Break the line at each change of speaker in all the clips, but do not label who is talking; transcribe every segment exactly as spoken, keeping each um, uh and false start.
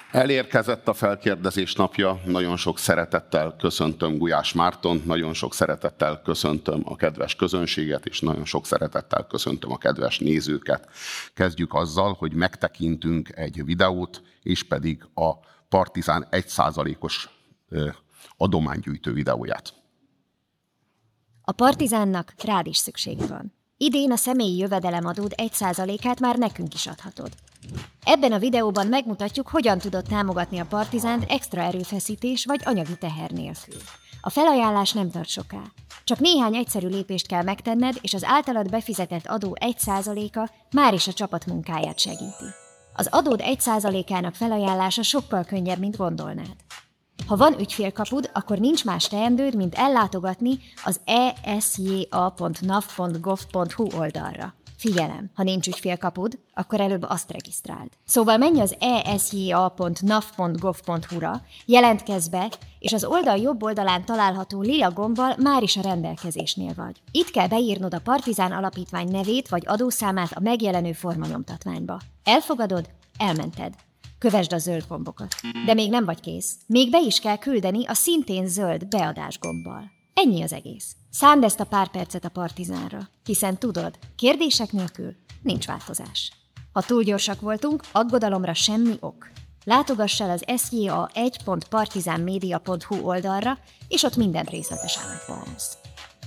Elérkezett a felkérdezés napja, nagyon sok szeretettel köszöntöm Gulyás Mártont, nagyon sok szeretettel köszöntöm a kedves közönséget, és nagyon sok szeretettel köszöntöm a kedves nézőket. Kezdjük azzal, hogy megtekintünk egy videót, és pedig a Partizán egy százalékos adománygyűjtő videóját.
A Partizánnak rád is szüksége van. Idén a személyi jövedelemadód egy százalékát már nekünk is adhatod. Ebben a videóban megmutatjuk, hogyan tudod támogatni a Partizánt extra erőfeszítés vagy anyagi teher nélkül. A felajánlás nem tart soká. Csak néhány egyszerű lépést kell megtenned, és az általad befizetett adó egy százaléka már is a csapat munkáját segíti. Az adód egy százalékának felajánlása sokkal könnyebb, mint gondolnád. Ha van ügyfélkapud, akkor nincs más teendőd, mint ellátogatni az e s j a pont n a v pont gov pont h u oldalra. Figyelem, ha nincs ügyfélkapud, akkor előbb azt regisztráld. Szóval menj az e s j a pont n a v pont gov pont h u-ra, jelentkezz be, és az oldal jobb oldalán található lila gombbal már is a rendelkezésnél vagy. Itt kell beírnod a Partizán Alapítvány nevét vagy adószámát a megjelenő formanyomtatványba. Elfogadod? Elmented. Kövesd a zöld gombokat. De még nem vagy kész. Még be is kell küldeni a szintén zöld beadás gombbal. Ennyi az egész. Szánd ezt a pár percet a Partizánra, hiszen tudod, kérdések nélkül nincs változás. Ha túl gyorsak voltunk, aggodalomra semmi ok. Látogass el az s j a egy pont partizánmedia pont h u oldalra, és ott mindent részletesen megtalálsz.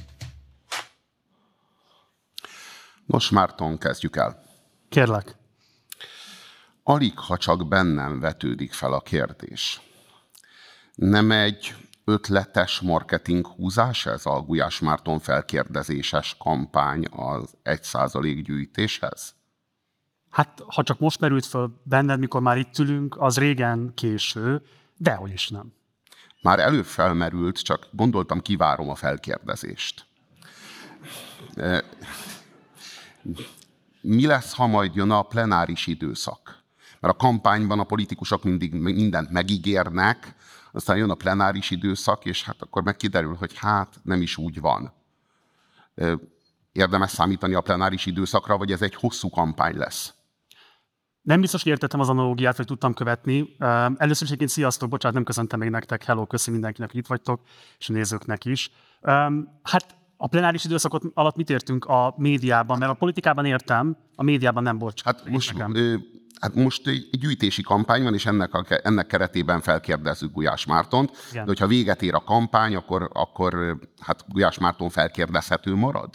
Nos, Márton, kezdjük el.
Kérlek.
Alig, ha csak bennem vetődik fel a kérdés. Nem egy ötletes marketing húzás ez a Gulyás Márton felkérdezéses kampány az egy százalék gyűjtéshez?
Hát, ha csak most merült föl benned, mikor már itt ülünk, az régen késő, dehogy is nem.
Már előbb felmerült, csak gondoltam, kivárom a felkérdezést. Mi lesz, ha majd jön a plenáris időszak? Mert a kampányban a politikusok mindig mindent megígérnek, aztán jön a plenáris időszak, és hát akkor meg kiderül, hogy hát nem is úgy van. Érdemes számítani a plenáris időszakra, vagy ez egy hosszú kampány lesz?
Nem biztos, hogy értettem az analógiát, vagy tudtam követni. Először is egyébként sziasztok, bocsánat, nem köszöntem még nektek. Hello, köszi mindenkinek, hogy itt vagytok, és a nézőknek is. Hát a plenáris időszakot alatt mit értünk a médiában? Mert a politikában értem, a médiában nem volt.
Hát most, hát most egy gyűjtési kampány van, és ennek, a, ennek keretében felkérdezzük Gulyás Mártont. Igen. De hogyha véget ér a kampány, akkor, akkor hát Gulyás Márton felkérdezhető marad?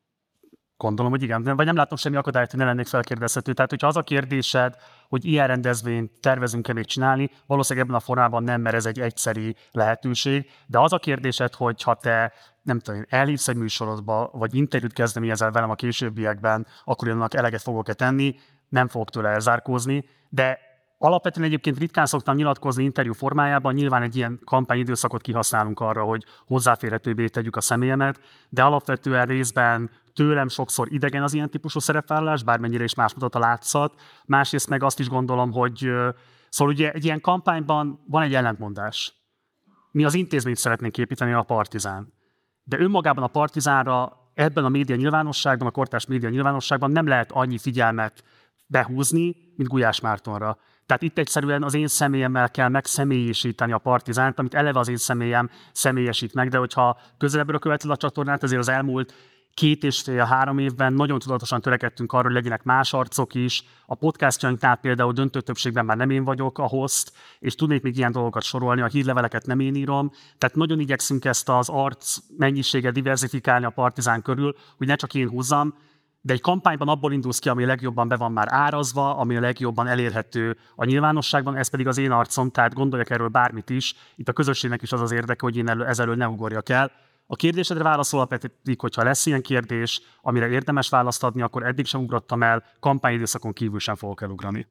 Gondolom, hogy igen, vagy nem látom semmi akadályt, hogy ne lennék felkérdezhető. Tehát, hogyha az a kérdésed, hogy ilyen rendezvényt tervezünk-e még csinálni, valószínűleg ebben a formában nem, mert ez egy egyszeri lehetőség. De az a kérdésed, hogy ha te nem tudom, elhívsz egy műsorodba, vagy interjút kezdeményezel velem a későbbiekben, akkor annak eleget fogok-e tenni, nem fogok tőle elzárkózni, de alapvetően egyébként ritkán szoktam nyilatkozni interjú formájában, nyilván egy ilyen kampányidőszakot kihasználunk arra, hogy hozzáférhetőbbé tegyük a személyemet, de alapvetően részben tőlem sokszor idegen az ilyen típusú szerepvállalás, bármennyire is más mutat a látszat. Másrészt meg azt is gondolom, hogy szóval ugye egy ilyen kampányban van egy ellentmondás. Mi az intézményt szeretnénk építeni, a Partizán. De önmagában a Partizánra ebben a média nyilvánosságban, a kortárs média nyilvánosságban nem lehet annyi figyelmet behúzni, mint Gulyás Mártonra. Tehát itt egyszerűen az én személyemmel kell megszemélyesíteni a Partizánt, amit eleve az én személyem személyesít meg, de hogyha közelebbről követed a csatornát, azért az elmúlt két és fél, három évben nagyon tudatosan törekedtünk arra, hogy legyenek más arcok is. A podcastjainknál például döntő többségben már nem én vagyok a host, és tudnék még ilyen dolgokat sorolni, a hírleveleket nem én írom. Tehát nagyon igyekszünk ezt az arc mennyiséget diversifikálni a Partizán körül, hogy ne csak én húzzam, de egy kampányban abból indulsz ki, ami a legjobban be van már árazva, ami a legjobban elérhető a nyilvánosságban, ez pedig az én arcom, tehát gondoljak erről bármit is. Itt a közösségnek is az az érdeke, hogy én ezelől ne ugorjak el. A kérdésedre válaszolva pedig, hogyha lesz ilyen kérdés, amire érdemes választ adni, akkor eddig sem ugrottam el, kampányidőszakon kívül sem fogok elugrani.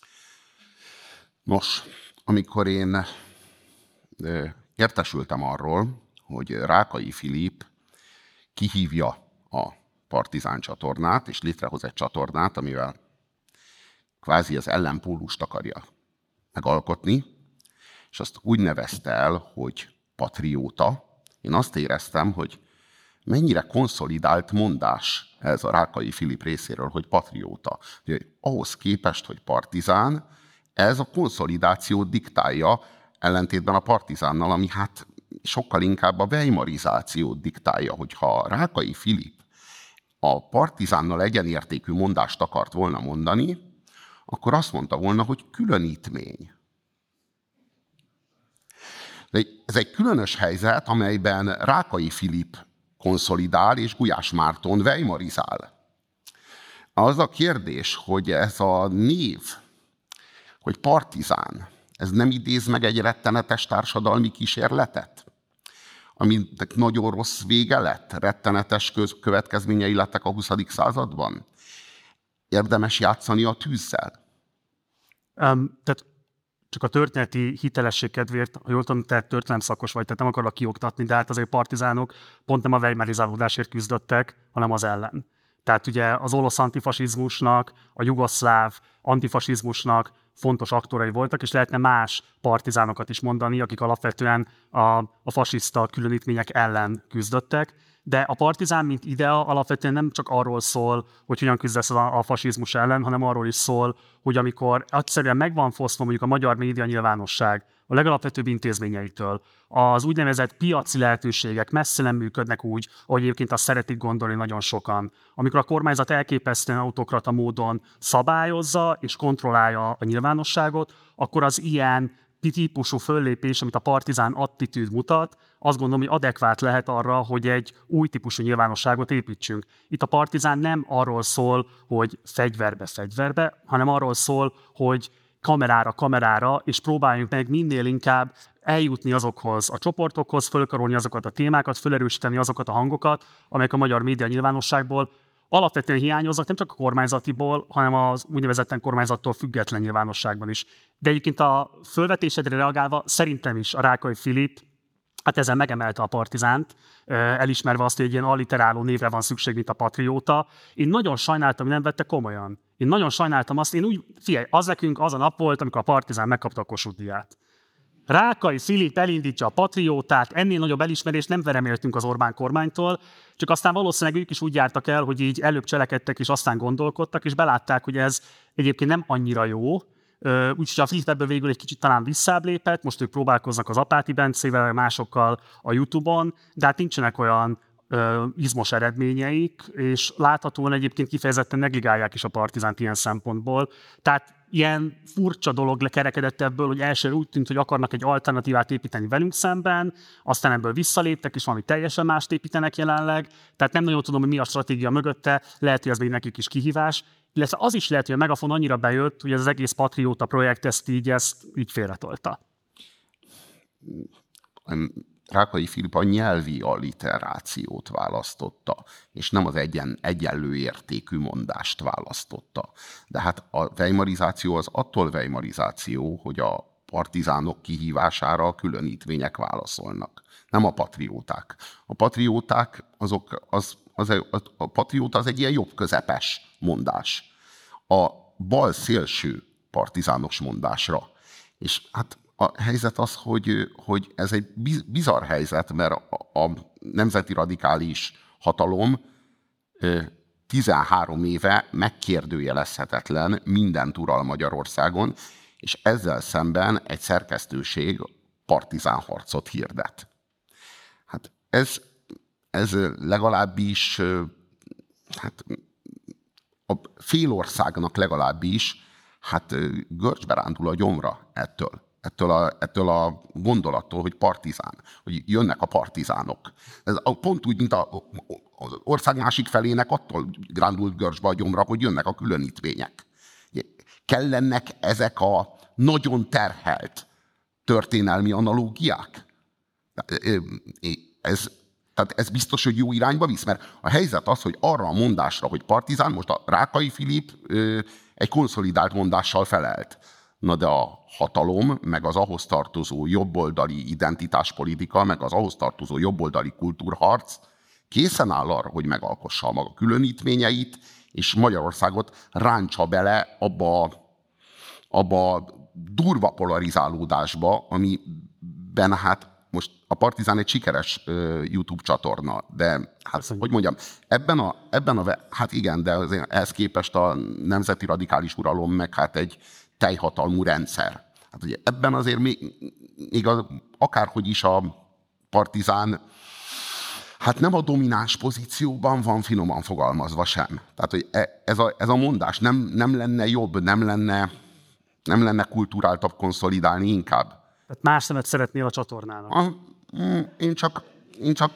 Nos, amikor én értesültem arról, hogy Rákai Filip kihívja a Partizán csatornát, és létrehoz egy csatornát, amivel kvázi az ellenpólust akarja megalkotni, és azt úgy nevezte el, hogy patrióta. Én azt éreztem, hogy mennyire konszolidált mondás ez a Rákai Filip részéről, hogy patrióta. Hogy ahhoz képest, hogy Partizán, Ez a konszolidációt diktálja, ellentétben a Partizánnal, ami hát sokkal inkább a weimarizációt diktálja, hogyha Rákai Filip a Partizánnal egyenértékű mondást akart volna mondani, akkor azt mondta volna, hogy különítmény. De ez egy különös helyzet, amelyben Rákai Filip konszolidál, és Gulyás Márton weimarizál. Az a kérdés, hogy ez a név, hogy partizán, ez nem idéz meg egy rettenetes társadalmi kísérletet, aminek nagyon rossz vége lett, rettenetes következményei lettek a huszadik században? Érdemes játszani a tűzzel?
Um, tehát csak a történeti hitelesség kedvéért, ha jól tudom, te történelemszakos vagy, tehát nem akarok kioktatni, de hát azért partizánok pont nem a weimarizálódásért küzdöttek, hanem az ellen. Tehát ugye az orosz antifasizmusnak, a jugoszláv antifasizmusnak fontos aktorai voltak, és lehetne más partizánokat is mondani, akik alapvetően a, a fasiszta különítmények ellen küzdöttek. De a partizán, mint idea, alapvetően nem csak arról szól, hogy hogyan küzdesz a, a fasizmus ellen, hanem arról is szól, hogy amikor egyszerűen meg van fosztva mondjuk a magyar média nyilvánosság a legalapvetőbb intézményeitől, az úgynevezett piaci lehetőségek messze nem működnek úgy, ahogy egyébként azt szeretik gondolni nagyon sokan. Amikor a kormányzat elképesztően autokrata módon szabályozza és kontrollálja a nyilvánosságot, akkor az ilyen típusú föllépés, amit a partizán attitűd mutat, azt gondolom, hogy adekvát lehet arra, hogy egy új típusú nyilvánosságot építsünk. Itt a partizán nem arról szól, hogy fegyverbe fegyverbe, hanem arról szól, hogy kamerára kamerára, és próbáljunk meg minél inkább eljutni azokhoz a csoportokhoz, fölkarolni azokat a témákat, felerősíteni azokat a hangokat, amelyek a magyar média nyilvánosságból alapvetően hiányoznak, nem csak a kormányzatiból, hanem az úgynevezetten kormányzattól független nyilvánosságban is. De egyébként a fölvetésedre reagálva szerintem is a Rákai Filip, hát ezzel megemelte a partizánt, elismerve azt, hogy egy ilyen alliteráló névre van szükség, mint a patrióta. Én nagyon sajnáltam, hogy nem vette komolyan. Én nagyon sajnáltam azt, én úgy, figyelj, az nekünk az a nap volt, amikor a partizán megkapta a Kossuth díját. Rákai Filip elindítja a patriótát, ennél nagyobb elismerést nem reméltünk az Orbán kormánytól, csak aztán valószínűleg ők is úgy jártak el, hogy így előbb cselekedtek, és aztán gondolkodtak, és belátták, hogy ez egyébként nem annyira jó. Úgyhogy a Filip ebből végül egy kicsit talán visszább lépett, most ők próbálkoznak az Apáti Bencével, másokkal a YouTube-on, de hát nincsenek olyan ö, izmos eredményeik, és láthatóan egyébként kifejezetten negligálják is a partizánt ilyen szempontból. Tehát ilyen furcsa dolog lekerekedett ebből, hogy elsőre úgy tűnt, hogy akarnak egy alternatívát építeni velünk szemben, aztán ebből visszaléptek, és valami teljesen mást építenek jelenleg. Tehát nem nagyon tudom, hogy mi a stratégia mögötte, lehet, hogy ez még nekik is kihívás. Illetve az is lehet, hogy a Megafon annyira bejött, hogy ez az egész patrióta projekt ezt így, ezt így félretolta.
Rákai Filip a nyelvi alliterációt választotta, és nem az egyen, egyenlő értékű mondást választotta. De hát a weimarizáció az attól weimarizáció, hogy a partizánok kihívására a különítvények válaszolnak, nem a patrióták. A patrióták azok, az, az, az, a patrióta az egy ilyen jobb közepes mondás. A bal szélső partizános mondásra. És hát a helyzet az, hogy, hogy ez egy bizarr helyzet, mert a, a nemzeti radikális hatalom tizenhárom éve megkérdőjelezhetetlen mindent ural Magyarországon, és ezzel szemben egy szerkesztőség partizán harcot hirdet. Hát ez, ez legalábbis, hát a félországnak legalábbis, hát görcsbe rándul a gyomra ettől. Ettől a, ettől a gondolattól, hogy partizán, hogy jönnek a partizánok. Ez pont úgy, mint a, az ország másik felének attól grándult görcsbe a gyomra, hogy jönnek a különítvények. Kellenek ezek a nagyon terhelt történelmi analógiák? Ez, tehát ez biztos, hogy jó irányba visz, mert a helyzet az, hogy arra a mondásra, hogy partizán, most a Rákai Filip egy konszolidált mondással felelt. Na de a hatalom, meg az ahhoz tartozó jobboldali identitáspolitika, meg az ahhoz tartozó jobboldali kultúrharc készen áll arra, hogy megalkossa a maga különítményeit, és Magyarországot ráncsa bele abba, abba a durva polarizálódásba, amiben hát most a Partizán egy sikeres uh, YouTube csatorna, de hát,
Köszönjük.
hogy mondjam, ebben a, ebben a, hát igen, de ehhez képest a nemzeti radikális uralom meg hát egy teljhatalmú rendszer. Hát ugye ebben azért még, még a, akárhogy is a Partizán, hát nem a domináns pozícióban van, finoman fogalmazva sem. Tehát, hogy ez a, ez a mondás nem, nem lenne jobb, nem lenne, nem lenne kulturáltabb konszolidálni inkább.
Tehát más szemet szeretnél a csatornának.
A, én csak, én csak,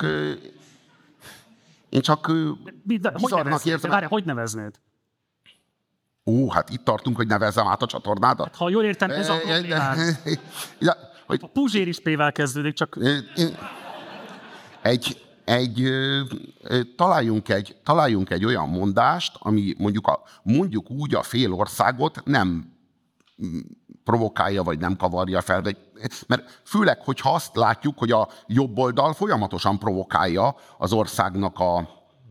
én csak bizarrnak érzem.
Várj, hogy neveznéd?
Ó, hát itt tartunk, hogy nevezzem át a csatornádat.
Ha jól értem, ez a problémád. A Puzsér is P-vel kezdődik, csak...
Egy, egy, találjunk egy, találjunk egy olyan mondást, ami mondjuk, a, mondjuk úgy a fél országot nem provokálja, vagy nem kavarja fel. Mert főleg, hogyha azt látjuk, hogy a jobb oldal folyamatosan provokálja az országnak a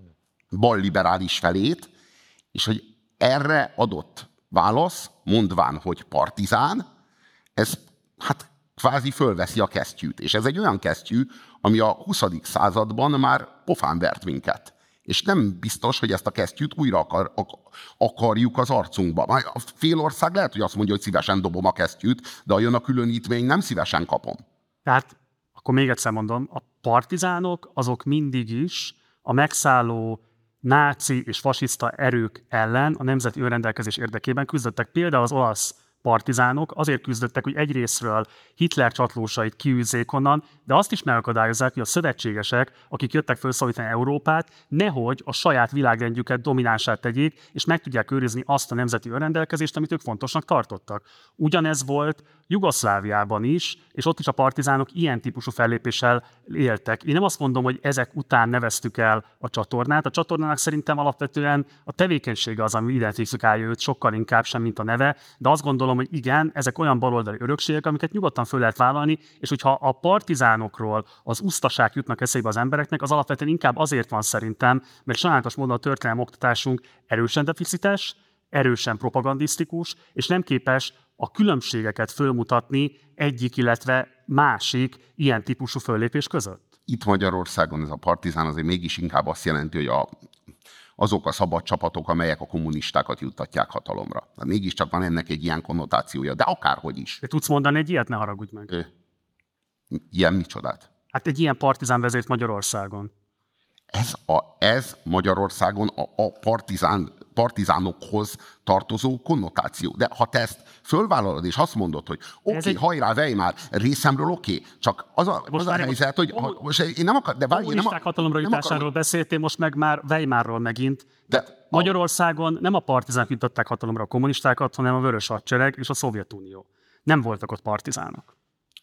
balliberális felét, és hogy erre adott válasz, mondván, hogy Partizán, ez hát kvázi fölveszi a kesztyűt. És ez egy olyan kesztyű, ami a huszadik században már pofán vert minket. És nem biztos, hogy ezt a kesztyűt újra akar, akarjuk az arcunkba. A fél ország lehet, hogy azt mondja, hogy szívesen dobom a kesztyűt, de ha jön a különítmény, nem szívesen kapom.
Tehát, akkor még egyszer mondom, a partizánok azok mindig is a megszálló náci és fasiszta erők ellen a nemzeti önrendelkezés érdekében küzdöttek. Például az olasz partizánok azért küzdöttek, hogy egyrészről Hitler csatlósait kiűzzék onnan, de azt is megakadályozzák, hogy a szövetségesek, akik jöttek felszólítani Európát, nehogy a saját világrendjüket dominánsát tegyék, és meg tudják őrizni azt a nemzeti önrendelkezést, amit ők fontosnak tartottak. Ugyanez volt Jugoszláviában is, és ott is a partizánok ilyen típusú fellépéssel éltek. Én nem azt mondom, hogy ezek után neveztük el a csatornát. A csatornának szerintem alapvetően a tevékenysége az, ami identifikálja őt sokkal inkább sem, mint a neve, de azt gondolom, hogy igen, ezek olyan baloldali örökségek, amiket nyugodtan föl lehet vállalni, és hogyha a partizánokról az usztaság jutnak eszébe az embereknek, az alapvetően inkább azért van szerintem, mert sajnálatos módon a történelmi oktatásunk erősen deficites, erősen propagandisztikus, és nem képes a különbségeket fölmutatni egyik, illetve másik ilyen típusú föllépés között.
Itt Magyarországon ez a Partizán azért mégis inkább azt jelenti, hogy a, azok a szabad csapatok, amelyek a kommunistákat juttatják hatalomra. De mégiscsak van ennek egy ilyen konnotációja, de akárhogy is.
Te tudsz mondani egy ilyet? Ne haragudj meg.
Ö, ilyen micsodát?
Hát egy ilyen partizán vezért Magyarországon.
Ez, a, ez Magyarországon a, a partizán, partizánokhoz tartozó konnotáció. De ha te ezt fölvállalod, és azt mondod, hogy oké, okay, egy... hajrá, Weimar, részemről oké, okay, csak az a, az a helyzet, hogy ha, most én nem akar, de várj,
én nem akar, hatalomra jutásáról akar... beszéltél, most meg már Weimarról megint. De Magyarországon nem a partizánok jutották hatalomra a kommunistákat, hanem a Vörös Hadsereg és a Szovjetunió. Nem voltak ott partizánok.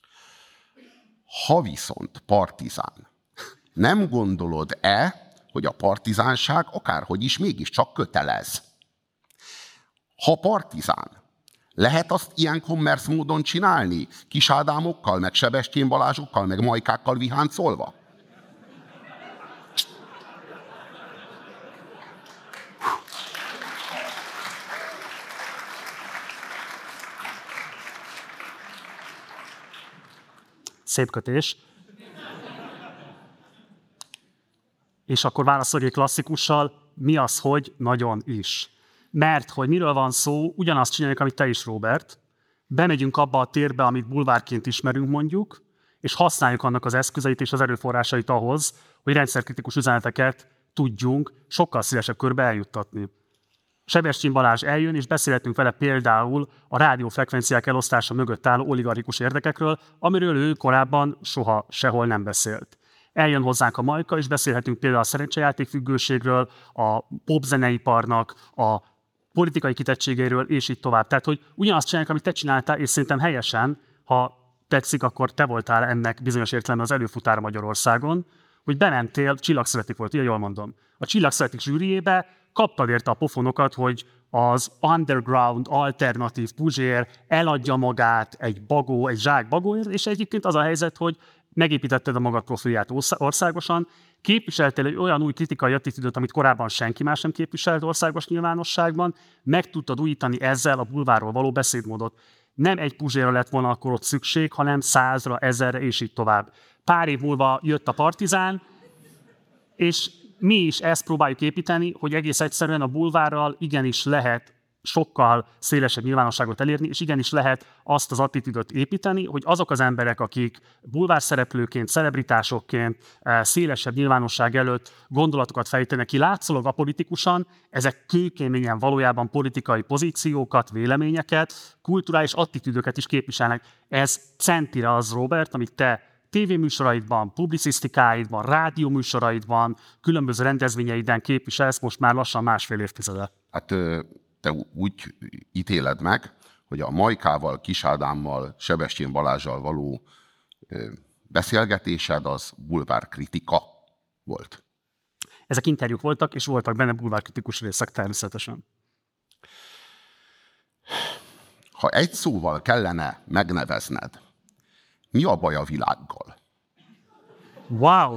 Ha viszont partizán, nem gondolod-e, hogy a partizánság akárhogy is mégiscsak kötelez? Ha partizán, lehet azt ilyen kommersz módon csinálni? Kis Ádámokkal, meg Sebestyén Balázsokkal, meg Majkákkal viháncolva?
Szép kötés. És akkor válaszolj egy klasszikussal, mi az, hogy nagyon is. Mert, hogy miről van szó, ugyanazt csináljuk, amit te is, Róbert. Bemegyünk abba a térbe, amit bulvárként ismerünk mondjuk, és használjuk annak az eszközeit és az erőforrásait ahhoz, hogy rendszerkritikus üzeneteket tudjunk sokkal szélesebb körbe eljuttatni. Sebestyén Balázs eljön, és beszélhetünk vele például a rádiófrekvenciák elosztása mögött álló oligarchikus érdekekről, amiről ő korábban soha sehol nem beszélt. Eljön hozzánk a Majka, és beszélhetünk például a szerencsejátékfüggőségről, a popzeneiparnak, a politikai kitettségeiről, és így tovább. Tehát, hogy ugyanazt csinálják, amit te csináltál, és szerintem helyesen, ha tetszik, akkor te voltál ennek bizonyos értelemben az előfutára Magyarországon, hogy bementél, Csillagszövetik volt, ugye jól mondom. A Csillagszövetik zsűriébe kaptad érte a pofonokat, hogy az underground, alternatív Puzsér eladja magát egy bagó, egy zsák bagóért, és egyébként az a helyzet, hogy megépítetted a magad profilját országosan, képviseltél egy olyan új kritikai attitűdöt, amit korábban senki más nem képviselt országos nyilvánosságban, meg tudtad újítani ezzel a bulvárról való beszédmódot. Nem egy Puzsérra lett volna akkor ott szükség, hanem százra, ezerre, és így tovább. Pár év múlva jött a Partizán, és mi is ezt próbáljuk építeni, hogy egész egyszerűen a bulvárral igenis lehet sokkal szélesebb nyilvánosságot elérni, és igenis lehet azt az attitűdöt építeni, hogy azok az emberek, akik bulvárszereplőként, celebritásokként szélesebb nyilvánosság előtt gondolatokat fejtenek ki, látszólag apolitikusan, ezek kőkeményen valójában politikai pozíciókat, véleményeket, kulturális attitűdöket is képviselnek. Ez centire az, Robert, amit te tévéműsoraidban, publicisztikáidban, rádióműsoraidban, különböző rendezvényeiden képviselsz most már lassan másfél évtizede.
Hát te úgy ítéled meg, hogy a Majkával, Kis Ádámmal, Sebestyén Balázssal való beszélgetésed az bulvárkritika volt.
Ezek interjúk voltak, és voltak benne bulvárkritikus részek természetesen.
Ha egy szóval kellene megnevezned, mi a baj a világgal?
Wow!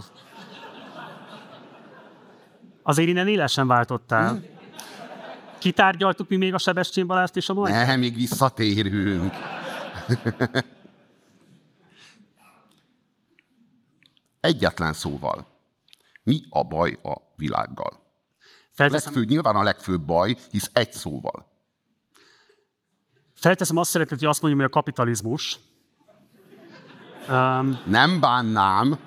Azért innen élesen váltottál. Hm? Kitárgyaltuk mi még a Sebestyén Balást és a Majkát?
Ne, még visszatérünk. Egyetlen szóval. Mi a baj a világgal?
Felteszem...
Legfő, nyilván a legfőbb baj, hisz egy szóval.
Felteszem azt szeretném, hogy azt mondjam, hogy a kapitalizmus. Um...
Nem bánnám.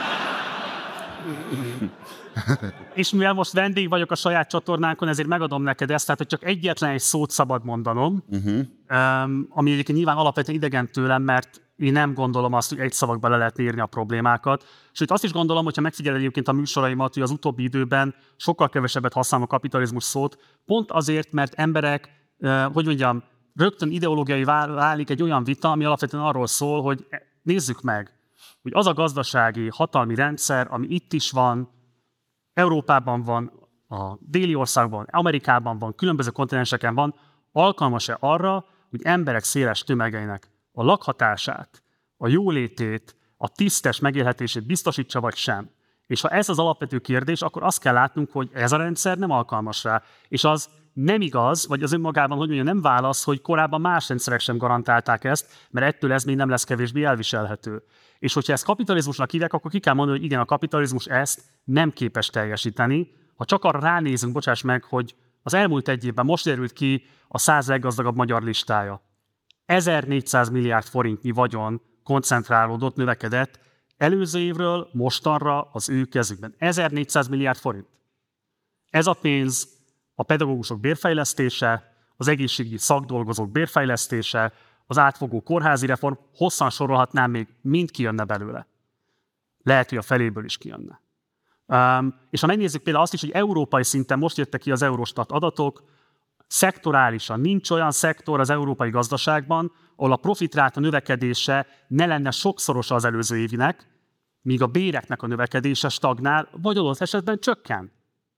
És mivel most vendég vagyok a saját csatornánkon, ezért megadom neked ezt, tehát hogy csak egyetlen egy szót szabad mondanom, uh-huh. um, ami egyébként nyilván alapvetően idegen tőlem, mert én nem gondolom azt, hogy egy szavakban le lehet írni a problémákat. Sőt, azt is gondolom, hogyha megfigyeled egyébként a műsoraimat, hogy az utóbbi időben sokkal kevesebbet használom a kapitalizmus szót, pont azért, mert emberek, uh, hogy mondjam, rögtön ideológiai válik egy olyan vita, ami alapvetően arról szól, hogy nézzük meg, hogy az a gazdasági, hatalmi rendszer, ami itt is van, Európában van, a déli országban, Amerikában van, különböző kontinenseken van, alkalmas-e arra, hogy emberek széles tömegeinek a lakhatását, a jólétét, a tisztes megélhetését biztosítsa vagy sem. És ha ez az alapvető kérdés, akkor azt kell látnunk, hogy ez a rendszer nem alkalmas rá. És az nem igaz, vagy az önmagában, hogy mondja, nem válasz, hogy korábban más rendszerek sem garantálták ezt, mert ettől ez még nem lesz kevésbé elviselhető. És hogyha ezt kapitalizmusnak hívják, akkor ki kell mondani, hogy igen, a kapitalizmus ezt nem képes teljesíteni. Ha csak arra ránézünk, bocsáss meg, hogy az elmúlt egy évben most derült ki a száz leggazdagabb magyar listája. ezernégyszáz milliárd forintnyi vagyon koncentrálódott, növekedett előző évről mostanra az ő kezükben. ezernégyszáz milliárd forint. Ez a pénz a pedagógusok bérfejlesztése, az egészségügyi szakdolgozók bérfejlesztése, az átfogó kórházi reform, hosszan sorolhatnám, még mind kijönne belőle. Lehet, hogy a feléből is kijönne. Um, és ha megnézzük például azt is, hogy európai szinten most jöttek ki az Eurostat adatok, szektorálisan nincs olyan szektor az európai gazdaságban, ahol a profitráta növekedése ne lenne sokszorosa az előző évinek, míg a béreknek a növekedése stagnál, vagy adott esetben csökken.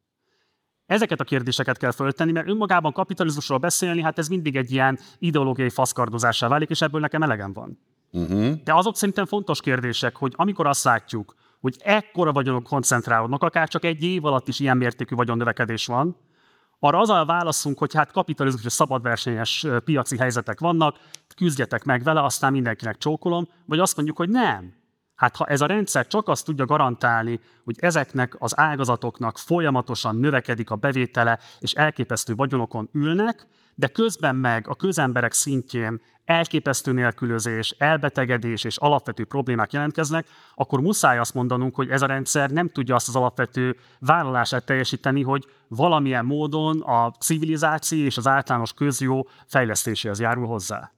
Ezeket a kérdéseket kell föltenni, mert önmagában kapitalizmusról beszélni, hát ez mindig egy ilyen ideológiai faszkardozássá válik, és ebből nekem elegem van. Uh-huh. De azok szerintem fontos kérdések, hogy amikor azt látjuk, hogy ekkora vagyonok koncentrálódnak, akár csak egy év alatt is ilyen mértékű vagyonnövekedés van, arra az a válaszunk, hogy hát kapitalizmus és szabadversenyes piaci helyzetek vannak, küzdjetek meg vele, aztán mindenkinek csókolom, vagy azt mondjuk, hogy nem. Hát ha ez a rendszer csak azt tudja garantálni, hogy ezeknek az ágazatoknak folyamatosan növekedik a bevétele, és elképesztő vagyonokon ülnek, de közben meg a közemberek szintjén elképesztő nélkülözés, elbetegedés és alapvető problémák jelentkeznek, akkor muszáj azt mondanunk, hogy ez a rendszer nem tudja azt az alapvető vállalását teljesíteni, hogy valamilyen módon a civilizáció és az általános közjó fejlesztéséhez járul hozzá.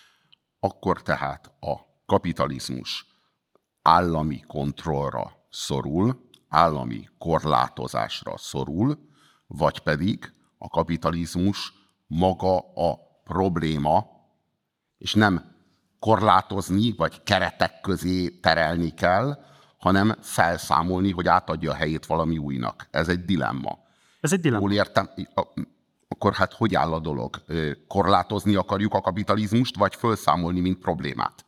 Akkor tehát a kapitalizmus állami kontrollra szorul, állami korlátozásra szorul, vagy pedig a kapitalizmus maga a probléma, és nem korlátozni, vagy keretek közé terelni kell, hanem felszámolni, hogy átadja a helyét valami újnak. Ez egy dilemma.
Ez egy dilemma.
Jól értem, akkor hát hogy áll a dolog? Korlátozni akarjuk a kapitalizmust, vagy felszámolni, mint problémát?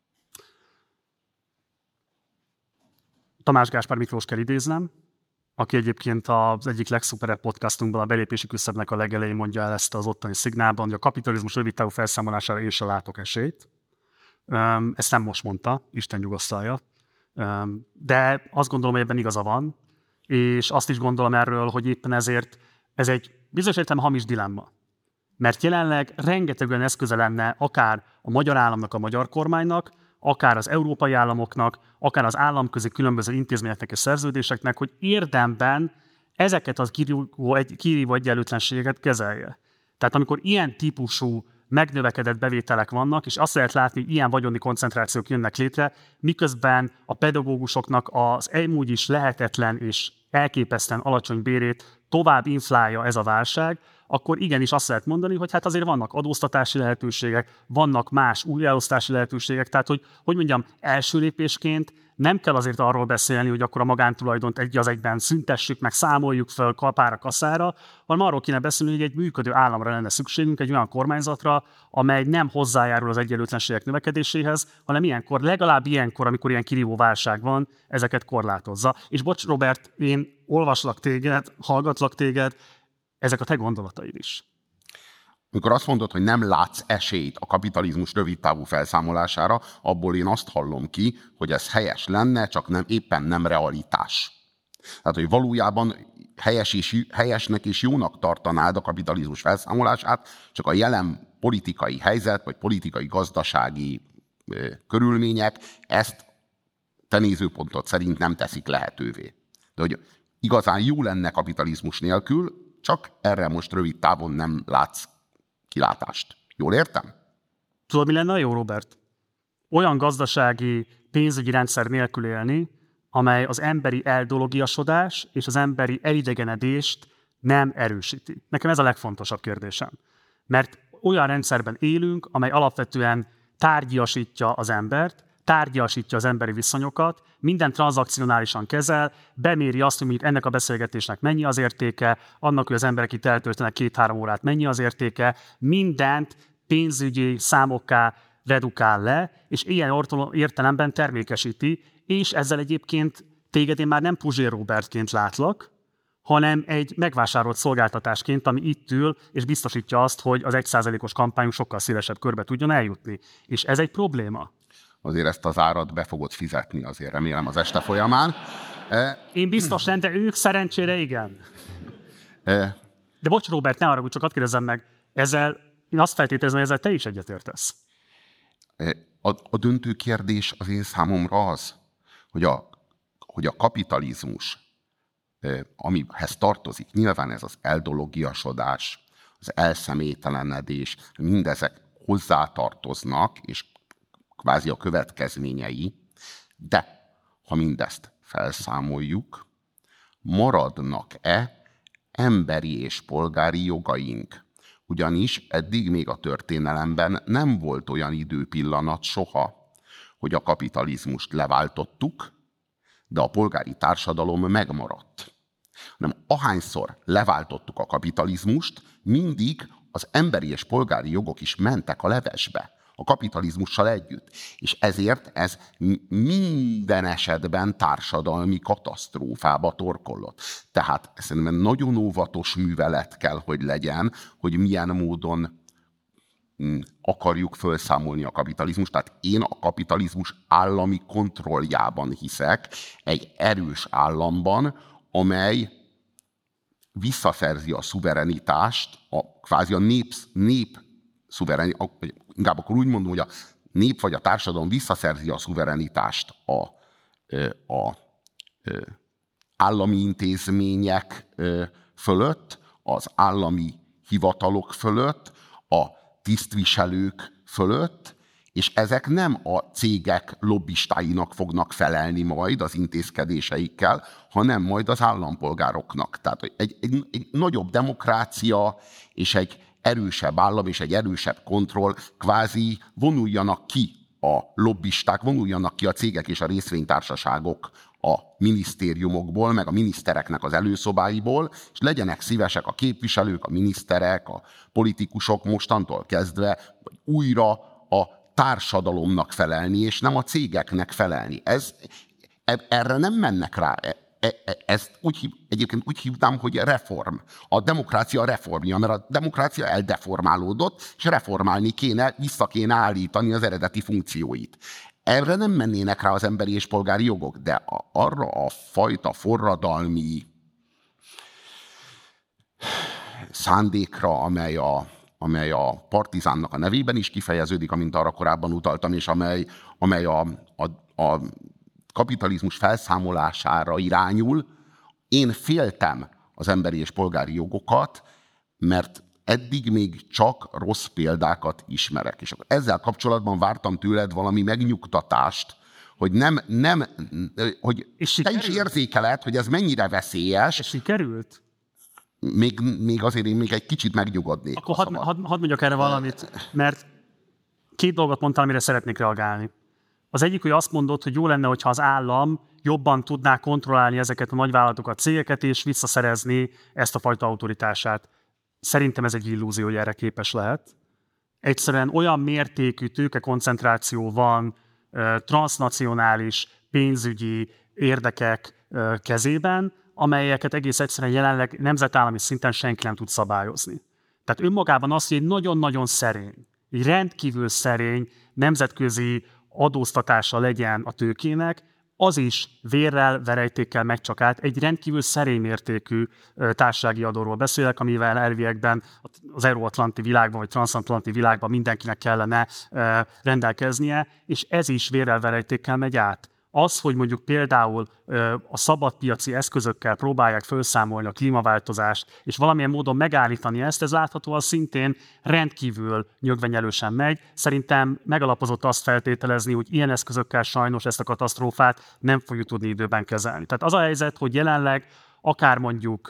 Tamás Gáspár Miklós kell idéznem, aki egyébként az egyik legszuperebb podcastunkban a belépési küszöbnek a legelején mondja el ezt az ottani szignálban, hogy a kapitalizmus rövidtávú felszámolására én sem látok esélyt. Ezt nem most mondta, Isten nyugosztalja. De azt gondolom, hogy ebben igaza van, és azt is gondolom erről, hogy éppen ezért ez egy bizonyos értelemben hamis dilemma. Mert jelenleg rengeteg olyan eszköze lenne akár a magyar államnak, a magyar kormánynak, akár az európai államoknak, akár az államközi különböző intézményeknek és szerződéseknek, hogy érdemben ezeket az kirívó egyenlőtlenségeket kezelje. Tehát amikor ilyen típusú megnövekedett bevételek vannak, és azt lehet látni, hogy ilyen vagyoni koncentrációk jönnek létre, miközben a pedagógusoknak az amúgy is lehetetlen és elképesztően alacsony bérét tovább inflálja ez a válság, akkor igenis azt lehet mondani, hogy hát azért vannak adóztatási lehetőségek, vannak más újraelosztási lehetőségek, tehát hogy, hogy mondjam, első lépésként nem kell azért arról beszélni, hogy akkor a magántulajdont egy az egyben szüntessük, meg számoljuk fel kapára, kaszára, hanem arról kéne beszélni, hogy egy működő államra lenne szükségünk, egy olyan kormányzatra, amely nem hozzájárul az egyenlőtlenségek növekedéséhez, hanem ilyenkor, legalább ilyenkor, amikor ilyen kirívó válság van, ezeket korlátozza. És bocs, Robert, én olvaslak téged, hallgatlak téged, ezek a te gondolataid is.
Amikor azt mondod, hogy nem látsz esélyt a kapitalizmus rövidtávú felszámolására, abból én azt hallom ki, hogy ez helyes lenne, csak nem, éppen nem realitás. Tehát, hogy valójában helyes és, helyesnek és jónak tartanád a kapitalizmus felszámolását, csak a jelen politikai helyzet, vagy politikai gazdasági ö, körülmények ezt te nézőpontod szerint nem teszik lehetővé. De hogy igazán jó lenne kapitalizmus nélkül, csak erre most rövid távon nem látsz kilátást. Jól értem?
Tudod, mi lenne a jó, Robert? Olyan gazdasági, pénzügyi rendszer nélkül élni, amely az emberi eldologiasodás és az emberi elidegenedést nem erősíti. Nekem ez a legfontosabb kérdésem. Mert olyan rendszerben élünk, amely alapvetően tárgyiasítja az embert, tárgyasítja az emberi viszonyokat, minden tranzakcionálisan kezel, beméri azt, hogy mondjuk ennek a beszélgetésnek mennyi az értéke, annak, hogy az emberek itt eltöltenek két-három órát mennyi az értéke, mindent pénzügyi számokká redukál le, és ilyen értelemben termékesíti, és ezzel egyébként téged én már nem Puzsér Robertként látlak, hanem egy megvásárolt szolgáltatásként, ami itt ül, és biztosítja azt, hogy az egy százalékos kampányunk sokkal szélesebb körbe tudjon eljutni. És ez egy probléma.
Azért ezt az árat be fogod fizetni, azért remélem az este folyamán.
Én biztos nem, de ők szerencsére igen. De bocs, Robert, ne arra, hogy csak azt kérdezzem meg, ezzel, én azt feltételezem, hogy ezzel te is egyetértesz.
A, a döntő kérdés az én számomra az, hogy a, hogy a kapitalizmus, amihez tartozik, nyilván ez az eldologiasodás, az elszemélytelenedés, mindezek hozzátartoznak, és kvázi a következményei, de ha mindezt felszámoljuk, maradnak-e emberi és polgári jogaink? Ugyanis eddig még a történelemben nem volt olyan időpillanat soha, hogy a kapitalizmust leváltottuk, de a polgári társadalom megmaradt. Hanem ahányszor leváltottuk a kapitalizmust, mindig az emberi és polgári jogok is mentek a levesbe a kapitalizmussal együtt. És ezért ez minden esetben társadalmi katasztrófába torkollott. Tehát szerintem nagyon óvatos művelet kell, hogy legyen, hogy milyen módon akarjuk felszámolni a kapitalizmust. Tehát én a kapitalizmus állami kontrolljában hiszek, egy erős államban, amely visszaszerzi a szuverenitást, a, kvázi a nép, nép szuverenitást, inkább akkor úgy mondom, hogy a nép vagy a társadalom visszaszerzi a szuverenitást a, a, a, a állami intézmények fölött, az állami hivatalok fölött, a tisztviselők fölött, és ezek nem a cégek lobbistáinak fognak felelni majd az intézkedéseikkel, hanem majd az állampolgároknak. Tehát egy, egy, egy nagyobb demokrácia és egy erősebb állam és egy erősebb kontroll kvázi vonuljanak ki a lobbisták, vonuljanak ki a cégek és a részvénytársaságok a minisztériumokból, meg a minisztereknek az előszobáiból, és legyenek szívesek a képviselők, a miniszterek, a politikusok mostantól kezdve újra a társadalomnak felelni, és nem a cégeknek felelni. Ez, erre nem mennek rá. Ezt úgy hív, egyébként úgy hívnám, hogy reform. A demokrácia reformja, mert a demokrácia eldeformálódott, és reformálni kéne, vissza kéne állítani az eredeti funkcióit. Erre nem mennének rá az emberi és polgári jogok, de a, arra a fajta forradalmi szándékra, amely a, amely a Partizánnak a nevében is kifejeződik, amint arra korábban utaltam, és amely, amely a, a, a kapitalizmus felszámolására irányul. Én féltem az emberi és polgári jogokat, mert eddig még csak rossz példákat ismerek. És ezzel kapcsolatban vártam tőled valami megnyugtatást, hogy nem, nem hogy te is érzékeled, hogy ez mennyire veszélyes.
És sikerült?
Még, még azért én még egy kicsit megnyugodnék.
Akkor hadd had, had mondjak erre valamit, mert két dolgot mondtál, amire szeretnék reagálni. Az egyik, hogy azt mondod, hogy jó lenne, hogyha az állam jobban tudná kontrollálni ezeket a nagyvállalatokat, cégeket, és visszaszerezni ezt a fajta autoritását. Szerintem ez egy illúzió, hogy erre képes lehet. Egyszerűen olyan mértékű tőkekoncentráció van transznacionális pénzügyi érdekek kezében, amelyeket egész egyszerűen jelenleg nemzetállami szinten senki nem tud szabályozni. Tehát önmagában az, hogy egy nagyon-nagyon szerény, egy rendkívül szerény nemzetközi adóztatása legyen a tőkének, az is vérrel, verejtékkel megy csak át. Egy rendkívül szerény mértékű társasági adóról beszélek, amivel elviekben az euróatlanti világban, vagy transatlanti világban mindenkinek kellene rendelkeznie, és ez is vérrel, verejtékkel megy át. Az, hogy mondjuk például a szabadpiaci eszközökkel próbálják felszámolni a klímaváltozást, és valamilyen módon megállítani ezt, ez láthatóan szintén rendkívül nyögvenyelősen megy. Szerintem megalapozott azt feltételezni, hogy ilyen eszközökkel sajnos ezt a katasztrófát nem fogjuk tudni időben kezelni. Tehát az a helyzet, hogy jelenleg akár mondjuk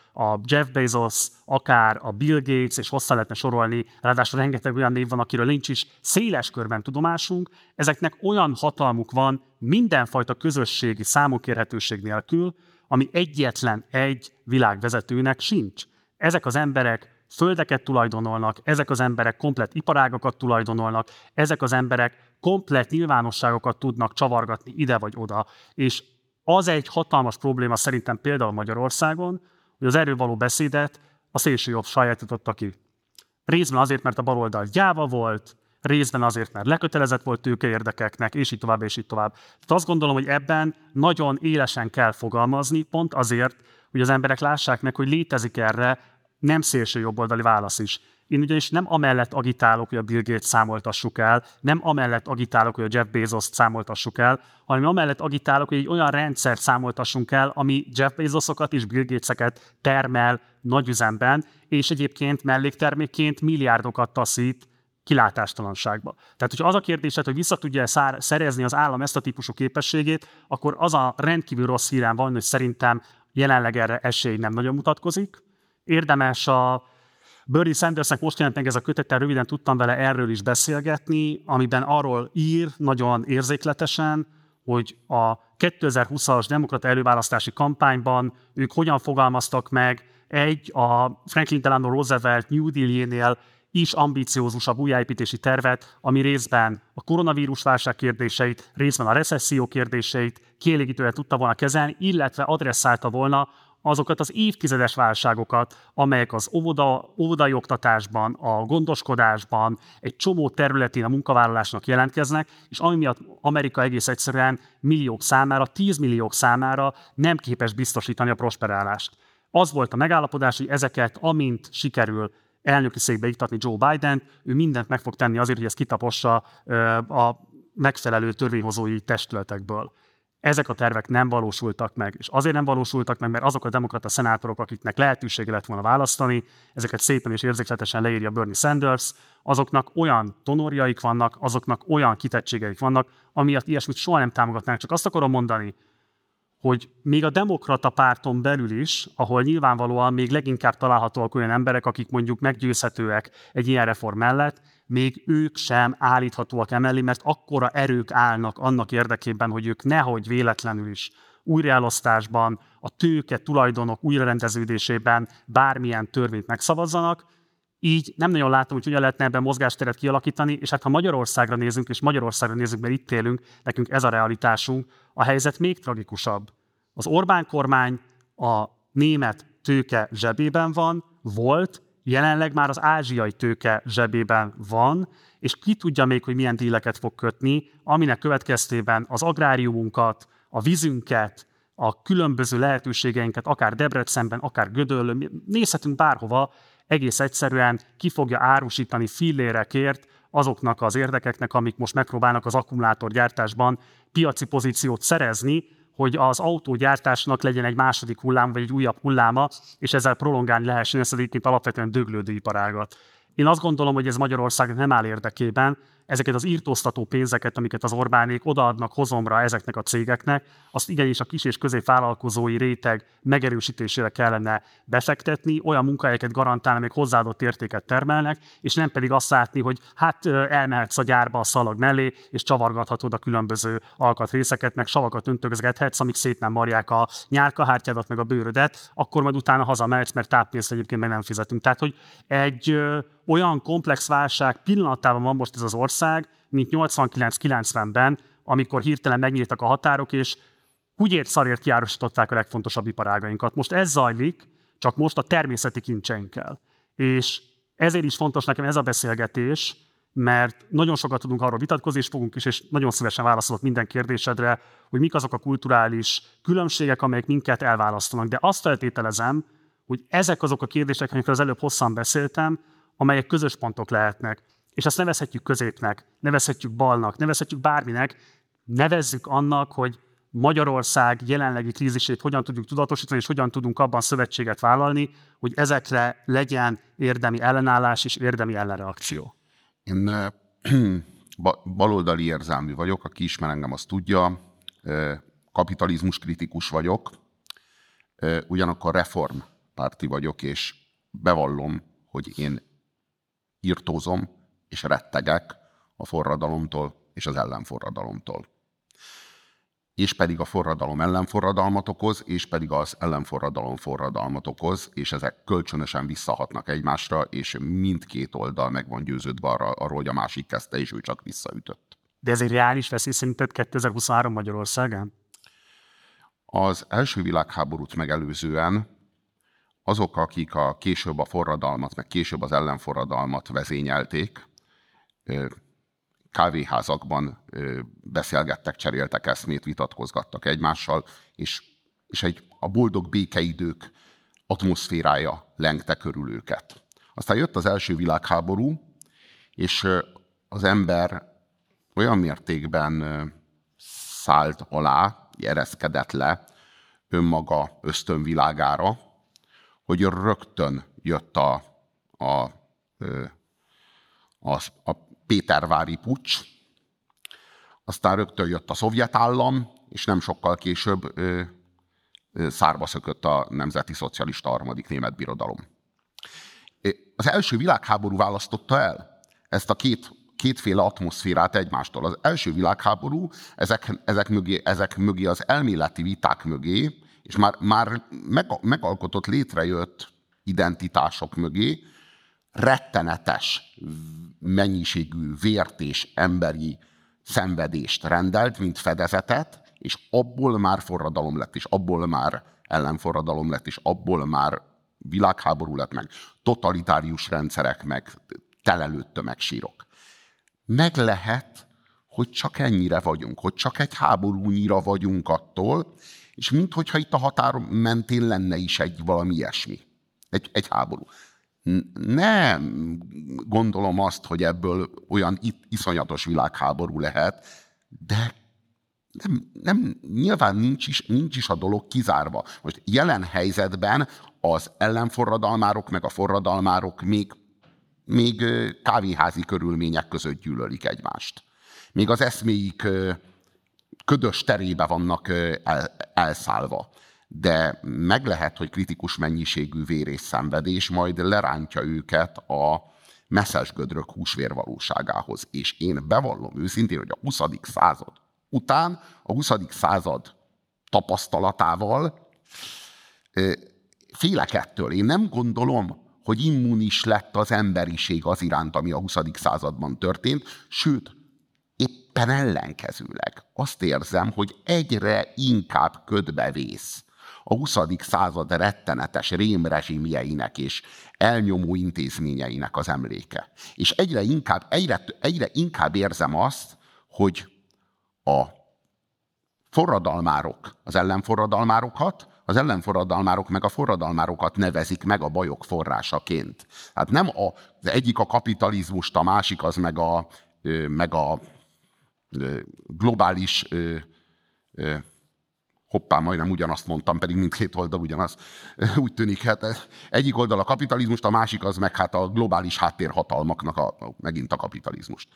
a Jeff Bezos, akár a Bill Gates, és hosszá lehetne sorolni, ráadásul rengeteg olyan név van, akiről nincs is széles körben tudomásunk, ezeknek olyan hatalmuk van mindenfajta közösségi számukérhetőség nélkül, ami egyetlen egy világvezetőnek sincs. Ezek az emberek földeket tulajdonolnak, ezek az emberek komplett iparágakat tulajdonolnak, ezek az emberek komplett nyilvánosságokat tudnak csavargatni ide vagy oda, és az egy hatalmas probléma szerintem például Magyarországon, hogy az erről való beszédet a szélsőjobb sajátította ki. Részben azért, mert a baloldal gyáva volt, részben azért, mert lekötelezett volt tőkeérdekeknek, és így tovább, és így tovább. Tehát azt gondolom, hogy ebben nagyon élesen kell fogalmazni, pont azért, hogy az emberek lássák meg, hogy létezik erre nem szélsőjobboldali válasz is. Én ugyanis nem amellett agitálok, hogy a Bill Gates számoltassuk el, nem amellett agitálok, hogy a Jeff Bezost számoltassuk el, hanem amellett agitálok, hogy egy olyan rendszert számoltassunk el, ami Jeff Bezosokat és Bill Gateseket termel nagyüzemben, és egyébként melléktermékként milliárdokat taszít kilátástalanságba. Tehát, hogyha az a kérdésed, hogy vissza tudja szerezni az állam ezt a típusú képességét, akkor az a rendkívül rossz hírem van, hogy szerintem jelenleg erre esély nem nagyon mutatkozik. Érdemes a Bernie Sandersnek most jelent meg ez a kötete, röviden tudtam vele erről is beszélgetni, amiben arról ír nagyon érzékletesen, hogy a kétezer-húszas demokrata előválasztási kampányban ők hogyan fogalmaztak meg egy a Franklin Delano Roosevelt New Deal-jénél is ambiciózusabb újjáépítési tervet, ami részben a koronavírus válság kérdéseit, részben a recesszió kérdéseit kielégítően tudta volna kezelni, illetve adresszálta volna azokat az évtizedes válságokat, amelyek az óvoda, óvodai oktatásban, a gondoskodásban, egy csomó területén a munkavállalásnak jelentkeznek, és ami miatt Amerika egész egyszerűen milliók számára, tízmilliók számára nem képes biztosítani a prosperálást. Az volt a megállapodás, hogy ezeket, amint sikerül elnöki székbe iktatni Joe Biden, ő mindent meg fog tenni azért, hogy ezt kitapossa a megfelelő törvényhozói testületekből. Ezek a tervek nem valósultak meg, és azért nem valósultak meg, mert azok a demokrata szenátorok, akiknek lehetősége lett volna választani, ezeket szépen és érzékletesen leírja Bernie Sanders, azoknak olyan tonorjaik vannak, azoknak olyan kitettségeik vannak, amiatt ilyesmit soha nem támogatnánk. Csak azt akarom mondani, hogy még a demokrata párton belül is, ahol nyilvánvalóan még leginkább találhatóak olyan emberek, akik mondjuk meggyőzhetőek egy ilyen reform mellett, még ők sem állíthatóak emellé, mert akkora erők állnak annak érdekében, hogy ők nehogy véletlenül is újraelosztásban, a tőke tulajdonok újrarendeződésében bármilyen törvényt megszavazzanak. Így nem nagyon látom, hogy hogyan lehetne ebben mozgásteret kialakítani, és hát ha Magyarországra nézünk, és Magyarországra nézünk, mert itt élünk, nekünk ez a realitásunk, a helyzet még tragikusabb. Az Orbán kormány a német tőke zsebében van, volt, jelenleg már az ázsiai tőke zsebében van, és ki tudja még, hogy milyen díleket fog kötni, aminek következtében az agráriumunkat, a vízünket, a különböző lehetőségeinket, akár Debrecenben, akár Gödöllön, nézhetünk bárhova, egész egyszerűen ki fogja árusítani fillérekért azoknak az érdekeknek, amik most megpróbálnak az akkumulátorgyártásban piaci pozíciót szerezni, hogy az autógyártásnak legyen egy második hullám, vagy egy újabb hulláma, és ezzel prolongálni lehessen ezt az egyébként alapvetően döglődő iparágat. Én azt gondolom, hogy ez Magyarországnak nem áll érdekében, ezeket az írtóztató pénzeket, amiket az Orbánék odaadnak hozomra ezeknek a cégeknek, azt igenis a kis és középvállalkozói réteg megerősítésére kellene befektetni, olyan munkahelyeket garantálni, amik hozzáadott értéket termelnek, és nem pedig azt látni, hogy hát elmehetsz a gyárba a szalag mellé, és csavargathatod a különböző alkatrészeket, meg savakat öntözgethetsz, amik szét nem marják a nyálkahártyádat, meg a bőrödet, akkor majd utána hazamehetsz, mert táppénzt egyébként meg nem fizetünk. Tehát, hogy egy ö, olyan komplex válság pillanatában van most ez az ország, mint nyolcvankilenc-kilencvenben, amikor hirtelen megnyíltak a határok, és húgyért szarért kiárusították a legfontosabb iparágainkat. Most ez zajlik, csak most a természeti kincseinkkel. És ezért is fontos nekem ez a beszélgetés, mert nagyon sokat tudunk arról vitatkozni, és fogunk is, és nagyon szívesen válaszolok minden kérdésedre, hogy mik azok a kulturális különbségek, amelyek minket elválasztanak. De azt feltételezem, hogy ezek azok a kérdések, amikről az előbb hosszan beszéltem, amelyek közös pontok lehetnek. És ezt nevezhetjük középnek, nevezhetjük balnak, nevezhetjük bárminek, nevezzük annak, hogy Magyarország jelenlegi krízisét hogyan tudjuk tudatosítani, és hogyan tudunk abban szövetséget vállalni, hogy ezekre legyen érdemi ellenállás és érdemi ellenreakció.
Én baloldali érzelmű vagyok, aki ismer engem, azt tudja, kapitalizmus kritikus vagyok, ugyanakkor reformpárti vagyok, és bevallom, hogy én irtózom és rettegek a forradalomtól és az ellenforradalomtól. És pedig a forradalom ellenforradalmat okoz, és pedig az ellenforradalom forradalmat okoz, és ezek kölcsönösen visszahatnak egymásra, és mindkét oldal meg van győződve arra, arról, hogy a másik kezdte, és ő csak visszaütött.
De ez egy reális veszély szerinted kétezer-huszonhárom Magyarországán?
Az első világháborút megelőzően azok, akik a később a forradalmat, meg később az ellenforradalmat vezényelték, kávéházakban beszélgettek, cseréltek eszmét, vitatkozgattak egymással, és, és egy, a boldog békeidők atmoszférája lengte körül őket. Aztán jött az első világháború, és az ember olyan mértékben szállt alá, ereszkedett le önmaga ösztönvilágára, hogy rögtön jött a, a, a, a pétervári puccs, aztán rögtön jött a szovjet állam, és nem sokkal később ö, ö, szárba szökött a nemzeti szocialista harmadik német birodalom. Az első világháború választotta el ezt a két, kétféle atmoszférát egymástól. Az első világháború ezek, ezek, mögé, ezek mögé, az elméleti viták mögé, és már, már meg, megalkotott, létrejött identitások mögé rettenetes mennyiségű vért és emberi szenvedést rendelt, mint fedezetet, és abból már forradalom lett, és abból már ellenforradalom lett, és abból már világháború lett, meg totalitárius rendszerek, meg telelőtt tömegsírok. Meg lehet, hogy csak ennyire vagyunk, hogy csak egy háborúnyira vagyunk attól, és minthogyha itt a határ mentén lenne is egy valami ilyesmi, egy, egy háború. Nem gondolom azt, hogy ebből olyan iszonyatos világháború lehet, de nem, nem, nyilván nincs is, nincs is a dolog kizárva. Most jelen helyzetben az ellenforradalmárok meg a forradalmárok még, még kávéházi körülmények között gyűlölik egymást. Még az eszméik ködös terébe vannak el, elszállva. De meg lehet, hogy kritikus mennyiségű vér és szenvedés majd lerántja őket a messzes gödrök húsvérvalóságához. És én bevallom őszintén, hogy a huszadik század után, a huszadik század tapasztalatával félek ettől. Én nem gondolom, hogy immunis lett az emberiség az iránt, ami a huszadik században történt, sőt, éppen ellenkezőleg azt érzem, hogy egyre inkább ködbevész a huszadik század rettenetes rémrezsimjeinek és elnyomó intézményeinek az emléke. És egyre inkább, egyre, egyre inkább érzem azt, hogy a forradalmárok, az ellenforradalmárokat, az ellenforradalmárok meg a forradalmárokat nevezik meg a bajok forrásaként. Hát nem a, az egyik a kapitalizmust, a másik az meg a, meg a globális, hoppá, majdnem ugyanazt mondtam, pedig mindkét oldal ugyanaz. Úgy tűnik, hát egyik oldal a kapitalizmust, a másik az meg hát a globális háttérhatalmaknak a, megint a kapitalizmust.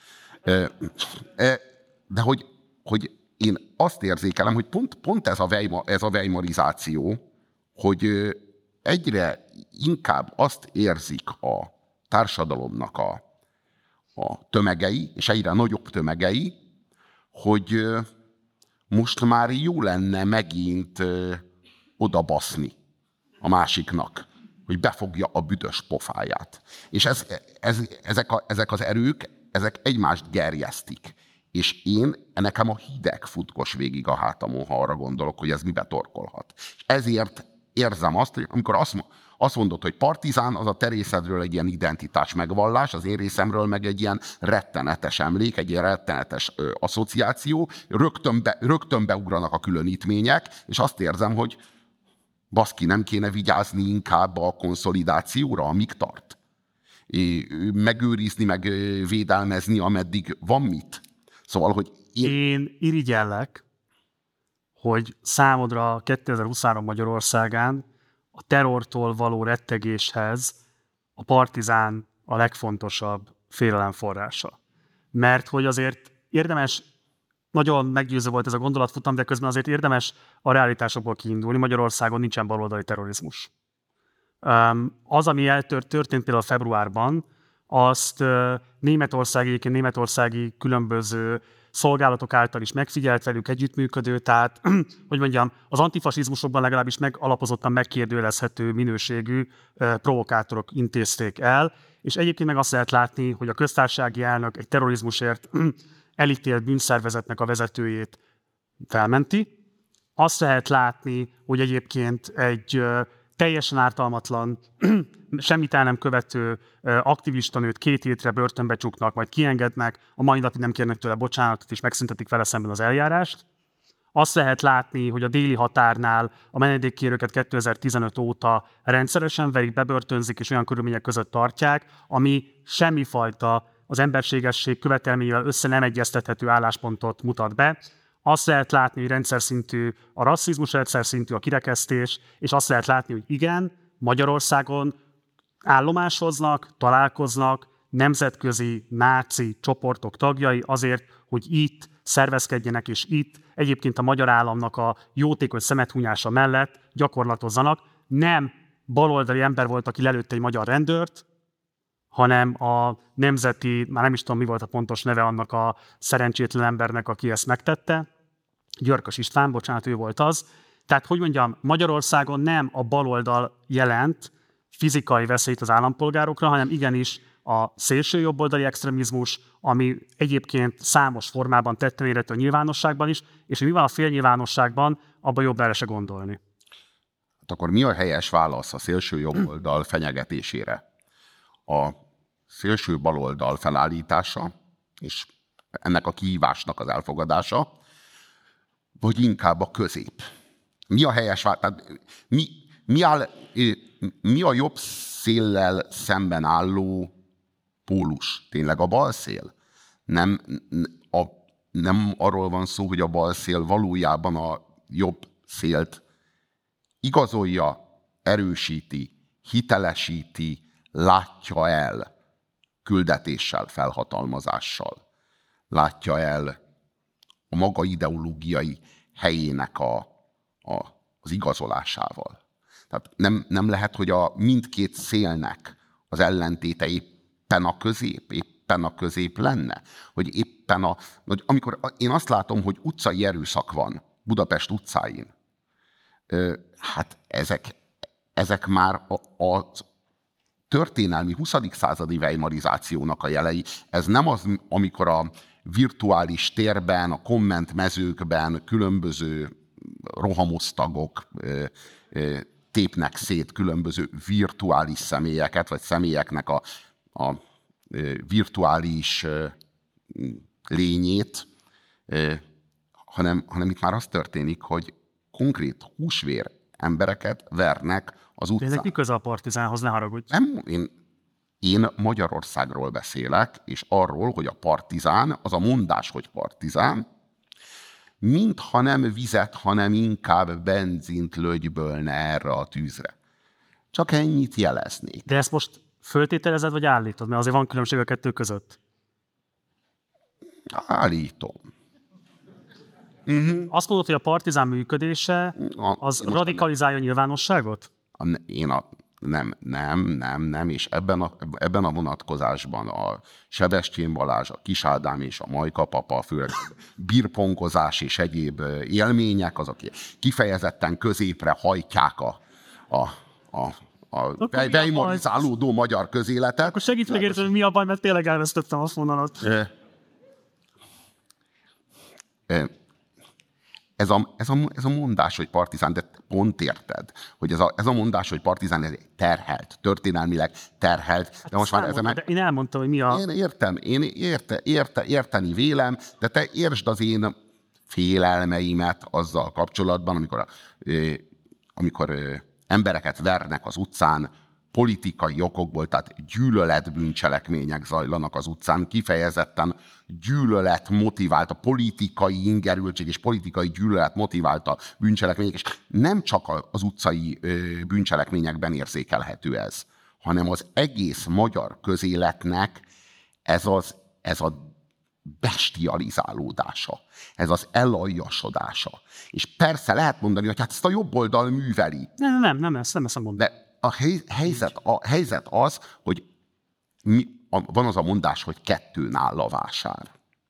De hogy, hogy én azt érzékelem, hogy pont, pont ez, a Weimar, ez a weimarizáció, hogy egyre inkább azt érzik a társadalomnak a, a tömegei, és egyre nagyobb tömegei, hogy most már jó lenne megint odabaszni a másiknak, hogy befogja a büdös pofáját. És ez, ez, ezek, a, ezek az erők, ezek egymást gerjesztik. És én, nekem a hideg futkos végig a hátamon, ha arra gondolok, hogy ez mibe torkolhat. És ezért érzem azt, hogy amikor azt, azt mondod, hogy partizán, az a te részedről egy ilyen identitás megvallás, az én részemről meg egy ilyen rettenetes emlék, egy ilyen rettenetes ö, asszociáció, rögtön, be, rögtön beugranak a különítmények, és azt érzem, hogy baszki, nem kéne vigyázni inkább a konszolidációra, amíg tart. É, megőrizni, meg védelmezni, ameddig van mit. Szóval, hogy
én... Én irigyellek, hogy számodra kétezer-huszonhárom Magyarországán a terrortól való rettegéshez a partizán a legfontosabb félelem forrása. Mert hogy azért érdemes, nagyon meggyőző volt ez a gondolatfutam, de közben azért érdemes a realitásokból kiindulni. Magyarországon nincsen baloldali terrorizmus. Az, ami eltört, történt például februárban, azt Németország, egyébként németországi különböző szolgálatok által is megfigyelt, velük együttműködő, tehát, hogy mondjam, az antifasizmusokban legalábbis megalapozottan megkérdőjelezhető minőségű provokátorok intézték el, és egyébként meg azt lehet látni, hogy a köztársasági elnök egy terrorizmusért elítélt bűnszervezetnek a vezetőjét felmenti. Azt lehet látni, hogy egyébként egy teljesen ártalmatlan, semmit el nem követő aktivistanőt két hétre börtönbe csuknak, majd kiengednek, a mai napig nem kérnek tőle bocsánatot, és megszüntetik vele szemben az eljárást. Azt lehet látni, hogy a déli határnál a menedékkérőket kétezer-tizenöt óta rendszeresen verik, bebörtönzik, és olyan körülmények között tartják, ami semmifajta az emberségesség követelményével össze nem egyeztethető álláspontot mutat be. Azt lehet látni, hogy rendszer szintű a rasszizmus, rendszer szintű a kirekesztés, és azt lehet látni, hogy igen, Magyarországon állomásoznak, találkoznak nemzetközi náci csoportok tagjai azért, hogy itt szervezkedjenek, és itt egyébként a magyar államnak a jótékony szemethúnyása mellett gyakorlatozzanak. Nem baloldali ember volt, aki lelőtte egy magyar rendőrt, hanem a nemzeti, már nem is tudom, mi volt a pontos neve annak a szerencsétlen embernek, aki ezt megtette, Györkös István, bocsánat, ő volt az. Tehát, hogy mondjam, Magyarországon nem a baloldal jelent fizikai veszélyt az állampolgárokra, hanem igenis a szélső jobboldali extrémizmus, ami egyébként számos formában tetten érhető a nyilvánosságban is, és mi van a félnyilvánosságban, abban jobb erre se gondolni.
Hát akkor mi a helyes válasz a szélső jobboldal fenyegetésére? A szélső baloldal felállítása, és ennek a kihívásnak az elfogadása, vagy inkább a közép? Mi a helyes válasz? Tehát mi, mi, áll, mi a jobb széllel szemben álló pólus? Tényleg a bal szél? Nem, a, nem arról van szó, hogy a bal szél valójában a jobb szélt igazolja, erősíti, hitelesíti, látja el küldetéssel, felhatalmazással. Látja el a maga ideológiai helyének a, a, az igazolásával. Tehát nem, nem lehet, hogy a mindkét szélnek az ellentéte éppen a közép, éppen a közép lenne. Hogy éppen a... Hogy amikor én azt látom, hogy utcai erőszak van Budapest utcáin, hát ezek, ezek már a, a történelmi huszadik századi weimarizációnak a jelei. Ez nem az, amikor a virtuális térben, a kommentmezőkben különböző rohamosztagok tépnek szét különböző virtuális személyeket, vagy személyeknek a, a virtuális lényét, hanem, hanem itt már az történik, hogy konkrét húsvér embereket vernek az
De
utcán.
ezek mi köze a Partizánhoz, ne haragudj.
Nem, én, én Magyarországról beszélek, és arról, hogy a Partizán, az a mondás, hogy Partizán, mintha nem vizet, hanem inkább benzint lögybölne erre a tűzre. Csak ennyit jeleznék.
De ezt most föltételezed, vagy állítod? Mert azért van különbség a kettő között.
Állítom.
Azt mondod, hogy a Partizán működése az
Most
radikalizálja a nyilvánosságot?
A, én a, nem, nem, nem, nem, és ebben a, ebben a vonatkozásban a Sebestyén Balázs, a Kis Ádám és a Majka papa, főleg birpongozás és egyéb élmények, azok kifejezetten középre hajtják a, a, a, a bejmolizálódó magyar közéletet.
Akkor segíts megérteni, hogy mi a baj, mert tényleg elvesztettem a fonalat.
Ez a, ez, a, ez a mondás, hogy Partizán, de pont érted, hogy ez a, ez a mondás, hogy Partizán, ez egy terhelt, történelmileg terhelt,
Hát
de most már ezen meg...
De én elmondtam, hogy mi a...
Én értem, én érte, érte, érteni vélem, de te értsd az én félelmeimet azzal kapcsolatban, amikor, a, amikor embereket vernek az utcán, politikai okokból, tehát gyűlöletbűncselekmények zajlanak az utcán, kifejezetten gyűlölet motivált, a politikai ingerültség és politikai gyűlölet motivált a bűncselekmények, és nem csak az utcai bűncselekményekben érzékelhető ez, hanem az egész magyar közéletnek ez, az, ez a bestializálódása, ez az elajasodása. És persze lehet mondani, hogy hát ezt a jobb oldal műveli.
Nem, nem, nem, nem ezt nem ezt mondom.
De a helyzet, a helyzet az, hogy mi, a, van az a mondás, hogy kettőn áll a vásár.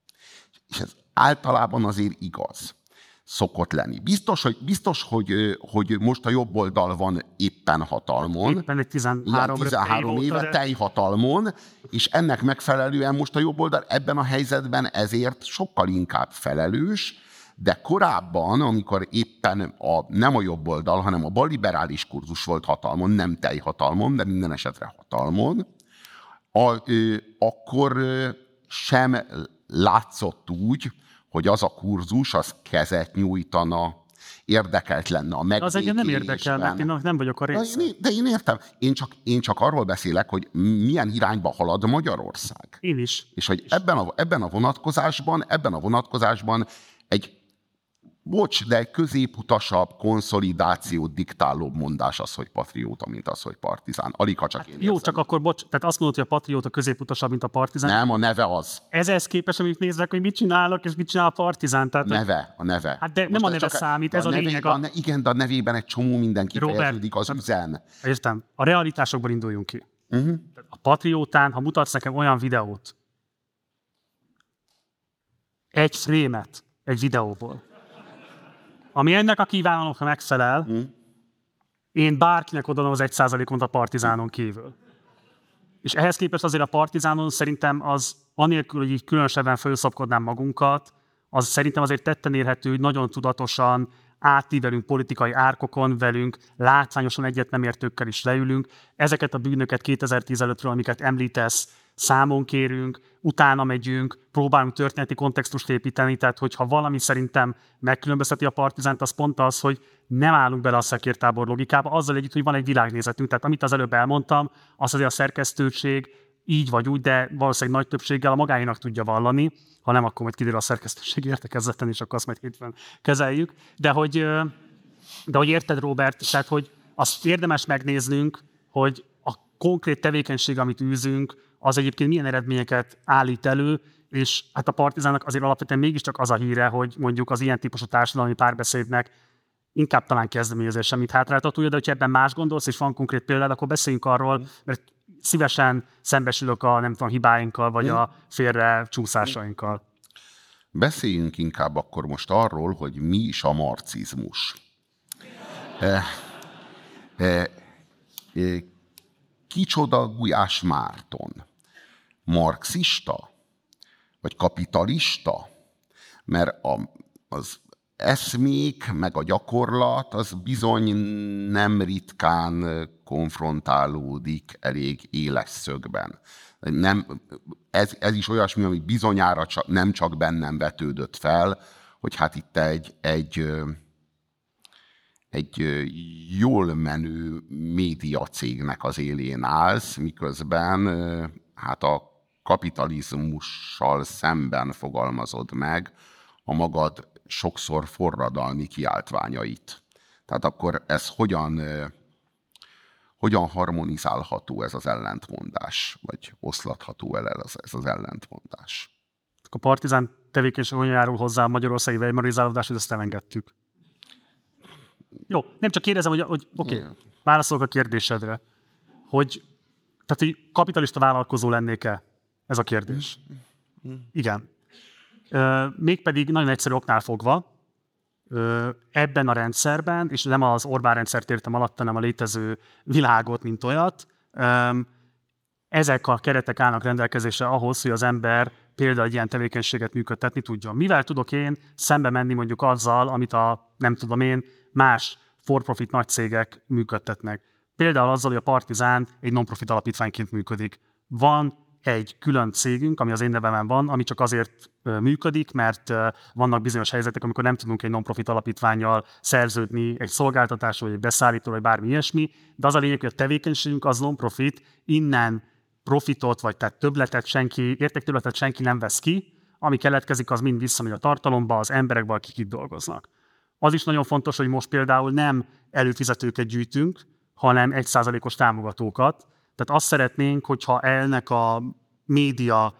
És ez általában azért igaz szokott lenni. Biztos, hogy, biztos hogy, hogy most a jobb oldal van éppen hatalmon.
Éppen egy tizenhárom,
tizenhárom éve de... teljhatalmon, és ennek megfelelően most a jobb oldal ebben a helyzetben ezért sokkal inkább felelős, de korábban, amikor éppen a, nem a jobb oldal, hanem a balliberális kurzus volt hatalmon, nem teljhatalmon, de minden esetre hatalmon, a, ö, akkor ö, sem látszott úgy, hogy az a kurzus az kezet nyújtana, érdekelt lenne a megbékélésben.
Az engem nem érdekel, mert én nem vagyok a része.
De én, de én értem. Én csak, én csak arról beszélek, hogy milyen irányba halad Magyarország.
Én is.
És hogy ebben a, ebben a vonatkozásban, ebben a vonatkozásban egy bocs, de egy középutasabb, konszolidációt diktálóbb mondás az, hogy patrióta, mint az, hogy partizán. Alig, ha csak hát én
jó,
érzem.
csak akkor bocs, tehát azt mondod, hogy a patrióta középutasabb, mint a partizán.
Nem, a neve az.
Ezhez képest, amit néznek, hogy mit csinálok, és mit csinál a partizán. Tehát,
Neve, a neve.
Hát de nem a neve
csak,
számít, ez a, a
neve,
lényeg.
A...
A...
Ne, igen, de a nevében egy csomó minden kifejeződik, az üzen.
Értem. A realitásokból induljunk ki.
Uh-huh.
A patriótán, ha mutatsz nekem olyan videót, egy frémet egy videóból, ami ennek a kívánalomnak megfelel, mm. én bárkinek odaadom az egy százalékot a partizánon kívül. És ehhez képest azért a partizánon szerintem az, anélkül, hogy így különösebben felszapkodnám magunkat, az szerintem azért tetten érhető, hogy nagyon tudatosan átívelünk politikai árkokon velünk, látványosan egyet nem értőkkel is leülünk. Ezeket a bűnöket kétezer-tíz előttről, amiket említesz, számon kérünk, utána megyünk, próbálunk történeti kontextust építeni, tehát hogyha valami szerintem megkülönbözteti a partizánt, az pont az, hogy nem állunk bele a szekértábor logikába, azzal együtt, hogy van egy világnézetünk. Tehát amit az előbb elmondtam, az azért a szerkesztőség így vagy úgy, de valószínűleg nagy többséggel a magáénak tudja vallani, ha nem, akkor majd kiderül a szerkesztőség értekezleten, és akkor azt majd hétfőn kezeljük. De hogy, de hogy érted, Robert, tehát hogy azt érdemes megnéznünk, hogy a konkrét tevékenység, amit űzünk, az egyébként milyen eredményeket állít elő, és hát a partizánnak azért alapvetően mégiscsak az a híre, hogy mondjuk az ilyen típusú társadalmi párbeszédnek inkább talán kezdeményezése, mint hátráltatója, de hogyha ebben más gondolsz, és van konkrét példád, akkor beszéljünk arról, mert szívesen szembesülök a nem tudom, hibáinkkal, vagy a félre csúszásainkkal.
Beszéljünk inkább akkor most arról, hogy mi is a marxizmus. E, e, e, kicsoda Gulyás Márton? Marxista? Vagy kapitalista? Mert a, az eszmék, meg a gyakorlat, az bizony nem ritkán konfrontálódik elég éles szögben. Nem, ez, ez is olyasmi, ami bizonyára csak, nem csak bennem vetődött fel, hogy hát itt egy, egy, egy jól menő médiacégnek az élén állsz, miközben hát a kapitalizmussal szemben fogalmazod meg a magad sokszor forradalmi kiáltványait. Tehát akkor ez hogyan, hogyan harmonizálható ez az ellentmondás, vagy oszlatható el ez, ez az ellentmondás?
A Partizán tevékenység hogyan járul hozzá a magyarországi weimarizálódáshoz, ezt elengedtük. Jó, nem csak kérdezem, hogy, hogy oké, okay, válaszolok a kérdésedre, hogy tehát, hogy kapitalista vállalkozó lennék-e? Ez a kérdés. Igen. Mégpedig nagyon egyszerű oknál fogva, ebben a rendszerben, és nem az Orbán rendszert értem alatt, hanem a létező világot, mint olyat, ezek a keretek állnak rendelkezésre ahhoz, hogy az ember például egy ilyen tevékenységet működtetni tudjon. Mivel tudok én szembe menni mondjuk azzal, amit a, nem tudom én, más for-profit nagy cégek működtetnek. Például azzal, hogy a Partizán egy non-profit alapítványként működik. Van egy külön cégünk, ami az én nevemen van, ami csak azért működik, mert vannak bizonyos helyzetek, amikor nem tudunk egy non-profit alapítvánnyal szerződni egy szolgáltatásról, vagy egy beszállítóról, vagy bármi ilyesmi, de az a lényeg, hogy a tevékenységünk az non-profit, innen profitot, vagy tehát többletet senki, értéktöbbletet senki nem vesz ki, ami keletkezik, az mind visszamegy a tartalomba, az emberekbe, akik itt dolgoznak. Az is nagyon fontos, hogy most például nem előfizetőket gyűjtünk, hanem egy százalékos támogatókat. Tehát azt szeretnénk, hogyha ennek a média,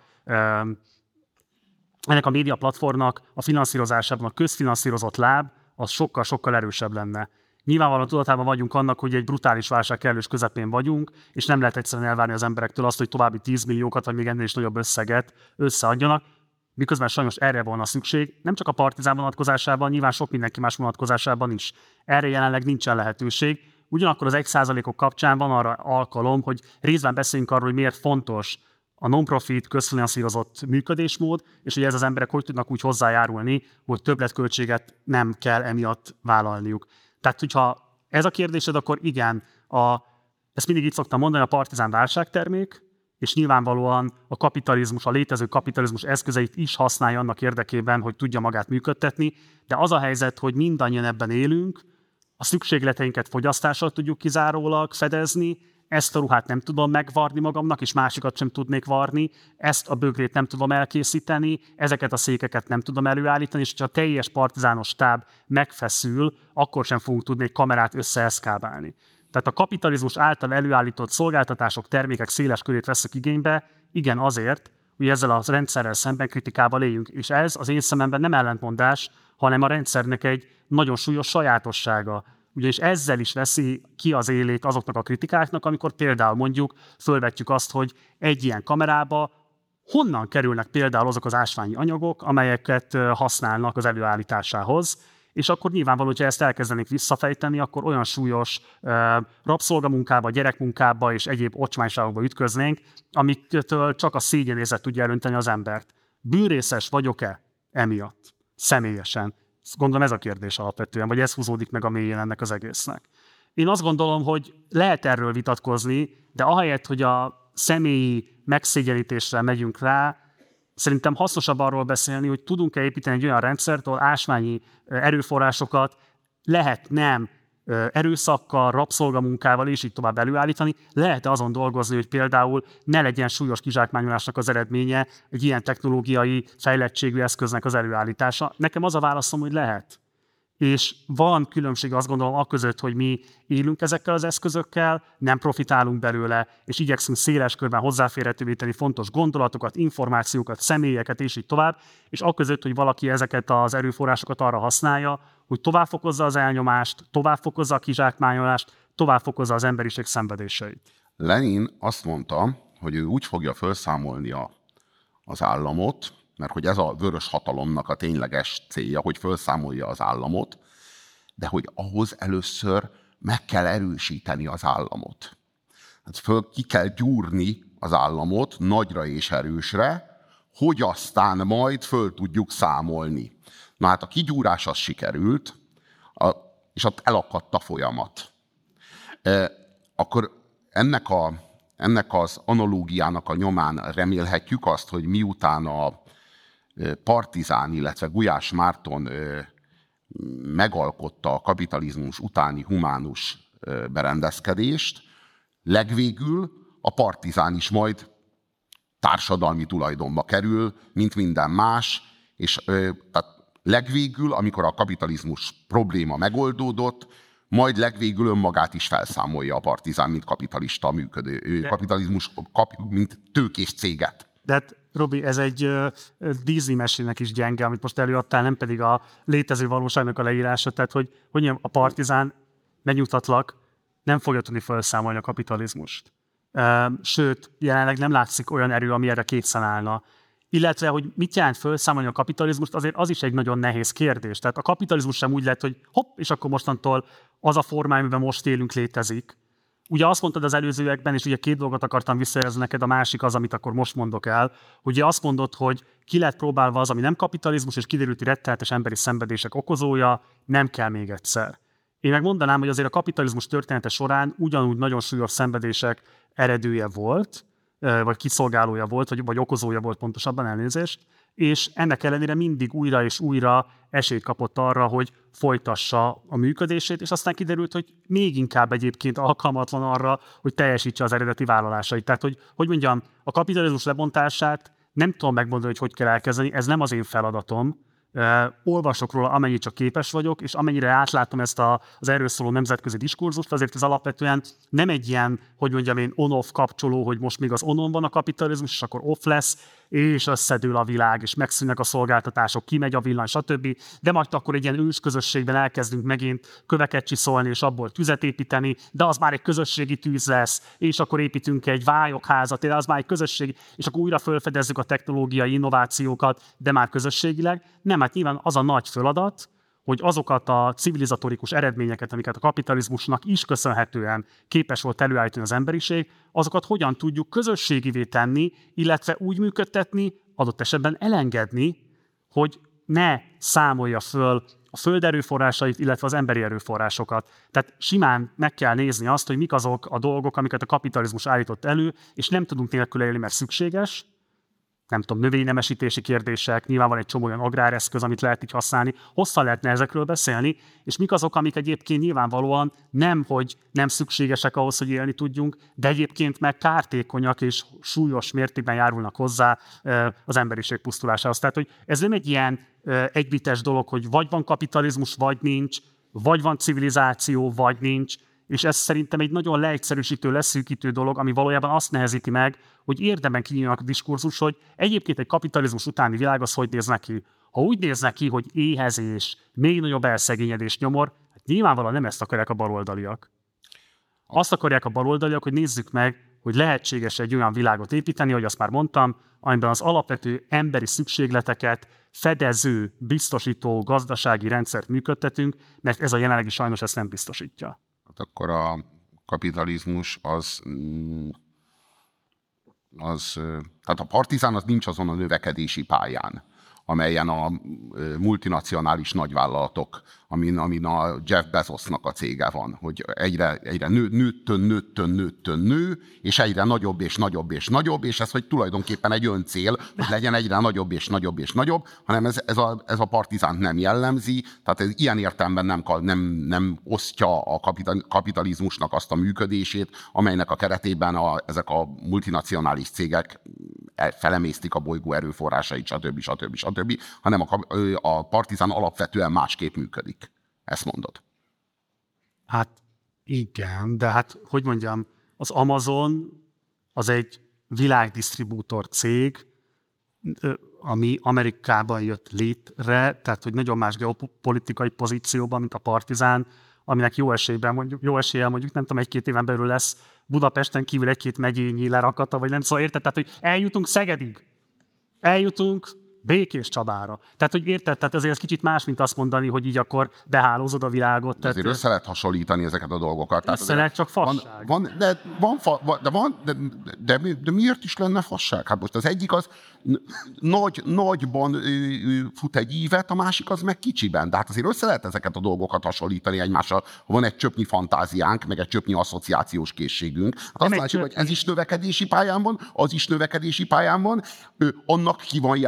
ennek a média platformnak a finanszírozásában a közfinanszírozott láb az sokkal-sokkal erősebb lenne. Nyilvánvalóan tudatában vagyunk annak, hogy egy brutális válság kellős közepén vagyunk, és nem lehet egyszerűen elvárni az emberektől azt, hogy további tíz milliókat, vagy még ennél is nagyobb összeget összeadjanak, miközben sajnos erre van a szükség, nem csak a Partizán vonatkozásában, nyilván sok mindenki más vonatkozásában is. Erre jelenleg nincsen lehetőség. Ugyanakkor az egy százalékok kapcsán van arra alkalom, hogy részben beszéljünk arról, hogy miért fontos a non-profit, közfinanszírozott működésmód, és hogy ez az emberek hogy tudnak úgy hozzájárulni, hogy többletköltséget nem kell emiatt vállalniuk. Tehát, hogyha ez a kérdésed, akkor igen, a, ezt mindig így szoktam mondani, a Partizán válságtermék, és nyilvánvalóan a kapitalizmus, a létező kapitalizmus eszközeit is használja annak érdekében, hogy tudja magát működtetni, de az a helyzet, hogy mindannyian ebben élünk, a szükségleteinket fogyasztással tudjuk kizárólag fedezni, ezt a ruhát nem tudom megvarni magamnak, és másikat sem tudnék varni, ezt a bögrét nem tudom elkészíteni, ezeket a székeket nem tudom előállítani, és ha a teljes partizános stáb megfeszül, akkor sem fogunk tudni egy kamerát összeeszkábálni. Tehát a kapitalizmus által előállított szolgáltatások, termékek széles körét veszük igénybe, igen azért, hogy ezzel a rendszerrel szemben kritikával éljünk. És ez az én szememben nem ellentmondás, hanem a rendszernek egy nagyon súlyos sajátossága. Ugyanis ezzel is veszi ki az élét azoknak a kritikáknak, amikor például mondjuk fölvetjük azt, hogy egy ilyen kamerába honnan kerülnek például azok az ásványi anyagok, amelyeket használnak az előállításához, és akkor nyilvánvaló, hogyha ezt elkezdenék visszafejteni, akkor olyan súlyos uh, rabszolgamunkába, gyerekmunkába és egyéb ocsmányságokba ütköznénk, amiktől csak a szégyenézet tudja elönteni az embert. Bűnrészes vagyok-e emiatt? Személyesen. Gondolom ez a kérdés alapvetően, vagy ez húzódik meg a mélyén ennek az egésznek. Én azt gondolom, hogy lehet erről vitatkozni, de ahelyett, hogy a személyi megszégyenítésre megyünk rá, szerintem hasznosabb arról beszélni, hogy tudunk-e építeni egy olyan rendszert, ahol ásványi erőforrásokat lehet nem erőszakkal, rabszolgamunkával és így tovább előállítani, lehet-e azon dolgozni, hogy például ne legyen súlyos kizsákmányolásnak az eredménye egy ilyen technológiai fejlettségű eszköznek az előállítása? Nekem az a válaszom, hogy lehet. És van különbség azt gondolom aközött, hogy mi élünk ezekkel az eszközökkel, nem profitálunk belőle, és igyekszünk széles körben hozzáférhetővé tenni fontos gondolatokat, információkat, személyeket, és így tovább, és aközött, hogy valaki ezeket az erőforrásokat arra használja, hogy tovább fokozza az elnyomást, tovább fokozza a kizsákmányolást, tovább fokozza az emberiség szenvedéseit.
Lenin azt mondta, hogy ő úgy fogja felszámolni a, az államot, mert hogy ez a vörös hatalomnak a tényleges célja, hogy felszámolja az államot, de hogy ahhoz először meg kell erősíteni az államot. Hát föl ki kell gyúrni az államot nagyra és erősre, hogy aztán majd föl tudjuk számolni. Na hát a kigyúrás az sikerült, a, és ott elakadt a folyamat. E, akkor ennek, a, ennek az analógiának a nyomán remélhetjük azt, hogy miután a Partizán, illetve Gulyás Márton megalkotta a kapitalizmus utáni humánus berendezkedést, legvégül a partizán is majd társadalmi tulajdonba kerül, mint minden más, és tehát legvégül, amikor a kapitalizmus probléma megoldódott, majd legvégül önmagát is felszámolja a partizán, mint kapitalista működő, de, kapitalizmus, kap, mint tőkés céget.
De hát, Robi, ez egy uh, Disney mesének is gyenge, amit most előadtál, nem pedig a létező valóságnak a leírása, tehát hogy, hogy a partizán, megnyugtatlak, nem fogja tudni felszámolni a kapitalizmust. Uh, sőt, jelenleg nem látszik olyan erő, ami erre készen állna. Illetve, hogy mit jelent felszámolni a kapitalizmust, azért az is egy nagyon nehéz kérdés. Tehát a kapitalizmus sem úgy lett, hogy hopp, és akkor mostantól az a formája, amiben most élünk, létezik. Ugye azt mondtad az előzőekben, és ugye két dolgot akartam visszajelzni neked, a másik az, amit akkor most mondok el. Ugye azt mondod, hogy ki lett próbálva az, ami nem kapitalizmus, és kiderült, hogy rettenetes emberi szenvedések okozója, nem kell még egyszer. Én meg mondanám, hogy azért a kapitalizmus története során ugyanúgy nagyon súlyos szenvedések eredője volt, vagy kiszolgálója volt, vagy, vagy okozója volt pontosabban, elnézést, és ennek ellenére mindig újra és újra esélyt kapott arra, hogy folytassa a működését, és aztán kiderült, hogy még inkább egyébként alkalmatlan arra, hogy teljesítse az eredeti vállalásait. Tehát, hogy, hogy mondjam, a kapitalizmus lebontását nem tudom megmondani, hogy hogy kell elkezdeni, ez nem az én feladatom. Uh, olvasok róla, amennyit csak képes vagyok, és amennyire átlátom ezt a, az erről szóló nemzetközi diskurzust, azért ez alapvetően nem egy ilyen, hogy mondjam én, on-off kapcsoló, hogy most még az on-on van a kapitalizmus, és akkor off lesz, és összedől a világ, és megszűnnek a szolgáltatások, kimegy a villany, stb. De majd akkor egy ilyen ősközösségben elkezdünk megint köveket csiszolni, és abból tüzet építeni, de az már egy közösségi tűz lesz, és akkor építünk egy vályokházat, de az már egy közösségi, és akkor újra felfedezzük a technológiai innovációkat, de már közösségileg. Nem, hát nyilván az a nagy feladat, hogy azokat a civilizatorikus eredményeket, amiket a kapitalizmusnak is köszönhetően képes volt előállítani az emberiség, azokat hogyan tudjuk közösségivé tenni, illetve úgy működtetni, adott esetben elengedni, hogy ne számolja föl a föld erőforrásait, illetve az emberi erőforrásokat. Tehát simán meg kell nézni azt, hogy mik azok a dolgok, amiket a kapitalizmus állított elő, és nem tudunk nélkül élni, mert szükséges, nem tudom, növénynemesítési kérdések, nyilván van egy csomó olyan agráreszköz, amit lehet így használni, hosszan lehetne ezekről beszélni, és mik azok, amik egyébként nyilvánvalóan nem, hogy nem szükségesek ahhoz, hogy élni tudjunk, de egyébként meg kártékonyak és súlyos mértékben járulnak hozzá az emberiség pusztulásához. Tehát, hogy ez nem egy ilyen egybites dolog, hogy vagy van kapitalizmus, vagy nincs, vagy van civilizáció, vagy nincs, és ez szerintem egy nagyon leegyszerűsítő, leszűkítő dolog, ami valójában azt nehezíti meg, hogy érdemben kinyílnak a diskurzus, hogy egyébként egy kapitalizmus utáni világ az hogy néz neki. Ha úgy néz neki, hogy éhezés, még nagyobb elszegényedés nyomor, hát nyilvánvalóan nem ezt akarják a baloldaliak. Azt akarják a baloldaliak, hogy nézzük meg, hogy lehetséges egy olyan világot építeni, ahogy azt már mondtam, amiben az alapvető emberi szükségleteket fedező, biztosító gazdasági rendszert működtetünk, mert ez a jelenlegi sajnos ezt nem biztosítja.
Hát akkor a kapitalizmus az, az, tehát a partizán az nincs azon a növekedési pályán, amelyen a multinacionális nagyvállalatok, amin, amin a Jeff Bezosnak a cége van, hogy egyre, egyre nő, nőttön, nőttön, nőttön nő, és egyre nagyobb és nagyobb és nagyobb, és ez, hogy tulajdonképpen egy öncél, hogy legyen egyre nagyobb és nagyobb és nagyobb, hanem ez, ez, a, ez a partizánt nem jellemzi, tehát ez ilyen értelemben nem, nem, nem osztja a kapitalizmusnak azt a működését, amelynek a keretében a, ezek a multinacionális cégek felemésztik a bolygó erőforrásait, stb. stb. stb., hanem a, a partizán alapvetően másképp működik. Ezt mondod.
Hát igen, de hát, hogy mondjam, az Amazon az egy világdisztribútor cég, ami Amerikában jött létre, tehát hogy nagyon más geopolitikai pozícióban, mint a partizán, aminek jó esélyben mondjuk, jó eséllyel mondjuk, nem tudom, egy-két éven belül lesz Budapesten kívül egy-két megyényi lerakata, vagy nem, szóval érted? Tehát, hogy eljutunk Szegedig, eljutunk Békés Csabára. Tehát, hogy érted, tehát azért ez kicsit más, mint azt mondani, hogy így akkor behálózod a világot.
Tehát azért össze lehet hasonlítani ezeket a dolgokat.
Össze lehet, csak fasság.
Van, van, de, van, fa, de, van de, de, de, de miért is lenne fasság? Hát most az egyik az nagy, nagyban fut egy ívet, a másik az meg kicsiben. De hát azért össze lehet ezeket a dolgokat hasonlítani egymással. Van egy csöpnyi fantáziánk, meg egy csöpnyi asszociációs készségünk. Hát azt látjuk, hogy ez is növekedési pályán van, az is növekedési pályán van, annak ki van jelölve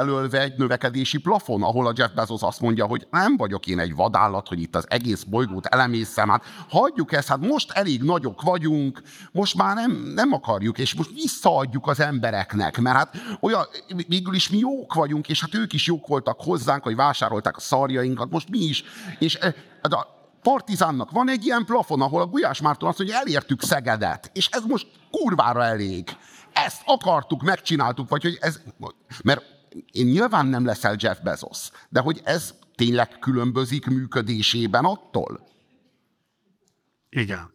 egy növekedési plafon, ahol a Jeff Bezos azt mondja, hogy nem vagyok én egy vadállat, hogy itt az egész bolygót elemészem, hát hagyjuk ezt, hát most elég nagyok vagyunk, most már nem, nem akarjuk, és most visszaadjuk az embereknek, mert hát olyan, végül is mi jók vagyunk, és hát ők is jók voltak hozzánk, hogy vásárolták a szarjainkat, most mi is, és a Partizánnak van egy ilyen plafon, ahol a Gulyás Márton azt mondja, hogy elértük Szegedet, és ez most kurvára elég. Ezt akartuk, megcsináltuk, vagy hogy ez... Mert én nyilván nem leszel Jeff Bezos, de hogy ez tényleg különbözik működésében attól?
Igen.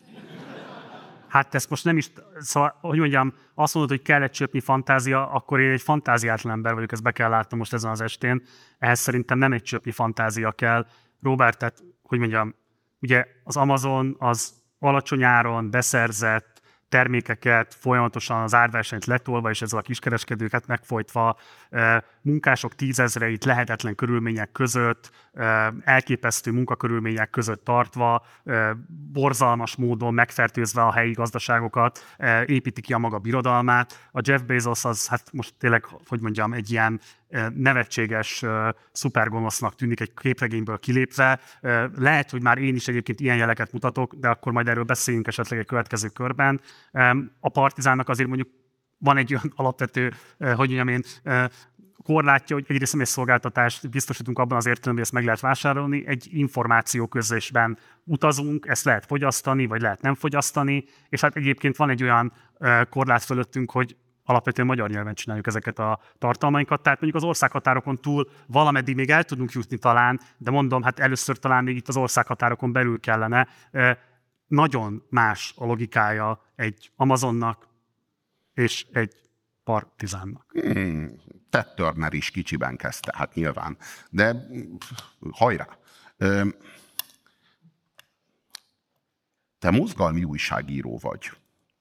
Hát ezt most nem is... Szóval, hogy mondjam, azt mondod, hogy kell egy csöpnyi fantázia, akkor én egy fantáziátlan ember vagyok, ezt be kell látnom most ezen az estén. Ehhez szerintem nem egy csöpnyi fantázia kell. Robert, tehát, hogy mondjam, ugye az Amazon az alacsony áron beszerzett termékeket folyamatosan az árversenyt letolva, és ezzel a kiskereskedőket megfojtva, munkások tízezreit lehetetlen körülmények között, elképesztő munkakörülmények között tartva, borzalmas módon megfertőzve a helyi gazdaságokat, építi ki a maga birodalmát. A Jeff Bezos az, hát most tényleg, hogy mondjam, egy ilyen nevetséges szupergonosznak tűnik egy képregényből kilépve. Lehet, hogy már én is egyébként ilyen jeleket mutatok, de akkor majd erről beszéljünk esetleg egy következő körben. A Partizánnak azért mondjuk van egy olyan alapvető, hogy mondjam én, korlátja, hogy egyrészt személyes szolgáltatást biztosítunk abban az értelemben, hogy ezt meg lehet vásárolni, egy információközlésben utazunk, ezt lehet fogyasztani, vagy lehet nem fogyasztani, és hát egyébként van egy olyan korlát fölöttünk, hogy alapvetően magyar nyelven csináljuk ezeket a tartalmainkat, tehát mondjuk az országhatárokon túl valameddig még el tudunk jutni talán, de mondom, hát először talán még itt az országhatárokon belül kellene. Nagyon más a logikája egy Amazonnak és egy Partizánnak.
Hmm, Ted Turner is kicsiben kezdte, hát nyilván. De hajrá! Te mozgalmi újságíró vagy.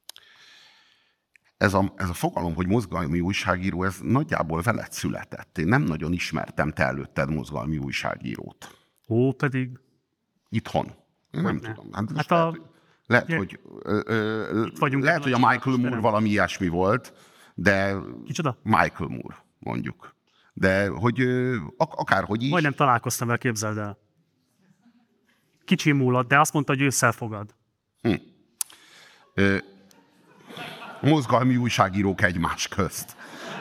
Ez a, ez a fogalom, hogy mozgalmi újságíró, ez nagyjából veled született. Én nem nagyon ismertem te előtted mozgalmi újságírót.
Ó, pedig...
Itthon. Nem
nem.
tudom. Hát,
Hát a...
Lehet, ugye, hogy, ö, ö,
vagyunk,
lehet hogy a Michael Moore valami ilyesmi volt, de...
Kicsoda?
Michael Moore, mondjuk. De hogy ö, ak- akárhogy is...
Majdnem találkoztam vele, képzeld el. Kicsi múlott, de azt mondta, hogy ősszel fogad.
Hm. Ö, mozgalmi újságírók egymás közt.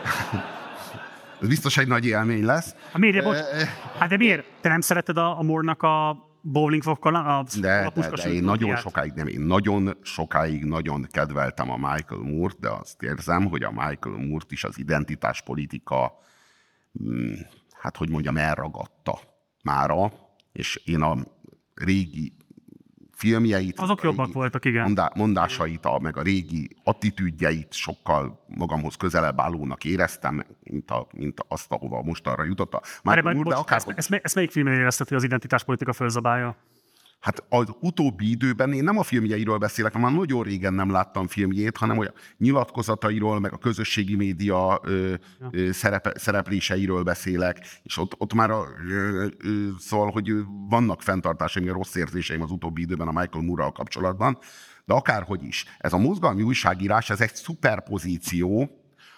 Ez biztos egy nagy élmény lesz.
Hát miért? Bocs? Hát de miért? Te nem szereted a, a Moore-nak a bowling fokkal? A
de, de, de én nagyon sokáig nem, én nagyon sokáig nagyon kedveltem a Michael Moore-t, de azt érzem, hogy a Michael Moore-t is az identitáspolitika, hát hogy mondjam, elragadta mára, és én a régi filmjeit,
azok jobbak voltak, igen.
Mondá, mondásait, a, meg a régi attitűdjeit sokkal magamhoz közelebb állónak éreztem, mint, a, mint azt, ahova mostanra jutott a Michael Moore, de akár...
Ezt, ezt, ezt melyik filmben érezted, hogy az identitáspolitika fölzabálja?
Hát az utóbbi időben én nem a filmjeiről beszélek, mert már nagyon régen nem láttam filmjét, hanem olyan nyilatkozatairól, meg a közösségi média ö, ö, szerep, szerepléseiről beszélek, és ott, ott már a, ö, ö, szóval, hogy vannak fenntartásaim, rossz érzéseim az utóbbi időben a Michael Moore-ral kapcsolatban, de akárhogy is. Ez a mozgalmi újságírás, ez egy szuperpozíció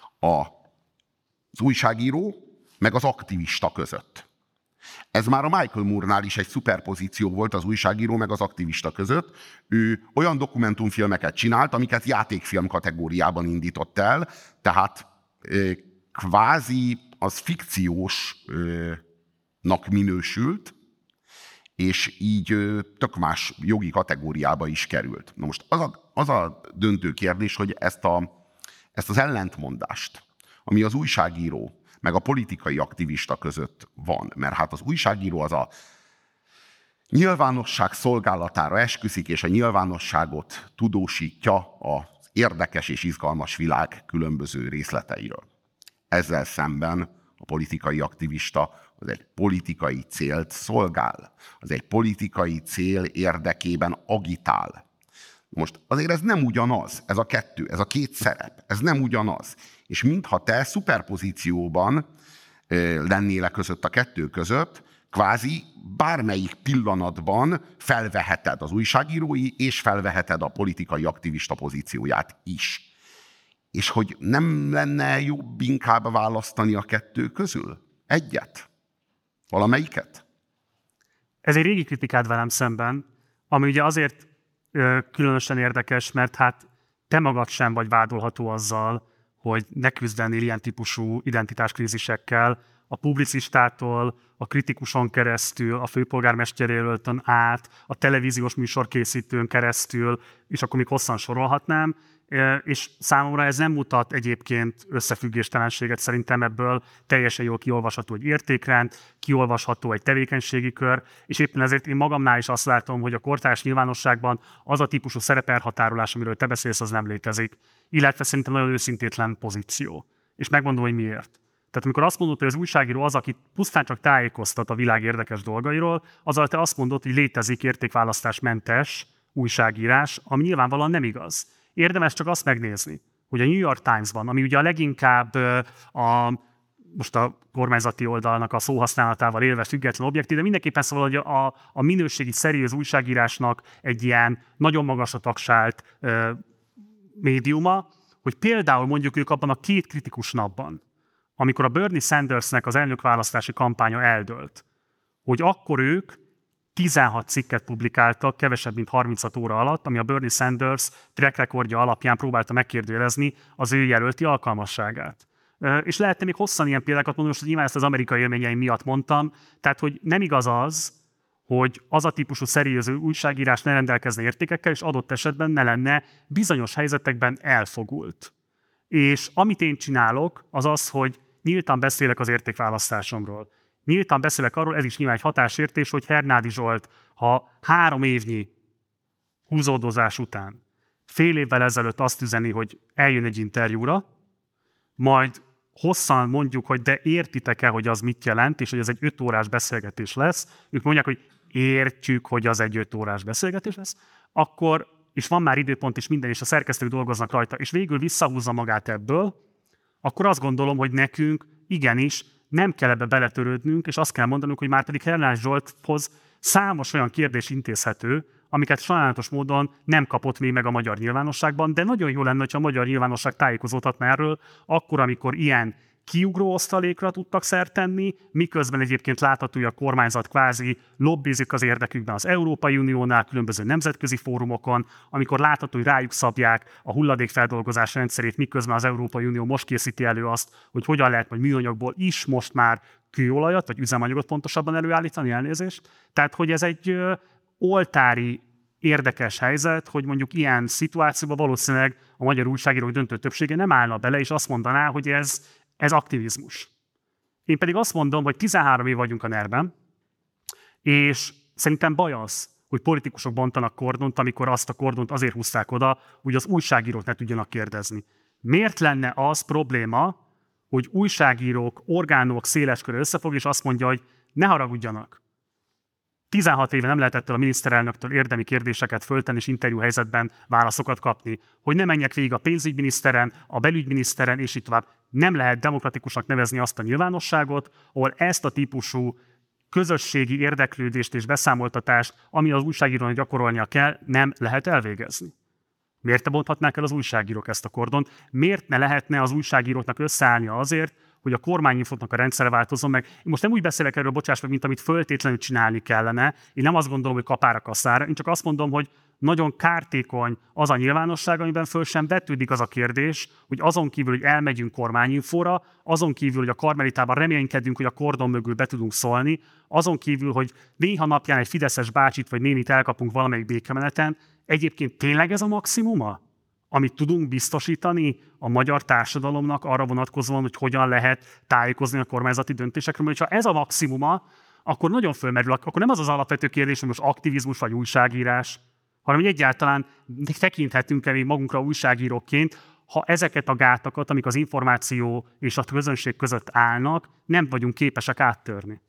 az újságíró meg az aktivista között. Ez már a Michael Moore-nál is egy szuperpozíció volt az újságíró meg az aktivista között. Ő olyan dokumentumfilmeket csinált, amiket játékfilm kategóriában indított el, tehát kvázi az fikciósnak minősült, és így tök más jogi kategóriába is került. Na most az a, az a döntő kérdés, hogy ezt, a, ezt az ellentmondást, ami az újságíró meg a politikai aktivista között van. Mert hát az újságíró az a nyilvánosság szolgálatára esküszik, és a nyilvánosságot tudósítja az érdekes és izgalmas világ különböző részleteiről. Ezzel szemben a politikai aktivista az egy politikai célt szolgál. Az egy politikai cél érdekében agitál. Most azért ez nem ugyanaz, ez a kettő, ez a két szerep, ez nem ugyanaz. És mintha te szuperpozícióban lennél között a kettő között, kvázi bármelyik pillanatban felveheted az újságírói, és felveheted a politikai aktivista pozícióját is. És hogy nem lenne jobb inkább választani a kettő közül? Egyet? Valamelyiket?
Ez egy régi kritikád velem szemben, ami ugye azért ö, különösen érdekes, mert hát te magad sem vagy vádolható azzal, hogy ne küzdenél ilyen típusú identitáskrízisekkel, a publicistától, a kritikuson keresztül, a főpolgármesterjelöltön át, a televíziós műsorkészítőn keresztül, és akkor még hosszan sorolhatnám, és számomra ez nem mutat egyébként összefüggéstelenséget, szerintem ebből teljesen jól kiolvasható egy értékrend, kiolvasható egy tevékenységi kör, és éppen ezért én magamnál is azt látom, hogy a kortárs nyilvánosságban az a típusú szerepelhatárolás, amiről te beszélsz, az nem létezik, illetve szerintem nagyon őszintétlen pozíció. És megmondom, hogy miért. Tehát amikor azt mondod, hogy az újságíró az, aki pusztán csak tájékoztat a világ érdekes dolgairól, azzal te azt mondod, hogy létezik értékválasztásmentes újságírás, ami nyilvánvalóan nem igaz. Érdemes csak azt megnézni, hogy a New York Times-ban, ami ugye a leginkább a, most a kormányzati oldalnak a szóhasználatával élve független objektív, de mindenképpen szóval, hogy a, a minőségi, szeriőz újságírásnak egy ilyen nagyon magasra tagsált uh, médiuma, hogy például mondjuk ők abban a két kritikus napban, amikor a Bernie Sandersnek az elnökválasztási kampánya eldőlt, hogy akkor ők tizenhat cikket publikáltak kevesebb, mint harminchat óra alatt, ami a Bernie Sanders track recordja alapján próbálta megkérdőjelezni az ő jelölti alkalmasságát. És lehetne még hosszan ilyen példákat mondani, most nyilván ezt az amerikai élményeim miatt mondtam, tehát hogy nem igaz az, hogy az a típusú szeriőző újságírás ne rendelkezne értékekkel, és adott esetben ne lenne bizonyos helyzetekben elfogult. És amit én csinálok, az az, hogy nyíltan beszélek az értékválasztásomról. Nyíltan beszélek arról, ez is nyilván egy hatásértés, hogy Hernádi Zsolt, ha három évnyi húzódozás után fél évvel ezelőtt azt üzeni, hogy eljön egy interjúra, majd hosszan mondjuk, hogy de értitek-e, hogy az mit jelent, és hogy ez egy öt órás beszélgetés lesz, ők mondják, hogy értjük, hogy az egy öt órás beszélgetés lesz, akkor, és van már időpont és minden, és a szerkesztők dolgoznak rajta, és végül visszahúzza magát ebből, akkor azt gondolom, hogy nekünk igenis nem kell ebbe beletörődnünk, és azt kell mondanunk, hogy már pedig Hernádi Zsolthoz számos olyan kérdés intézhető, amiket sajnálatos módon nem kapott még meg a magyar nyilvánosságban, de nagyon jó lenne, hogyha a magyar nyilvánosság tájékozódhatna erről, akkor, amikor ilyen kiugró osztalékra tudtak szert tenni, miközben egyébként látható, hogy a kormányzat kvázi lobbizik az érdekükben az Európai Uniónál, különböző nemzetközi fórumokon, amikor látható, hogy rájuk szabják a hulladékfeldolgozás rendszerét, miközben az Európai Unió most készíti elő azt, hogy hogyan lehet majd műanyagból is most már kőolajat, vagy üzemanyagot pontosabban előállítani, elnézést. Tehát, hogy ez egy ö, oltári érdekes helyzet, hogy mondjuk ilyen szituációban valószínűleg a magyar újságírók döntő többsége nem állna bele, és azt mondaná, hogy ez Ez aktivizmus. Én pedig azt mondom, hogy tizenhárom év vagyunk a nerben, és szerintem baj az, hogy politikusok bontanak kordont, amikor azt a kordont azért húzták oda, hogy az újságírók ne tudjanak kérdezni. Miért lenne az probléma, hogy újságírók, orgánok széleskörre összefog, és azt mondja, hogy ne haragudjanak. tizenhat éve nem lehetett a miniszterelnöktől érdemi kérdéseket föltenni és interjúhelyzetben válaszokat kapni. Hogy ne menjek végig a pénzügyminiszteren, a belügyminiszteren, és így tovább. Nem lehet demokratikusnak nevezni azt a nyilvánosságot, ahol ezt a típusú közösségi érdeklődést és beszámoltatást, ami az újságírónak gyakorolnia kell, nem lehet elvégezni. Miért ne bonthatnák el az újságírók ezt a kordont? Miért ne lehetne az újságíróknak összeállnia azért, hogy a kormányinfóknak a rendszere változzon meg? Én most nem úgy beszélek erről, bocsáss meg, mint amit föltétlenül csinálni kellene. Én nem azt gondolom, hogy kapára kasszára, én csak azt mondom, hogy nagyon kártékony az a nyilvánosság, amiben föl sem vetődik az a kérdés, hogy azon kívül, hogy elmegyünk kormányinfóra, azon kívül, hogy a Karmelitában reménykedünk, hogy a kordon mögül be tudunk szólni, azon kívül, hogy néha napján egy fideszes bácsit vagy nénit elkapunk valamelyik békemeneten, egyébként tényleg ez a maximuma, amit tudunk biztosítani a magyar társadalomnak arra vonatkozóan, hogy hogyan lehet tájékozni a kormányzati döntésekről, mert ha ez a maximuma, akkor nagyon fölmerül, akkor nem az az alapvető kérdés, hogy most aktivizmus vagy újságírás, hanem hogy egyáltalán tekinthetünk-e még magunkra újságíróként, ha ezeket a gátakat, amik az információ és a közönség között állnak, nem vagyunk képesek áttörni.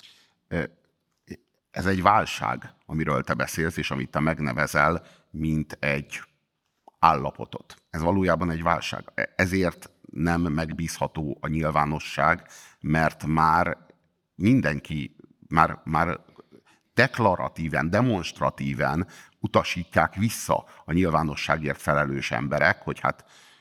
Ez egy válság, amiről te beszélsz, és amit te megnevezel, mint egy állapotot. Ez valójában egy válság. Ezért nem megbízható a nyilvánosság, mert már mindenki, már, már deklaratíven, demonstratíven utasítják vissza a nyilvánosságért felelős emberek, hogy hát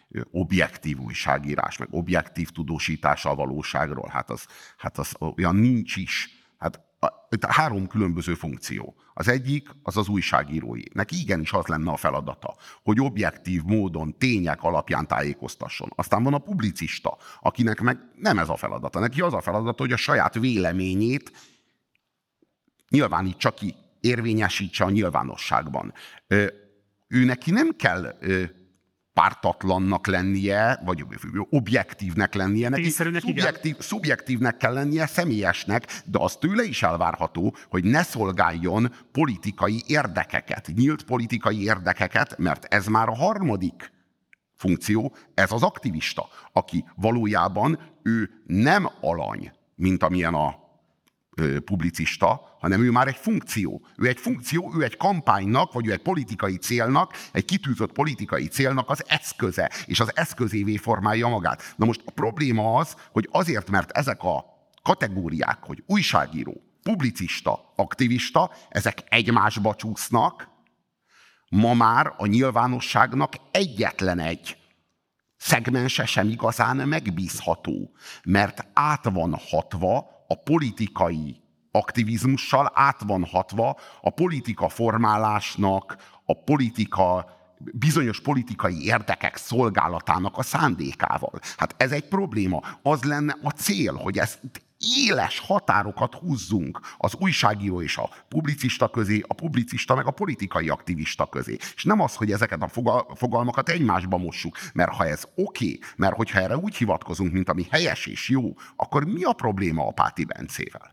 objektív újságírás, meg objektív tudósítása a valóságról, hát az, hát az olyan nincs is. Hát itt három különböző funkció. Az egyik az az újságírói. Neki igenis az lenne a feladata, hogy objektív módon, tények alapján tájékoztasson. Aztán van a publicista, akinek meg nem ez a feladata. Neki az a feladata, hogy a saját véleményét nyilvánítsa ki, érvényesítse a nyilvánosságban. Ő neki nem kell pártatlannak lennie, vagy objektívnek lennie, neki szubjektív, szubjektívnek kell lennie, személyesnek, de az tőle is elvárható, hogy ne szolgáljon politikai érdekeket, nyílt politikai érdekeket, mert ez már a harmadik funkció, ez az aktivista, aki valójában ő nem alany, mint amilyen a publicista, hanem ő már egy funkció. Ő egy funkció, ő egy kampánynak, vagy ő egy politikai célnak, egy kitűzött politikai célnak az eszköze, és az eszközévé formálja magát. Na most a probléma az, hogy azért, mert ezek a kategóriák, hogy újságíró, publicista, aktivista, ezek egymásba csúsznak, ma már a nyilvánosságnak egyetlen egy szegmense sem igazán megbízható, mert át van hatva a politikai aktivizmussal, át van hatva a politika formálásnak, a politika, bizonyos politikai érdekek szolgálatának a szándékával. Hát ez egy probléma. Az lenne a cél, hogy ez éles határokat húzzunk az újságíró és a publicista közé, a publicista meg a politikai aktivista közé. És nem az, hogy ezeket a fogalmakat egymásba mossuk, mert ha ez oké, okay, mert hogyha erre úgy hivatkozunk, mint ami helyes és jó, akkor mi a probléma a Páti Bencével?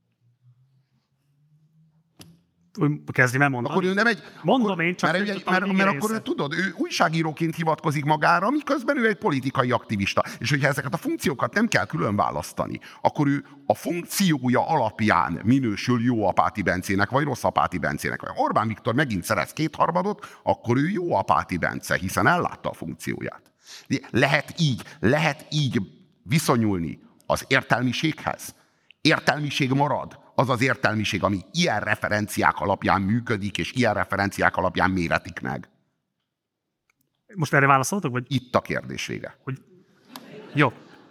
Kezdjem elmondani.
Akkor ő nem egy...
Mondom
akkor,
én csak...
Mert, egy, mert, mert akkor ő, tudod, ő újságíróként hivatkozik magára, miközben ő egy politikai aktivista. És hogyha ezeket a funkciókat nem kell külön választani, akkor ő a funkciója alapján minősül jó a Páti Bencének, vagy rossz a Páti Bencének. Vagy Orbán Viktor megint szerez kétharmadot, akkor ő jó a Páti Bence, hiszen ellátta a funkcióját. Lehet így, lehet így viszonyulni az értelmiséghez. Értelmiség marad. Az az értelmiség, ami ilyen referenciák alapján működik, és ilyen referenciák alapján méretik meg.
Most erre válaszoltok? Vagy?
Itt a kérdés vége.
Hogy... Jó.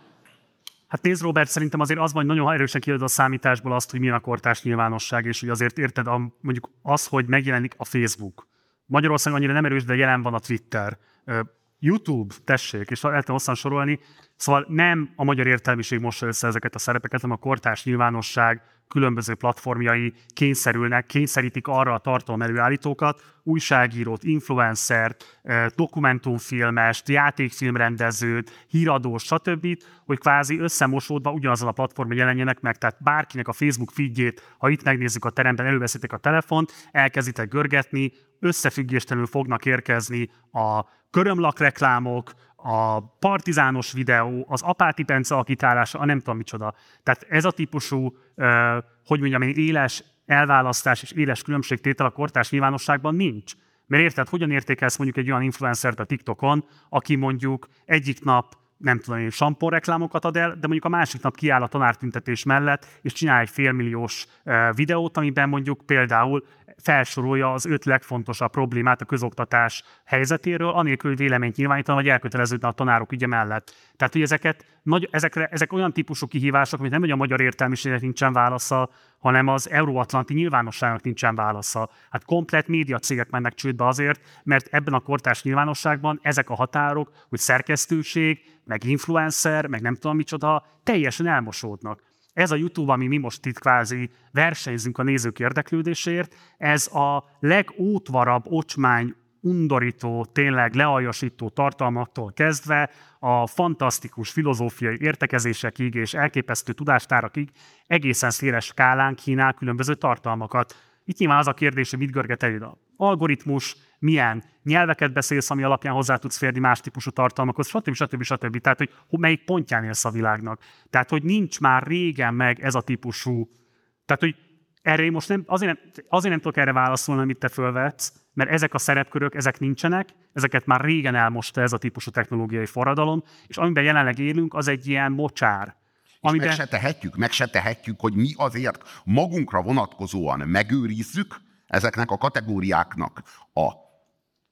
Hát nézd, Robert, szerintem azért az van, hogy nagyon erősen kijön a számításból azt, hogy milyen a kortárs nyilvánosság, és hogy azért érted, a, mondjuk az, hogy megjelenik a Facebook. Magyarországon annyira nem erős, de jelen van a Twitter. YouTube, tessék, és el tudom hosszan sorolni. Szóval nem a magyar értelmiség mossa össze ezeket a szerepeket, hanem a kortárs nyilvánosság különböző platformjai kényszerülnek, kényszerítik arra a tartalom előállítókat, újságírót, influencert, dokumentumfilmest, játékfilmrendezőt, híradóst, stb., hogy kvázi összemosódva ugyanazon a platformon jelenjenek meg. Tehát bárkinek a Facebook feedjét, ha itt megnézzük a teremben, előveszitek a telefont, elkezditek görgetni, összefüggéstelenül fognak érkezni a körömlak reklámok, a partizános videó, az Apáti Bence akítálása, a nem tudom micsoda. Tehát ez a típusú, eh, hogy mondjam, éles elválasztás és éles különbségtétel a kortárs nyilvánosságban nincs. Mert érted, hogyan értékelsz mondjuk egy olyan influencert a TikTokon, aki mondjuk egyik nap nem tudom én, samponreklámokat ad el, de mondjuk a másik nap kiáll a tanártüntetés mellett, és csinál egy félmilliós eh, videót, amiben mondjuk például felsorolja az öt legfontosabb problémát a közoktatás helyzetéről, anélkül, hogy véleményt nyilvánítana, vagy elköteleződne a tanárok ügye mellett. Tehát, hogy ezeket, nagy, ezekre, ezek olyan típusú kihívások, amit nem hogy a magyar értelmiségnek nincsen válasza, hanem az euróatlanti nyilvánosságnak nincsen válasza. Hát komplett médiacégek mennek csődbe azért, mert ebben a kortárs nyilvánosságban ezek a határok, hogy szerkesztőség, meg influencer, meg nem tudom micsoda, teljesen elmosódnak. Ez a YouTube, ami mi most itt kvázi versenyzünk a nézők érdeklődésért, ez a legótvarabb, ocsmány, undorító, tényleg lealjasító tartalmaktól kezdve a fantasztikus filozófiai értekezésekig és elképesztő tudástárakig egészen széles skálán kínál különböző tartalmakat. Itt nyilván az a kérdés, hogy mit görget el az algoritmus, milyen nyelveket beszélsz, ami alapján hozzá tudsz férni más típusú tartalmakhoz, stb. stb. stb. Tehát, hogy melyik pontján élsz a világnak. Tehát, hogy nincs már régen meg ez a típusú. Tehát, hogy erre most nem, azért, nem, azért nem tudok erre válaszolni, amit te fölvetsz, mert ezek a szerepkörök, ezek nincsenek, ezeket már régen elmosta ez a típusú technológiai forradalom, és amiben jelenleg élünk, az egy ilyen mocsár.
Amiben... Meg se tehetjük, meg se tehetjük, hogy mi azért magunkra vonatkozóan megőrizzük ezeknek a kategóriáknak a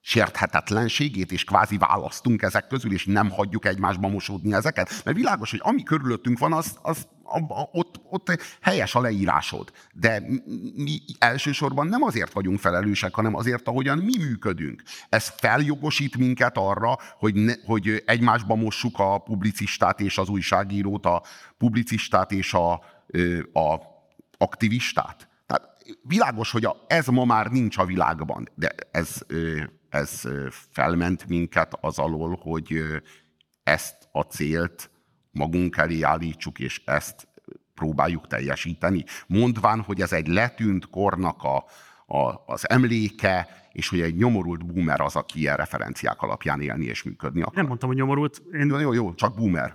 sérthetetlenségét, és kvázi választunk ezek közül, és nem hagyjuk egymásba mosódni ezeket. Mert világos, hogy ami körülöttünk van, az, az, ott, ott helyes a leírásod. De mi elsősorban nem azért vagyunk felelősek, hanem azért, ahogyan mi működünk. Ez feljogosít minket arra, hogy, ne, hogy egymásba mossuk a publicistát és az újságírót, a publicistát és a, a aktivistát. Tehát világos, hogy a, ez ma már nincs a világban, de ez... ez felment minket az alól, hogy ezt a célt magunk elé állítsuk, és ezt próbáljuk teljesíteni. Mondván, hogy ez egy letűnt kornak a, a, az emléke, és hogy egy nyomorult boomer az, aki ilyen referenciák alapján élni és működni akar.
Nem mondtam, hogy nyomorult. Én...
Jó, jó, jó, csak boomer.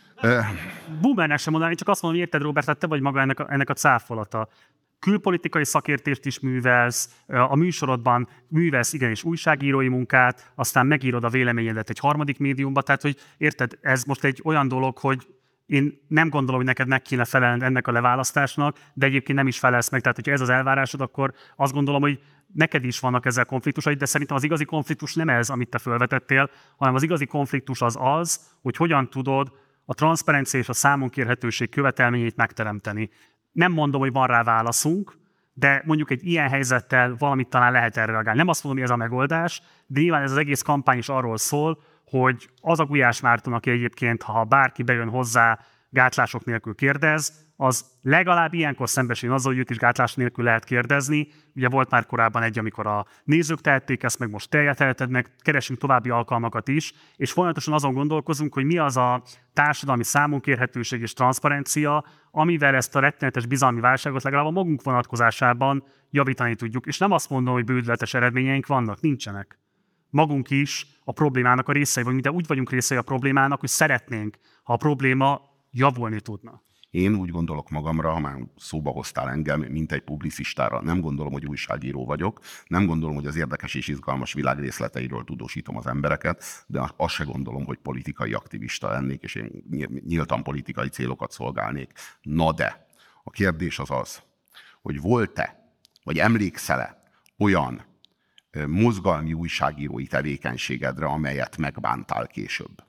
Boomernek sem mondanám, én csak azt mondom, hogy érted, Robert, te vagy maga ennek a, ennek a cáfolata. Külpolitikai szakértést is művelsz, a műsorodban művelsz igenis újságírói munkát, aztán megírod a véleményedet egy harmadik médiumba, tehát hogy érted, ez most egy olyan dolog, hogy én nem gondolom, hogy neked meg kéne felelned ennek a leválasztásnak, de egyébként nem is felelsz meg, tehát hogyha ez az elvárásod, akkor azt gondolom, hogy neked is vannak ezzel konfliktusaid, de szerintem az igazi konfliktus nem ez, amit te felvetettél, hanem az igazi konfliktus az az, hogy hogyan tudod a transzparencia és a számonkérhetőség követelményét megteremteni. Nem mondom, hogy van rá válaszunk, de mondjuk egy ilyen helyzettel valamit talán lehet erre reagálni. Nem azt mondom, hogy ez a megoldás, de nyilván ez az egész kampány is arról szól, hogy az a Gulyás Márton, aki egyébként, ha bárki bejön hozzá, gátlások nélkül kérdez, az legalább ilyenkor szembesül azzal, hogy őt is gátlás nélkül lehet kérdezni. Ugye volt már korábban egy, amikor a nézők tehették ezt, meg most te teheted meg, keresünk további alkalmakat is, és folyamatosan azon gondolkozunk, hogy mi az a társadalmi számonkérhetőség és transzparencia, amivel ezt a rettenetes bizalmi válságot legalább a magunk vonatkozásában javítani tudjuk. És nem azt mondom, hogy bődületes eredményeink vannak, nincsenek. Magunk is a problémának a részei vagyunk, de úgy vagyunk részei a problémának, hogy szeretnénk, ha a probléma javulni tudna.
Én úgy gondolok magamra, ha már szóba hoztál engem, mint egy publicistára. Nem gondolom, hogy újságíró vagyok, nem gondolom, hogy az érdekes és izgalmas világ részleteiről tudósítom az embereket, de azt se gondolom, hogy politikai aktivista lennék, és én nyíltan politikai célokat szolgálnék. Na de, a kérdés az az, hogy volt-e, vagy emlékszel-e olyan mozgalmi újságírói tevékenységedre, amelyet megbántál később?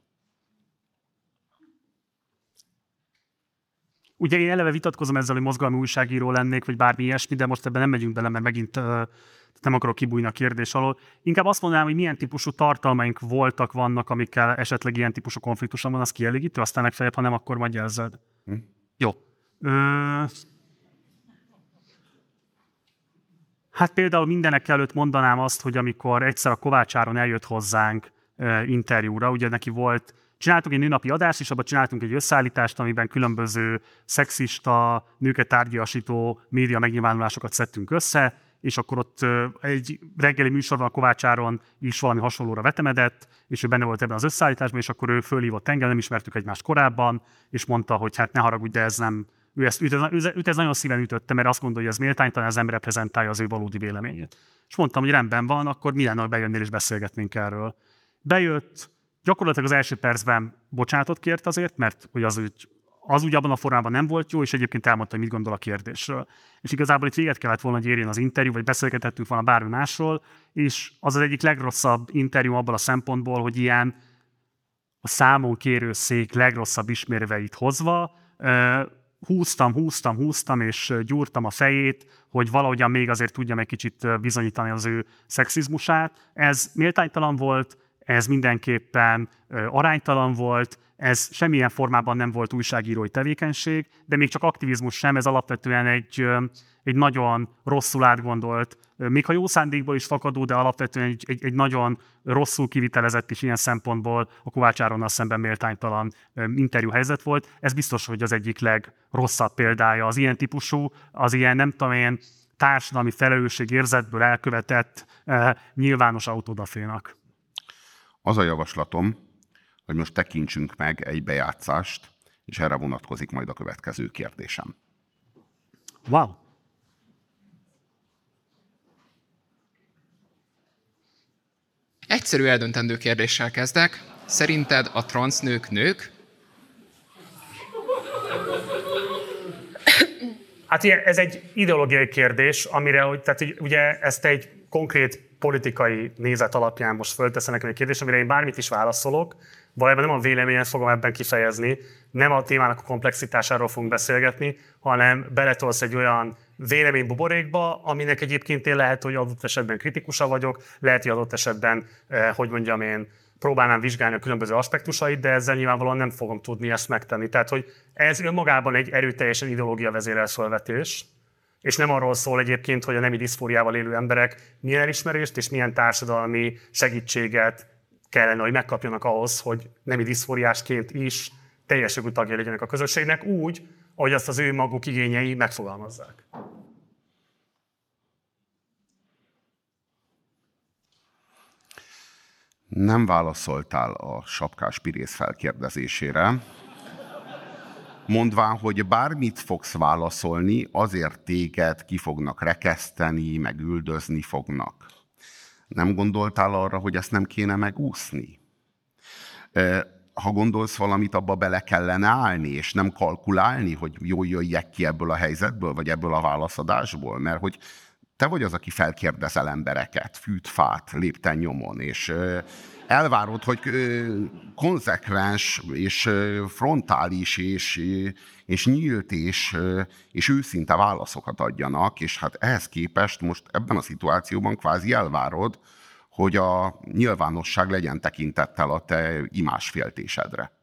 Ugye én eleve vitatkozom ezzel, hogy mozgalmi újságíró lennék, vagy bármi ilyesmi, de most ebben nem megyünk bele, mert megint uh, nem akarok kibújni a kérdés alól. Inkább azt mondanám, hogy milyen típusú tartalmaink voltak, vannak, amikkel esetleg ilyen típusú konfliktusom van, az kielégítő, aztán legfeljebb, ha nem, akkor majd jelzed. Hm? Jó. Ö... Hát például mindenek előtt mondanám azt, hogy amikor egyszer a Kovács Áron eljött hozzánk uh, interjúra, ugye neki volt Csináltunk egy nőnapi adást, és abban csináltunk egy összeállítást, amiben különböző szexista, nőket tárgyasító média megnyilvánulásokat szedtünk össze, és akkor ott egy reggeli műsorban a Kovács Áron is valami hasonlóra vetemedett, és ő benne volt ebben az összeállításban, és akkor ő fölhívott engem, nem ismertük egymást korábban, és mondta, hogy hát ne haragudj, de ez nem, ő ezt, őt, ez, őt ez nagyon szíven ütötte, mert azt gondolja, hogy ez méltánytalan, ez nem reprezentálja az ő valódi véleményét. És mondtam, hogy rendben van, akkor mi lenne, ha bejönnél és beszélgetnénk erről. Bejött, gyakorlatilag az első percben bocsánatot kért azért, mert hogy az, úgy, az úgy abban a formában nem volt jó, és egyébként elmondta, hogy mit gondol a kérdésről. És igazából itt véget kellett volna, hogy érjen az interjú, vagy beszélgetettünk volna bármi másról, és az az egyik legrosszabb interjú abban a szempontból, hogy ilyen a számon kérőszék legrosszabb ismérveit hozva, húztam, húztam, húztam, és gyúrtam a fejét, hogy valahogyan még azért tudjam egy kicsit bizonyítani az ő szexizmusát. Ez méltánytalan volt, ez mindenképpen aránytalan volt, ez semmilyen formában nem volt újságírói tevékenység, de még csak aktivizmus sem, ez alapvetően egy, egy nagyon rosszul átgondolt, még ha jó szándékból is fakadó, de alapvetően egy, egy, egy nagyon rosszul kivitelezett és ilyen szempontból a Kovács Áronnal szemben méltánytalan interjú helyzet volt. Ez biztos, hogy az egyik legrosszabb példája az ilyen típusú, az ilyen nem tudom én társadalmi felelősségérzetből elkövetett eh, nyilvános autódafénak.
Az a javaslatom, hogy most tekintsünk meg egy bejátszást, és erre vonatkozik majd a következő kérdésem.
Wow!
Egyszerű eldöntendő kérdéssel kezdek. Szerinted a transznők nők?
Hát ez egy ideológiai kérdés, amire, tehát ugye ezt egy konkrét politikai nézet alapján most fölteszem nekem egy kérdést, amire én bármit is válaszolok, valójában nem a véleményet fogom ebben kifejezni, nem a témának a komplexitásáról fogunk beszélgetni, hanem beletolsz egy olyan véleménybuborékba, aminek egyébként én lehet, hogy adott esetben kritikusa vagyok, lehet, hogy adott esetben, eh, hogy mondjam én, próbálnám vizsgálni a különböző aspektusait, de ezzel nyilvánvalóan nem fogom tudni ezt megtenni. Tehát, hogy ez önmagában egy erőteljesen ideológia vezérelt felvetés, és nem arról szól egyébként, hogy a nemi diszfóriával élő emberek milyen elismerést és milyen társadalmi segítséget kellene, hogy megkapjanak ahhoz, hogy nemi diszfóriásként is teljes jogú tagja legyenek a közösségnek, úgy, ahogy azt az ő maguk igényei megfogalmazzák.
Nem válaszoltál a Sapkás Pirész felkérdezésére, mondván, hogy bármit fogsz válaszolni, azért téged ki fognak rekeszteni, meg üldözni fognak. Nem gondoltál arra, hogy ezt nem kéne megúszni? Ha gondolsz valamit, abba bele kellene állni, és nem kalkulálni, hogy jól jöjjek ki ebből a helyzetből, vagy ebből a válaszadásból, mert hogy te vagy az, aki felkérdezel embereket, fűt, fát, lépten nyomon, és elvárod, hogy konzekvens, és frontális, és, és nyílt, és, és őszinte válaszokat adjanak, és hát ehhez képest most ebben a szituációban kvázi elvárod, hogy a nyilvánosság legyen tekintettel a te imásféltésedre.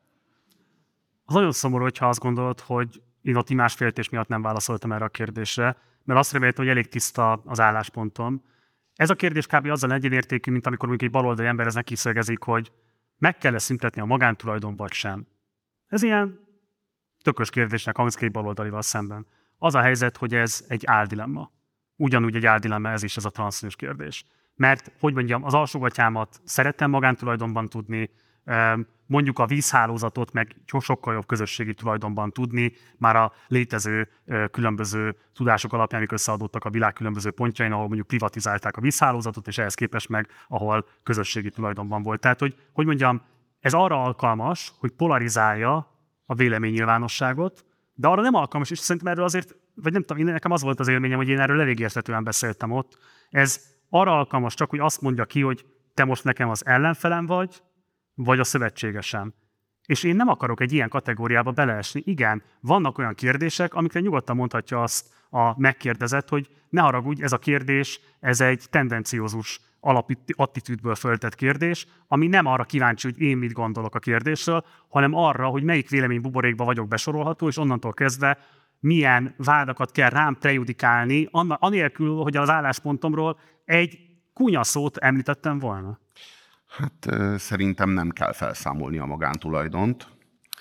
Az nagyon szomorú, hogyha azt gondolod, hogy én ott imásféltés miatt nem válaszoltam erre a kérdésre, mert azt reméltem, hogy elég tiszta az álláspontom. Ez a kérdés kb. Azzal egyenértékű, mint amikor mondjuk egy baloldali ember eznek kiszögezik, hogy meg kell-e szüntetni a magántulajdon, vagy sem. Ez ilyen tökös kérdésnek hangzik egy baloldalival szemben. Az a helyzet, hogy ez egy áldilemma. Ugyanúgy egy áldilemma ez is, ez a transzszínűs kérdés. Mert, hogy mondjam, az alsógatyámat szerettem magántulajdonban tudni, mondjuk a vízhálózatot meg sokkal jobb közösségi tulajdonban tudni, már a létező különböző tudások alapján, amik összeadottak a világ különböző pontjain, ahol mondjuk privatizálták a vízhálózatot, és ehhez képest meg, ahol közösségi tulajdonban volt. Tehát, hogy, hogy mondjam, ez arra alkalmas, hogy polarizálja a véleménynyilvánosságot, de arra nem alkalmas, és szerintem erről azért, vagy nem tudom, nekem az volt az élményem, hogy én erről elég érthetően beszéltem ott. Ez arra alkalmas csak, hogy azt mondja ki, hogy te most nekem az ellenfelem vagy, vagy a szövetségesem. És én nem akarok egy ilyen kategóriába beleesni. Igen, vannak olyan kérdések, amikre nyugodtan mondhatja azt a megkérdezett, hogy ne haragudj, ez a kérdés, ez egy tendenciózus alapattitűdből föltett kérdés, ami nem arra kíváncsi, hogy én mit gondolok a kérdésről, hanem arra, hogy melyik véleménybuborékba vagyok besorolható, és onnantól kezdve milyen vádakat kell rám prejudikálni, anélkül, hogy az álláspontomról egy kunyaszót említettem volna.
Hát szerintem nem kell felszámolni a magántulajdont.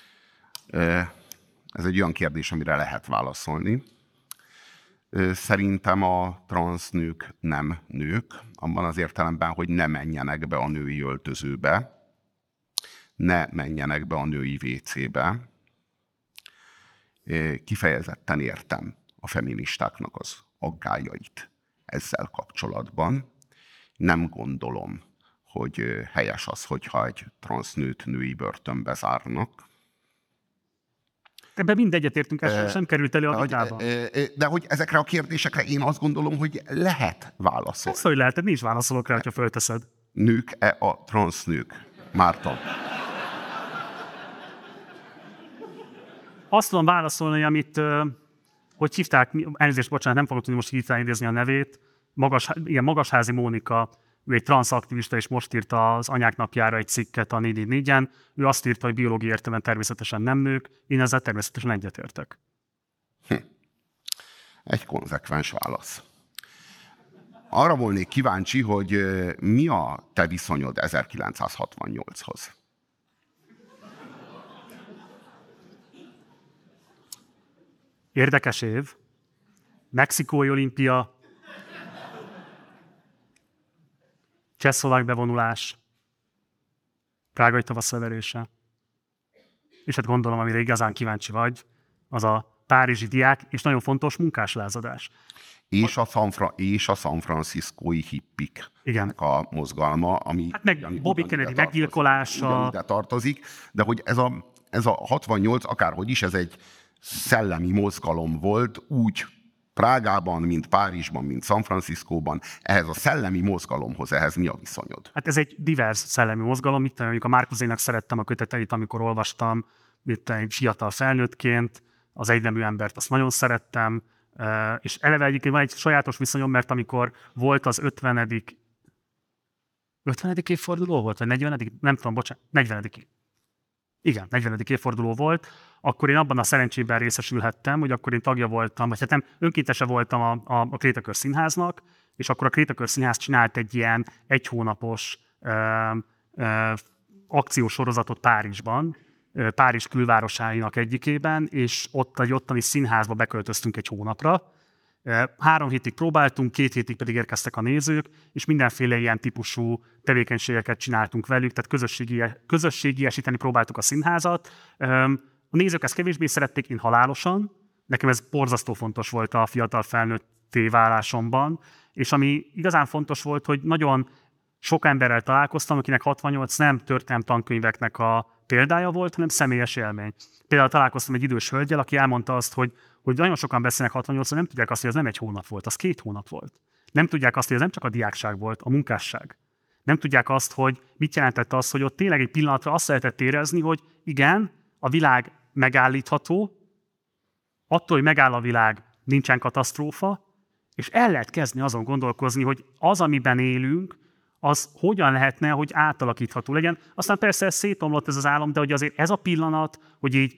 Ez egy olyan kérdés, amire lehet válaszolni. Szerintem a transzsznők nem nők, abban az értelemben, hogy ne menjenek be a női öltözőbe, ne menjenek be a női vécébe. Kifejezetten értem a feministáknak az aggályait ezzel kapcsolatban. Nem gondolom, hogy helyes az, hogyha egy transzsznőt női börtönbe zárnak.
Ebben mind egyetértünk, ez sem került elő a vitában.
De hogy ezekre a kérdésekre én azt gondolom, hogy lehet válaszolni.
Persze, hogy lehet, nincs válaszolok rá, hogyha fölteszed.
Nők-e a transzsznők? Márton.
Azt tudom válaszolni, amit, hogy hívták, elnézést, bocsánat, nem fogok tudni most hirtelen idézni a nevét, Magas, igen, Magasházi Mónika, ő egy transzaktivista, és most írta az Anyák napjára egy cikket a négy négy négyen. Ő azt írta, hogy biológiai értelemben természetesen nem nők, én ezzel természetesen egyetértek.
Hm. Egy konzekvens válasz. Arra volnék kíváncsi, hogy mi a te viszonyod ezerkilencszázhatvannyolchoz?
Érdekes év. Mexikói olimpia, csehszlovák bevonulás, prágai tavasz leverése. És hát gondolom, amire igazán kíváncsi vagy, az a párizsi diák, és nagyon fontos munkáslázadás.
És a San, Fra- és a San Franciscói hippik.
Igen.
A mozgalma, ami...
Hát meg ami Bobby Kennedy meggyilkolása.
Ugyanúgy tartozik, de hogy ez a, ez a hatvannyolc, akárhogy is, ez egy szellemi mozgalom volt, úgy Prágában, mint Párizsban, mint San Franciscóban, ehhez a szellemi mozgalomhoz, ehhez mi a viszonyod?
Hát ez egy divers szellemi mozgalom. Itt mondjuk a Márkozénak szerettem a köteteit, amikor olvastam, itt egy fiatal felnőttként, az egynemű embert azt nagyon szerettem, és eleve egyébként van egy sajátos viszonyom, mert amikor volt az ötvenedik ötvenedik évforduló volt, vagy negyvenedik Nem tudom, bocsánat, negyvenedik Igen, negyvenedik évforduló volt, akkor én abban a szerencsében részesülhettem, hogy akkor én tagja voltam, vagy hát nem, önkéntese voltam a, a, a Krétakör Színháznak, és akkor a Krétakör Színház csinált egy ilyen egy hónapos ö, ö, akciósorozatot Párizsban, ö, Párizs külvárosáinak egyikében, és ott egy ottani színházba beköltöztünk egy hónapra. Három hétig próbáltunk, két hétig pedig érkeztek a nézők, és mindenféle ilyen típusú tevékenységeket csináltunk velük, tehát közösségi, közösségiesíteni próbáltuk a színházat. A nézők ezt kevésbé szerették, én halálosan. Nekem ez borzasztó fontos volt a fiatal felnőtté válásomban, és ami igazán fontos volt, hogy nagyon sok emberrel találkoztam, akinek hatvannyolc nem történelmi tankönyveknek a példája volt, hanem személyes élmény. Például találkoztam egy idős hölgyel, aki elmondta azt, hogy, hogy nagyon sokan beszélnek hatvannyolcról, nem tudják azt, hogy ez nem egy hónap volt, az két hónap volt. Nem tudják azt, hogy ez nem csak a diákság volt, a munkásság. Nem tudják azt, hogy mit jelentett az, hogy ott tényleg egy pillanatra azt lehetett érezni, hogy igen, a világ megállítható, attól, hogy megáll a világ, nincsen katasztrófa, és el lehet kezdeni azon gondolkozni, hogy az, amiben élünk, az hogyan lehetne, hogy átalakítható legyen. Aztán persze ez szétomlott ez az álom, de hogy azért ez a pillanat, hogy így,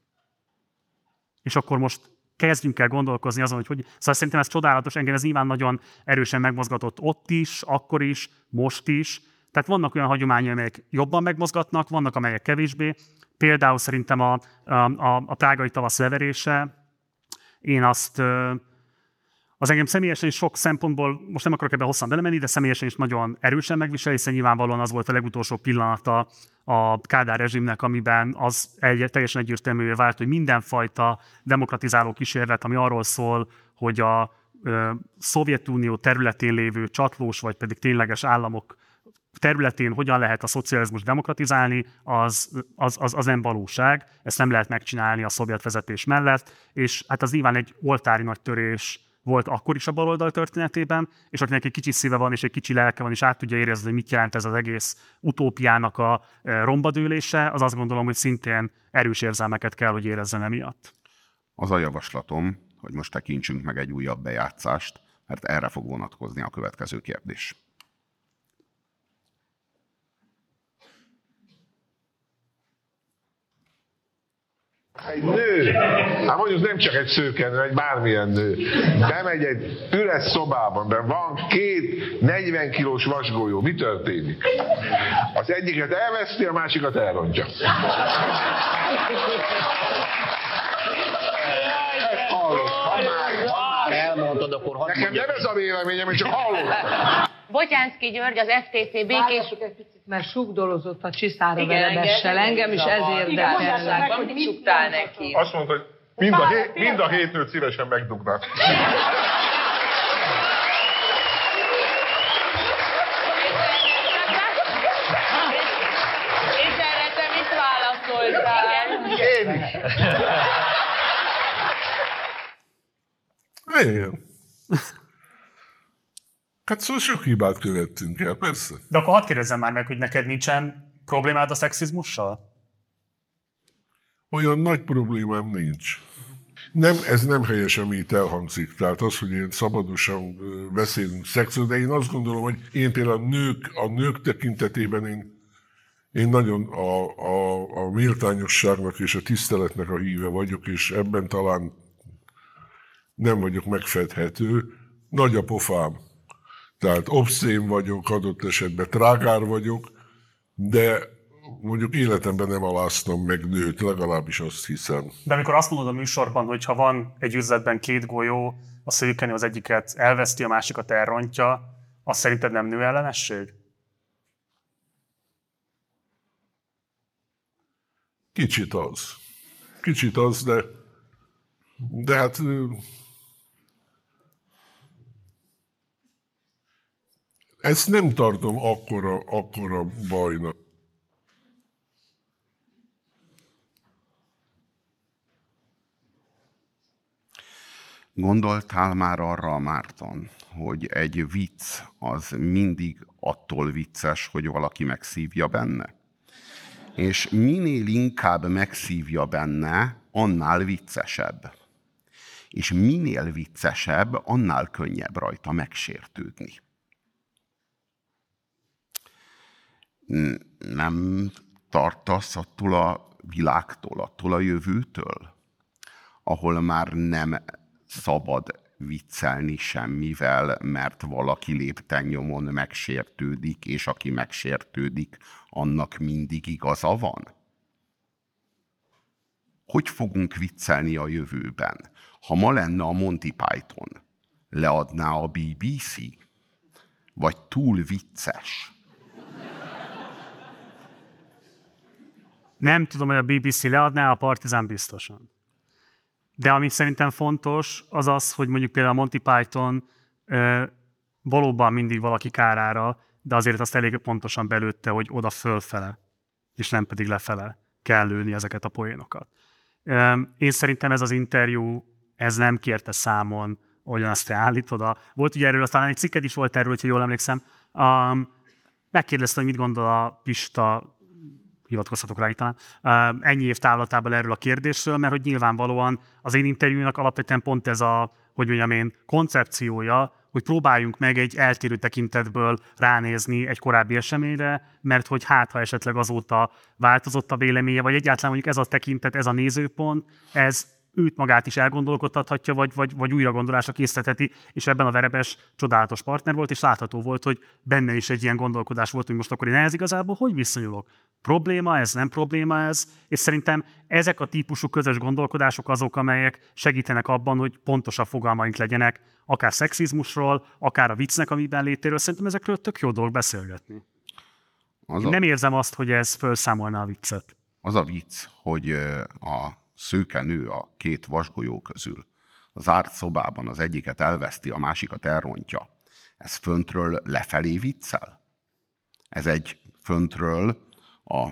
és akkor most kezdjünk el gondolkozni azon, hogy hogy... Szóval szerintem ez csodálatos, engem ez nyilván nagyon erősen megmozgatott ott is, akkor is, most is. Tehát vannak olyan hagyományok, amelyek jobban megmozgatnak, vannak, amelyek kevésbé. Például szerintem a, a, a prágai tavasz leverése, én azt... Az engem személyesen is sok szempontból, most nem akarok ebben hosszan belemenni, de személyesen is nagyon erősen megvisel, hiszen nyilvánvalóan az volt a legutolsó pillanata a Kádár rezsimnek, amiben az egy, teljesen egyértelművé vált, hogy mindenfajta demokratizáló kísérlet, ami arról szól, hogy a ö, Szovjetunió területén lévő csatlós, vagy pedig tényleges államok területén hogyan lehet a szocializmus demokratizálni, az, az, az, az nem valóság. Ezt nem lehet megcsinálni a szovjet vezetés mellett, és hát az nyilván egy oltári nagy törés volt akkor is a baloldal történetében, és akinek egy kicsi szíve van, és egy kicsi lelke van, és át tudja érezni, hogy mit jelent ez az egész utópiának a rombadőlése, az azt gondolom, hogy szintén erős érzelmeket kell, hogy érezzen emiatt.
Az a javaslatom, hogy most tekintsünk meg egy újabb bejátszást, mert erre fog vonatkozni a következő kérdés.
Egy nő, hát mondjuk nem csak egy szőkenő, egy bármilyen nő, bemegy egy üres szobában, de van két negyven kilós vasgolyó, mi történik? Az egyiket elveszti, a másikat elrontja. Ezt hallottam.
Elmondtad, akkor hadd
Nekem nem ez a véleményem, én csak hallottam.
Botyánszky György, az ef té cé békés...
egy picit, mert sugdolozott a Csiszára Verebessel. Engem is ez érdekel.
Mit csukták neki?
Azt mondta, hogy mind a, hét, mind a hét nőt szívesen megdugnak.
És erre te mit válaszoltál?
Én is.
Igen. Hát szóval sok hibát követtünk el, persze.
De akkor hadd kérdezzem már meg, hogy neked nincsen problémád a szexizmussal?
Olyan nagy problémám nincs. Nem, ez nem helyes, ami itt elhangzik. Tehát az, hogy én szabadosan beszélünk szexről, de én azt gondolom, hogy én például a nők, a nők tekintetében én, én nagyon a, a, a méltányosságnak és a tiszteletnek a híve vagyok, és ebben talán nem vagyok megfedhető. Nagy a pofám. Tehát obszén vagyok, adott esetben trágár vagyok, de mondjuk életemben nem aláztam meg nőt, legalábbis azt hiszem.
De amikor azt mondod a műsorban, hogy ha van egy üzletben két golyó, a szőkenő az egyiket elveszti, a másikat elrontja, az szerinted nem nőellenesség?
Kicsit az. Kicsit az, de, de hát... Ezt nem tartom akkora, akkora bajnak.
Gondoltál már arra, Márton, hogy egy vicc az mindig attól vicces, hogy valaki megszívja benne? És minél inkább megszívja benne, annál viccesebb. És minél viccesebb, annál könnyebb rajta megsértődni. Nem tartasz attól a világtól, attól a jövőtől, ahol már nem szabad viccelni semmivel, mert valaki lépten-nyomon megsértődik, és aki megsértődik, annak mindig igaza van? Hogy fogunk viccelni a jövőben? Ha ma lenne a Monty Python, leadná a bé bé cé? Vagy túl vicces?
Nem tudom, hogy a bé bé cé leadná, a Partizán biztosan. De ami szerintem fontos, az az, hogy mondjuk például a Monty Python ö, valóban mindig valaki kárára, de azért azt elég pontosan belőtte, hogy oda fölfele, és nem pedig lefele kell lőni ezeket a poénokat. Ö, én szerintem ez az interjú, ez nem kérte számon, ahogyan azt te állítod. A, volt ugye erről, aztán egy cikked is volt erről, hogyha jól emlékszem. Um, megkérdezte, hogy mit gondol a Pista, hivatkozhatok rá itt talán, ennyi év távlatában erről a kérdésről, mert hogy nyilvánvalóan az én interjúnak alapvetően pont ez a, hogy mondjam én, koncepciója, hogy próbáljunk meg egy eltérő tekintetből ránézni egy korábbi eseményre, mert hogy hát, ha esetleg azóta változott a véleménye, vagy egyáltalán mondjuk ez a tekintet, ez a nézőpont, ez őt magát is elgondolkodtathatja, vagy, vagy, vagy újra gondolásra késztetheti, és ebben a Verebes csodálatos partner volt, és látható volt, hogy benne is egy ilyen gondolkodás volt, hogy most akkor én ehhez igazából hogy viszonyulok? Probléma ez, nem probléma ez? És szerintem ezek a típusú közös gondolkodások azok, amelyek segítenek abban, hogy pontosabb fogalmaink legyenek, akár szexizmusról, akár a viccnek a miben létéről. Szerintem ezekről tök jó dolog beszélgetni. Az a... Nem érzem azt, hogy ez felszámolná a viccet.
Az a vicc, hogy a szőke nő a két vasgolyó közül a zárt szobában az egyiket elveszti, a másikat elrontja. Ez föntről lefelé viccel? Ez egy föntről a,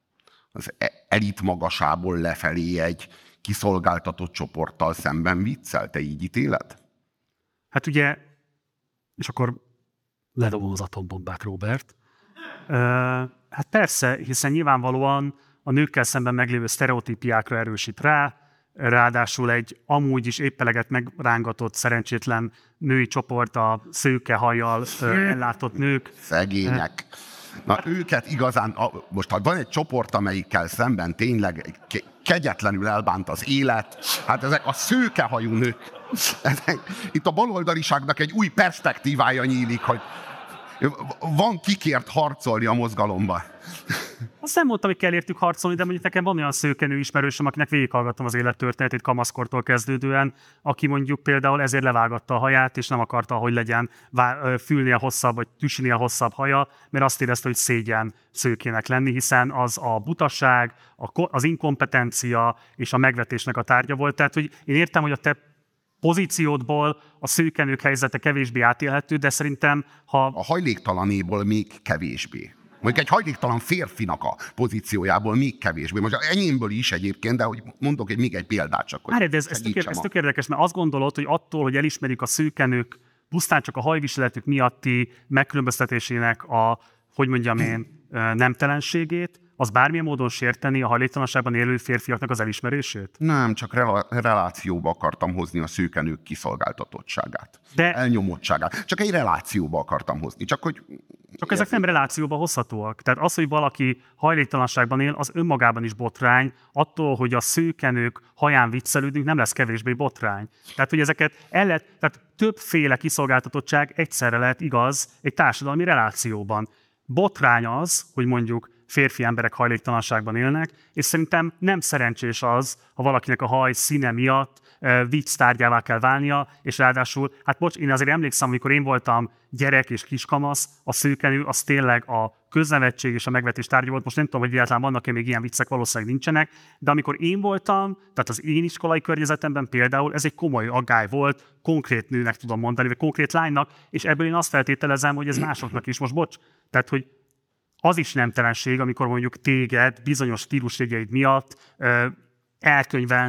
az elit magasából lefelé egy kiszolgáltatott csoporttal szemben viccel? Te így ítéled?
Hát ugye, és akkor ledobom az atombombát, Robert. Uh, hát persze, hiszen nyilvánvalóan a nőkkel szemben meglévő sztereotípiákra erősít rá, ráadásul egy amúgy is éppeleget megrángatott, szerencsétlen női csoport, a szőke hajjal ellátott nők.
Szegények. Na őket igazán, most ha van egy csoport, amelyikkel szemben tényleg kegyetlenül elbánt az élet, hát ezek a szőkehajú nők. Ezek, itt a baloldaliságnak egy új perspektívája nyílik, hogy van kikért harcolni a mozgalomba.
Azt nem mondtam, hogy kell értük harcolni, de mondjuk nekem van olyan szőkenő ismerősöm, akinek végighallgattam az élettörténetét kamaszkortól kezdődően, aki mondjuk például ezért levágatta a haját, és nem akarta, hogy legyen fülnél hosszabb, vagy tüsinél hosszabb haja, mert azt érezte, hogy szégyen szőkének lenni, hiszen az a butaság, az inkompetencia és a megvetésnek a tárgya volt. Tehát, hogy én értem, hogy a te pozíciódból a szőkenők helyzete kevésbé átélhető, de szerintem, ha...
A hajléktalanéból még kevésbé. Mondjuk egy hajléktalan férfinak a pozíciójából még kevésbé. Most enyémből is egyébként, de hogy mondok egy, még egy példát csak, hogy
Már, de ez, ez, tök, ez tök érdekes, mert azt gondolod, hogy attól, hogy elismerjük a szőkenők pusztán csak a hajviseletük miatti megkülönböztetésének a, hogy mondjam én, nemtelenségét, az bármilyen módon sérteni a hajléktalanságban élő férfiaknak az elismerését?
Nem, csak rela- relációba akartam hozni a szőkenők kiszolgáltatottságát.
De...
Elnyomottságát. Csak egy relációba akartam hozni. Csak hogy...
Csak ezek nem relációba hozhatóak. Tehát az, hogy valaki hajléktalanságban él, az önmagában is botrány. Attól, hogy a szőkenők haján viccelődünk, nem lesz kevésbé botrány. Tehát, hogy ezeket el lehet, tehát többféle kiszolgáltatottság egyszerre lehet igaz egy társadalmi relációban. Botrány az, hogy mondjuk férfi emberek hajléktalanságban élnek, és szerintem nem szerencsés az, ha valakinek a haj színe miatt e, vicc tárgyává kell válnia, és ráadásul, hát bocs, én azért emlékszem, amikor én voltam gyerek és kiskamasz, a szőkenő az tényleg a köznevetség és a megvetés tárgya volt. Most nem tudom, hogy egyáltalán vannak-e még ilyen viccek, valószínűleg nincsenek, de amikor én voltam, tehát az én iskolai környezetemben például ez egy komoly aggály volt, konkrét nőnek tudom mondani, vagy konkrét lánynak, és ebből én azt feltételezem, hogy ez másoknak is most, bocs, tehát hogy az is nemtelenség, amikor mondjuk téged bizonyos stílusjegyeid miatt ö, elkönyvelnek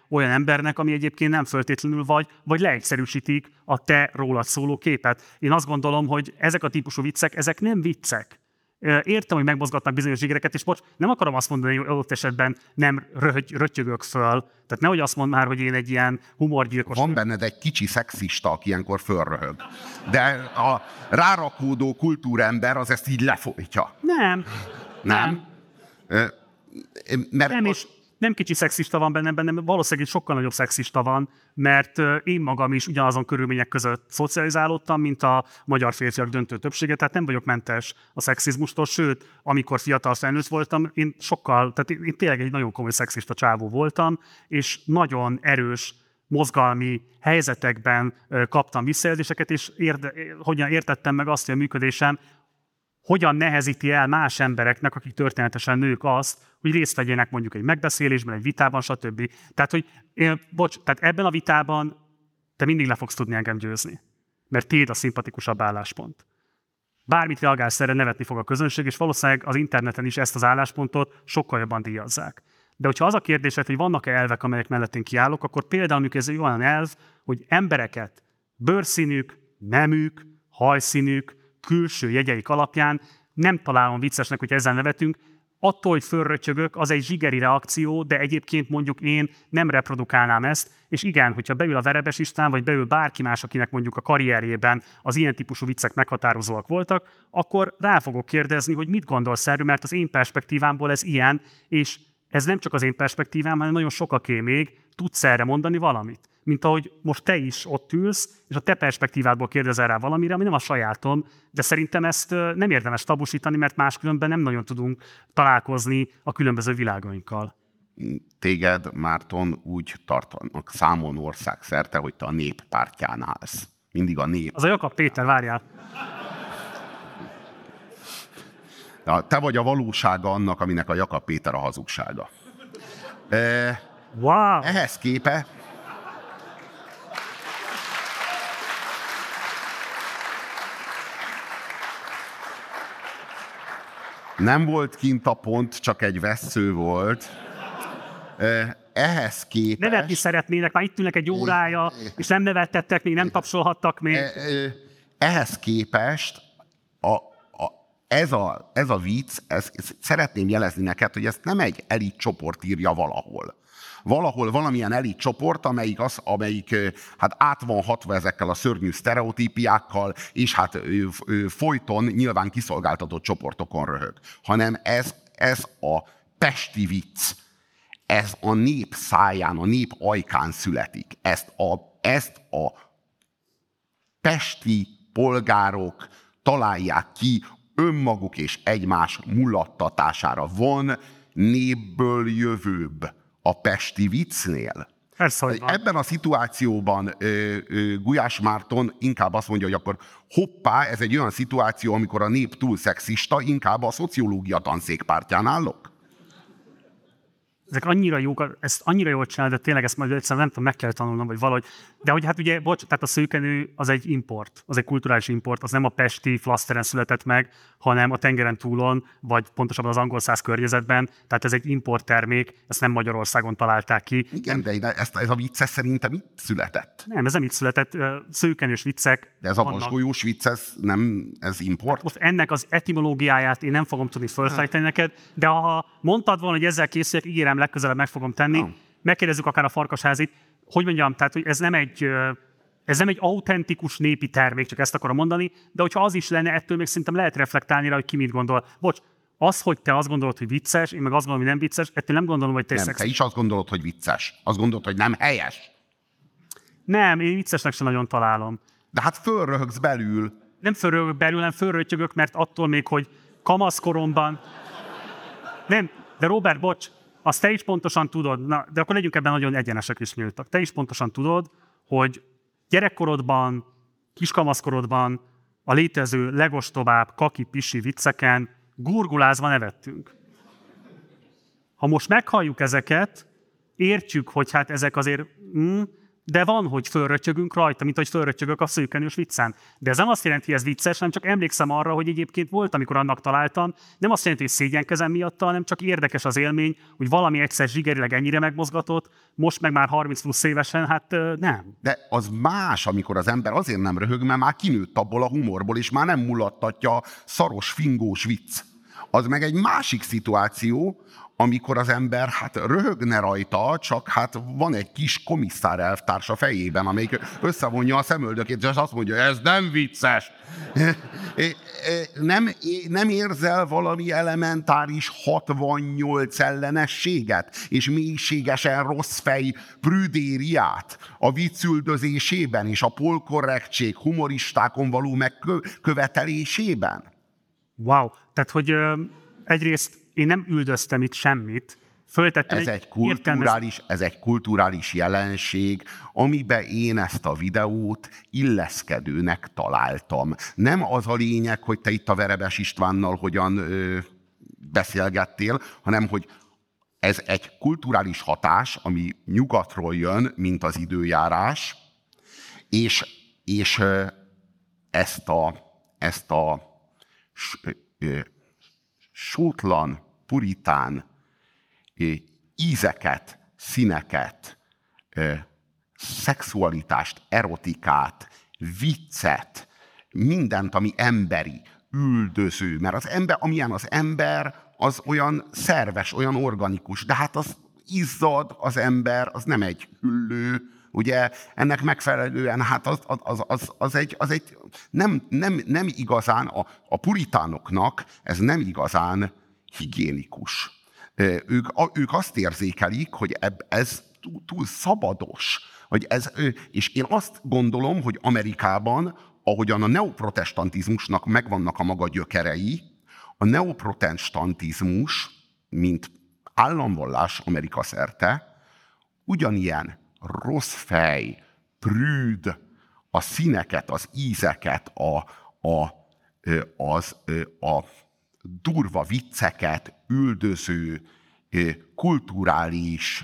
olyan embernek, ami egyébként nem feltétlenül vagy, vagy leegyszerűsítik a te rólad szóló képet. Én azt gondolom, hogy ezek a típusú viccek, ezek nem viccek. Értem, hogy megmozgatnak bizonyos zsigereket, és most nem akarom azt mondani, hogy adott esetben nem röhögy, rötyögök föl. Tehát nehogy azt mondd már, hogy én egy ilyen humorgyilkos.
Van benned egy kicsi szexista, aki ilyenkor fölröhög. De a rárakódó kultúrember az ezt így lefolytja.
Nem.
Nem? nem. Mert
nem, és nem kicsi szexista van bennem, bennem valószínűleg sokkal nagyobb szexista van, mert én magam is ugyanazon körülmények között szocializálódtam, mint a magyar férfiak döntő többsége, tehát nem vagyok mentes a szexizmustól, sőt, amikor fiatal felnőtt voltam, én sokkal, tehát én, én tényleg egy nagyon komoly szexista csávó voltam, és nagyon erős mozgalmi helyzetekben kaptam visszajelzéseket, és érde, hogyan értettem meg azt, hogy a működésem hogyan nehezíti el más embereknek, akik történetesen nők azt, hogy részt vegyenek mondjuk egy megbeszélésben, egy vitában, stb. Tehát, hogy én, bocs, tehát ebben a vitában te mindig le fogsz tudni engem győzni. Mert tiéd a szimpatikusabb álláspont. Bármit reagálsz erre, nevetni fog a közönség, és valószínűleg az interneten is ezt az álláspontot sokkal jobban díjazzák. De hogyha az a kérdésed, hogy vannak-e elvek, amelyek mellett én kiállok, akkor például ez egy olyan elv, hogy embereket bőrszínük, nemük, hajszínük, külső jegyeik alapján nem találom viccesnek, hogy ezzel nevetünk. Attól, hogy fölrötyögök, az egy zsigeri reakció, de egyébként mondjuk én nem reprodukálnám ezt, és igen, hogyha beül a Verebes István, vagy beül bárki más, akinek mondjuk a karrierjében az ilyen típusú viccek meghatározóak voltak, akkor rá fogok kérdezni, hogy mit gondolsz erről, mert az én perspektívámból ez ilyen, és ez nem csak az én perspektívám, hanem nagyon sokaké még, tudsz erre mondani valamit. Mint ahogy most te is ott ülsz, és a te perspektívádból kérdezel rá valamire, ami nem a sajátom, de szerintem ezt nem érdemes tabusítani, mert máskülönben nem nagyon tudunk találkozni a különböző világainkkal.
Téged, Márton, úgy tartanak számon országszerte, hogy te a nép pártján állsz. Mindig a nép.
Az a Jakab Péter, várjál.
Te vagy a valósága annak, aminek a Jakab Péter a hazugsága. E,
wow.
Ehhez képe... Nem volt kint a pont, csak egy vessző volt. Ehhez képest...
Nevetni szeretnének, már itt ülnek egy órája, és nem nevettettek még, nem tapsolhattak még.
Ehhez képest a, a, ez, a, ez a vicc, ez, ez, szeretném jelezni neked, hogy ezt nem egy elit csoport írja valahol. Valahol valamilyen elit csoport, amelyik, az, amelyik hát át van hatva ezekkel a szörnyű sztereotípiákkal, és hát ő, ő folyton nyilván kiszolgáltatott csoportokon röhög. Hanem ez, ez a pesti vicc, ez a nép száján, a nép ajkán születik. Ezt a, ezt a pesti polgárok találják ki önmaguk és egymás mulattatására. Van népből jövőbb a pesti viccnél.
Persze,
ebben a szituációban ö, ö, Gulyás Márton inkább azt mondja, hogy akkor hoppá, ez egy olyan szituáció, amikor a nép túl szexista, inkább a szociológia tanszékpártján állok.
Ezek annyira jók, ezt annyira jól csinál, de tényleg ezt majd egyszerűen nem tudom, meg kell tanulnom, vagy valahogy. De hogy hát ugye, bocs, tehát a szőkenő az egy import, az egy kulturális import, az nem a pesti flaszteren született meg, hanem a tengeren túlon, vagy pontosabban az angol száz környezetben, tehát ez egy import termék, ezt nem Magyarországon találták ki.
Igen, de ezt, ez a vicces szerintem itt született.
Nem, ez nem itt született, szőkenős viccek.
De ez a vasgolyós vicc, ez nem, ez import?
Most ennek az etimológiáját én nem fogom tudni felfejteni neked, de ha mondtad volna, hogy ezzel készüljek, ígérem, legközelebb meg fogom tenni. No. Megkérdezzük akár a Farkasházit, hogy mondjam, tehát hogy ez nem egy ez nem egy autentikus népi termék, csak ezt akarom mondani, de hogyha az is lenne, ettől még szerintem lehet reflektálni rá, hogy ki mit gondol. Bocs, az, hogy te azt gondolod, hogy vicces, én meg azt gondolom, hogy nem vicces, ettől nem gondolom, hogy te
nem,
szex...
te is azt gondolod, hogy vicces. Azt gondolod, hogy nem helyes.
Nem, én viccesnek sem nagyon találom.
De hát fölröhögsz belül.
Nem fölröhögök belül, nem fölrötyögök, mert attól még, hogy kamaszkoromban... Nem, de Robert, bocs, azt te is pontosan tudod, na, de akkor legyünk ebben nagyon egyenesek és nyíltak. Te is pontosan tudod, hogy gyerekkorodban, kiskamaszkorodban a létező legostobább kaki-pisi vicceken gurgulázva nevettünk. Ha most meghalljuk ezeket, értjük, hogy hát ezek azért, mm, de van, hogy fölrötyögünk rajta, mint hogy fölrötyögök a szőkenős viccen. De ez nem azt jelenti, hogy ez vicces, hanem csak emlékszem arra, hogy egyébként volt, amikor annak találtam. Nem azt jelenti, hogy szégyenkezem miatta, hanem csak érdekes az élmény, hogy valami egyszer zsigerileg ennyire megmozgatott, most meg már harminc plusz évesen, hát nem.
De az más, amikor az ember azért nem röhög, mert már kinőtt abból a humorból, és már nem mulattatja a szaros, fingós vicc. Az meg egy másik szituáció, amikor az ember hát röhögne rajta, csak hát van egy kis komisszár elvtárs a fejében, amelyik összevonja a szemöldökét, és azt mondja, ez nem vicces. Nem, nem érzel valami elementáris hatvannyolc ellenességet, és mélységesen rossz fej prüdériát a viccüldözésében, és a polkorrektség humoristákon való megkövetelésében?
Wow, tehát hogy ö, egyrészt én nem üldöztem itt semmit, föltettem
ez
egy,
egy kulturális,
értelmez...
ez egy kulturális jelenség, amiben én ezt a videót illeszkedőnek találtam. Nem az a lényeg, hogy te itt a Verebes Istvánnal hogyan ö, beszélgettél, hanem hogy ez egy kulturális hatás, ami nyugatról jön, mint az időjárás, és, és ö, ezt a, ezt a ö, sótlan, puritán ízeket, színeket, szexualitást, erotikát, viccet, mindent, ami emberi, üldöző. Mert az ember, amilyen az ember, az olyan szerves, olyan organikus. De hát az izzad az ember, az nem egy hüllő, ugye ennek megfelelően, hát az, az, az, az egy, az egy nem, nem, nem igazán, a, a puritánoknak ez nem igazán higiénikus. Ők, ők azt érzékelik, hogy ez túl, túl szabados. Hogy ez, és én azt gondolom, hogy Amerikában, ahogyan a neoprotestantizmusnak megvannak a maga gyökerei, a neoprotestantizmus, mint államvallás Amerika szerte, ugyanilyen rossz fej, prűd, a színeket, az ízeket, a, a, az, a durva vicceket, üldöző, kulturális,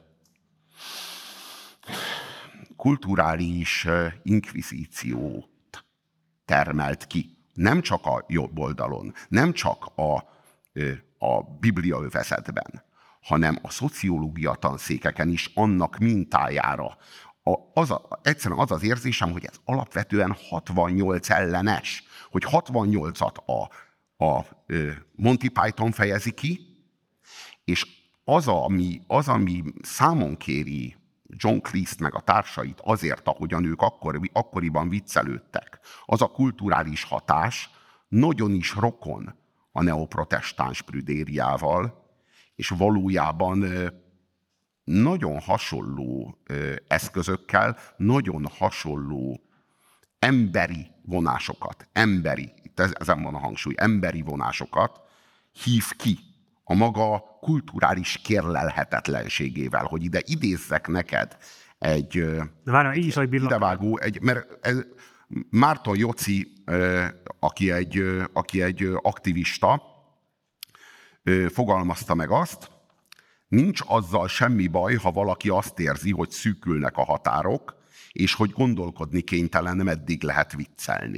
kulturális inkvizíciót termelt ki. Nem csak a jobb oldalon, nem csak a, a Biblia övezetben, hanem a szociológia tanszékeken is annak mintájára. A, az a, egyszerűen az az érzésem, hogy ez alapvetően hatvannyolc ellenes, hogy hatvannyolcat a, a Monty Python fejezi ki, és az, ami, az, ami számon kéri John Cleese meg a társait azért, ahogyan ők akkor, akkoriban viccelődtek, az a kulturális hatás nagyon is rokon a neoprotestáns prüdériával, és valójában nagyon hasonló eszközökkel, nagyon hasonló emberi vonásokat, emberi, itt ezen van a hangsúly, emberi vonásokat hív ki a maga kulturális kérlelhetetlenségével, hogy ide idézzek neked egy
De várjál, így is, hogy
idevágó, egy, mert ez, Márton Joci, aki egy, aki egy aktivista, fogalmazta meg azt, nincs azzal semmi baj, ha valaki azt érzi, hogy szűkülnek a határok, és hogy gondolkodni kénytelen, meddig lehet viccelni.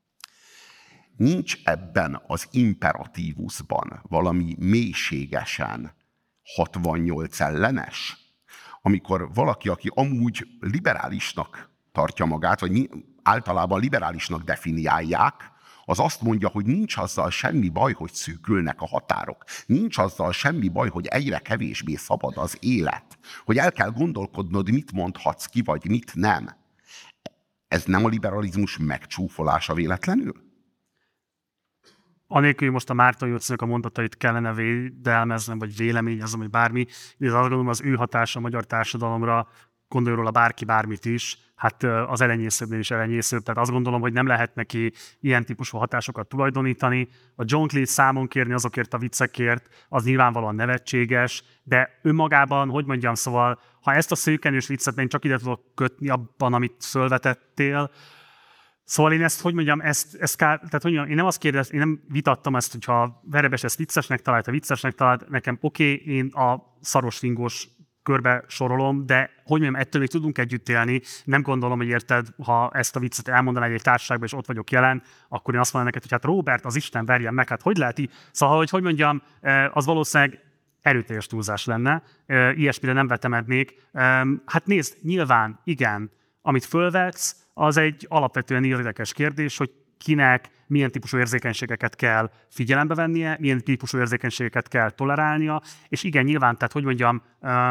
Nincs ebben az imperatívusban valami mélységesen hatvannyolc ellenes? Amikor valaki, aki amúgy liberálisnak tartja magát, vagy általában liberálisnak definiálják, az azt mondja, hogy nincs azzal semmi baj, hogy szűkülnek a határok. Nincs azzal semmi baj, hogy egyre kevésbé szabad az élet. Hogy el kell gondolkodnod, mit mondhatsz ki, vagy mit nem. Ez nem a liberalizmus megcsúfolása véletlenül?
Anélkül, hogy most a Márton Jocinak a mondatait kellene védelmeznem, vagy véleményeznem, vagy bármi, de azt gondolom, az ő hatása a magyar társadalomra, gondolj róla bárki bármit is, hát az elenyészőbbnél is elenyészőbb. Tehát azt gondolom, hogy nem lehet neki ilyen típusú hatásokat tulajdonítani. A John Cleese számon kérni azokért a viccekért, az nyilvánvalóan nevetséges, de önmagában, hogy mondjam, szóval, ha ezt a szőkenős viccet én csak ide tudok kötni abban, amit fölvetettél, szóval én ezt, hogy mondjam, ezt, ezt kár, tehát hogy mondjam, én nem azt kérdez, én nem vitattam ezt, hogyha Verebes ezt viccesnek talált, a viccesnek talált, nekem oké, okay, én a szaros fingós körbe sorolom, de hogy mondjam, ettől még tudunk együtt élni. Nem gondolom, hogy érted, ha ezt a viccet elmondaná egy társaságban, és ott vagyok jelen, akkor én azt mondanám neked, hogy hát Robert, az Isten verjen meg, hát hogy lehet így? Szóval, hogy hogy mondjam, az valószínűleg erőteljes túlzás lenne, ilyesmire nem vetemednék. Hát nézd, nyilván, igen, amit fölvetsz, az egy alapvetően érdekes kérdés, hogy kinek milyen típusú érzékenységeket kell figyelembe vennie, milyen típusú érzékenységeket kell tolerálnia, és igen, nyilván, tehát hogy mondjam,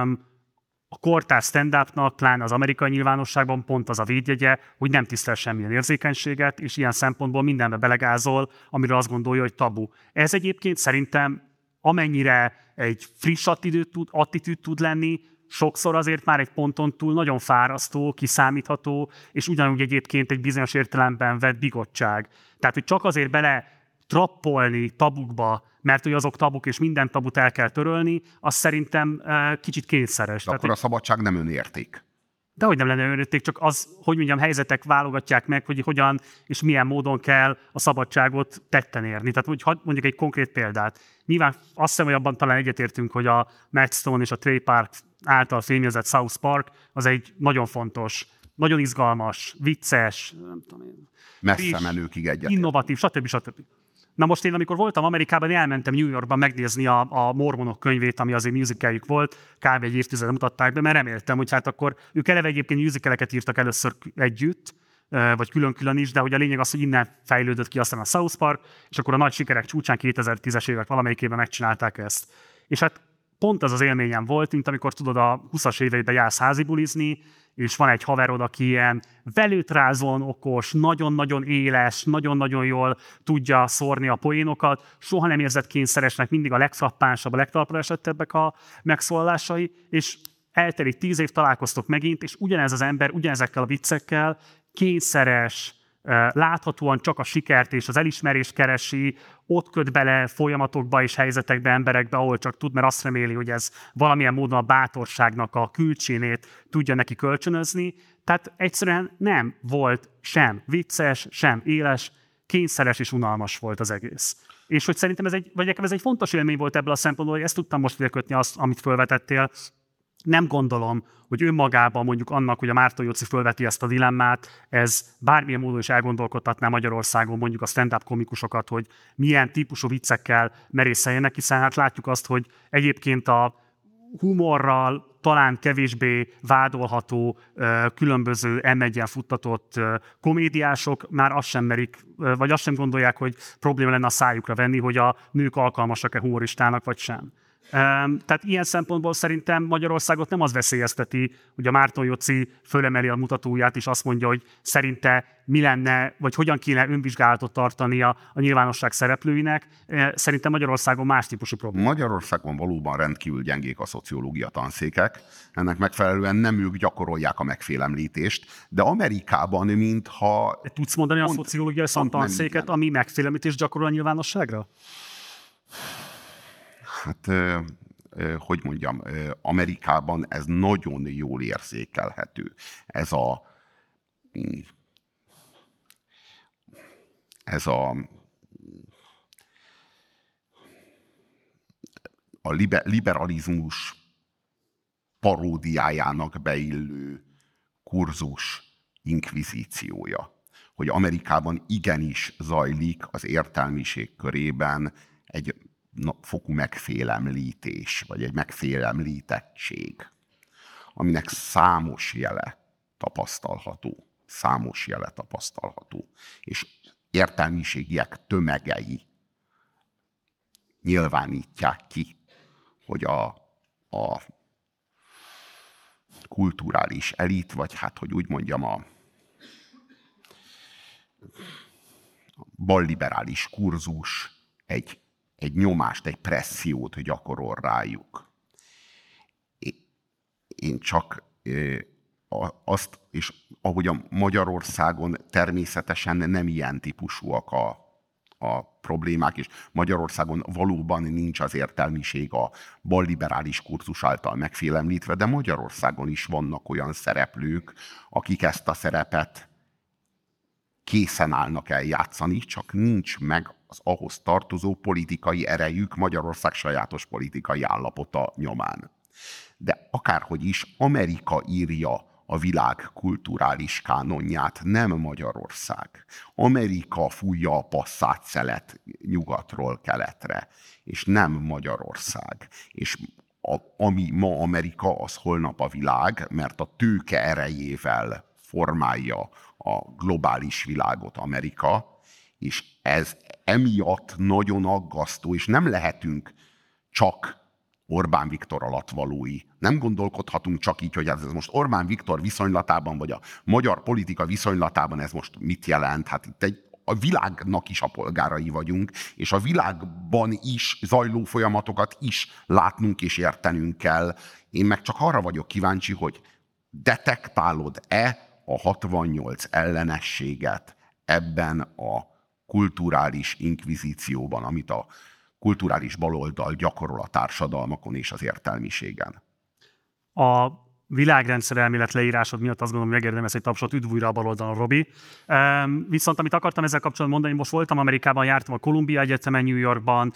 a kortárs stand-upnak, pláne az amerikai nyilvánosságban pont az a védjegye, hogy nem tisztel semmilyen érzékenységet, és ilyen szempontból mindenbe belegázol, amiről azt gondolja, hogy tabu. Ez egyébként szerintem amennyire egy friss attitűd tud, attitűd tud lenni, sokszor azért már egy ponton túl nagyon fárasztó, kiszámítható, és ugyanúgy egyébként egy bizonyos értelemben vett bigottság. Tehát, hogy csak azért bele trappolni tabukba, mert hogy azok tabuk, és minden tabut el kell törölni, az szerintem kicsit kényszeres.
De akkor a szabadság nem önérték.
De hogy nem lenne önérték, csak az, hogy mondjam, helyzetek válogatják meg, hogy hogyan és milyen módon kell a szabadságot tetten érni. Tehát hogy mondjuk egy konkrét példát. Nyilván azt hiszem, hogy abban talán egyetértünk, hogy a Matt Stone és a Trey Park által filmezett South Park az egy nagyon fontos, nagyon izgalmas, vicces, nem tudom én,
messze menőkig egyetért.
Innovatív, stb. stb. Na most én, amikor voltam Amerikában, elmentem New Yorkban megnézni a, a Mormonok könyvét, ami azért musicaljük volt, kb. Egy évtizedre mutatták be, mert reméltem, hogy hát akkor ők eleve egyébként musicaleket írtak először együtt, vagy külön-külön is, de hogy a lényeg az, hogy innen fejlődött ki aztán a South Park, és akkor a nagy sikerek csúcsán kétezer-tízes évek valamelyikében megcsinálták ezt. És hát pont az az élményem volt, mint amikor tudod, a huszas éveidben jársz házibulizni, és van egy haverod, aki ilyen velőtrázóan okos, nagyon-nagyon éles, nagyon-nagyon jól tudja szórni a poénokat, soha nem érzett kényszeresnek, mindig a legfrappánsabb, a legtalpra esettebbek a megszólalásai, és eltelik tíz év, találkoztok megint, és ugyanez az ember, ugyanezekkel a viccekkel kényszeres, láthatóan csak a sikert és az elismerést keresi, ott köt bele folyamatokba és helyzetekbe, emberekbe, ahol csak tud, mert azt reméli, hogy ez valamilyen módon a bátorságnak a külcsénét tudja neki kölcsönözni. Tehát egyszerűen nem volt sem vicces, sem éles, kényszeres és unalmas volt az egész. És hogy szerintem ez egy, vagy nekem ez egy fontos élmény volt ebből a szempontból, hogy ezt tudtam most kötni azt, amit felvetettél. Nem gondolom, hogy önmagában mondjuk annak, hogy a Márton Jóci fölveti ezt a dilemmát, ez bármilyen módon is elgondolkodtatná Magyarországon mondjuk a stand-up komikusokat, hogy milyen típusú viccekkel merészeljenek, hiszen hát látjuk azt, hogy egyébként a humorral talán kevésbé vádolható, különböző em egyen futtatott komédiások már azt sem merik, vagy azt sem gondolják, hogy probléma lenne a szájukra venni, hogy a nők alkalmasak-e humoristának, vagy sem. Tehát ilyen szempontból szerintem Magyarországot nem az veszélyezteti, hogy a Márton Jóci fölemeli a mutatóját, és azt mondja, hogy szerinte mi lenne, vagy hogyan kéne önvizsgálatot tartania a nyilvánosság szereplőinek. Szerintem Magyarországon más típusú probléma.
Magyarországon valóban rendkívül gyengék a szociológia tanszékek, ennek megfelelően nem ők gyakorolják a megfélemlítést, de Amerikában mintha...
De tudsz mondani pont, a szociológiai tanszéket, ami megfélemlítést gyakorol a nyilvánosságra?
Hát, hogy mondjam, Amerikában ez nagyon jól érzékelhető. Ez a, ez a, a liberalizmus paródiájának beillő kurzus inkvizíciója. Hogy Amerikában igenis zajlik az értelmiség körében egy fokú megfélemlítés, vagy egy megfélemlítettség, aminek számos jele tapasztalható. Számos jele tapasztalható. És értelmiségiek tömegei nyilvánítják ki, hogy a, a kulturális elit, vagy hát, hogy úgy mondjam, a balliberális kurzus egy egy nyomást, egy pressziót gyakorol rájuk. Én csak azt, és ahogy a Magyarországon természetesen nem ilyen típusúak a, a problémák, és Magyarországon valóban nincs az értelmiség a balliberális kurzus által megfélemlítve, de Magyarországon is vannak olyan szereplők, akik ezt a szerepet készen állnak eljátszani, csak nincs meg az ahhoz tartozó politikai erejük Magyarország sajátos politikai állapota nyomán. de akárhogy is Amerika írja a világ kulturális kánonját, nem Magyarország. Amerika fújja a passzát szelet nyugatról keletre, és nem Magyarország. És a, ami ma Amerika, az holnap a világ, mert a tőke erejével formálja a globális világot Amerika, és ez emiatt nagyon aggasztó, és nem lehetünk csak Orbán Viktor alattvalói. Nem gondolkodhatunk csak így, hogy ez most Orbán Viktor viszonylatában, vagy a magyar politika viszonylatában ez most mit jelent. Hát itt egy, a világnak is a polgárai vagyunk, és a világban is zajló folyamatokat is látnunk és értenünk kell. Én meg csak arra vagyok kíváncsi, hogy detektálod-e a hatvannyolc ellenességet ebben a kulturális inkvizícióban, amit a kulturális baloldal gyakorol a társadalmakon és az értelmiségen.
A világrendszer elmélet leírásod miatt azt gondolom, hogy megérdemes egy tapsot, üdv újra a baloldalon, Robi. Viszont amit akartam ezzel kapcsolatban mondani, most voltam Amerikában, jártam a Columbia Egyetemen, New Yorkban,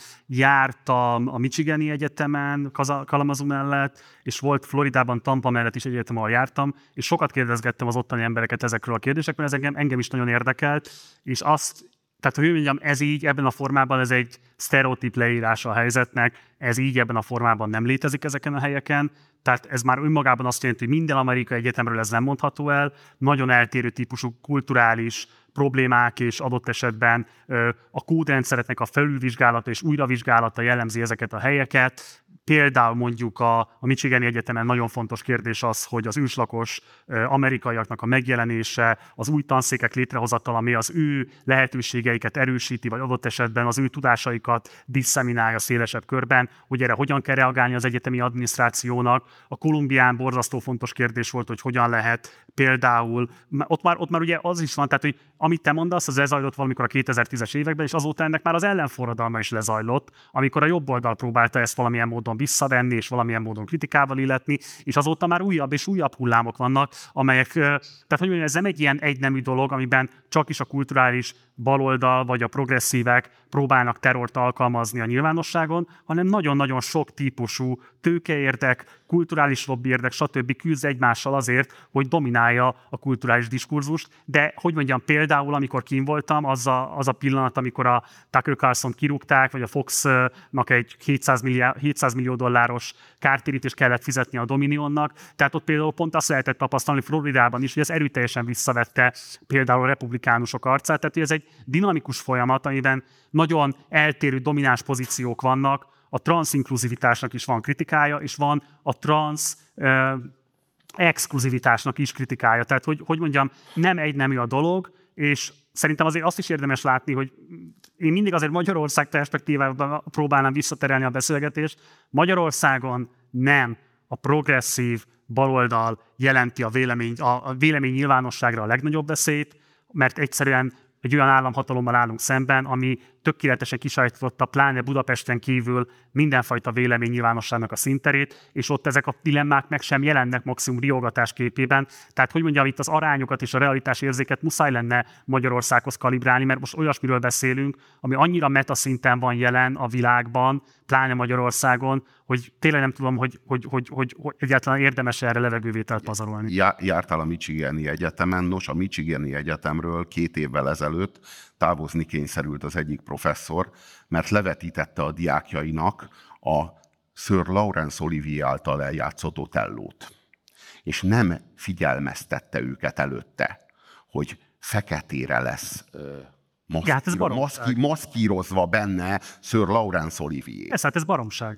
jártam a Michigani Egyetemen, Kalamazoo mellett, és volt Floridában, Tampa mellett is egy egyetem, ahol jártam, és sokat kérdezgettem az ottani embereket ezekről a kérdésekről, ez engem, engem is nagyon érdekelt, és azt Tehát, hogy mondjam, ez így, ebben a formában ez egy sztereotíp leírása a helyzetnek, ez így ebben a formában nem létezik ezeken a helyeken, tehát ez már önmagában azt jelenti, hogy minden amerikai egyetemről ez nem mondható el, nagyon eltérő típusú kulturális problémák és adott esetben a kódrendszereknek a felülvizsgálata és újravizsgálata jellemzi ezeket a helyeket. Például mondjuk a, a Michigani Egyetemen nagyon fontos kérdés az, hogy az őslakos amerikaiaknak a megjelenése, az új tanszékek létrehozatala, ami az ő lehetőségeiket erősíti, vagy adott esetben az ő tudásaikat disseminálja szélesebb körben, hogy erre hogyan kell reagálni az egyetemi adminisztrációnak. A Kolumbián borzasztó fontos kérdés volt, hogy hogyan lehet például, ott már, ott már ugye az is van, tehát hogy amit te mondasz, az lezajlott valamikor a kétezer-tízes években, és azóta ennek már az ellenforradalma is lezajlott, amikor a jobb oldal próbálta ezt valamilyen módon visszavenni, és valamilyen módon kritikával illetni, és azóta már újabb és újabb hullámok vannak, amelyek, tehát hogy mondjam, ez nem egy ilyen egynemű dolog, amiben csak is a kulturális baloldal vagy a progresszívek próbálnak terrort alkalmazni a nyilvánosságon, hanem nagyon-nagyon sok típusú tőkeérdek, kulturális lobbyérdek, stb. Küzd egymással azért, hogy dominálja a kulturális diskurzust. De, hogy mondjam, például, amikor kín voltam, az a, az a pillanat, amikor a Tucker Carlsont kirúgták, vagy a Foxnak egy hétszáz millió dolláros kártérítést kellett fizetni a Dominionnak. Tehát ott például pont azt lehetett tapasztalni Floridában is, hogy ez erőteljesen visszavette például a republikánusok arcát. Tehát ez egy dinamikus folyamat, amiben nagyon eltérő domináns pozíciók vannak, a transzinkluzivitásnak is van kritikája, és van a transz eh, exkluzivitásnak is kritikája. Tehát, hogy, hogy mondjam, nem egynemű a dolog, és szerintem azért azt is érdemes látni, hogy én mindig azért Magyarország perspektívában próbálnám visszaterelni a beszélgetést. Magyarországon nem a progresszív baloldal jelenti a vélemény, a vélemény nyilvánosságra a legnagyobb veszélyt, mert egyszerűen egy olyan államhatalommal állunk szemben, ami tökéletesen kisajtotta, pláne Budapesten kívül mindenfajta vélemény nyilvánosságnak a színterét, és ott ezek a dilemmák meg sem jelennek maximum riogatás képében. Tehát, hogy mondjam, itt az arányokat és a realitás érzéket muszáj lenne Magyarországhoz kalibrálni, mert most olyasmiről beszélünk, ami annyira metaszinten van jelen a világban, pláne Magyarországon, hogy tényleg nem tudom, hogy, hogy, hogy, hogy, hogy egyáltalán érdemes erre levegővételt pazarolni.
Jártál a Michigani Egyetemen, nos, a Michigani Egyetemről két évvel ezelőtt távozni kényszerült az egyik professzor, mert levetítette a diákjainak a Sir Laurence Olivier által eljátszott Otellót. És nem figyelmeztette őket előtte, hogy feketére lesz maszkíro,
hát ez
maszkí, maszkírozva benne Sir Laurence Olivier.
Ez hát ez baromság.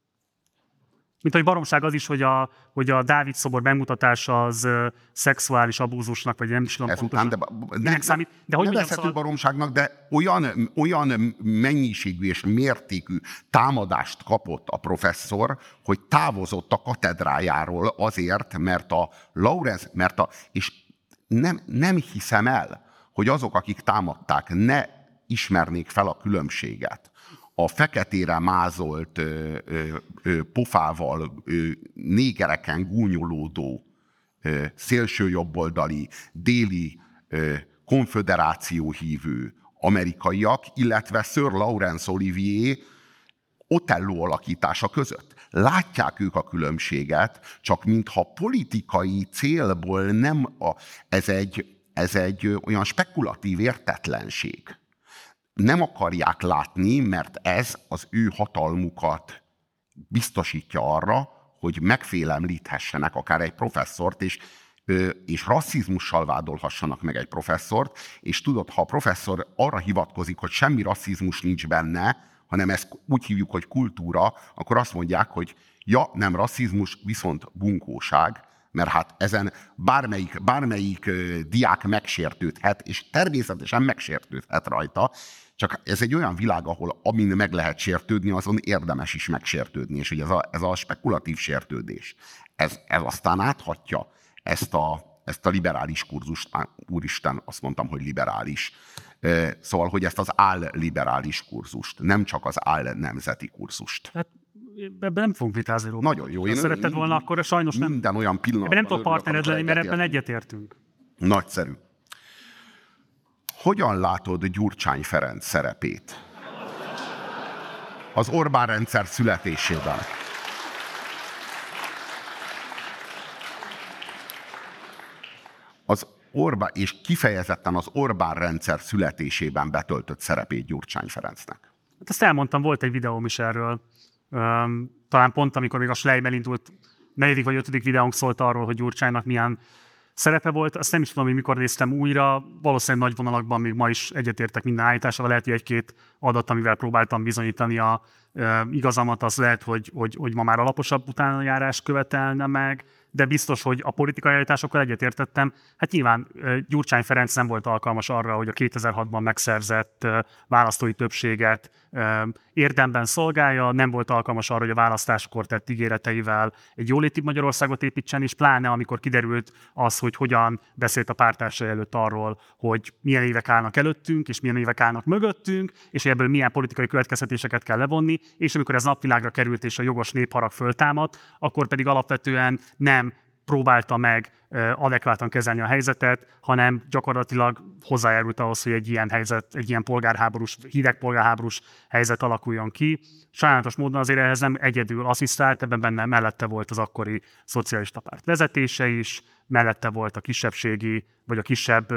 Mint hogy baromság az is, hogy a, hogy a Dávid szobor bemutatása az uh, szexuális abúzusnak, vagy nem is tudom
pontosan. De,
nem számít. De hogy
nevezhető szóval... baromságnak, de olyan, olyan mennyiségű és mértékű támadást kapott a professzor, hogy távozott a katedrájáról azért, mert a Laurence, mert a, és nem, nem hiszem el, hogy azok, akik támadták, ne ismernék fel a különbséget a feketére mázolt ö, ö, ö, pofával ö, négereken gúnyolódó ö, szélsőjobboldali, déli ö, konföderáció hívő amerikaiak, illetve Sir Laurence Olivier Otello alakítása között. látják ők a különbséget, csak mintha politikai célból nem a, ez, egy, ez egy olyan spekulatív értetlenség. Nem akarják látni, mert ez az ő hatalmukat biztosítja arra, hogy megfélemlíthessenek akár egy professzort, és, és rasszizmussal vádolhassanak meg egy professzort, és tudod, ha a professzor arra hivatkozik, hogy semmi rasszizmus nincs benne, hanem ezt úgy hívjuk, hogy kultúra, akkor azt mondják, hogy ja, nem rasszizmus, viszont bunkóság, mert hát ezen bármelyik, bármelyik diák megsértődhet, és természetesen megsértődhet rajta, csak ez egy olyan világ, ahol amin meg lehet sértődni, azon érdemes is megsértődni, és hogy ez a, ez a spekulatív sértődés, ez, ez aztán áthatja ezt a, ezt a liberális kurzust, úristen, azt mondtam, hogy liberális, szóval, hogy ezt az áll-liberális kurzust, nem csak az áll-nemzeti kurzust.
Hát ebben nem fogunk vitázni róla.
Nagyon jó.
Ha szeretted volna, akkor sajnos nem.
Minden olyan pillanatban.
Ebben nem tudok partnered lenni, mert ebben egyetértünk.
Nagyszerű. Hogyan látod Gyurcsány Ferenc szerepét az Orbán rendszer születésében? Az Orbán, és kifejezetten az Orbán rendszer születésében betöltött szerepét Gyurcsány Ferencnek.
Hát ezt elmondtam, volt egy videóm is erről. Um, talán pont, amikor még a Schleim elindult, negyedik vagy ötödik videónk szólt arról, hogy Gyurcsánynak milyen szerepe volt. Azt nem is tudom, hogy mikor néztem újra. Valószínűleg nagy vonalakban még ma is egyetértek minden állításával. Lehet, hogy egy-két adat, amivel próbáltam bizonyítani a e, igazamat, az lehet, hogy, hogy, hogy ma már alaposabb utánjárás követelne meg, de biztos, hogy a politikai állításokkal egyetértettem. Hát nyilván Gyurcsány Ferenc nem volt alkalmas arra, hogy a kétezer-hatban megszerzett választói többséget érdemben szolgálja, nem volt alkalmas arra, hogy a választáskor tett ígéreteivel egy jóléti Magyarországot építsen, és pláne amikor kiderült az, hogy hogyan beszélt a párttársai előtt arról, hogy milyen évek állnak előttünk, és milyen évek állnak mögöttünk, és hogy ebből milyen politikai következtetéseket kell levonni, és amikor ez napvilágra került, és a jogos népharag föltámadt, akkor pedig alapvetően nem próbálta meg adekvátan kezelni a helyzetet, hanem gyakorlatilag hozzájárult ahhoz, hogy egy ilyen helyzet, egy ilyen polgárháborús, hideg polgárháborús helyzet alakuljon ki. Sajnálatos módon azért ehhez nem egyedül asszisztált, ebben benne mellette volt az akkori szocialista párt vezetése is, mellette volt a kisebbségi, vagy a kisebb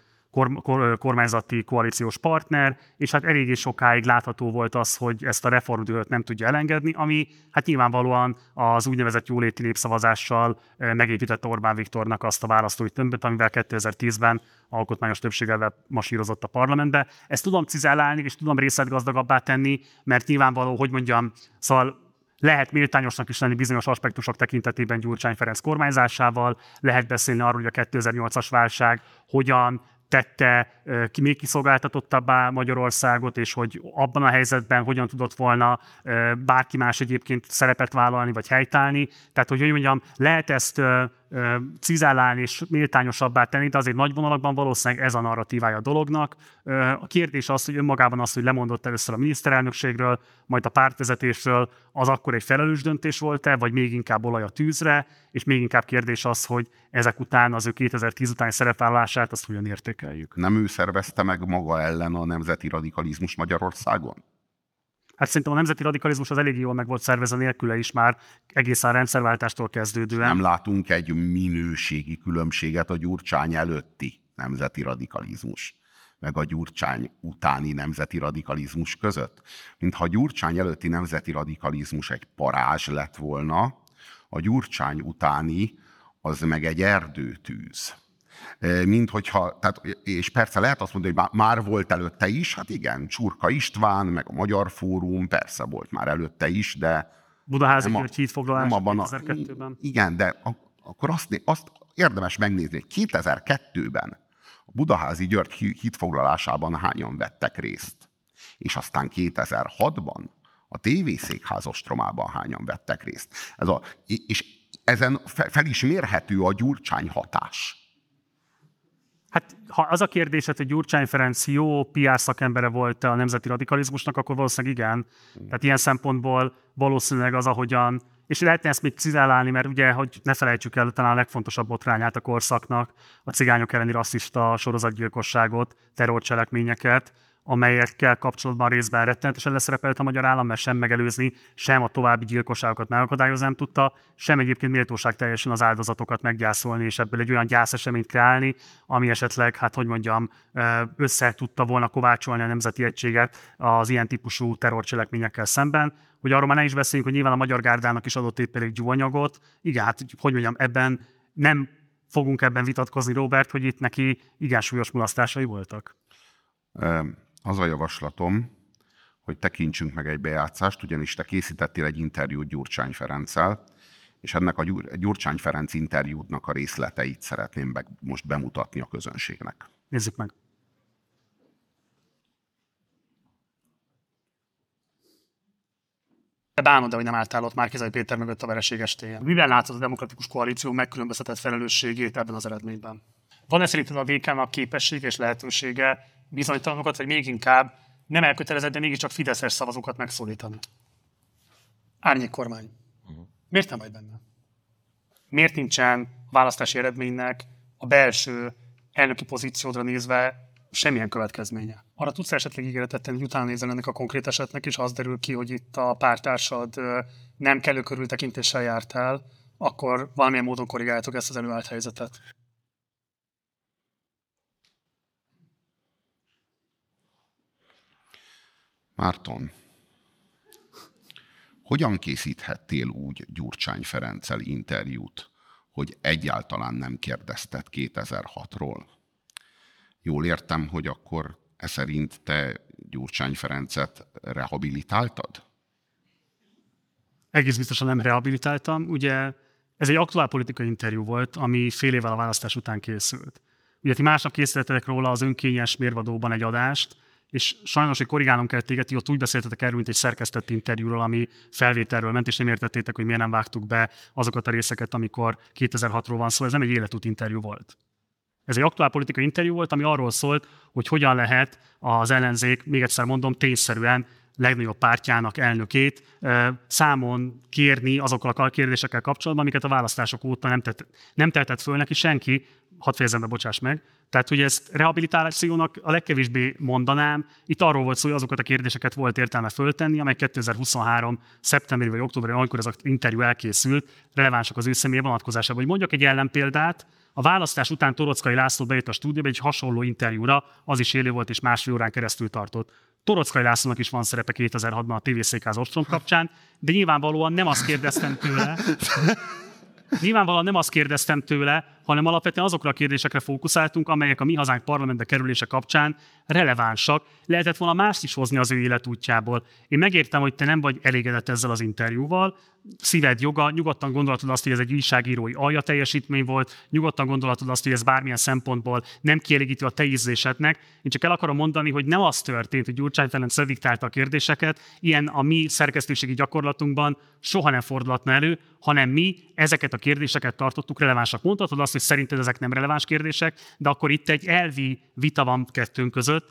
kormányzati koalíciós partner, és hát eléggé sokáig látható volt az, hogy ezt a reformdühöt nem tudja elengedni, ami hát nyilvánvalóan az úgynevezett jóléti népszavazással megépítette Orbán Viktornak azt a választói tömböt, amivel kétezer-tízben alkotmányos többséggel masírozott a parlamentbe. Ezt tudom cizellálni, és tudom részletgazdagabbá tenni, mert nyilvánvaló, hogy mondjam, szóval lehet méltányosnak is lenni bizonyos aspektusok tekintetében Gyurcsány Ferenc kormányzásával, lehet beszélni arról, hogy a kétezer-nyolcas válság hogyan tette ki még kiszolgáltatottabbá Magyarországot, és hogy abban a helyzetben hogyan tudott volna bárki más egyébként szerepet vállalni, vagy helytállni. Tehát, hogy, hogy mondjam, lehet ezt cizálálni és méltányosabbá tenni, de azért nagy vonalakban valószínűleg ez a narratívája a dolognak. A kérdés az, hogy önmagában az, hogy lemondott először a miniszterelnökségről, majd a pártvezetésről, az akkor egy felelős döntés volt-e, vagy még inkább olaj a tűzre, és még inkább kérdés az, hogy ezek után az ő kétezer-tíz utáni szerepvállalását azt hogyan értékeljük.
Nem ő szervezte meg maga ellen a nemzeti radikalizmus Magyarországon?
Hát szerintem a nemzeti radikalizmus az elég jól meg volt szervezve nélküle is már egészen a rendszerváltástól kezdődően.
Nem látunk egy minőségi különbséget a Gyurcsány előtti nemzeti radikalizmus, meg a Gyurcsány utáni nemzeti radikalizmus között. Mintha a Gyurcsány előtti nemzeti radikalizmus egy parázs lett volna, a Gyurcsány utáni az meg egy erdőtűz. Mint hogyha, tehát, és persze lehet azt mondani, hogy már volt előtte is, hát igen, Csurka István, meg a Magyar Fórum, persze volt már előtte is, de...
Budaházi György hídfoglalás
kétezer-kettőben. Igen, de akkor azt, azt érdemes megnézni, hogy kétezer-kettőben a Budaházi György hídfoglalásában hányan vettek részt, és aztán kétezer-hatban a tévészékház ostromában hányan vettek részt. Ez a, és ezen fel is mérhető a Gyurcsány hatás.
Hát ha az a kérdésed, hogy Gyurcsány Ferenc jó pé er szakembere volt a nemzeti radikalizmusnak, akkor valószínűleg igen. Tehát ilyen szempontból valószínűleg az, ahogyan, és lehetne ezt még cizellálni, mert ugye, hogy ne felejtsük el talán a legfontosabb botrányát a korszaknak, a cigányok elleni rasszista sorozatgyilkosságot, terrorcselekményeket, amelyekkel kapcsolatban részben rettenetesen leszerepelt a magyar állam, mert sem megelőzni, sem a további gyilkosságokat megakadályozni nem tudta, sem egyébként méltóság teljesen az áldozatokat meggyászolni, és ebből egy olyan gyászeseményt kreálni, ami esetleg, hát hogy mondjam, össze tudta volna kovácsolni a nemzeti egységet az ilyen típusú terrorcselekményekkel szemben. Hogy arról már ne is beszéljünk, hogy nyilván a Magyar Gárdának is adott épp elég gyúanyagot. Igen, hát hogy mondjam, ebben nem fogunk ebben vitatkozni, Róbert, hogy itt neki igen súlyos mulasztásai voltak.
Az a javaslatom, hogy tekintsünk meg egy bejátszást, ugyanis te készítettél egy interjút Gyurcsány Ferenccel, és ennek a Gyurcsány Ferenc interjútnak a részleteit szeretném be, most bemutatni a közönségnek.
Nézzük meg. Te bánod, hogy nem álltál ott Márki-Zay Péter mögött a vereség estéjén. Miben látod a demokratikus koalíció megkülönböztetett felelősségét ebben az eredményben? Van-e szerinted a vé ká-nak képessége és lehetősége bizonytalanokat, vagy még inkább nem elkötelezett, de mégiscsak fideszes szavazókat megszólítani? Árnyék kormány. Uh-huh. Miért nem vagy benne? Miért nincsen a választási eredménynek a belső elnöki pozíciódra nézve semmilyen következménye? Arra tudsz esetleg ígéretet tenni, hogy utána nézel ennek a konkrét esetnek, és az derül ki, hogy itt a pártársad nem kellő körültekintéssel járt el, akkor valamilyen módon korrigáljátok ezt az előállt helyzetet?
Márton, hogyan készíthettél úgy Gyurcsány Ferenccel interjút, hogy egyáltalán nem kérdezted kétezer-hatról? Jól értem, hogy akkor e szerint te Gyurcsány Ferencet rehabilitáltad?
Egész biztosan nem rehabilitáltam. Ugye ez egy aktuálpolitikai interjú volt, ami fél évvel a választás után készült. Ugye ti másnap készítettetek róla az Önkényes Mérvadóban egy adást, és sajnos, hogy korrigálnom kell téged, ti ott úgy beszéltetek erről, mint egy szerkesztett interjúról, ami felvételről ment, és nem értettétek, hogy miért nem vágtuk be azokat a részeket, amikor kétezer-hatról van szó. Ez nem egy életút interjú volt. Ez egy aktuálpolitikai interjú volt, ami arról szólt, hogy hogyan lehet az ellenzék, még egyszer mondom, tényszerűen legnagyobb pártjának elnökét számon kérni azokkal a kérdésekkel kapcsolatban, amiket a választások óta nem, tett, nem tehetett föl neki senki. Hadd fejezem be, bocsáss meg. Tehát, hogy ezt rehabilitációnak a legkevésbé mondanám. Itt arról volt szó, hogy azokat a kérdéseket volt értelme föltenni, amely kétezer-huszonhárom szeptemberi vagy októberben, amikor ez az interjú elkészült, relevánsak az ő személye vonatkozásában. Hogy mondjak egy ellenpéldát, a választás után Toroczkai László bejött a stúdióba egy hasonló interjúra, az is élő volt és másfél órán keresztül tartott. Toroczkai Lászlónak is van szerepe kétezer-hatban a té vé-székház ostrom kapcsán, de nyilvánvalóan nem azt kérdeztem tőle, nyilvánvalóan nem azt kérdeztem tőle, hanem alapvetően azokra a kérdésekre fókuszáltunk, amelyek a Mi Hazánk parlamentbe kerülése kapcsán relevánsak. Lehetett volna mást is hozni az ő életútjából. Én megértem, hogy te nem vagy elégedett ezzel az interjúval, szíved joga, nyugodtan gondolhatod azt, hogy ez egy újságírói alja teljesítmény volt, nyugodtan gondolhatod azt, hogy ez bármilyen szempontból nem kielégítő a te ízlésednek. Én csak el akarom mondani, hogy nem az történt, hogy Gyurcsány Ferenc lediktálta a kérdéseket, ilyen a mi szerkesztőségi gyakorlatunkban soha nem fordulhatna elő, hanem mi ezeket a kérdéseket tartottuk relevánsak. Mondhatod azt, hogy szerinted ezek nem releváns kérdések, de akkor itt egy elvi vita van kettőnk között.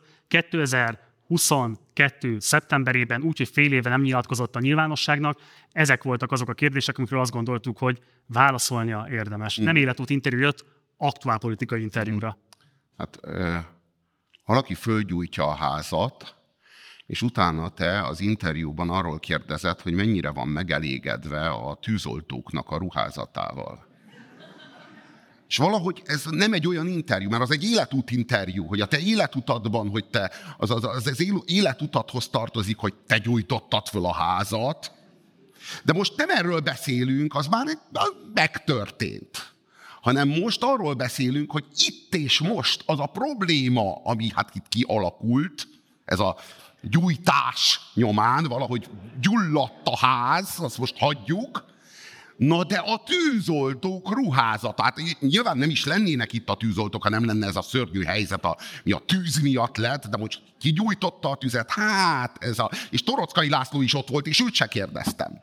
kétezer-huszonkettő szeptemberében, úgyhogy fél éve nem nyilatkozott a nyilvánosságnak, ezek voltak azok a kérdések, amikről azt gondoltuk, hogy válaszolnia érdemes. Mm. Nem életút interjú jött, aktuálpolitikai interjúra.
Hát ö, valaki fölgyújtja a házat, és utána te az interjúban arról kérdezed, hogy mennyire van megelégedve a tűzoltóknak a ruházatával. És valahogy ez nem egy olyan interjú, mert az egy életút interjú, hogy a te életutadban, hogy te, az, az, az, az életutathoz tartozik, hogy te gyújtottad föl a házat. De most nem erről beszélünk, az már megtörtént. Hanem most arról beszélünk, hogy itt és most az a probléma, ami hát itt kialakult, ez a gyújtás nyomán, valahogy gyulladt a ház, azt most hagyjuk. Na de a tűzoltók ruházata, hát nyilván nem is lennének itt a tűzoltók, ha nem lenne ez a szörnyű helyzet, ami a tűz miatt lett, de most ki gyújtotta a tüzet? Hát ez a... És Toroczkai László is ott volt, és őt se kérdeztem.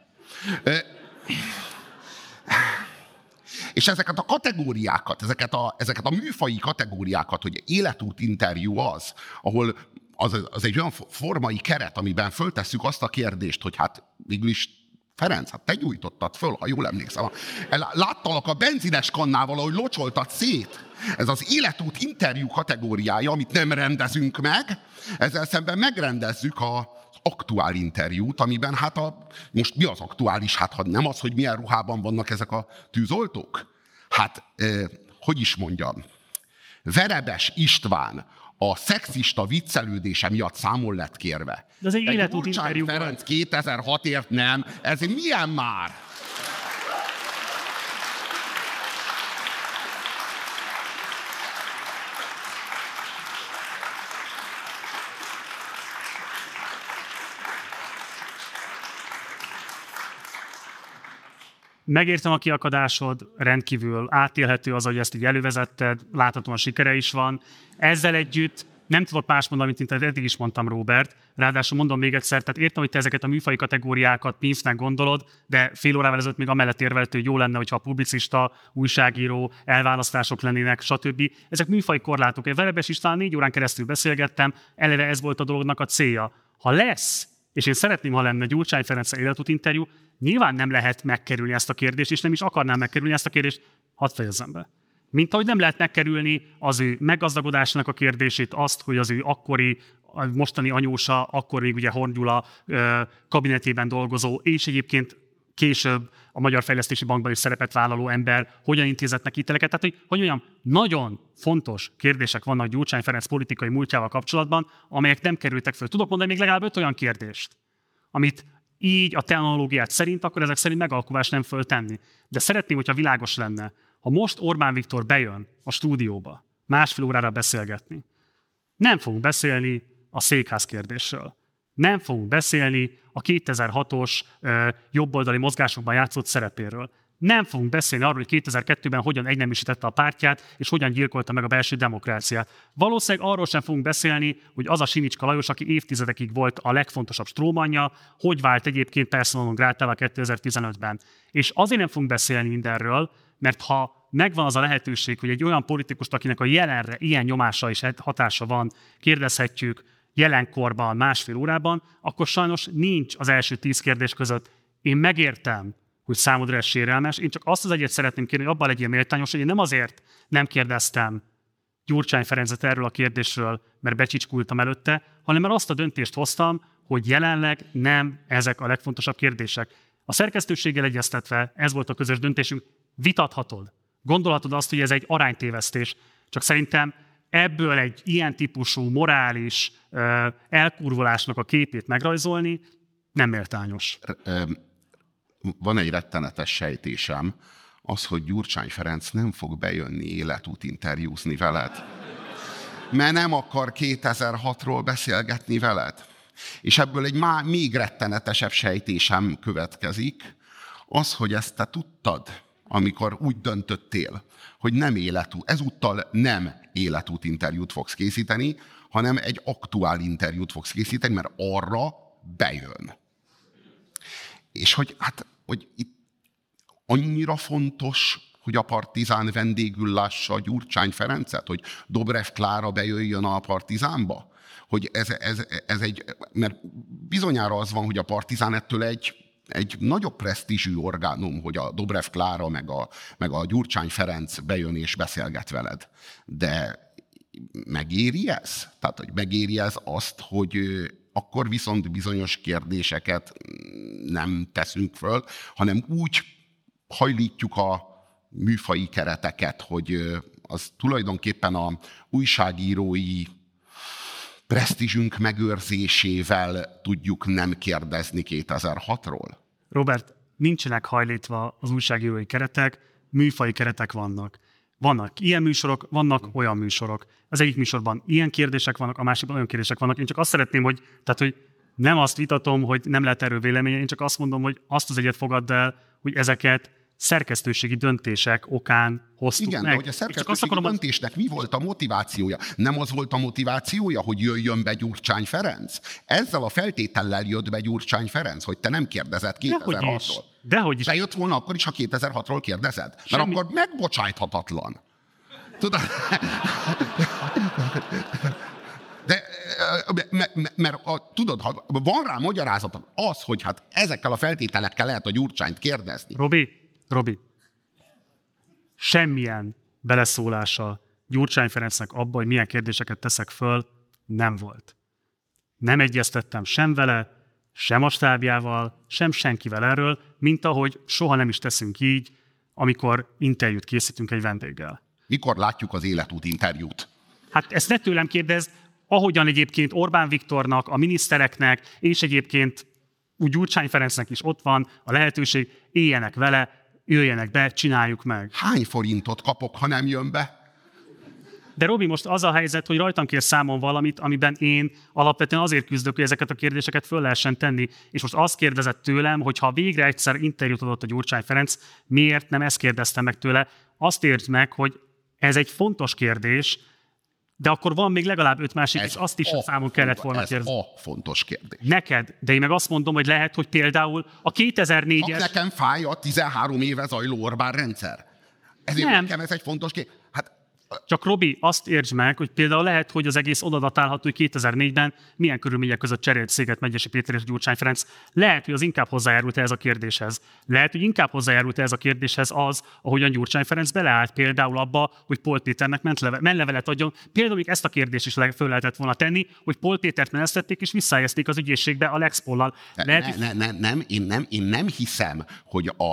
És ezeket a kategóriákat, ezeket a, ezeket a műfaji kategóriákat, hogy életút interjú az, ahol az, az egy olyan formai keret, amiben föltesszük azt a kérdést, hogy hát végül is Ferenc, hát te gyújtottad föl, ha jól emlékszem. Láttalak a benzines kannával, ahogy locsoltad szét. Ez az életút interjú kategóriája, amit nem rendezünk meg, ezzel szemben megrendezzük a aktuál interjút, amiben hát a, most mi az aktuális? Hát ha nem az, hogy milyen ruhában vannak ezek a tűzoltók? Hát, eh, hogy is mondjam, Verebes István a szexista viccelődése miatt számon lett kérve.
De ez egy életút interjú.
Ferenc kétezer-hatért nem, ez milyen már?
Megértem a kiakadásod, rendkívül átélhető az, hogy ezt így elővezetted, láthatóan sikere is van. Ezzel együtt nem tudok más mondani, mint amit eddig is mondtam, Róbert. Ráadásul mondom még egyszer, tehát értem, hogy te ezeket a műfai kategóriákat pénznek gondolod, de fél órával ezelőtt még amellett érveltő, hogy jó lenne, hogyha a publicista, újságíró, elválasztások lennének, stb. Ezek műfai korlátok. Én Verebes István négy órán keresztül beszélgettem, eleve ez volt a dolognak a célja. Ha lesz, és én szeretném, ha lenne Gyurcsány Ferenc életút interjú, nyilván nem lehet megkerülni ezt a kérdést, és nem is akarnám megkerülni ezt a kérdést, hadd fejezzem be. Mint ahogy nem lehet megkerülni az ő meggazdagodásának a kérdését, azt, hogy az ő akkori, a mostani anyósa, akkor még ugye Horn Gyula kabinetében dolgozó, és egyébként később a Magyar Fejlesztési Bankban is szerepet vállaló ember hogyan intézett neki hiteleket. Tehát, hogy, hogy mondjam, nagyon fontos kérdések vannak Gyurcsány Ferenc politikai múltjával kapcsolatban, amelyek nem kerültek föl. Tudok mondani még legalább öt olyan kérdést, amit így a technológiát szerint, akkor ezek szerint megalkuvás nem föltenni. De szeretném, hogyha világos lenne, ha most Orbán Viktor bejön a stúdióba másfél órára beszélgetni, nem fogunk beszélni a székház kérdésről. Nem fogunk beszélni a kétezer-hatos ö, jobboldali mozgásokban játszott szerepéről. Nem fogunk beszélni arról, hogy kétezer-kettőben hogyan egyneműsítette a pártját, és hogyan gyilkolta meg a belső demokráciát. Valószínűleg arról sem fogunk beszélni, hogy az a Simicska Lajos, aki évtizedekig volt a legfontosabb strómanja, hogy vált egyébként persona non grátává kétezer-tizenötben. És azért nem fogunk beszélni mindenről, mert ha megvan az a lehetőség, hogy egy olyan politikust, akinek a jelenre ilyen nyomása és hatása van, kérdezhetjük jelenkorban, másfél órában, akkor sajnos nincs az első tíz kérdés között. Én megértem, hogy számodra ez sérelmes. Én csak azt az egyet szeretném kérni, hogy abban legyél méltányos, hogy én nem azért nem kérdeztem Gyurcsány Ferencet erről a kérdésről, mert becsicskultam előtte, hanem mert azt a döntést hoztam, hogy jelenleg nem ezek a legfontosabb kérdések. A szerkesztőséggel egyeztetve ez volt a közös döntésünk, vitathatod. Gondolhatod azt, hogy ez egy aránytévesztés, csak szerintem ebből egy ilyen típusú morális uh, elkurvolásnak a képét megrajzolni nem méltányos.
Van egy rettenetes sejtésem, az, hogy Gyurcsány Ferenc nem fog bejönni életút interjúzni veled. Mert nem akar kétezer-hatról beszélgetni veled. És ebből egy má, még rettenetesebb sejtésem következik, az, hogy ezt te tudtad, amikor úgy döntöttél, hogy nem életút, ezúttal nem életút interjút fogsz készíteni, hanem egy aktuál interjút fogsz készíteni, mert arra bejön. És hogy, hát, hogy itt annyira fontos, hogy a Partizán vendégül lássa Gyurcsány Ferencet, hogy Dobrev Klára bejöjjön a Partizánba? Hogy ez, ez, ez egy, mert bizonyára az van, hogy a Partizán ettől egy, egy nagyobb presztízsű orgánum, hogy a Dobrev Klára meg a, meg a Gyurcsány Ferenc bejön és beszélget veled. De megéri ez? Tehát, hogy megéri ez azt, hogy akkor viszont bizonyos kérdéseket nem teszünk föl, hanem úgy hajlítjuk a műfai kereteket, hogy az tulajdonképpen a újságírói presztízsünk megőrzésével tudjuk nem kérdezni kétezer-hatról.
Robert, nincsenek hajlítva az újságírói keretek, műfai keretek vannak. Vannak ilyen műsorok, vannak olyan műsorok. Az egyik műsorban ilyen kérdések vannak, a másikban olyan kérdések vannak. Én csak azt szeretném, hogy, tehát, hogy nem azt vitatom, hogy nem lehet erről véleménye, én csak azt mondom, hogy azt az egyet fogadd el, hogy ezeket szerkesztőségi döntések okán hoztuk
Igen,
meg.
de hogy a szerkesztőségi akarom, döntésnek mi volt a motivációja? Nem az volt a motivációja, hogy jöjjön be Gyurcsány Ferenc? Ezzel a feltétellel jött be Gyurcsány Ferenc, hogy te nem kérdezed kétezer-hatról.
Dehogy is.
Bejött volna akkor is, ha kétezer-hatról kérdezed? Mert
Semmi...
akkor megbocsájthatatlan. Tudod? De me, me, mert a, tudod, ha van rá magyarázat, az, hogy hát ezekkel a feltételekkel lehet a Gyurcsányt kérdezni.
Robi, Robi, semmilyen beleszólása Gyurcsány Ferencnek abba, hogy milyen kérdéseket teszek föl, nem volt. Nem egyeztettem sem vele, sem a stábjával, sem senkivel erről, mint ahogy soha nem is teszünk így, amikor interjút készítünk egy vendéggel.
Mikor látjuk az életút interjút?
Hát ezt ne tőlem kérdez, ahogyan egyébként Orbán Viktornak, a minisztereknek, és egyébként úgy Gyurcsány Ferencnek is ott van a lehetőség, éljenek vele, jöjjenek be, csináljuk meg.
Hány forintot kapok, ha nem jön be?
De Robi, most az a helyzet, hogy rajtam kér számon valamit, amiben én alapvetően azért küzdök, hogy ezeket a kérdéseket föl lehessen tenni. És most azt kérdezett tőlem, hogy ha végre egyszer interjút adott a Gyurcsány Ferenc, miért nem ezt kérdeztem meg tőle? Azt értsd meg, hogy ez egy fontos kérdés, de akkor van még legalább öt másik, és azt is számon kellett volna kérdezni.
Ez a fontos kérdés.
Neked, de én meg azt mondom, hogy lehet, hogy például a kétezer-négyes...
Nekem fáj a tizenhárom éve zajló Orbán rendszer. Ezért
nem.
Nekem ez egy fontos kérdés. Hát,
Csak Robi, azt értsd meg, hogy például lehet, hogy az egész odadatálható, hogy kétezer-négyben milyen körülmények között cserélt széget Megyesi Péter és Gyurcsány Ferenc. Lehet, hogy az inkább hozzájárult ez a kérdéshez. Lehet, hogy inkább hozzájárult ez a kérdéshez az, ahogyan Gyurcsány Ferenc beleállt például abba, hogy Polt Péternek menlevelet adjon. Például még ezt a kérdést is föl lehetett volna tenni, hogy Polt Pétert menesztették és visszahelyezték az ügyészségbe a Lexpollal.
Lehet, ne, ne, ne, nem, én nem, én nem hiszem, hogy a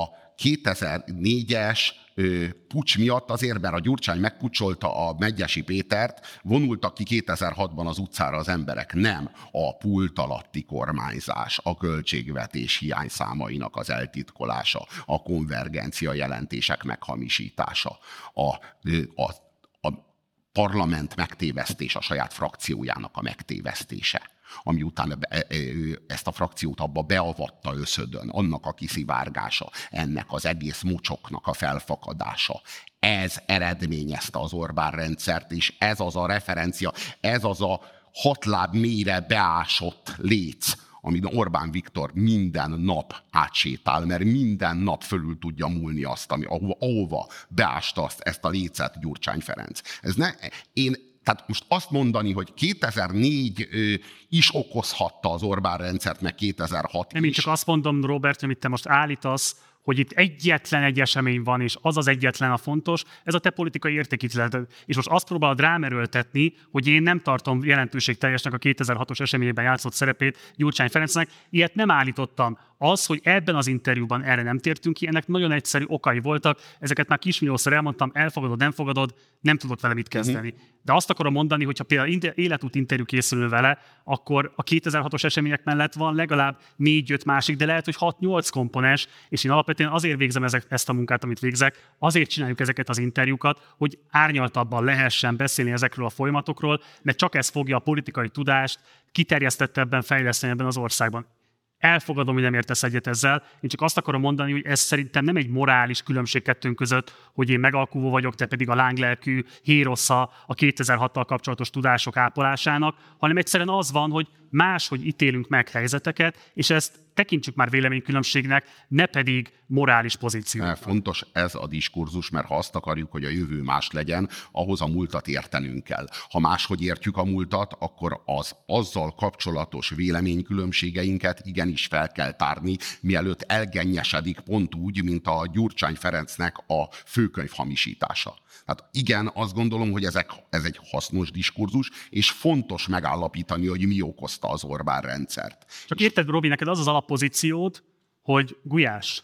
kétezer-négyes puccs miatt azért, mert a Gyurcsány megpucsolta a Megyesi Pétert, vonultak ki kétezer-hatban az utcára az emberek. Nem. A pult alatti kormányzás, a költségvetés hiányszámainak az eltitkolása, a konvergencia jelentések meghamisítása, a, a, a parlament megtévesztés, a saját frakciójának a megtévesztése, ami után ezt a frakciót abba beavatta összödön, annak a kiszivárgása, ennek az egész mocsoknak a felfakadása. Ez eredményezte az Orbán rendszert, és ez az a referencia, ez az a hat láb mélyre beásott léc, amin Orbán Viktor minden nap átsétál, mert minden nap fölül tudja múlni azt, ami, ahova, ahova beásta azt, ezt a lécet Gyurcsány Ferenc. Ez ne, én Tehát most azt mondani, hogy kétezer-négy ö, is okozhatta az Orbán rendszert, meg kétezer-hat
Nem,
is.
én csak azt mondom, Robert, amit te most állítasz, hogy itt egyetlen egy esemény van, és az az egyetlen a fontos, ez a te politikai értékítéleted. És most azt próbálod rám erőltetni, hogy én nem tartom jelentőségteljesnek a kétezer-hatos eseményben játszott szerepét Gyurcsány Ferencnek. Ilyet nem állítottam. Az, hogy ebben az interjúban erre nem tértünk ki, ennek nagyon egyszerű okai voltak. Ezeket már kismilliószor elmondtam, elfogadod, nem fogadod, nem tudok vele mit kezdeni. Uh-huh. De azt akarom mondani, hogy ha például életút interjú készül vele, akkor a kétezer-hatos események mellett van legalább négy-öt másik, de lehet, hogy hat-nyolc komponens, és én alapvetően azért végzem ezek, ezt a munkát, amit végzek, azért csináljuk ezeket az interjúkat, hogy árnyaltabban lehessen beszélni ezekről a folyamatokról, mert csak ez fogja a politikai tudást kiterjesztettebben fejleszteni ebben az országban. Elfogadom, hogy nem értesz egyet ezzel. Én csak azt akarom mondani, hogy ez szerintem nem egy morális különbség kettőnk között, hogy én megalkuvó vagyok, te pedig a lánglelkű hírosza a kétezer-hattal kapcsolatos tudások ápolásának, hanem egyszerűen az van, hogy máshogy ítélünk meg helyzeteket, és ezt tekintsük már véleménykülönbségnek, ne pedig morális pozíciót.
Fontos ez a diskurzus, mert ha azt akarjuk, hogy a jövő más legyen, ahhoz a múltat értenünk kell. Ha máshogy értjük a múltat, akkor az azzal kapcsolatos véleménykülönbségeinket igenis fel kell tárni, mielőtt elgennyesedik pont úgy, mint a Gyurcsány Ferencnek a főkönyv hamisítása. Hát igen, azt gondolom, hogy ezek, ez egy hasznos diskurzus, és fontos megállapítani, hogy mi okozta az Orbán rendszert.
Csak érted, Robi, neked az az alappozíciód, hogy Gulyás,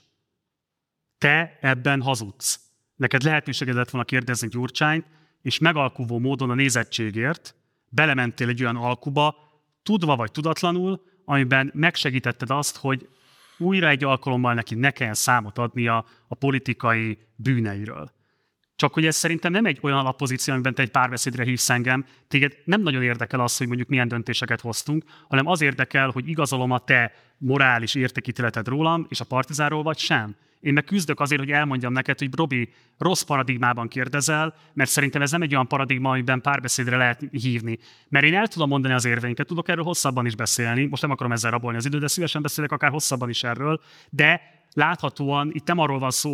te ebben hazudsz. Neked lehetőséged lett volna kérdezni Gyurcsányt, és megalkuvó módon a nézettségért belementél egy olyan alkuba, tudva vagy tudatlanul, amiben megsegítetted azt, hogy újra egy alkalommal neki ne kelljen számot adnia a politikai bűneiről. Csak hogy ez szerintem nem egy olyan alappozíció, amiben te egy párbeszédre hívsz engem, téged nem nagyon érdekel az, hogy mondjuk milyen döntéseket hoztunk, hanem az érdekel, hogy igazolom a te morális értékítéleted rólam és a Partizánról, vagy sem. Én meg küzdök azért, hogy elmondjam neked, hogy Robi, rossz paradigmában kérdezel, mert szerintem ez nem egy olyan paradigma, amiben párbeszédre lehet hívni. Mert én el tudom mondani az érveinket, tudok erről hosszabban is beszélni, most nem akarom ezzel rabolni az időt, de szívesen beszélek akár hosszabban is erről, de láthatóan itt nem arról van szó, hogy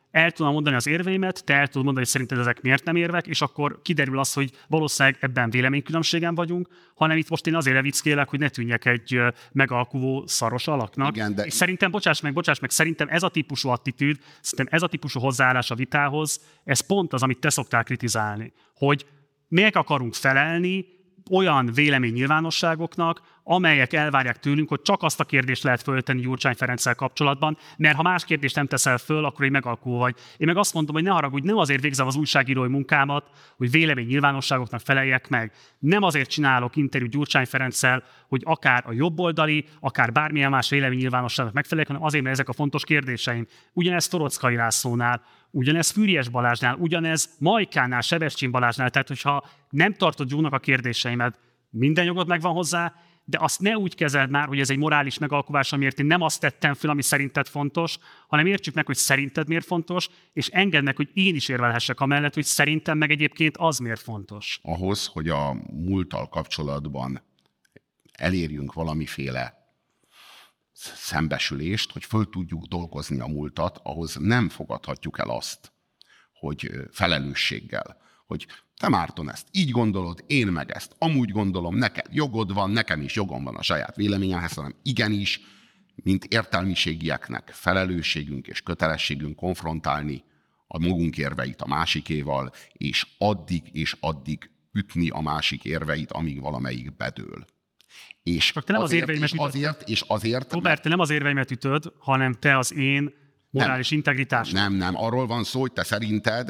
el tudom mondani az érveimet, te el tudod mondani, hogy szerinted ezek miért nem érvek, és akkor kiderül az, hogy valószínűleg ebben véleménykülönbségen vagyunk, hanem itt most én azért levickélek, hogy ne tűnjek egy megalkuvó szaros alaknak.
Igen, de...
És szerintem, bocsáss meg, bocsáss meg, szerintem ez a típusú attitűd, szerintem ez a típusú hozzáállás a vitához, ez pont az, amit te szoktál kritizálni, hogy miért akarunk felelni olyan véleménynyilvánosságoknak, amelyek elvárják tőlünk, hogy csak azt a kérdést lehet föltenni Gyurcsány Ferenccel kapcsolatban, mert ha más kérdést nem teszel föl, akkor egy megalkuvó vagy. Én meg azt mondom, hogy ne haragudj, nem azért végzem az újságírói munkámat, hogy véleménynyilvánosságoknak feleljek meg. Nem azért csinálok interjút Gyurcsány Ferenccel, hogy akár a jobboldali, akár bármilyen más véleménynyilvánosságnak megfeleljek, hanem azért, mert ezek a fontos kérdéseim. Ugyanez Torockai Lászlónál, ugyanez Füriyes Balázsnál, ugyanez Majkánál, Sebestyén Balázsnál. Tehát, hogyha nem tartod jónak a kérdéseimet, minden jogod megvan hozzá, de azt ne úgy kezeld már, hogy ez egy morális megalkuvás, amiért én nem azt tettem föl, ami szerinted fontos, hanem értsük meg, hogy szerinted miért fontos, és engedd meg, hogy én is érvelhessek amellett, hogy szerintem meg egyébként az miért fontos.
Ahhoz, hogy a múlttal kapcsolatban elérjünk valamiféle szembesülést, hogy föl tudjuk dolgozni a múltat, ahhoz nem fogadhatjuk el azt, hogy felelősséggel, hogy te Márton ezt így gondolod, én meg ezt amúgy gondolom, neked jogod van, nekem is jogom van a saját véleményemhez, hanem igenis, mint értelmiségieknek felelősségünk és kötelességünk konfrontálni a magunk érveit a másikéval, és addig és addig ütni a másik érveit, amíg valamelyik bedől. És
te nem
azért,
az érveimet
és azért, és azért...
Robert, te nem az érveimet ütöd, hanem te az én morális nem, integritás.
Nem, nem. Arról van szó, hogy te szerinted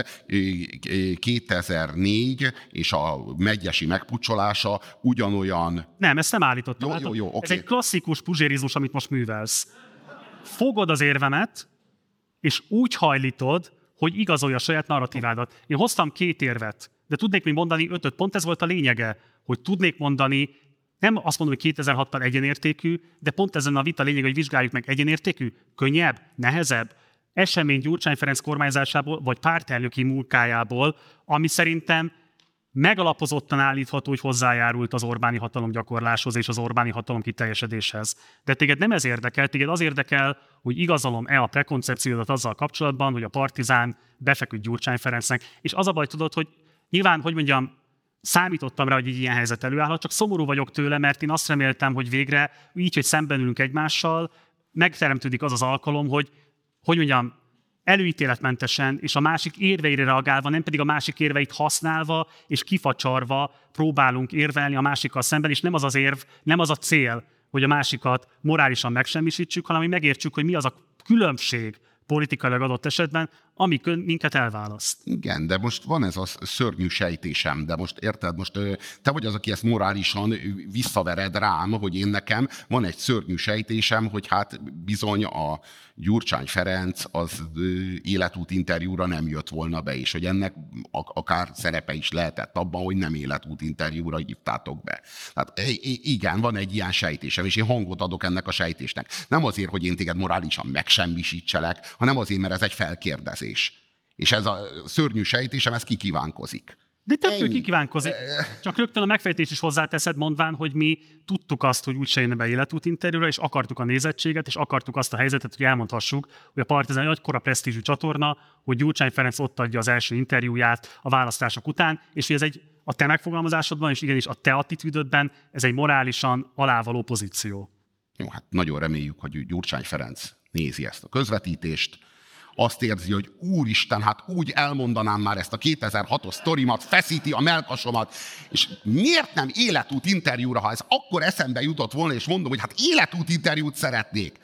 kétezer-négy és a Medgyessy megpucsolása ugyanolyan...
Nem, ezt nem állítottam.
Jó, jó, jó,
Ez
okay.
egy klasszikus puzsérizmus, amit most művelsz. Fogod az érvemet, és úgy hajlítod, hogy igazolja a saját narratívádat. Én hoztam két érvet, de tudnék még mondani ötöt. Pont ez volt a lényege, hogy tudnék mondani, nem azt mondom, hogy kétezer-hattal egyenértékű, de pont ezen a vita lényeg, hogy vizsgáljuk meg egyenértékű, könnyebb, nehezebb, esemény Gyurcsány Ferenc kormányzásából, vagy pártelnöki munkájából, ami szerintem megalapozottan állítható, hogy hozzájárult az Orbáni hatalomgyakorláshoz és az Orbáni hatalom kiteljesedéshez. De téged nem ez érdekel, téged az érdekel, hogy igazolom-e a prekoncepciódat azzal kapcsolatban, hogy a Partizán befeküdt Gyurcsány Ferencnek. És az a baj, tudod, hogy nyilván, hogy mondjam, számítottam rá, hogy egy ilyen helyzet előállhat, csak szomorú vagyok tőle, mert én azt reméltem, hogy végre így, hogy szemben ülünk egymással, megteremtődik az az alkalom, hogy, hogy mondjam, előítéletmentesen és a másik érveire reagálva, nem pedig a másik érveit használva és kifacsarva próbálunk érvelni a másikkal szemben, és nem az az érv, nem az a cél, hogy a másikat morálisan megsemmisítsük, hanem hogy megértsük, hogy mi az a különbség politikailag adott esetben, ami minket elválaszt.
Igen, de most van ez a szörnyű sejtésem, de most érted, most te vagy az, aki ezt morálisan visszavered rám, hogy én nekem van egy szörnyű sejtésem, hogy hát bizony a Gyurcsány Ferenc az életút interjúra nem jött volna be, és hogy ennek akár szerepe is lehetett abban, hogy nem életút interjúra hívtátok be. Tehát igen, van egy ilyen sejtésem, és én hangot adok ennek a sejtésnek. Nem azért, hogy én téged morálisan megsemmisítselek, hanem azért, mert ez egy felkérdezés. És ez a szörnyű sejtésem, ez kikívánkozik.
De többtől kikívánkozik. Csak rögtön a megfejtés is hozzáteszed, mondván, hogy mi tudtuk azt, hogy úgyse jönne be életút interjúra, és akartuk a nézettséget, és akartuk azt a helyzetet, hogy elmondhassuk, hogy a Partizán egy akkora presztízsű csatorna, hogy Gyurcsány Ferenc ott adja az első interjúját a választások után, és hogy ez egy a te megfogalmazásodban, és igenis a te attitűdödben, ez egy morálisan alávaló pozíció.
Jó, hát nagyon reméljük, hogy Gyurcsány Ferenc nézi ezt a közvetítést, azt érzi, hogy úristen, hát úgy elmondanám már ezt a kétezer-hatos sztorimat, feszíti a mellkasomat, és miért nem életút interjúra, ha ez akkor eszembe jutott volna, és mondom, hogy hát életút interjút szeretnék.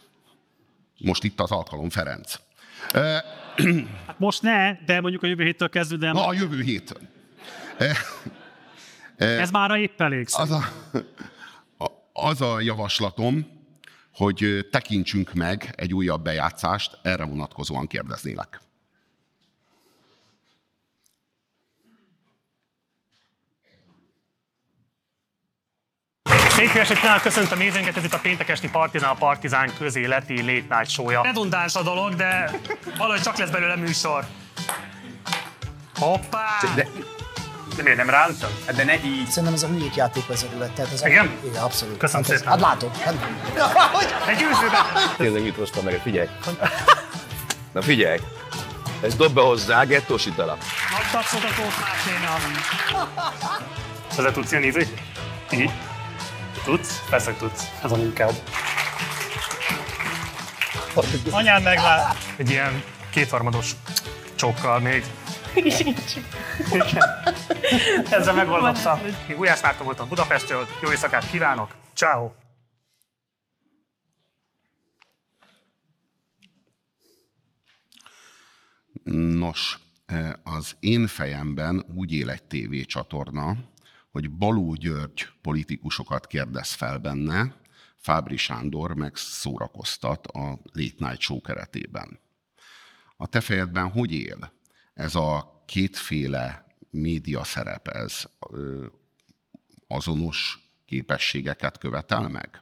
Most itt az alkalom, Ferenc.
Hát most ne, de mondjuk a jövő héttől kezdődően...
Na, a jövő héttől.
Ez már épp elég.
Az a, az a javaslatom, hogy tekintsünk meg egy újabb bejátszást, erre vonatkozóan kérdeznélek.
Szép estét kívánok, köszöntöm nézőinket, ez itt a péntek esti Partizán, a Partizán közéleti late night show-ja. Redundáns a dolog, de valahogy csak lesz belőle műsor. Hoppá! De, de miért nem rántam?
De ne így.
Szerintem ez a hülyék játékvezetőlet, tehát ez
igen?
A... Igen, abszolút.
Köszönöm
hát
szépen.
Ez... Hát látom. Hát...
De győzőben!
Tényleg mit hoztam meg, figyelj. Na figyelj.
Ezt dob be hozzá, gettósítalak.
Nagy tapsot a Tóth Márténak. Ezzel tudsz ilyen ízni? Így? Tudsz? Persze tudsz. Ez a munkád. Anyád meglát. Egy ilyen kétharmados csókkal még. Ezzel megoldottam. Én Gulyás Márton voltam Budapestről. Jó éjszakát kívánok. Ciao.
Nos, az én fejemben úgy él egy tévécsatorna, hogy Baló György politikusokat kérdez fel benne, Fábry Sándor meg szórakoztat a Late Night Show keretében. A te fejedben hogy él ez a kétféle média szerep? Ez ö, azonos képességeket követel meg?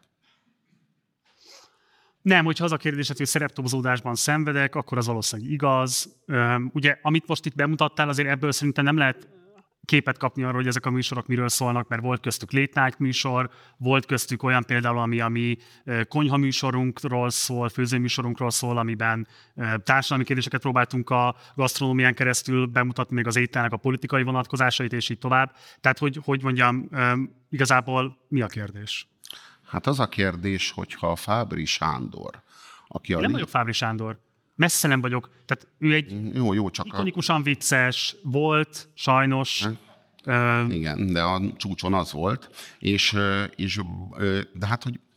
Nem, hogyha az a kérdés, hogy szereptobozódásban szenvedek, akkor az valószínűleg igaz. Üm, ugye, amit most itt bemutattál, azért ebből szerintem nem lehet képet kapni arról, hogy ezek a műsorok miről szólnak, mert volt köztük late night műsor, volt köztük olyan például, ami, ami konyha műsorunkról szól, főzőműsorunkról szól, amiben társadalmi kérdéseket próbáltunk a gasztronómián keresztül bemutatni, még az ételnek a politikai vonatkozásait, és így tovább. Tehát, hogy, hogy mondjam, igazából mi a kérdés?
Hát az a kérdés, hogyha a Fábry Sándor, aki a...
Nem vagyok Fábry Sándor. Messze nem vagyok. Tehát ő egy
jó, jó, csak
ikonikusan a... vicces volt, sajnos.
Uh, Igen, de a csúcson az volt. És, és de hát, hogy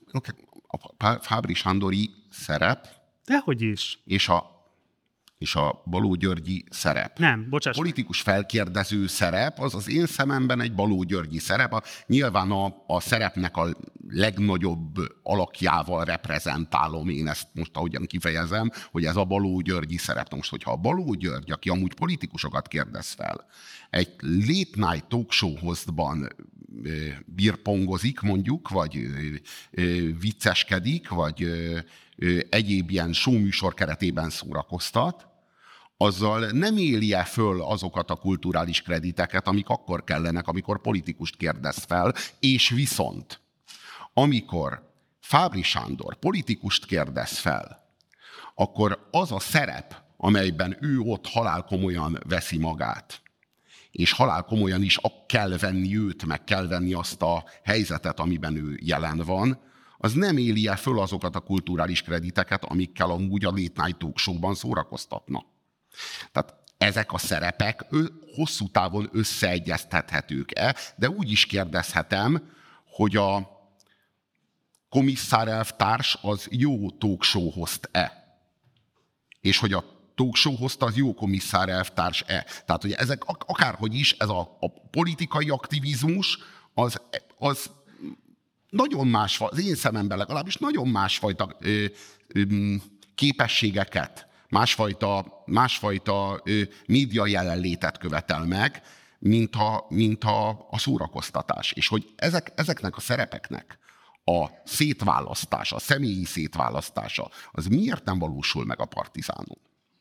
a Fábry Sándori szerep...
Dehogy is.
És a és a Baló Györgyi szerep.
Nem, bocsáss.
Politikus felkérdező szerep, az az én szememben egy Baló Györgyi szerep. A, nyilván a, a szerepnek a legnagyobb alakjával reprezentálom én ezt most, ahogyan kifejezem, hogy ez a Baló Györgyi szerep. Most, hogyha a Baló György, aki amúgy politikusokat kérdez fel, egy late night talk show hostban birpongozik mondjuk, vagy vicceskedik, vagy egyéb ilyen showműsor keretében szórakoztat, azzal nem élje föl azokat a kulturális krediteket, amik akkor kellenek, amikor politikust kérdez fel, és viszont, amikor Fábry Sándor politikust kérdez fel, akkor az a szerep, amelyben ő ott halálkomolyan veszi magát, és halálkomolyan is kell venni őt, meg kell venni azt a helyzetet, amiben ő jelen van, az nem éli el föl azokat a kulturális krediteket, amikkel amúgy a Late Night Talk Show-ban szórakoztatna. Tehát ezek a szerepek hosszú távon összeegyeztethetők-e, de úgy is kérdezhetem, hogy a komisszár elvtárs az jó talk show host-e? És hogy a talk show host az jó komisszár elvtárs-e? Tehát, hogy ezek akárhogy is, ez a, a politikai aktivizmus, az, az nagyon más, az én szememben legalábbis nagyon másfajta ö, ö, képességeket, másfajta, másfajta ö, média jelenlétet követel meg, mint a, mint a, a szórakoztatás. És hogy ezek, ezeknek a szerepeknek a szétválasztása, a személyi szétválasztása, az miért nem valósul meg a Partizánon?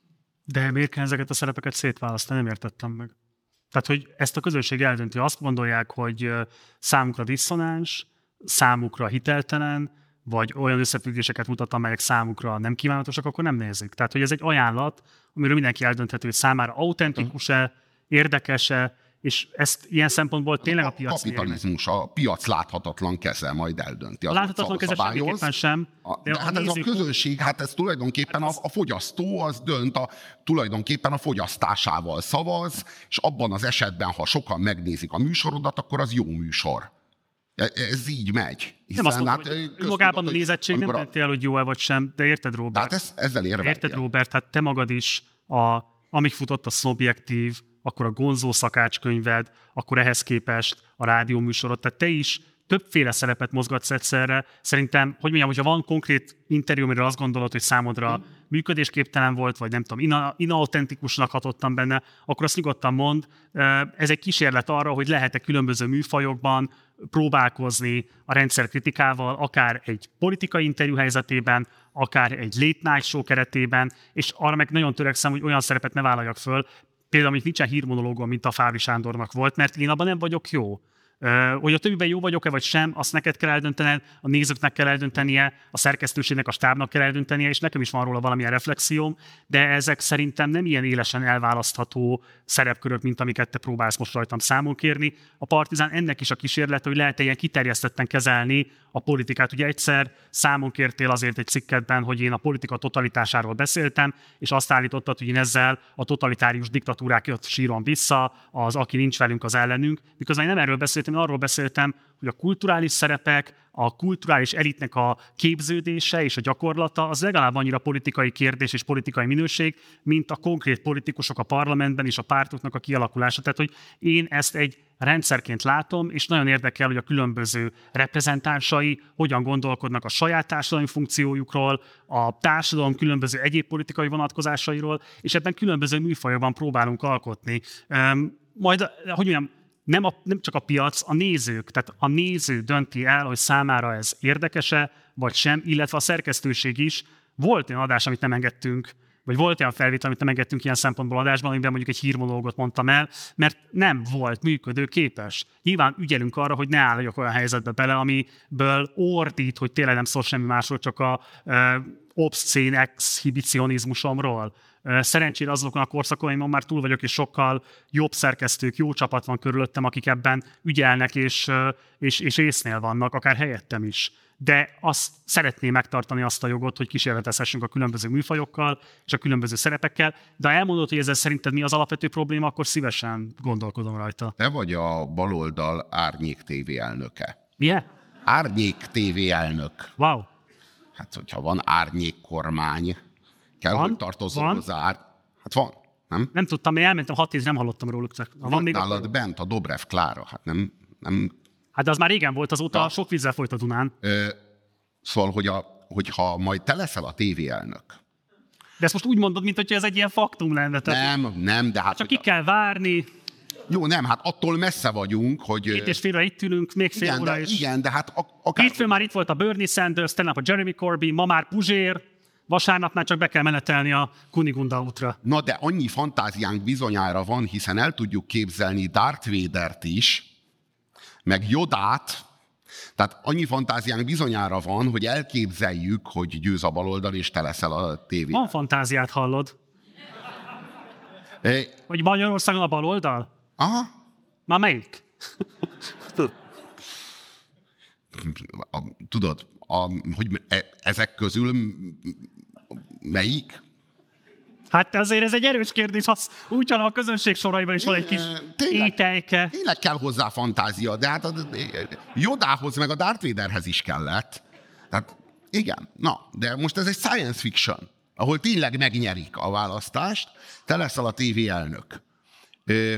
De miért kell ezeket a szerepeket szétválasztani? Nem értettem meg. Tehát, hogy ezt a közösség eldönti. Azt gondolják, hogy számukra diszonáns, számukra hiteltelen, vagy olyan összefüggéseket mutat, amelyek számukra nem kívánatosak, akkor nem nézik. Tehát, hogy ez egy ajánlat, amiről mindenki eldönthető, hogy számára autentikus-e, érdekes-e, és ezt ilyen szempontból tényleg a piac...
A kapitalizmus, a piac láthatatlan keze majd eldönti.
A láthatatlan keze semmiképpen sem.
De, de hát ez a közönség, hát ez tulajdonképpen a, a fogyasztó, az dönt, a, tulajdonképpen a fogyasztásával szavaz, és abban az esetben, ha sokan megnézik a műsorodat, akkor az jó műsor. Ez így megy.
Hiszen, nem azt mondom, hát, hogy magában a nézettség nem dönti el, hogy jó-e vagy sem, de érted, Robert?
Hát ez, ezzel érveltél.
Érted, Robert, hát te magad is, a, amíg futott a Szobjektív, akkor a Gonzó szakácskönyved, akkor ehhez képest a rádióműsorod, tehát te is többféle szerepet mozgatsz egyszerre. Szerintem, hogy mondjam, hogyha van konkrét interjú, amiről azt gondolod, hogy számodra hmm. működésképtelen volt, vagy nem tudom, ina, inautentikusnak hatottam benne, akkor azt nyugodtan mond. Ez egy kísérlet arra, hogy lehet-e különböző műfajokban próbálkozni a rendszerkritikával, akár egy politikai interjú helyzetében, akár egy late night show keretében, és arra meg nagyon törekszem, hogy olyan szerepet ne vállaljak föl, például, amit nincsen hírmonológon, mint a Fábry Sándornak volt, mert én abban nem vagyok jó. Hogy a többiben jó vagyok-e vagy sem, azt neked kell eldöntened, a nézőknek kell eldöntenie, a szerkesztőségnek, a stábnak kell eldöntenie, és nekem is van róla valamilyen reflexióm, de ezek szerintem nem ilyen élesen elválasztható szerepkörök, mint amiket te próbálsz most rajtam számon kérni. A Partizán ennek is a kísérlet, hogy lehet ilyen kiterjesztetten kezelni a politikát. Ugye egyszer számon kértél azért egy cikketben, hogy én a politika totalitásáról beszéltem, és azt állítottad, hogy én ezzel a totalitárius diktatúrákat sírom vissza, az aki nincs velünk, az ellenünk. Miközben én nem erről beszéltem, én arról beszéltem, hogy a kulturális szerepek, a kulturális elitnek a képződése és a gyakorlata az legalább annyira politikai kérdés és politikai minőség, mint a konkrét politikusok a parlamentben és a pártoknak a kialakulása. Tehát, hogy én ezt egy rendszerként látom, és nagyon érdekel, hogy a különböző reprezentánsai hogyan gondolkodnak a saját társadalmi funkciójukról, a társadalom különböző egyéb politikai vonatkozásairól, és ebben különböző műfajokban próbálunk alkotni. Majd, hogy mondjam, Nem, a, nem csak a piac, a nézők. Tehát a néző dönti el, hogy számára ez érdekes-e, vagy sem, illetve a szerkesztőség is. Volt olyan adás, amit nem engedtünk, vagy volt olyan felvétel, amit nem engedtünk ilyen szempontból adásban, amiben mondjuk egy hírmonológot mondtam el, mert nem volt működőképes. Nyilván ügyelünk arra, hogy ne álljak olyan helyzetbe bele, amiből ordít, hogy tényleg nem szól semmi másról, csak a e, obszcén exhibicionizmusomról. Szerencsére azokon a korszakoimon már túl vagyok, és sokkal jobb szerkesztők, jó csapat van körülöttem, akik ebben ügyelnek, és, és, és észnél vannak, akár helyettem is. De azt szeretném megtartani azt a jogot, hogy kísérletezhessünk a különböző műfajokkal és a különböző szerepekkel, de ha elmondod, hogy ezzel szerinted mi az alapvető probléma, akkor szívesen gondolkodom rajta.
Te vagy a baloldal Árnyék té vé elnöke.
Milyen?
Árnyék té vé elnök.
Wow.
Hát, hogyha van árnyék kormány, kell, van? Hogy tartozzon
Van?
hozzá. Hát van, nem?
Nem tudtam, én elmentem hat évre, nem hallottam róluk. Ha van,
van
még
nálad
akkor...
bent a Dobrev Klára, hát nem... nem...
Hát de az már régen volt, azóta ja. Sok vízzel folyt a Dunán.
Ö, szóval, hogy a, hogyha majd te leszel a té vé elnök.
De ezt most úgy mondod, mint hogy ez egy ilyen faktum lenne.
Nem, nem, de hát...
Csak ki kell várni.
Jó, nem, hát attól messze vagyunk, hogy...
Két és félre itt ülünk, még fél
igen,
óra
de,
is.
Igen, de hát akár...
Hétfőn már itt volt a Bernie Sanders, tegnap a Jeremy Corbyn, ma már Puzsér, vasárnapnál csak be kell menetelni a Kunigunda útra.
Na de annyi fantáziánk bizonyára van, hiszen el tudjuk képzelni Darth Vadert is, meg Jodát, tehát annyi fantáziánk bizonyára van, hogy elképzeljük, hogy győz a baloldal, és te leszel a tévé.
Van fantáziát, hallod?
É...
Hogy Magyarországon a baloldal?
Aha.
Már melyik?
Tudod, a, hogy ezek közül melyik?
Hát azért ez egy erős kérdés, az úgy a közönség soraiban is van egy kis étejke.
Tényleg kell hozzá fantázia, de hát a Jodához meg a Darth Vaderhez is kellett. Tehát igen, na, de most ez egy science fiction, ahol tényleg megnyerik a választást, te leszel a té vé elnök. Ö,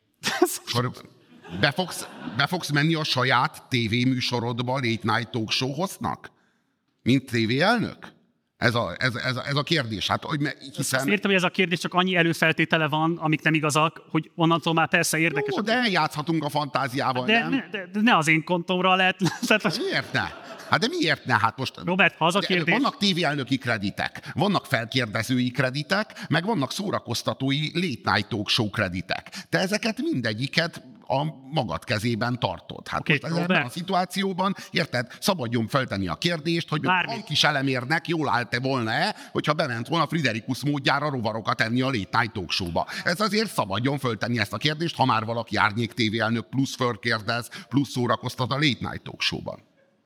be, fogsz, be fogsz menni a saját tévéműsorodba, Late Night Talk Show-hoznak? Mint té vé elnök? Ez a, ez, ez, a, ez a kérdés. Hát, hogy hiszen...
Azt értem, hogy ez a kérdés csak annyi előfeltétele van, amik nem igazak, hogy onnantól már persze érdekes.
Jó, de eljátszhatunk a fantáziával,
de,
nem?
De, de ne az én kontomra lehet.
Miért ne? Hát de miért ne? Hát most...
Robert, ha az a kérdés...
Vannak té vé elnöki kreditek, vannak felkérdezői kreditek, meg vannak szórakoztatói Late Night Talk Show kreditek. Te ezeket mindegyiket a magad kezében tartod. Hát okay, most ebben a szituációban, érted, szabadjon feltenni a kérdést, hogy a kis elemérnek jól állt-e volna-e, hogyha bement volna Friderikus módjára rovarokat enni a Late Night Talk Show-ba. Ez azért szabadjon feltenni ezt a kérdést, ha már valaki Árnyék té vé elnök plusz fölkérdez, plusz szórakoztat a Late Night Talk Show-ban.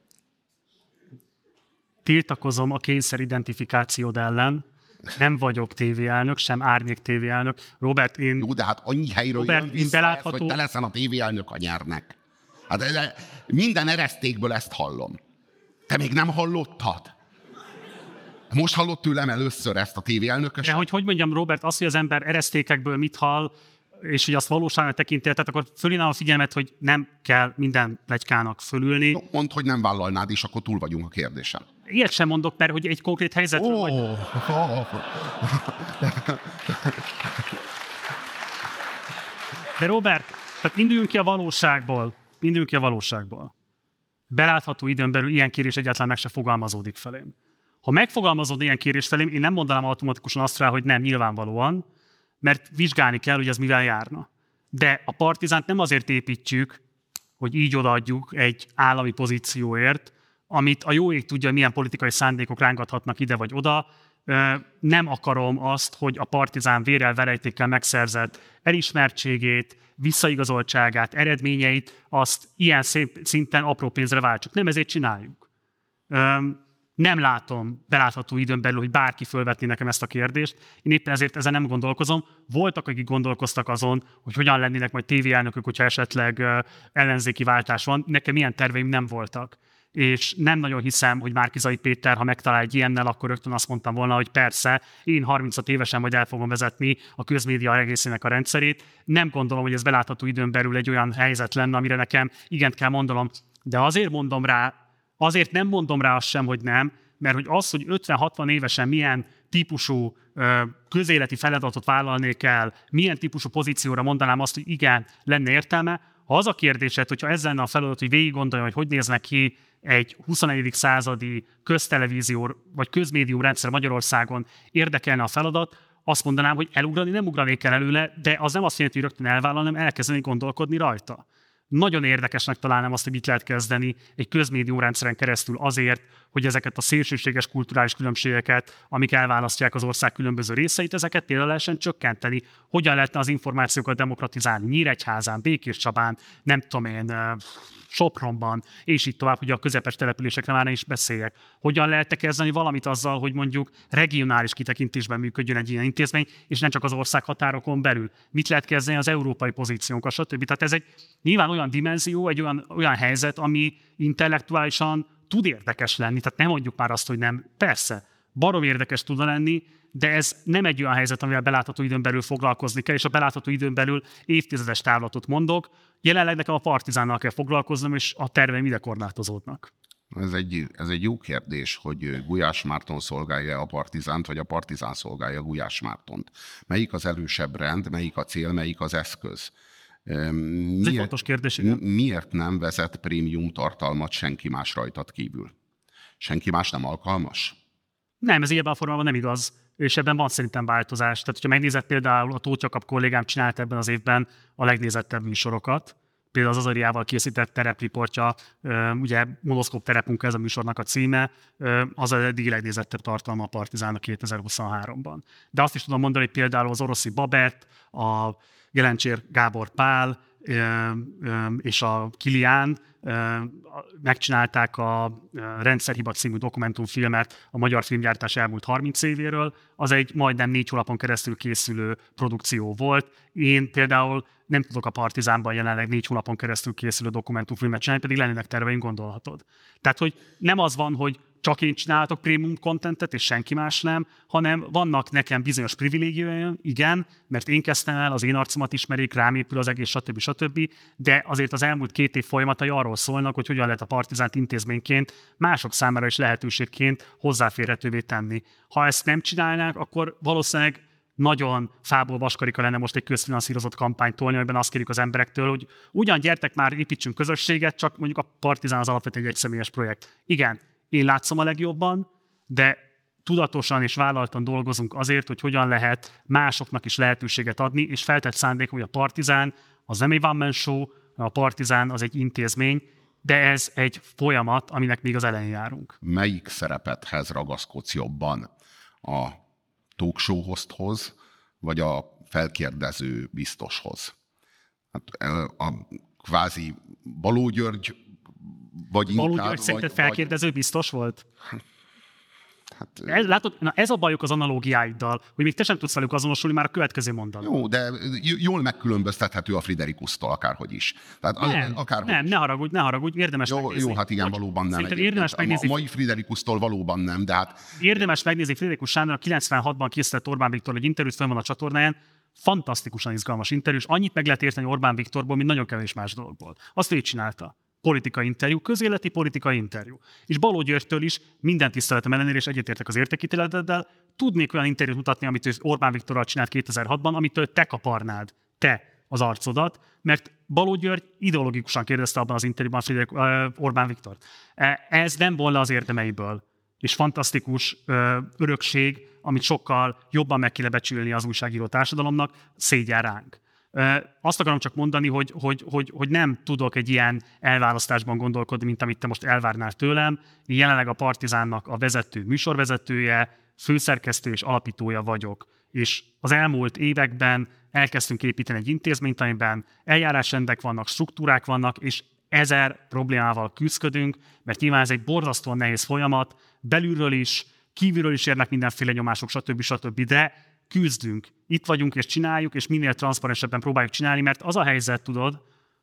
Tiltakozom a kényszeridentifikációd ellen. Nem vagyok té vé elnök, sem Árnyék té vé elnök. Robert, én...
Jó, de hát annyi helyről
Robert,
jön vissza, belátható... ez, hogy te leszel a té vé elnök a nyernek. Hát de minden eresztékből ezt hallom. Te még nem hallottad? Most hallott tőlem először ezt a té vé elnököset?
De hogy, hogy mondjam, Robert, az, hogy az ember eresztékekből mit hall, és hogy azt valóságnak tekinti, tehát akkor fölülnál a figyelmet, hogy nem kell minden pletykának fölülni.
No, mondd, hogy nem vállalnád, és akkor túl vagyunk a kérdésen.
Ilyet sem mondok, mert hogy egy konkrét helyzetről
oh.
vagy... De Robert, tehát induljunk ki a valóságból. Induljunk ki a valóságból. Belátható időn belül ilyen kérés egyáltalán meg se fogalmazódik felém. Ha megfogalmazod ilyen kérés felém, én nem mondanám automatikusan azt rá, hogy nem, nyilvánvalóan, mert vizsgálni kell, hogy ez mivel járna. De a Partizánt nem azért építjük, hogy így odaadjuk egy állami pozícióért, amit a jó ég tudja, milyen politikai szándékok rángathatnak ide vagy oda. Nem akarom azt, hogy a Partizán vérrel, verejtékkel megszerzett elismertségét, visszaigazoltságát, eredményeit, azt ilyen szép szinten apró pénzre váltsuk. Nem ezért csináljuk. Nem látom belátható időn belül, hogy bárki fölvetni nekem ezt a kérdést. Én éppen ezért ezen nem gondolkozom. Voltak, akik gondolkoztak azon, hogy hogyan lennének majd tévéelnökök, hogyha esetleg ellenzéki váltás van. Nekem ilyen terveim nem voltak. És nem nagyon hiszem, hogy Márki-Zay Péter, ha megtalál egy ilyennel, akkor rögtön azt mondtam volna, hogy persze, én harminchat évesen majd el fogom vezetni a közmédia egészének a rendszerét. Nem gondolom, hogy ez belátható időn belül egy olyan helyzet lenne, amire nekem igent kell mondanom. De azért mondom rá, azért nem mondom rá azt sem, hogy nem, mert hogy az, hogy ötven-hatvan évesen milyen típusú közéleti feladatot vállalnék el, milyen típusú pozícióra mondanám azt, hogy igen, lenne értelme. Ha az a kérdésed, hogyha ez lenne a feladat, hogy végig gondolja, hogy hogy néznek ki egy huszonegyedik századi köztelevízió vagy közmédium rendszer Magyarországon érdekelne a feladat, azt mondanám, hogy elugrani nem ugranék el előle, de az nem azt jelenti, hogy rögtön elvállalnám, elkezdeni gondolkodni rajta. Nagyon érdekesnek találnám azt, hogy mit lehet kezdeni egy közmédium rendszeren keresztül azért, hogy ezeket a szélsőséges kulturális különbségeket, amik elválasztják az ország különböző részeit, ezeket például lehessen csökkenteni. Hogyan lehetne az információkat demokratizálni Nyíregyházán, Békéscsabán, nem tudom én, Sopronban, és így tovább, hogy a közepes településekre már ne is beszéljek. Hogyan lehet kezdeni valamit azzal, hogy mondjuk regionális kitekintésben működjön egy ilyen intézmény, és nem csak az ország határokon belül. Mit lehet kezdeni az európai pozíciónkkal, stb. Tehát ez egy nyilván olyan dimenzió, egy olyan, olyan helyzet, ami intellektuálisan tud érdekes lenni. Tehát nem mondjuk már azt, hogy nem. Persze, barom érdekes tud lenni, de ez nem egy olyan helyzet, amivel belátható időn belül foglalkozni kell, és a belátható időn belül évtizedes távlatot mondok. Jelenleg nekem a Partizánnal kell foglalkoznom, és a terveim ide korlátozódnak.
Ez egy, ez egy jó kérdés, hogy Gulyás Márton szolgálja a Partizánt, vagy a Partizán szolgálja Gulyás Mártont. Melyik az erősebb rend, melyik a cél, melyik az eszköz?
Miért, ez egy fontos kérdés.
Miért nem vezet prémium tartalmat senki más rajtad kívül? Senki más nem alkalmas?
Nem, ez ilyen formában nem igaz. És ebben van szerintem változás. Tehát, hogyha megnézed például a Tóth Jakab kollégám csinált ebben az évben a legnézettebb műsorokat, például az Azariával készített terepriportja, ugye Monoszkóp terepmunka ez a műsornak a címe, az az eddig legnézettebb tartalma a Partizánnak kétezer-huszonháromban. De azt is tudom mondani, hogy például az Oroszi Babett, a Gelencsér Gábor Pál és a Kilián megcsinálták a Rendszerhiba című dokumentumfilmet a magyar filmgyártás elmúlt harminc évéről. Az egy majdnem négy hónapon keresztül készülő produkció volt. Én például nem tudok a Partizánban jelenleg négy hónapon keresztül készülő dokumentumfilmet csinálni, pedig lennének terveim, gondolhatod. Tehát, hogy nem az van, hogy csak én csinálhatok prémium contentet, és senki más nem, hanem vannak nekem bizonyos privilégióim, igen, mert én kezdtem el, az én arcomat ismerik, rám épül az egész, stb. stb. De azért az elmúlt két év folyamatai arról szólnak, hogy hogyan lehet a Partizánt intézményként, mások számára is lehetőségként hozzáférhetővé tenni. Ha ezt nem csinálnák, akkor valószínűleg nagyon fából vaskarika lenne most egy közfinanszírozott kampányt tolni, amiben azt kérjük az emberektől, hogy ugyan gyertek már, építsünk közösséget, csak mondjuk a Partizán az alapvetően egy egyszemélyes projekt. Igen, én látszom a legjobban, de tudatosan és vállaltan dolgozunk azért, hogy hogyan lehet másoknak is lehetőséget adni, és feltett szándék, hogy a Partizán az nem egy one-man show, a Partizán az egy intézmény, de ez egy folyamat, aminek még az elején járunk.
Melyik szerepethez ragaszkodsz jobban? A talk show hosthoz, vagy a felkérdező biztoshoz? Hát a kvázi Baló György, vagy inkább...
Baló György szerinted felkérdező
vagy...
biztos volt?
Hát,
ez, látod, na ez a bajuk az analógiáiddal, hogy még te sem tudsz velük azonosulni már a következő mondatban.
Jó, de jól megkülönböztethető a Friderikusztól akárhogy is. Tehát
nem,
akárhogy
nem,
is.
ne haragudj, ne haragudj, érdemes
jó,
megnézni.
Jó, hát igen, hogy valóban nem.
Érdemes megnézni.
A mai Friderikusztól valóban nem, de hát...
Érdemes megnézni Friderikus Sándor a kilencvenhatban készített Orbán Viktor egy interjút, fönn van a csatornáján. Fantasztikusan izgalmas interjú, és annyit meg lehet érteni Orbán Viktorból, mint nagyon kevés más dologból. Azt ő csinálta. Politikai interjú, közéleti politikai interjú. És Baló Györgytől is minden tiszteletem ellenére, és egyetértek az értékítéleteddel, tudnék olyan interjút mutatni, amit ő Orbán Viktorral csinált kétezer-hatban, amitől te kaparnád, te az arcodat, mert Baló György ideológikusan kérdezte abban az interjúban Friderik, uh, Orbán Viktort. Ez nem volna az érdemeiből. És fantasztikus uh, örökség, amit sokkal jobban meg kéne becsülni az újságíró társadalomnak, szégyen ránk. Azt akarom csak mondani, hogy, hogy, hogy, hogy nem tudok egy ilyen elválasztásban gondolkodni, mint amit te most elvárnál tőlem. Én jelenleg a Partizánnak a vezető műsorvezetője, főszerkesztő és alapítója vagyok. És az elmúlt években elkezdtünk építeni egy intézményt, amiben eljárásrendek vannak, struktúrák vannak, és ezer problémával küzdködünk, mert nyilván ez egy borzasztóan nehéz folyamat, belülről is, kívülről is érnek mindenféle nyomások, stb. stb. De küzdünk, itt vagyunk és csináljuk, és minél transzparensebben próbáljuk csinálni, mert az a helyzet, tudod,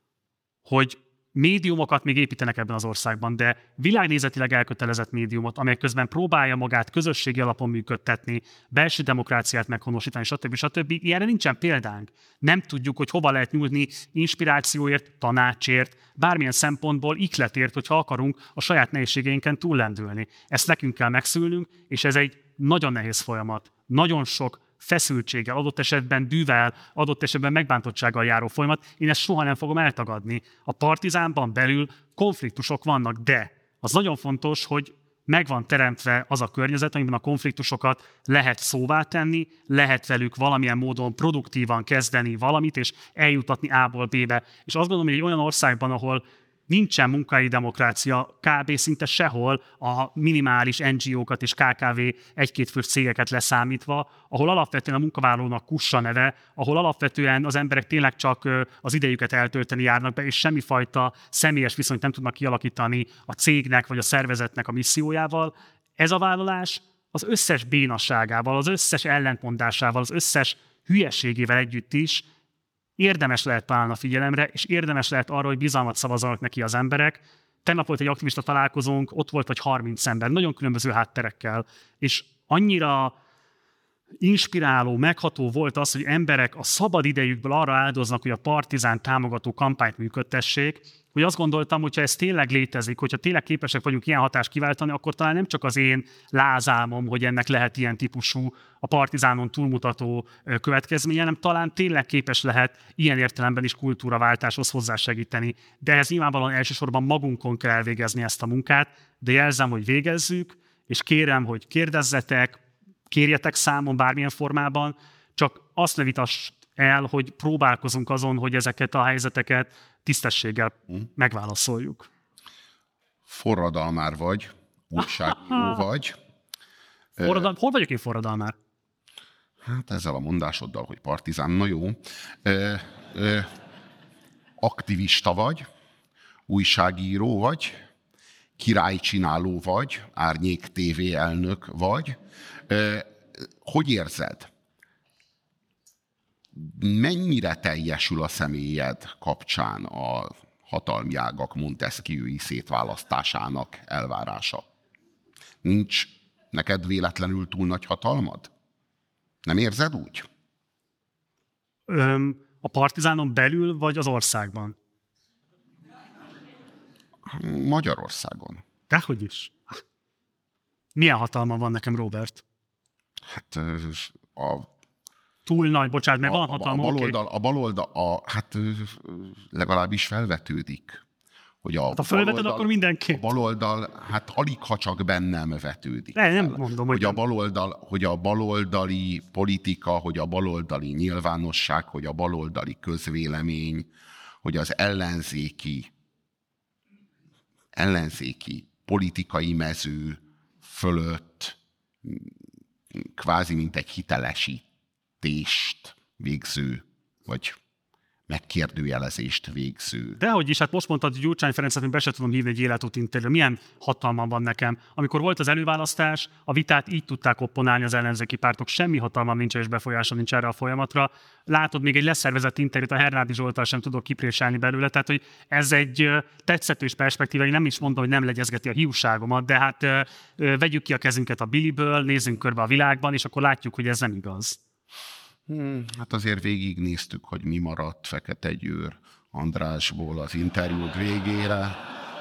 hogy médiumokat még építenek ebben az országban, de világnézetileg elkötelezett médiumot, amely közben próbálja magát közösségi alapon működtetni, belső demokráciát meghonosítani, stb. stb. Ilyenre nincsen példánk. Nem tudjuk, hogy hova lehet nyúlni inspirációért, tanácsért, bármilyen szempontból ihletért, hogyha akarunk a saját nehézségeinken túllendülni. Ezt nekünk kell megszülnünk, és ez egy nagyon nehéz folyamat. Nagyon sok feszültséggel, adott esetben dűvel, adott esetben megbántottsággal járó folyamat. Én ezt soha nem fogom eltagadni. A Partizánban belül konfliktusok vannak, de az nagyon fontos, hogy meg van teremtve az a környezet, amiben a konfliktusokat lehet szóvá tenni, lehet velük valamilyen módon produktívan kezdeni valamit, és eljutatni A-ból B-be. És azt gondolom, hogy egy olyan országban, ahol nincsen munkahelyi demokrácia, kb. Szinte sehol a minimális en gé ó-kat és ká ká vé egy-két fős cégeket leszámítva, ahol alapvetően a munkavállalónak kussa neve, ahol alapvetően az emberek tényleg csak az idejüket eltölteni járnak be, és semmifajta személyes viszonyt nem tudnak kialakítani a cégnek vagy a szervezetnek a missziójával. Ez a vállalás az összes bénasságával, az összes ellentmondásával, az összes hülyeségével együtt is érdemes lehet találni a figyelemre, és érdemes lehet arra, hogy bizalmat szavazzanak neki az emberek. Tegnap volt egy aktivista találkozónk, ott volt vagy harminc ember, nagyon különböző hátterekkel, és annyira inspiráló, megható volt az, hogy emberek a szabad idejükből arra áldoznak, hogy a Partizán támogató kampányt működtessék, hogy azt gondoltam, hogyha ez tényleg létezik, hogyha tényleg képesek vagyunk ilyen hatást kiváltani, akkor talán nem csak az én lázálmom, hogy ennek lehet ilyen típusú, a Partizánon túlmutató következménye, hanem talán tényleg képes lehet ilyen értelemben is kultúraváltáshoz hozzásegíteni. De ehhez nyilvánvalóan elsősorban magunkon kell elvégezni ezt a munkát, de jelzem, hogy végezzük, és kérem, hogy kérdezzetek, kérjetek számon bármilyen formában, csak azt ne vitass el, hogy próbálkozunk azon, hogy ezeket a helyzeteket tisztességgel megválaszoljuk.
Forradalmár vagy, újságíró vagy.
Forradal... Hol vagyok én forradalmár?
Hát ezzel a mondásoddal, hogy Partizán, na jó. Ö, ö, aktivista vagy, újságíró vagy, királycsináló vagy, Árnyék té vé elnök vagy. Ö, hogy érzed? Mennyire teljesül a személyed kapcsán a hatalmi ágak Montesquieu-i szétválasztásának elvárása? Nincs neked véletlenül túl nagy hatalmad? Nem érzed úgy?
Öm, a Partizánon belül, vagy az országban?
Magyarországon.
Dehogy is. Milyen hatalma van nekem, Robert?
Hát a...
Túl nagy, bocsánat, mert
a,
van hatalma,
a baloldal, okay. A baloldal, a, hát legalábbis felvetődik. Hogy a,
hát ha felveted,
baloldal,
akkor mindenki.
A baloldal, hát alig, ha csak bennem vetődik.
Ne, nem mondom, hogy,
hogy, a baloldal, hogy a baloldali politika, hogy a baloldali nyilvánosság, hogy a baloldali közvélemény, hogy az ellenzéki, ellenzéki politikai mező fölött kvázi mint egy hitelesítést végző, vagy megkérdőjelezést végző.
Dehogy is, hát most mondtad, hogy Gyurcsány Ferencet, én be sem tudom hívni egy életút interjú. Milyen hatalmam van nekem? Amikor volt az előválasztás, a vitát így tudták opponálni az ellenzéki pártok. Semmi hatalmam nincs és befolyásom nincs erre a folyamatra. Látod, még egy leszervezett interjút a Hernádi Zsolttal sem tudok kipréselni belőle, tehát hogy ez egy tetszetős perspektíva. Én nem is mondom, hogy nem legyezgeti a hiúságomat, de hát vegyük ki a kezünket a biliből, nézzünk körbe a világban, és akkor látjuk, hogy ez nem igaz.
Hmm, hát azért végignéztük, hogy mi maradt Fekete Győr Andrásból az interjút végére.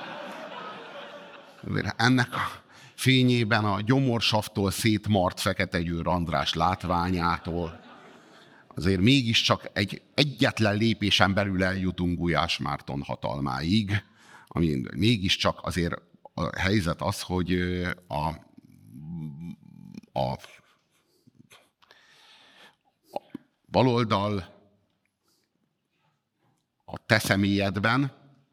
Azért ennek a fényében a gyomorsavtól szétmart Fekete Győr András látványától azért mégiscsak egy egyetlen lépésen belül eljutunk Gulyás Márton hatalmáig, ami mégiscsak azért a helyzet az, hogy a, a baloldal a te személyedben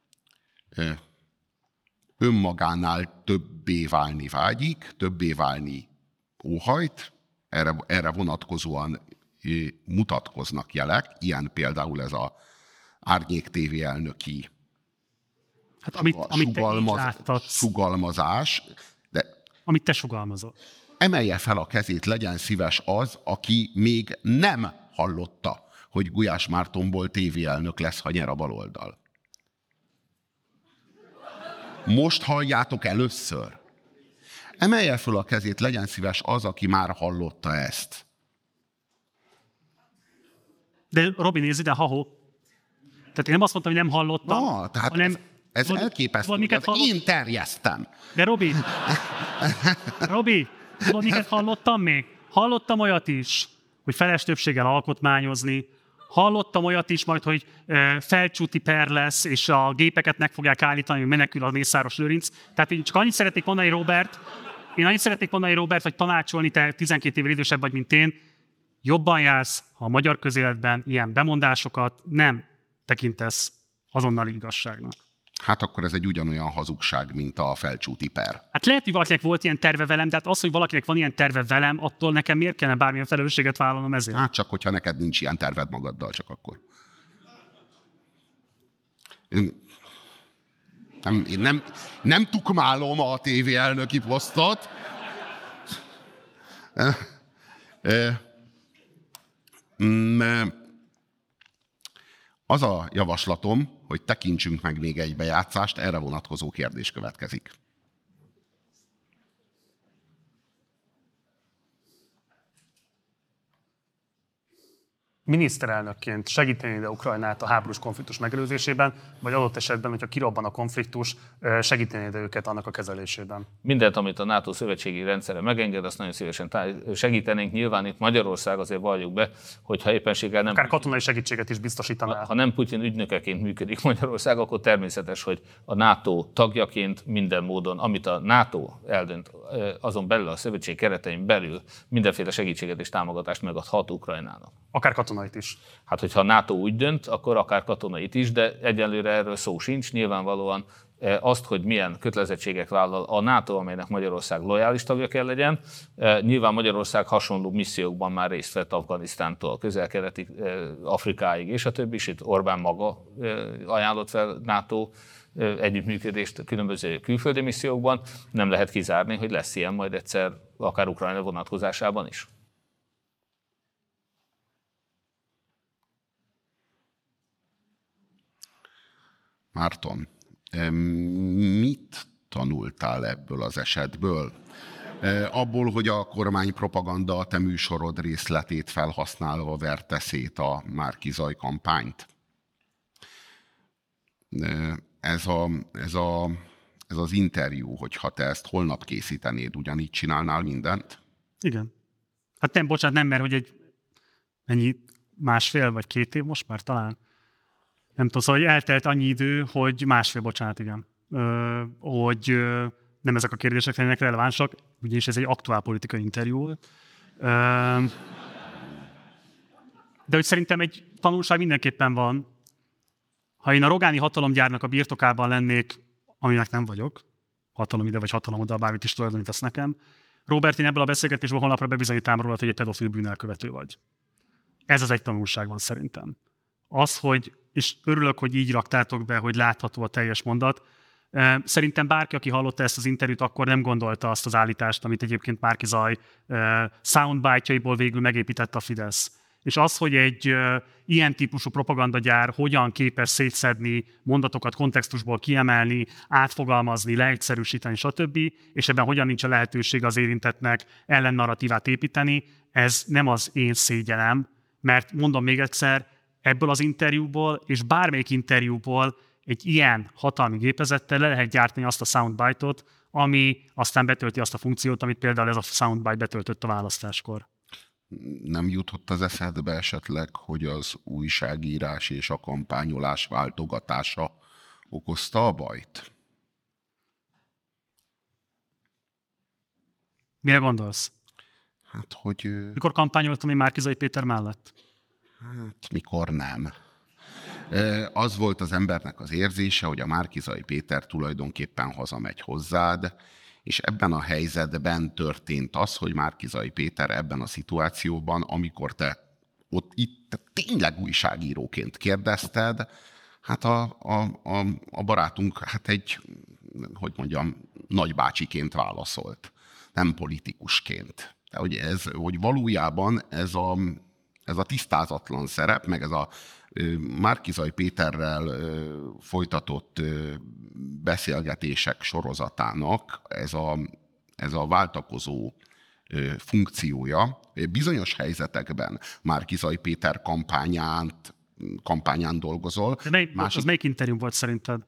önmagánál többé válni vágyik, többé válni óhajt, erre, erre vonatkozóan mutatkoznak jelek, ilyen például ez a Árnyék té vé elnöki
hát, amit, amit
sugalmaz, sugalmazás. De
amit te sugalmazol.
Emelje fel a kezét, legyen szíves az, aki még nem hallotta, hogy Gulyás Mártonból té vé elnök lesz, ha nyer a baloldal. Most halljátok először. Emelje fel a kezét, legyen szíves az, aki már hallotta ezt.
De Robi, nézd ide, ha-ho. Tehát én nem azt mondtam, hogy nem hallottam,
Na, tehát
hanem...
ez, ez
Val-
elképesztő, hogy
valamiket
az
hallott-
én terjesztem.
De Robi, Robi, tudod, miket hallottam még? Hallottam olyat is, hogy feles többséggel alkotmányozni. Hallottam olyat is majd, hogy e, felcsúti per lesz, és a gépeket meg fogják állítani, hogy menekül a Mészáros Lőrinc. Tehát én csak annyit szeretnék mondani, Robert, én annyit szeretnék mondani, Robert, vagy tanácsolni, te tizenkét évvel idősebb vagy, mint én, jobban jársz, ha a magyar közéletben ilyen bemondásokat nem tekintesz azonnali igazságnak.
Hát akkor ez egy ugyanolyan hazugság, mint a felcsúti per.
Hát lehet, hogy valakinek volt ilyen terve velem, de hát az, hogy valakinek van ilyen terve velem, attól nekem miért kellene bármilyen felelősséget vállalnom ezért?
Hát csak, hogyha neked nincs ilyen terved magaddal, csak akkor. Én nem, én nem, nem tukmálom a té vé elnöki posztot. Az a javaslatom, hogy tekintsünk meg még egy bejátszást, erre vonatkozó kérdés következik.
Miniszterelnökként segíteni ide Ukrajnát a háborús konfliktus megelőzésében, vagy adott esetben, hogyha kirobban a konfliktus, segíteni ide őket annak a kezelésében?
Mindent, amit a NATO szövetségi rendszere megenged, azt nagyon szívesen segítenénk. Nyilván itt Magyarország, azért valljuk be, hogyha éppenséggel nem...
Akár katonai segítséget is biztosítaná.
Ha, ha nem Putyin ügynökeként működik Magyarország, akkor természetes, hogy a NATO tagjaként minden módon, amit a NATO eldönt, azon belül a szövetség keretein belül mindenféle segítséget és támogatást megadhat Ukrajnának.
Akár katonait is.
Hát, hogyha a NATO úgy dönt, akkor akár katonait is, de egyelőre erről szó sincs. Nyilvánvalóan azt, hogy milyen kötelezettségek vállal a NATO, amelynek Magyarország lojális tagja kell legyen. Nyilván Magyarország hasonló missziókban már részt vett Afganisztántól, közel-keleti Afrikáig és a többi, és itt Orbán maga ajánlott fel NATO együttműködést különböző külföldi missziókban. Nem lehet kizárni, hogy lesz ilyen majd egyszer, akár Ukrajna vonatkozásában is.
Márton, mit tanultál ebből az esetből? Abból, hogy a kormánypropaganda a te műsorod részletét felhasználva verte szét a Márki-Zay kampányt? Ez, a, ez, a, ez az interjú, hogyha te ezt holnap készítenéd, ugyanígy csinálnál mindent?
Igen. Hát nem, bocsánat, nem, mert hogy egy ennyi másfél vagy két év most már talán. Nem tudom, szóval hogy eltelt annyi idő, hogy másfél, bocsánat, igen. Ö, hogy ö, nem ezek a kérdések lennének relevánsak, ugyanis ez egy aktuál politikai interjú volt. Ö, de hogy szerintem egy tanulság mindenképpen van. Ha én a rogáni hatalomgyárnak a birtokában lennék, aminek nem vagyok, hatalom ide vagy hatalom oda, bármit is tulajdonítasz nekem, Robert, én ebből a beszélgetésből holnapra bebizonyítám rólad, hogy egy pedofil bűnelkövető vagy. Ez az egy tanulság van szerintem. Az, hogy, és örülök, hogy így raktátok be, hogy látható a teljes mondat. Szerintem bárki, aki hallotta ezt az interjút, akkor nem gondolta azt az állítást, amit egyébként Márki-Zay soundbite-jaiból végül megépített a Fidesz. És az, hogy egy ilyen típusú propagandagyár hogyan képes szétszedni, mondatokat kontextusból kiemelni, átfogalmazni, leegyszerűsíteni, stb., és ebben hogyan nincs a lehetőség az érintettnek ellennarratívát építeni, ez nem az én szégyenem, mert mondom még egyszer, ebből az interjúból, és bármelyik interjúból egy ilyen hatalmi gépezettel le lehet gyártani azt a soundbite-ot, ami aztán betölti azt a funkciót, amit például ez a soundbite betöltött a választáskor.
Nem jutott az eszedbe esetleg, hogy az újságírás és a kampányolás váltogatása okozta a bajt?
Mire gondolsz?
Hát, hogy...
Mikor kampányoltam én Márki-Zay Péter mellett?
Hát, mikor nem. Az volt az embernek az érzése, hogy a Márki-Zay Péter tulajdonképpen hazamegy hozzád, és ebben a helyzetben történt az, hogy Márki-Zay Péter ebben a szituációban, amikor te ott itt te tényleg újságíróként kérdezted, hát a, a, a, a barátunk hát egy, hogy mondjam, nagybácsiként válaszolt, nem politikusként. De hogy, ez, hogy valójában ez a, ez a tisztázatlan szerep, meg ez a Márki-Zay Péterrel folytatott beszélgetések sorozatának ez a, ez a váltakozó funkciója. Bizonyos helyzetekben Márki-Zay Péter kampányán, kampányán dolgozol.
De mely, Másik... az melyik interjú volt szerinted?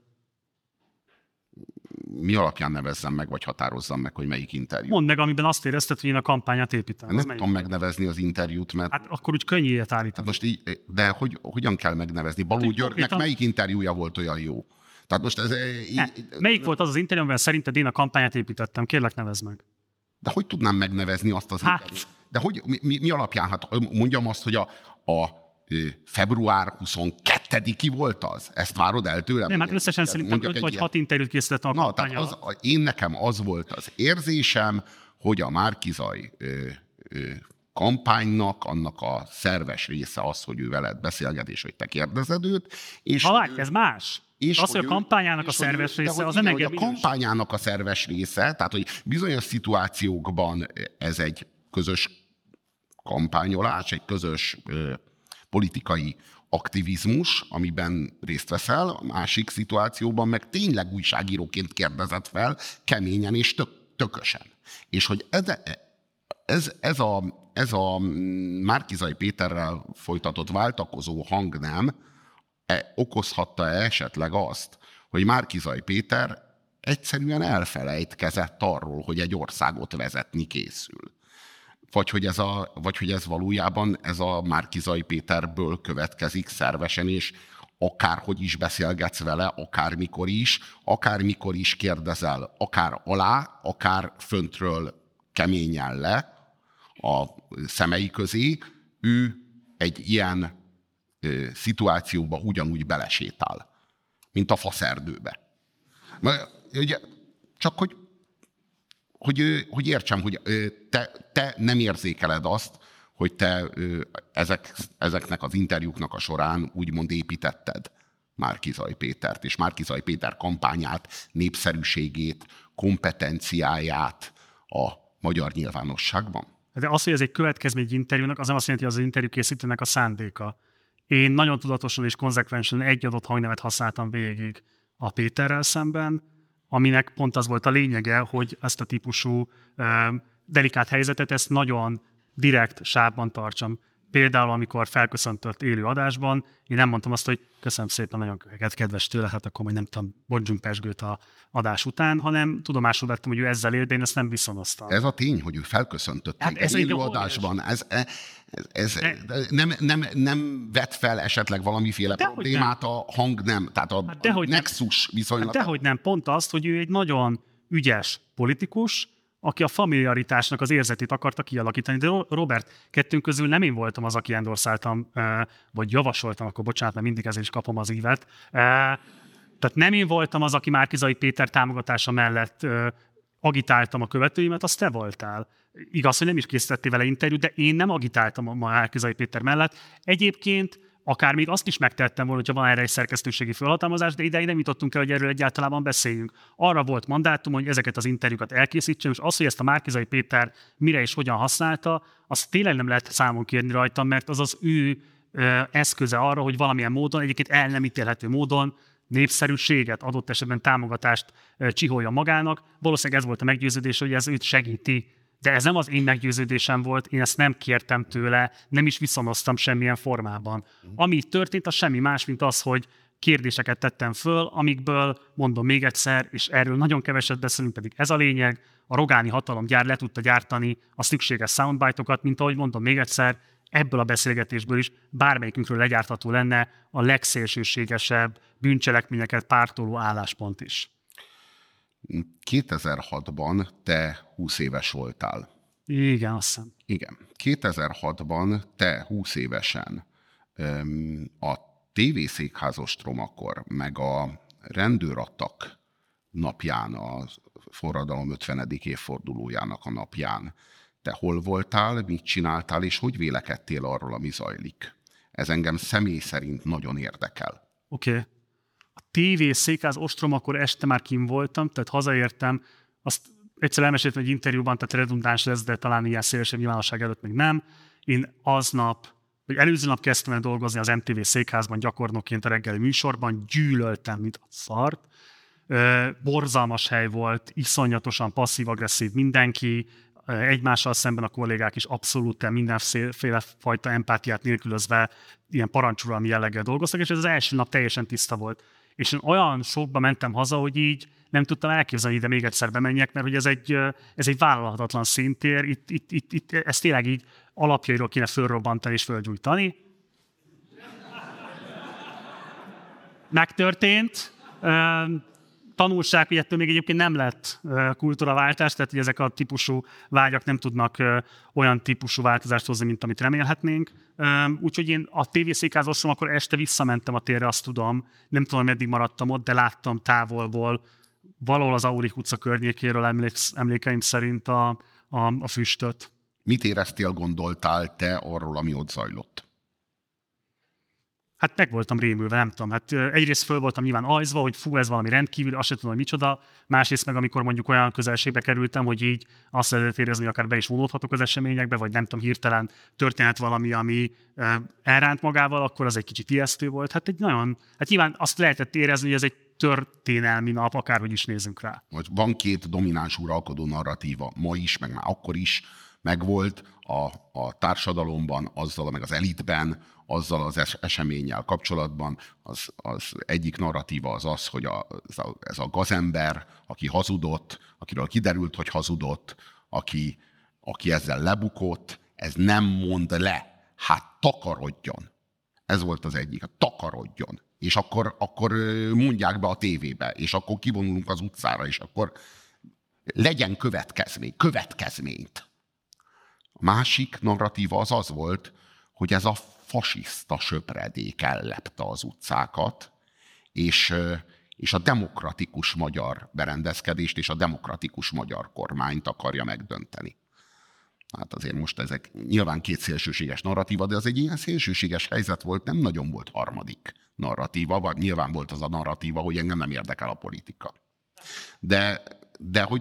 Mi alapján nevezzem meg, vagy határozzam meg, hogy melyik interjú?
Mondd meg, amiben azt érezted, hogy én a kampányát építem.
Nem tudom megnevezni az interjút, mert...
Hát akkor úgy könnyű ilyet állítani.
Hát most így, de hogy, hogyan kell megnevezni? Baló hát, Györgynek konkrétan... melyik interjúja volt olyan jó? Tehát most ez... Így...
Ne, melyik volt az az interjú, amiben szerinted én a kampányát építettem? Kérlek, nevezd meg.
De hogy tudnám megnevezni azt az hát. interjút? De hogy, mi, mi alapján? Hát mondjam azt, hogy a, a február huszonkettediki volt az? Ezt várod el tőlem?
Nem, hát összesen szerintem öt vagy hat interjút készítettem a
Na,
kampányal.
Tehát az, én nekem az volt az érzésem, hogy a Márki-Zay ö, ö, kampánynak, annak a szerves része az, hogy ő veled beszélget, és hogy te kérdezed őt. És
ha látj, ez más. És az, hogy a kampányának a szerves
ő,
része, az
igen,
nem
engem A kampányának a szerves része, tehát hogy bizonyos szituációkban ez egy közös kampányolás, egy közös ö, politikai aktivizmus, amiben részt veszel, a másik szituációban meg tényleg újságíróként kérdezett fel, keményen és tök, tökösen. És hogy ez, ez, ez, a, ez a Márki-Zay Péterrel folytatott váltakozó hangnem e, okozhatta-e esetleg azt, hogy Márki-Zay Péter egyszerűen elfelejtkezett arról, hogy egy országot vezetni készül. Vagy hogy, ez a, vagy hogy ez valójában ez a Márki-Zay Péterből következik szervesen, és akárhogy is beszélgetsz vele, akármikor is, akármikor is kérdezel, akár alá, akár föntről keményen le a szemei közé, ő egy ilyen ö, szituációba ugyanúgy belesétál, mint a faszerdőbe. Ugye, csak hogy Hogy, hogy értsem, hogy te, te nem érzékeled azt, hogy te ezek, ezeknek az interjúknak a során úgymond építetted Márki-Zay Pétert, és Márki-Zay Péter kampányát, népszerűségét, kompetenciáját a magyar nyilvánosságban.
De az, hogy ez egy következmény egy interjúnak, az nem azt jelenti, hogy az interjú készítőnek a szándéka. Én nagyon tudatosan és konzekvensen egy adott hangnevet használtam végig a Péterrel szemben, aminek pont az volt a lényege, hogy ezt a típusú eh, delikát helyzetet, ezt nagyon direkt sávban tartsam. Például, amikor felköszöntött élő adásban, én nem mondtam azt, hogy köszönöm szépen, nagyon kedves tőle, hát akkor majd nem tudom, bontsunk pesgőt a adás után, hanem tudomásul vettem, hogy ő ezzel él, de én ezt nem viszonoztam.
Ez a tény, hogy ő felköszöntött hát egy élő adásban, ez, ez, ez, ez nem, nem, nem vet fel esetleg valamiféle de problémát a hang nem, tehát a hát nexus viszonylat.
Hát dehogy nem, pont azt, hogy ő egy nagyon ügyes politikus, aki a familiaritásnak az érzetét akarta kialakítani. De Robert, kettőnk közül nem én voltam az, aki endorszáltam, vagy javasoltam, akkor bocsánat, mert mindig ezért is kapom az ívet. Tehát nem én voltam az, aki Márki-Zay Péter támogatása mellett agitáltam a követőimet, az te voltál. Igaz, hogy nem is készítettél vele interjút, de én nem agitáltam a Márki-Zay Péter mellett. Egyébként akár még azt is megtettem volna, hogyha van erre egy szerkesztőségi felhatalmazás, de ideig nem jutottunk el, hogy erről egyáltalán beszéljünk. Arra volt mandátum, hogy ezeket az interjúkat elkészítsem, és az, hogy ezt a Márki-Zay Péter mire és hogyan használta, azt tényleg nem lehet számon kérni rajtam, mert az az ő ö, eszköze arra, hogy valamilyen módon, egyébként el nem ítélhető módon népszerűséget, adott esetben támogatást ö, csiholja magának. Valószínűleg ez volt a meggyőződés, hogy ez őt segíti. De ez nem az én meggyőződésem volt, én ezt nem kértem tőle, nem is viszonoztam semmilyen formában. Ami itt történt, az semmi más, mint az, hogy kérdéseket tettem föl, amikből, mondom még egyszer, és erről nagyon keveset beszélünk, pedig ez a lényeg, a rogáni hatalomgyár le tudta gyártani a szükséges soundbite-okat, mint ahogy mondom még egyszer, ebből a beszélgetésből is bármelyikünkről legyártható lenne a legszélsőségesebb bűncselekményeket pártoló álláspont is.
kétezer-hatban te húsz éves voltál.
Igen, azt hiszem.
Igen. kétezer-hatban te húsz évesen a tévészékház ostromakor, meg a rendőrattak napján, a forradalom ötvenedik évfordulójának a napján, te hol voltál, mit csináltál, és hogy vélekedtél arról, ami zajlik? Ez engem személy szerint nagyon érdekel.
Oké. Okay. A tévészékház ostromakor este már kim voltam, tehát hazaértem, azt egyszer elmeséltem egy interjúban, tehát redundáns lesz, de talán ilyen szélesebb nyilvánosság előtt még nem. Én aznap, vagy előző nap kezdtem el dolgozni az em té vé székházban gyakornokként a reggeli műsorban, gyűlöltem, mint a szart. Borzalmas hely volt, iszonyatosan passzív-agresszív mindenki, egymással szemben a kollégák is abszolút mindenféle fajta empátiát nélkülözve ilyen parancsuralmi jelleggel dolgoztak, és ez az első nap teljesen tiszta volt. És én olyan sokba mentem haza, hogy így nem tudtam elképzelni, ide még egyszer bemenjek, mert hogy ez egy, ez egy vállalhatatlan szintér, itt, itt, itt, itt, ezt tényleg így alapjairól kéne fölrobbantani és fölgyújtani. Megtörtént. Tanulság, hogy ettől még egyébként nem lett kultúraváltás, tehát hogy ezek a típusú vágyak nem tudnak olyan típusú változást hozni, mint amit remélhetnénk. Úgyhogy én a tévészékházosról akkor este visszamentem a térre, azt tudom, nem tudom, meddig maradtam ott, de láttam távolból, valahol az Aurich utca környékéről emléksz, emlékeim szerint a, a, a füstöt.
Mit éreztél, gondoltál te arról, ami ott zajlott?
Hát meg voltam rémülve, nem tudom. Hát egyrészt föl voltam nyilván ajzva, hogy fú, ez valami rendkívül, azt sem tudom, hogy micsoda. Másrészt meg, amikor mondjuk olyan közelségbe kerültem, hogy így azt lehetett érezni, hogy akár be is vonódhatok az eseményekbe, vagy nem tudom, hirtelen történhet valami, ami elránt magával, akkor az egy kicsit ijesztő volt. Hát egy nagyon, hát nyilván azt lehetett érezni, hogy ez egy történelmi nap, akárhogy is nézzünk rá.
Van két domináns uralkodó narratíva, ma is, meg már akkor is megvolt a, a társadalomban, azzal, meg az elitben, azzal az es- eseménnyel kapcsolatban. Az, az egyik narratíva az az, hogy a, ez, a, ez a gazember, aki hazudott, akiről kiderült, hogy hazudott, aki, aki ezzel lebukott, ez nem mond le. Hát takarodjon. Ez volt az egyik, hát takarodjon. És akkor, akkor mondják be a tévébe, és akkor kivonulunk az utcára, és akkor legyen következmény, következményt. A másik narratíva az az volt, hogy ez a fasiszta söpredék ellepte az utcákat, és, és a demokratikus magyar berendezkedést és a demokratikus magyar kormányt akarja megdönteni. Hát azért most ezek nyilván két szélsőséges narratíva, de az egy ilyen szélsőséges helyzet volt, nem nagyon volt harmadik narratíva, vagy nyilván volt az a narratíva, hogy engem nem érdekel a politika. De, de hogy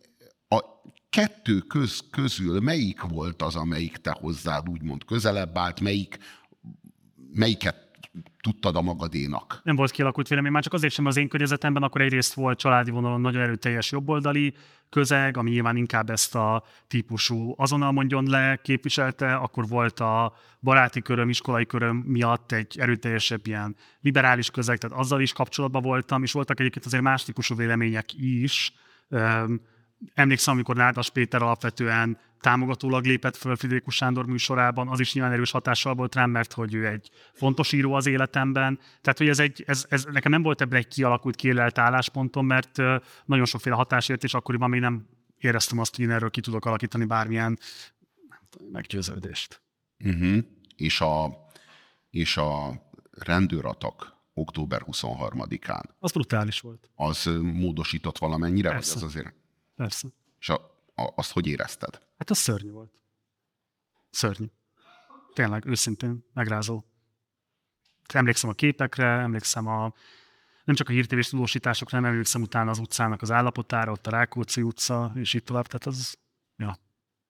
a kettő köz, közül melyik volt az, amelyik te hozzád úgymond közelebb állt, melyik, melyiket tudtad a magadénak?
Nem volt kialakult vélemény, már csak azért sem az én környezetemben, akkor egyrészt volt családi vonalon nagyon erőteljes jobboldali közeg, ami nyilván inkább ezt a típusú azonnal mondjon le képviselte, akkor volt a baráti köröm, iskolai köröm miatt egy erőteljesebb ilyen liberális közeg, tehát azzal is kapcsolatban voltam, és voltak egyébként azért más típusú vélemények is. Emlékszem, amikor Nádas Péter alapvetően támogatólag lépett föl Friderikus Sándor műsorában, az is nyilván erős hatással volt rám, mert hogy ő egy fontos író az életemben. Tehát, hogy ez, egy, ez, ez nekem nem volt ebben egy kialakult, kiélelt álláspontom, mert nagyon sokféle hatás ért, és akkoriban még nem éreztem azt, hogy én erről ki tudok alakítani bármilyen meggyőződést.
Uh-huh. És, a, és a rendőratak október huszonharmadikán.
Az brutális volt.
Az módosított valamennyire?
Persze.
Vagy az azért...
Persze.
És a, a, azt hogy érezted?
Hát az szörnyű volt. Szörnyű. Tényleg, őszintén, megrázó. Emlékszem a képekre, emlékszem a, nem csak a hírtévés tudósításokra, nem emlékszem utána az utcának az állapotára, ott a Rákóczi utca, és így tovább, tehát az, ja.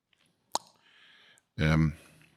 Um,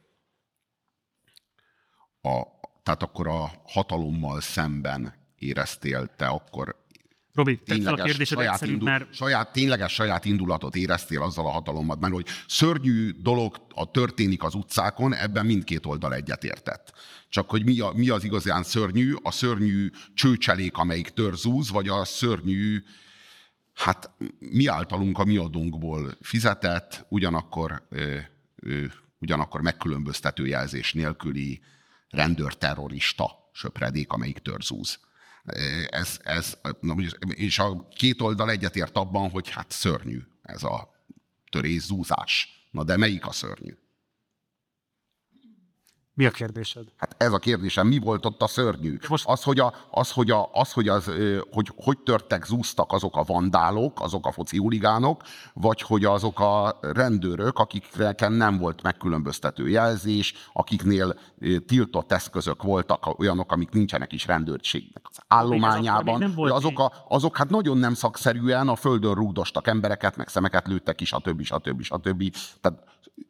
a, tehát akkor a hatalommal szemben éreztél te akkor
Robi, tedd fel a kérdésedet
saját,
szerint,
indul,
mert...
saját, tényleges saját indulatot éreztél azzal a hatalommal, mert hogy szörnyű dolog a történik az utcákon, ebben mindkét oldal egyetértett. Csak hogy mi, a, mi az igazán szörnyű, a szörnyű csőcselék, amelyik törzúz, vagy a szörnyű, hát mi általunk a mi adónkból fizetett, ugyanakkor, ö, ö, ugyanakkor megkülönböztető jelzés nélküli rendőrterrorista söpredék, amelyik törzúz. Ez, ez, és a két oldal egyetért abban, hogy hát szörnyű ez a törészúzás. Na de melyik a szörnyű?
Mi a kérdésed?
Hát ez a kérdésem, mi volt ott a szörnyű?
Most...
Az, hogy, a, az, hogy, a, az, hogy, az, hogy hogy törtek, zúztak azok a vandálok, azok a foci huligánok, vagy hogy azok a rendőrök, akikreken nem volt megkülönböztető jelzés, akiknél tiltott eszközök voltak olyanok, amik nincsenek is rendőrségnek az állományában. Azok, a, azok hát nagyon nem szakszerűen a földön rúgdostak embereket, meg szemeket lőttek is, stb. stb. stb. Tehát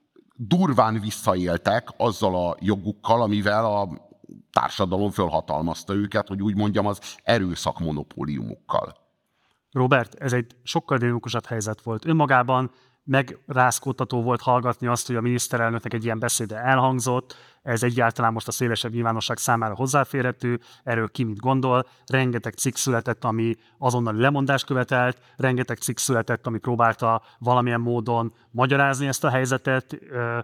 durván visszaéltek azzal a jogukkal, amivel a társadalom fölhatalmazta őket, hogy úgy mondjam, az erőszak monopóliumukkal.
Robert, ez egy sokkal dinamikusabb helyzet volt. Önmagában megrázkódtató volt hallgatni azt, hogy a miniszterelnöknek egy ilyen beszéde elhangzott, ez egyáltalán most a szélesebb nyilvánosság számára hozzáférhető, erről ki mit gondol, rengeteg cikk született, ami azonnali lemondást követelt, rengeteg cikk született, ami próbálta valamilyen módon magyarázni ezt a helyzetet,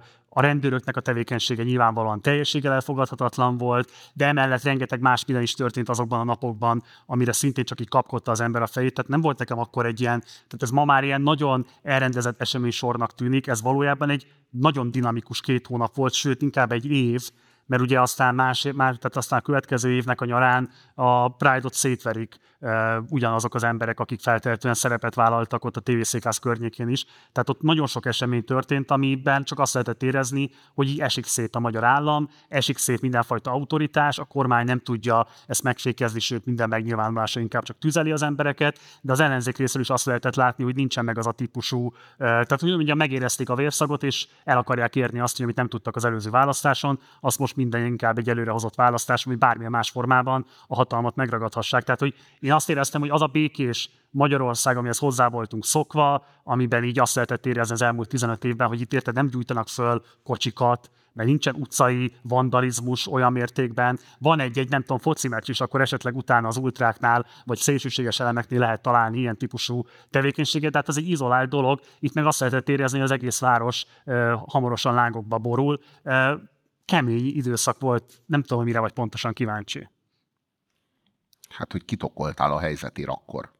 a rendőröknek a tevékenysége nyilvánvalóan teljességgel elfogadhatatlan volt, de emellett rengeteg más minden is történt azokban a napokban, amire szintén csak így kapkodta az ember a fejét. Tehát nem volt nekem akkor egy ilyen, tehát ez ma már ilyen nagyon elrendezett eseménysornak tűnik, ez valójában egy nagyon dinamikus két hónap volt, sőt inkább egy év, mert ugye aztán más, más tehát aztán a következő évnek a nyarán a Pride-ot szétverik e, ugyanazok az emberek, akik feltehetően szerepet vállaltak ott a tévészékház környékén is. Tehát ott nagyon sok esemény történt, amiben csak azt lehetett érezni, hogy így esik szét a magyar állam, esik szét mindenfajta autoritás, a kormány nem tudja ezt megfékezni, sőt minden megnyilvánulása inkább csak tüzeli az embereket, de az ellenzék részéről is azt lehetett látni, hogy nincsen meg az a típusú, e, tehát hogy mondjam, megérezték a vérszagot, és el akarják érni azt, hogy amit nem tudtak az előző választáson, azt most minden inkább egy előrehozott választás, ami bármilyen más formában a hatalmat megragadhassák. Tehát, hogy én azt éreztem, hogy az a békés Magyarország, amihez hozzá voltunk szokva, amiben így azt lehetett érezni az elmúlt tizenöt évben, hogy itt érted nem gyújtanak föl kocsikat, mert nincsen utcai vandalizmus olyan mértékben. Van egy-egy, nem tudom, foci meccs is, akkor esetleg utána az ultráknál, vagy szélsőséges elemeknél lehet találni ilyen típusú tevékenységet, tehát ez egy izolált dolog. Itt meg azt lehetett érezni, hogy az egész város uh, hamarosan lángokba borul. Uh, kemény időszak volt, nem tudom, hogy mire vagy pontosan kíváncsi.
Hát, hogy kitokoltál a helyzetért akkor.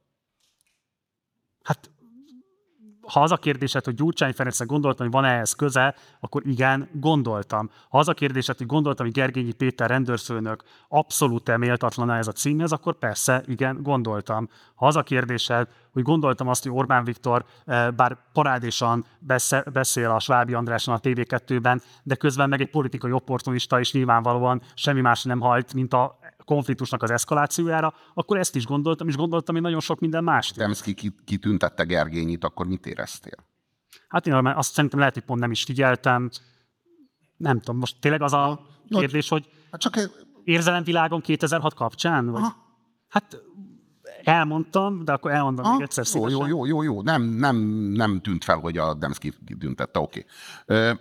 Hát, ha az a kérdésed, hogy Gyurcsány Ferencnek gondoltam, hogy van ehhez köze, akkor igen, gondoltam. Ha az a kérdésed, hogy gondoltam, hogy Gergényi Péter rendőrfőnök abszolút méltatlan ez a címhez, akkor persze, igen, gondoltam. Ha az a kérdésed, hogy gondoltam azt, hogy Orbán Viktor bár parádésan beszél a Svábi Andráson a té vé kettőben, de közben meg egy politikai opportunista is nyilvánvalóan semmi más nem hajt, mint a konfliktusnak az eszkalációjára, akkor ezt is gondoltam, és gondoltam én nagyon sok minden mást.
Demszky kitüntette Gergényit, akkor mit éreztél?
Hát én azt szerintem lehet, hogy pont nem is figyeltem. Nem tudom, most tényleg az a kérdés, hogy
hát csak
érzelemvilágon kétezer-hat kapcsán? Vagy? Hát elmondtam, de akkor elmondom ha? még egyszer szívesen.
Jó, jó, jó, jó. Nem, nem, nem tűnt fel, hogy a Demszky kitüntette, oké. Okay.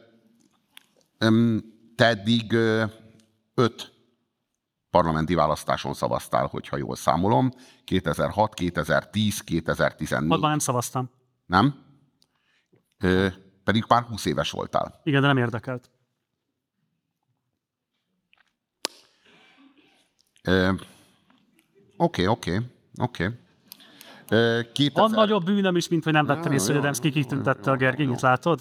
Te eddig öt parlamenti választáson szavaztál, hogyha jól számolom. kétezer-hat, kétezer-tíz, kétezer-tizennégy.
Hatban nem szavaztam.
Nem? Ö, pedig már húsz éves voltál.
Igen, de nem érdekelt.
Oké, oké, oké.
Van nagyobb bűnöm is, mint hogy nem vettem észre, hogy Demszky kitüntette a Gergényit, látod?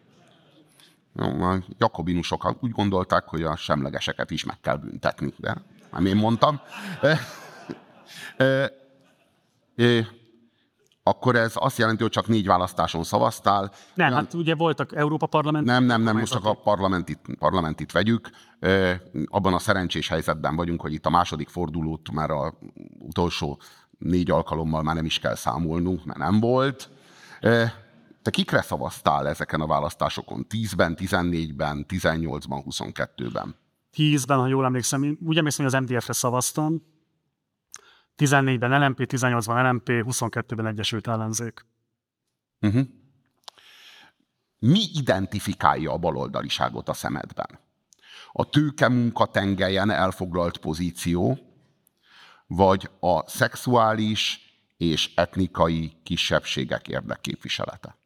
A jakobinusok úgy gondolták, hogy a semlegeseket is meg kell büntetni, de nem én mondtam. E, e, e, akkor ez azt jelenti, hogy csak négy választáson szavaztál.
Nem, Olyan... hát ugye voltak Európa Parlament.
Nem, nem, nem, most csak a parlamentit, parlamentit vegyük. E, abban a szerencsés helyzetben vagyunk, hogy itt a második fordulót már az utolsó négy alkalommal már nem is kell számolnunk, mert nem volt. E, Te kikre szavaztál ezeken a választásokon? tízben, tizennégyben, tizennyolcban, huszonkettőben?
tízben, ha jól emlékszem, úgy emlékszem, hogy az em dé ef-re szavaztam. tizennégyben el em pé, tizennyolcban el em pé, huszonkettőben Egyesült Ellenzék.
Uh-huh. Mi identifikálja a baloldaliságot a szemedben? A tőke munkatengelyen elfoglalt pozíció, vagy a szexuális és etnikai kisebbségek érdekképviselete?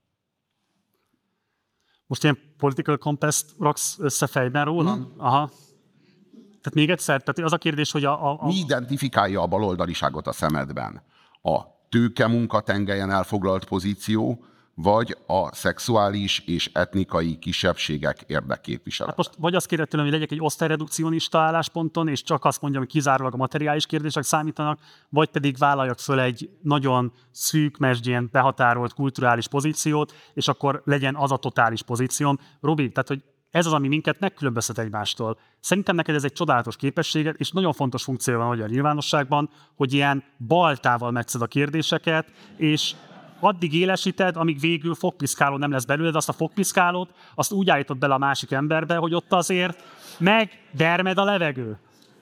Most ilyen political compass-t raksz össze fejben rólam? Hmm. Aha. Tehát még egyszer, tehát az a kérdés, hogy a... a, a...
Mi identifikálja a baloldaliságot a szemedben? A tőke munkatengelyen elfoglalt pozíció, vagy a szexuális és etnikai kisebbségek érdekképviselete.
Hát most vagy azt kéred tőlem, hogy legyek egy osztályredukcionista állásponton, és csak azt mondjam, hogy kizárólag a materiális kérdések számítanak, vagy pedig vállaljak föl egy nagyon szűk, mesdjén behatárolt kulturális pozíciót, és akkor legyen az a totális pozícióm. Robi, tehát hogy ez az, ami minket megkülönböztet egymástól. Szerintem neked ez egy csodálatos képességed, és nagyon fontos funkció van a magyar nyilvánosságban, hogy ilyen baltával megszed a kérdéseket, és addig élesíted, amíg végül fogpiszkáló nem lesz belőled, azt a fogpiszkálót, azt úgy állítod bele a másik emberbe, hogy ott azért megdermed a levegő.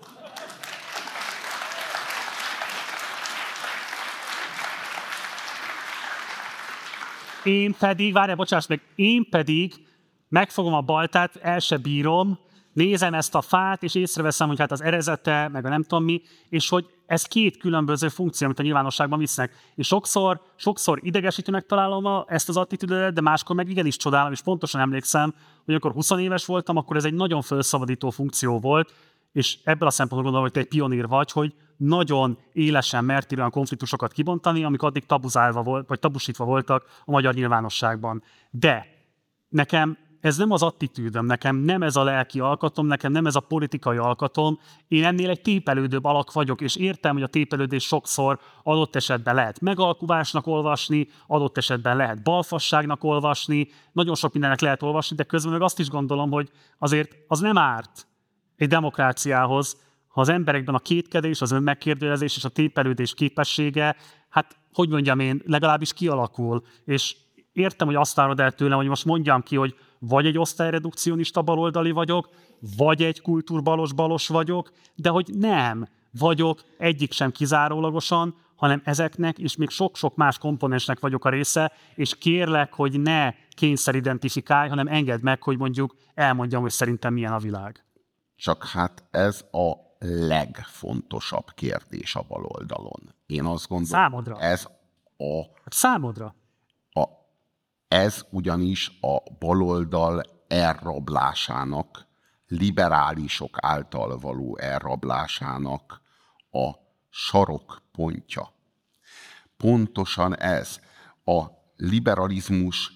Én pedig, várjál, bocsáss meg, én pedig megfogom a baltát, el se bírom, nézem ezt a fát, és észreveszem, hogy hát az erezete, meg a nem tudom mi, és hogy ez két különböző funkció, amit a nyilvánosságban visznek. És sokszor, sokszor idegesítőnek találom a, ezt az attitűdödet, de máskor meg igenis csodálom, és pontosan emlékszem, hogy amikor húsz éves voltam, akkor ez egy nagyon felszabadító funkció volt, és ebből a szempontból gondolom, hogy te egy pionír vagy, hogy nagyon élesen mertél olyan konfliktusokat kibontani, amik addig tabuzálva volt, vagy tabusítva voltak a magyar nyilvánosságban. De nekem ez nem az attitűdöm, nekem nem ez a lelki alkatom, nekem nem ez a politikai alkatom, én ennél egy tépelődőbb alak vagyok, és értem, hogy a tépelődés sokszor adott esetben lehet megalkuvásnak olvasni, adott esetben lehet balfasságnak olvasni, nagyon sok mindennek lehet olvasni, de közben meg azt is gondolom, hogy azért az nem árt egy demokráciához, ha az emberekben a kétkedés, az önmegkérdőjelezés és a tépelődés képessége, hát hogy mondjam én, legalábbis kialakul, és értem, hogy azt várod el tőlem, hogy most mondjam ki, hogy vagy egy osztályredukcionista baloldali vagyok, vagy egy kultúrbalos balos vagyok, de hogy nem vagyok egyik sem kizárólagosan, hanem ezeknek és még sok-sok más komponensnek vagyok a része, és kérlek, hogy ne kényszeridentifikálj, hanem engedd meg, hogy mondjuk elmondjam, hogy szerintem milyen a világ.
Csak hát ez a legfontosabb kérdés a baloldalon. Én azt gondolom,
Számodra?
Ez a...
Számodra?
A, ez ugyanis a baloldal elrablásának, liberálisok által való elrablásának a sarokpontja. Pontosan ez. A liberalizmus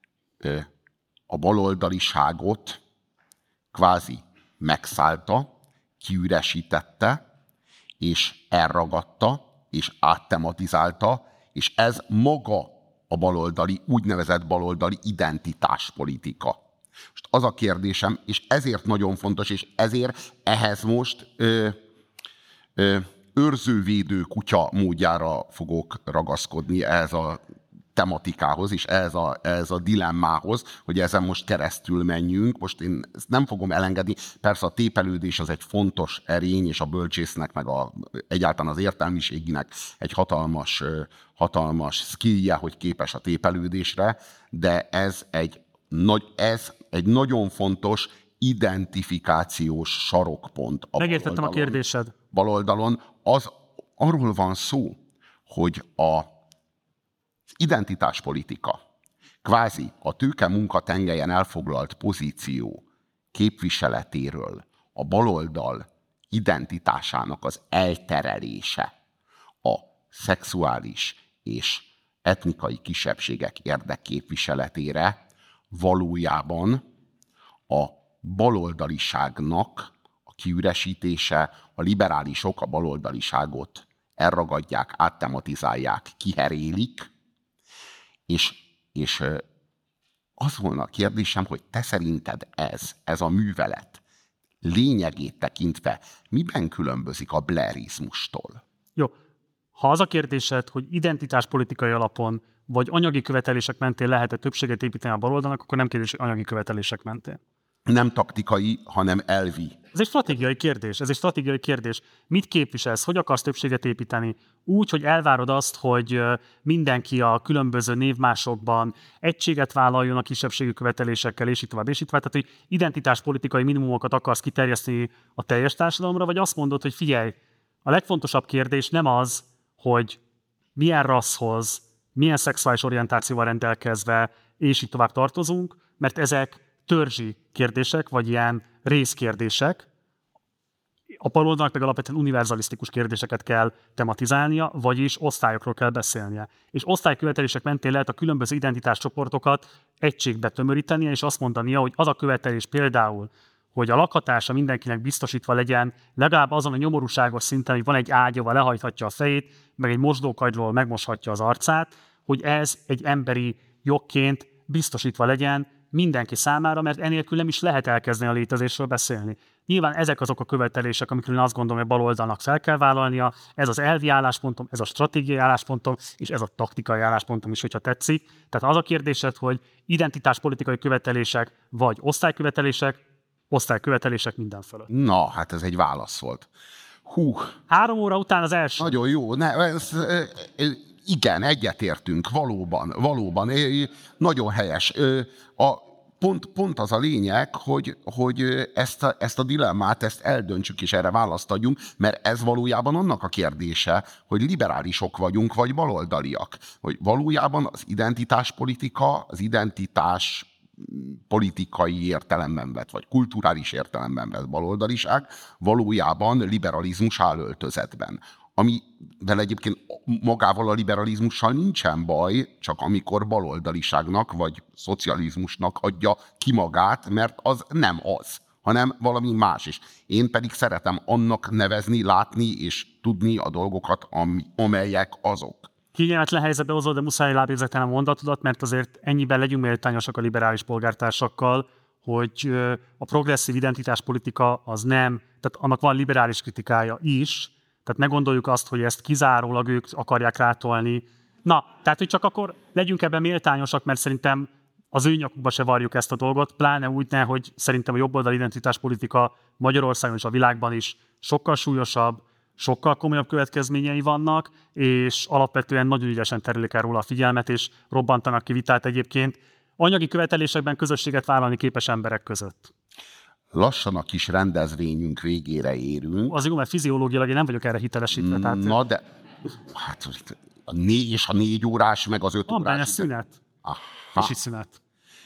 a baloldaliságot kvázi megszállta, kiüresítette, és elragadta, és áttematizálta, és ez maga a baloldali, úgynevezett baloldali identitáspolitika. Most az a kérdésem, és ezért nagyon fontos, és ezért ehhez most ö, ö, őrzővédő kutya módjára fogok ragaszkodni ehhez a tematikához, és ehhez a, ehhez a dilemmához, hogy ezen most keresztül menjünk. Most én ezt nem fogom elengedni. Persze a tépelődés az egy fontos erény, és a bölcsésznek, meg a, egyáltalán az értelmiséginek egy hatalmas, hatalmas skillje, hogy képes a tépelődésre, de ez egy, nagy, ez egy nagyon fontos identifikációs sarokpont. A
Megértettem
baloldalon.
a kérdésed.
Baloldalon az, arról van szó, hogy a identitáspolitika, kvázi a tőke munkatengelyen elfoglalt pozíció képviseletéről a baloldal identitásának az elterelése a szexuális és etnikai kisebbségek érdekképviseletére valójában a baloldaliságnak a kiüresítése, a liberálisok a baloldaliságot elragadják, áttematizálják, kiherélik, És, és az volna a kérdésem, hogy te szerinted ez, ez a művelet lényegét tekintve miben különbözik a blairizmustól?
Jó. Ha az a kérdésed, hogy identitáspolitikai alapon vagy anyagi követelések mentén lehet-e többséget építeni a baloldalnak, akkor nem kérdés, hogy anyagi követelések mentén.
Nem taktikai, hanem elvi.
Ez egy stratégiai kérdés. Ez egy stratégiai kérdés. Mit képviselsz? Hogy akarsz többséget építeni? Úgy, hogy elvárod azt, hogy mindenki a különböző névmásokban egységet vállaljon a kisebbségi követelésekkel, és így tovább, és így tovább. Tehát, hogy identitáspolitikai minimumokat akarsz kiterjeszteni a teljes társadalomra, vagy azt mondod, hogy figyelj, a legfontosabb kérdés nem az, hogy milyen rasszhoz, milyen szexuális orientációval rendelkezve, és így tovább tartozunk, mert ezek törzsi kérdések, vagy ilyen részkérdések, A baloldalnak meg alapvetően univerzalisztikus kérdéseket kell tematizálnia, vagyis osztályokról kell beszélnie. És osztálykövetelések mentén lehet a különböző identitáscsoportokat egységbe tömörítenie, és azt mondania, hogy az a követelés például, hogy a lakhatása mindenkinek biztosítva legyen, legalább azon a nyomorúságos szinten, hogy van egy ágyával lehajthatja a fejét, meg egy mosdókagylól megmoshatja az arcát, hogy ez egy emberi jogként biztosítva legyen mindenki számára, mert enélkül nem is lehet elkezdeni a létezésről beszélni. Nyilván ezek azok a követelések, amikről én azt gondolom, hogy baloldalnak fel kell vállalnia, ez az elvi álláspontom, ez a stratégiai álláspontom, és ez a taktikai álláspontom is, hogyha tetszik. Tehát az a kérdésed, hogy identitáspolitikai követelések vagy osztálykövetelések, osztálykövetelések minden fölött.
Na, hát ez egy válasz volt. Hú.
Három óra után az első.
Nagyon jó. Ne, ez, igen, egyetértünk, valóban, valóban. Nagyon helyes. A, pont, pont az a lényeg, hogy, hogy ezt, a, ezt a dilemmát, ezt eldöntsük és erre választ adjunk, mert ez valójában annak a kérdése, hogy liberálisok vagyunk, vagy baloldaliak. Hogy valójában az identitáspolitika, az identitás politikai értelemben vett, vagy kulturális értelemben vett baloldaliság valójában liberalizmus áll öltözetben. Amivel egyébként magával a liberalizmussal nincsen baj, csak amikor baloldaliságnak vagy szocializmusnak adja ki magát, mert az nem az, hanem valami más is. Én pedig szeretem annak nevezni, látni és tudni a dolgokat, amelyek azok.
Kényelmetlen helyzetbe hozol, de muszáj lábjegyzetelni a mondatodat, mert azért ennyiben legyünk méltányosak a liberális polgártársakkal, hogy a progresszív identitáspolitika az nem, tehát annak van liberális kritikája is, tehát ne gondoljuk azt, hogy ezt kizárólag ők akarják rátolni. Na, tehát, hogy csak akkor legyünk ebben méltányosak, mert szerintem az ő nyakukba se varjuk ezt a dolgot, pláne úgy ne, hogy szerintem a jobboldali identitáspolitika Magyarországon és a világban is sokkal súlyosabb, sokkal komolyabb következményei vannak, és alapvetően nagyon ügyesen terelik el róla a figyelmet, és robbantanak ki vitát egyébként anyagi követelésekben közösséget vállalni képes emberek között.
Lassan a kis rendezvényünk végére érünk.
Az jó, mert fiziológiailag én nem vagyok erre hitelesítve. Tehát...
Na de, hát a négy és a négy órás, meg az öt
van
órás.
Van benne szünet.
Aha.
És itt szünet.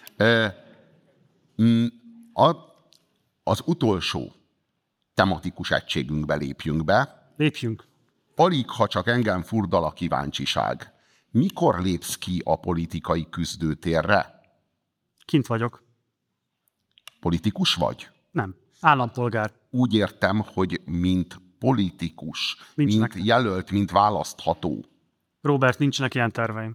A, az utolsó tematikus egységünkbe lépjünk be.
Lépjünk.
Alig, ha csak engem furdal a kíváncsiság. Mikor lépsz ki a politikai küzdőtérre?
Kint vagyok.
Politikus vagy?
Nem. Állampolgár.
Úgy értem, hogy mint politikus,
nincsenek.
mint jelölt, mint választható.
Robert, nincsenek ilyen terveim.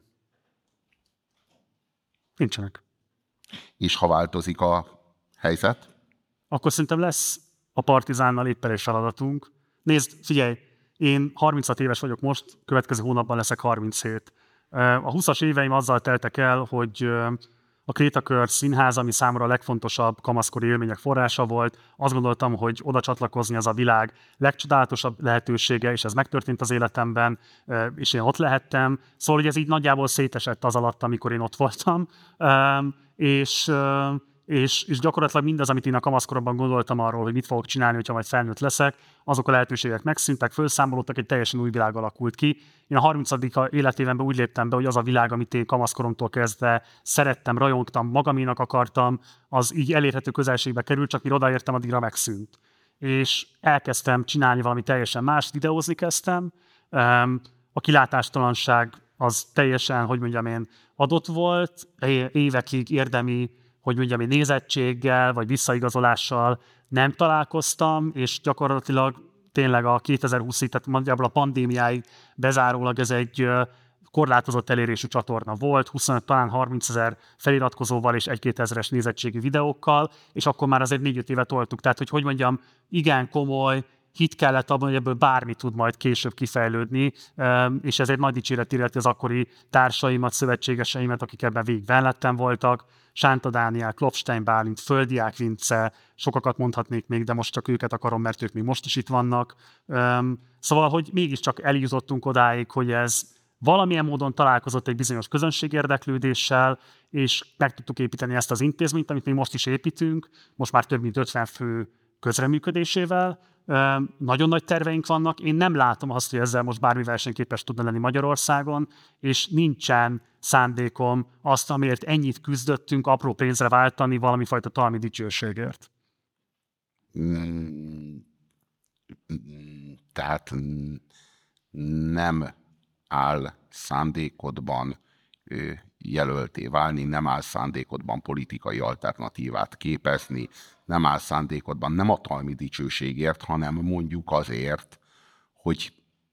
Nincsenek.
És ha változik a helyzet?
Akkor szerintem lesz a Partizánnal éppen egy feladatunk. Nézd, figyelj, én harminchat éves vagyok most, következő hónapban leszek harminchét. A huszas éveim azzal teltek el, hogy a Krétakör Színház, ami számomra a legfontosabb kamaszkori élmények forrása volt, azt gondoltam, hogy oda csatlakozni az a világ legcsodálatosabb lehetősége, és ez megtörtént az életemben, és én ott lehettem. Szóval, hogy ez így nagyjából szétesett az alatt, amikor én ott voltam, és... És, és gyakorlatilag mindaz, amit én a kamaszkoromban gondoltam arról, hogy mit fogok csinálni, hogyha majd felnőtt leszek, azok a lehetőségek megszűntek, felszámolódtak, egy teljesen új világ alakult ki. Én a harmincadik életévemben úgy léptem be, hogy az a világ, amit én kamaszkoromtól kezdve szerettem, rajongtam, magaménak akartam, az így elérhető közelségbe került, csak mire odaértem, addigra megszűnt. És elkezdtem csinálni valami teljesen más, videózni kezdtem. A kilátástalanság az teljesen, hogy mondjam én, adott volt, évekig érdemi, hogy mondjam, én nézettséggel vagy visszaigazolással nem találkoztam, és gyakorlatilag tényleg a kétezer-húszig, tehát nagyjából a pandémiáig bezárólag ez egy korlátozott elérésű csatorna volt, huszonöt, talán harmincezer feliratkozóval és egy-két ezeres nézettségű videókkal, és akkor már azért négy-öt éve toltuk. Tehát, hogy hogy mondjam, igen komoly, hit kellett abban, hogy ebből bármi tud majd később kifejlődni, és ezért nagy dicséret illeti az akkori társaimat, szövetségeseimet, akik ebben végig mellettem voltak, Sánta Dániel, Klopstein Bálint, Földiák Vince, sokakat mondhatnék még, de most csak őket akarom, mert ők még most is itt vannak. Szóval, hogy mégiscsak eljutottunk odáig, hogy ez valamilyen módon találkozott egy bizonyos közönségérdeklődéssel, és meg tudtuk építeni ezt az intézményt, amit még most is építünk, most már több mint ötven fő közreműködésével. Nagyon nagy terveink vannak, én nem látom azt, hogy ezzel most bármi versenyképes tudna lenni Magyarországon, és nincsen szándékom azt, amiért ennyit küzdöttünk, apró pénzre váltani valami fajta talmi dicsőségért.
tehát nem áll szándékodban jelölté válni, nem áll szándékodban politikai alternatívát képezni, nem áll szándékodban nem hatalmi dicsőségért, hanem mondjuk azért, hogy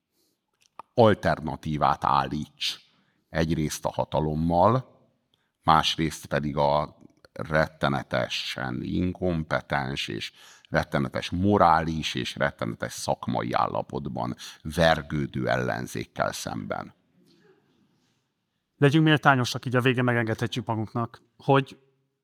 alternatívát állíts egyrészt a hatalommal, másrészt pedig a rettenetesen inkompetens és rettenetes morális és rettenetes szakmai állapotban vergődő ellenzékkel szemben.
Legyünk méltányosak, így a végén megengedhetjük magunknak, hogy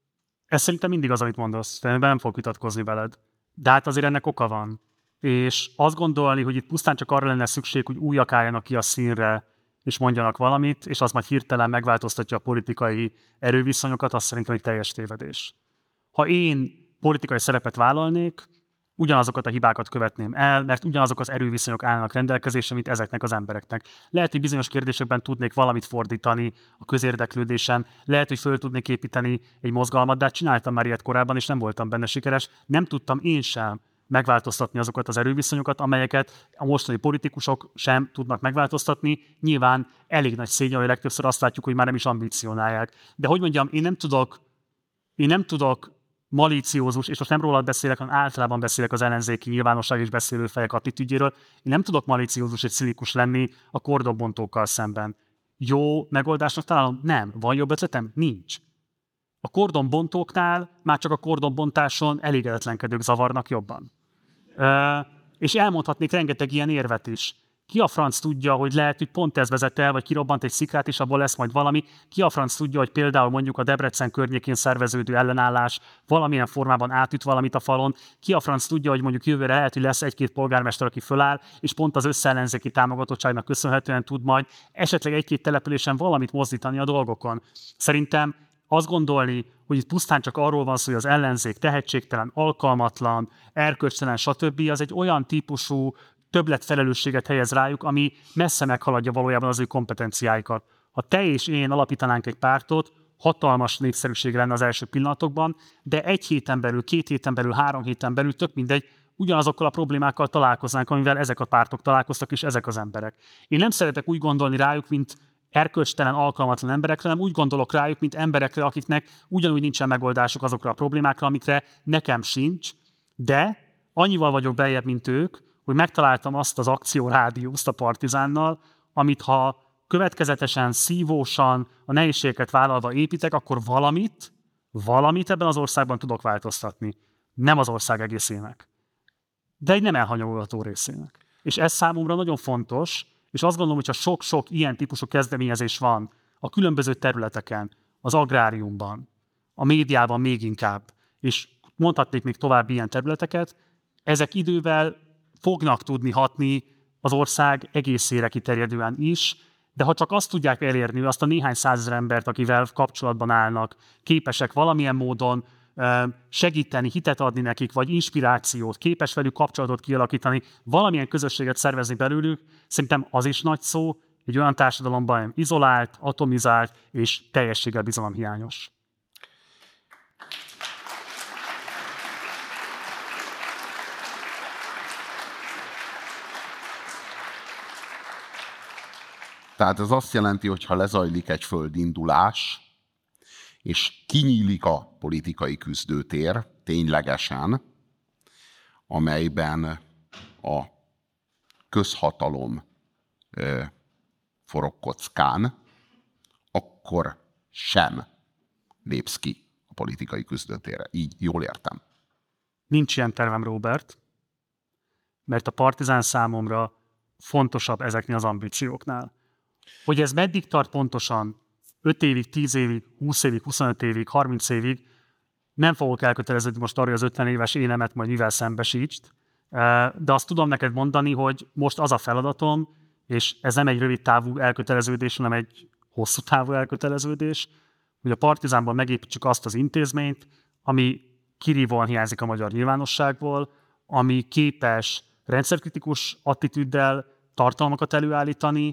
ez szerintem mindig az, amit mondasz, de nem fogok vitatkozni veled. De hát azért ennek oka van. És azt gondolni, hogy itt pusztán csak arra lenne szükség, hogy újak álljanak ki a színre, és mondjanak valamit, és az majd hirtelen megváltoztatja a politikai erőviszonyokat, az szerintem egy teljes tévedés. Ha én politikai szerepet vállalnék, ugyanazokat a hibákat követném el, mert ugyanazok az erőviszonyok állnak rendelkezésre, mint ezeknek az embereknek. Lehet, hogy bizonyos kérdésekben tudnék valamit fordítani a közérdeklődésen, lehet, hogy föl tudnék építeni egy mozgalmat, de hát csináltam már ilyet korábban, és nem voltam benne sikeres. Nem tudtam én sem megváltoztatni azokat az erőviszonyokat, amelyeket a mostani politikusok sem tudnak megváltoztatni. Nyilván elég nagy szégyen, hogy legtöbbször azt látjuk, hogy már nem is ambicionálják. De hogy mondjam, én nem tudok, én nem tudok malíciózus, és most nem rólad beszélek, hanem általában beszélek az ellenzéki nyilvánosság és beszélő fejek attitűdjéről. Én nem tudok malíciózus és cinikus lenni a kordonbontókkal szemben. Jó megoldásnak találom? Nem. Van jobb ötletem? Nincs. A kordonbontóknál már csak a kordonbontáson elégedetlenkedők zavarnak jobban. Ö, és elmondhatnék rengeteg ilyen érvet is. Ki a franc tudja, hogy lehet, hogy pont ez vezet el, vagy kirobbant egy szikrát, és abból lesz majd valami. Ki a franc tudja, hogy például mondjuk a Debrecen környékén szerveződő ellenállás valamilyen formában átüt valamit a falon. Ki a franc tudja, hogy mondjuk jövőre lehet, hogy lesz egy-két polgármester, aki föláll, és pont az összeellenzéki támogatottságnak köszönhetően tud majd esetleg egy-két településen valamit mozdítani a dolgokon. Szerintem azt gondolni, hogy itt pusztán csak arról van szó, hogy az ellenzék tehetségtelen, alkalmatlan, erkölcstelen, stb. Az egy olyan típusú többletfelelősséget helyez rájuk, ami messze meghaladja valójában az ő kompetenciáikat. Ha te és én alapítanánk egy pártot, hatalmas népszerűség lenne az első pillanatokban, de egy héten belül, két héten belül, három héten belül, tök mindegy, ugyanazokkal a problémákkal találkoznánk, amivel ezek a pártok találkoztak, és ezek az emberek. Én nem szeretek úgy gondolni rájuk, mint erkölcstelen, alkalmatlan emberekre, hanem úgy gondolok rájuk, mint emberekre, akiknek ugyanúgy nincsen megoldásuk azokra a problémákra, amikre nekem sincs, de annyival vagyok beljebb, mint ők, hogy megtaláltam azt az akciórádiuszt a Partizánnal, amit ha következetesen, szívósan, a nehézségeket vállalva építek, akkor valamit, valamit ebben az országban tudok változtatni. Nem az ország egészének, de egy nem elhanyagolható részének. És ez számomra nagyon fontos, és azt gondolom, hogy ha sok-sok ilyen típusú kezdeményezés van a különböző területeken, az agráriumban, a médiában még inkább, és mondhatnék még további ilyen területeket, ezek idővel fognak tudni hatni az ország egészére kiterjedően is, de ha csak azt tudják elérni, hogy azt a néhány százezer embert, akivel kapcsolatban állnak, képesek valamilyen módon segíteni, hitet adni nekik, vagy inspirációt, képes velük kapcsolatot kialakítani, valamilyen közösséget szervezni belőlük, szerintem az is nagy szó, egy olyan társadalomban izolált, atomizált és teljességgel bizalomhiányos.
Tehát ez azt jelenti, hogy ha lezajlik egy földindulás, és kinyílik a politikai küzdőtér ténylegesen, amelyben a közhatalom ö, forog kockán, akkor sem lépsz ki a politikai küzdőtérre. Így jól értem.
Nincs ilyen tervem, Róbert, mert a Partizán számomra fontosabb ezeknél az ambícióknál. Hogy ez meddig tart pontosan, öt évig, tíz évig, húsz évig, huszonöt évig, harminc évig, nem fogok elköteleződni most arra, hogy az ötven éves énemet majd mivel szembesítsd, de azt tudom neked mondani, hogy most az a feladatom, és ez nem egy rövid távú elköteleződés, hanem egy hosszú távú elköteleződés, hogy a Partizánban megépítsük azt az intézményt, ami kirívóan hiányzik a magyar nyilvánosságból, ami képes rendszerkritikus attitűddel tartalmakat előállítani,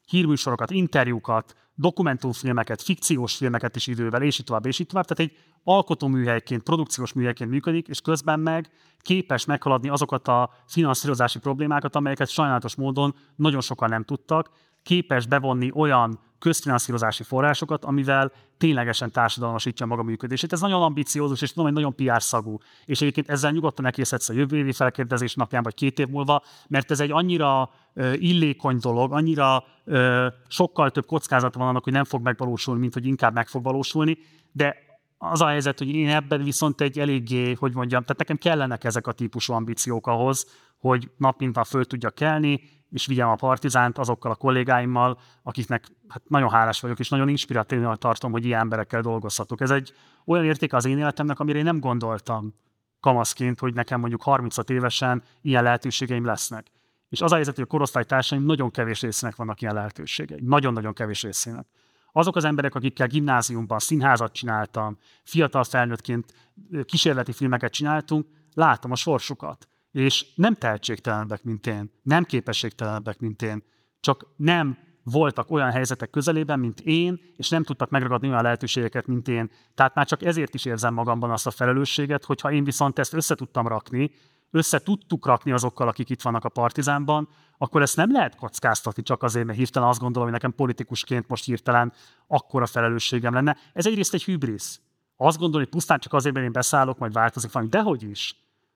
hírműsorokat, interjúkat, dokumentumfilmeket, fikciós filmeket is idővel, és így tovább, és így tovább. Tehát egy alkotóműhelyként, produkciós műhelyként működik, és közben meg képes meghaladni azokat a finanszírozási problémákat, amelyeket sajnálatos módon nagyon sokan nem tudtak, képes bevonni olyan közfinanszírozási forrásokat, amivel ténylegesen társadalmasítja maga működését. Ez nagyon ambiciózus, és tudom, hogy nagyon pé er szagú. És egyébként ezzel nyugodtan elkészíthetsz a jövő évi felkérdezés napján, vagy két év múlva, mert ez egy annyira ö, illékony dolog, annyira ö, sokkal több kockázata van annak, hogy nem fog megvalósulni, mint hogy inkább meg fog valósulni. De az a helyzet, hogy én ebben viszont egy eléggé, hogy mondjam, tehát nekem kellenek ezek a típusú ambíciók ahhoz, hogy nap mint nap föl tudjak kelni, és vigyem a Partizánt azokkal a kollégáimmal, akiknek hát nagyon hálás vagyok, és nagyon inspiratívnak tartom, hogy ilyen emberekkel dolgozhatok. Ez egy olyan értéke az én életemnek, amire én nem gondoltam kamaszként, hogy nekem mondjuk harmincöt évesen ilyen lehetőségeim lesznek. És az a helyzet, hogy a korosztálytársaim nagyon kevés részének vannak ilyen lehetőségei. Nagyon-nagyon kevés részének. Azok az emberek, akikkel gimnáziumban színházat csináltam, fiatal felnőttként kísérleti filmeket csináltunk, látom a sorsukat. És nem tehetségtelenebbek, mint én, nem képességtelenebbek, mint én, csak nem voltak olyan helyzetek közelében, mint én, és nem tudtak megragadni olyan lehetőségeket, mint én. Tehát már csak ezért is érzem magamban azt a felelősséget, hogyha én viszont ezt össze tudtam rakni, össze tudtuk rakni azokkal, akik itt vannak a Partizánban, akkor ezt nem lehet kockáztatni csak azért, mert hirtelen azt gondolom, hogy nekem politikusként most hirtelen akkora felelősségem lenne. Ez egyrészt egy hübrisz. Azt gondolom, hogy pusztán csak azért, mert én beszállok, majd változik valami, dehogy is.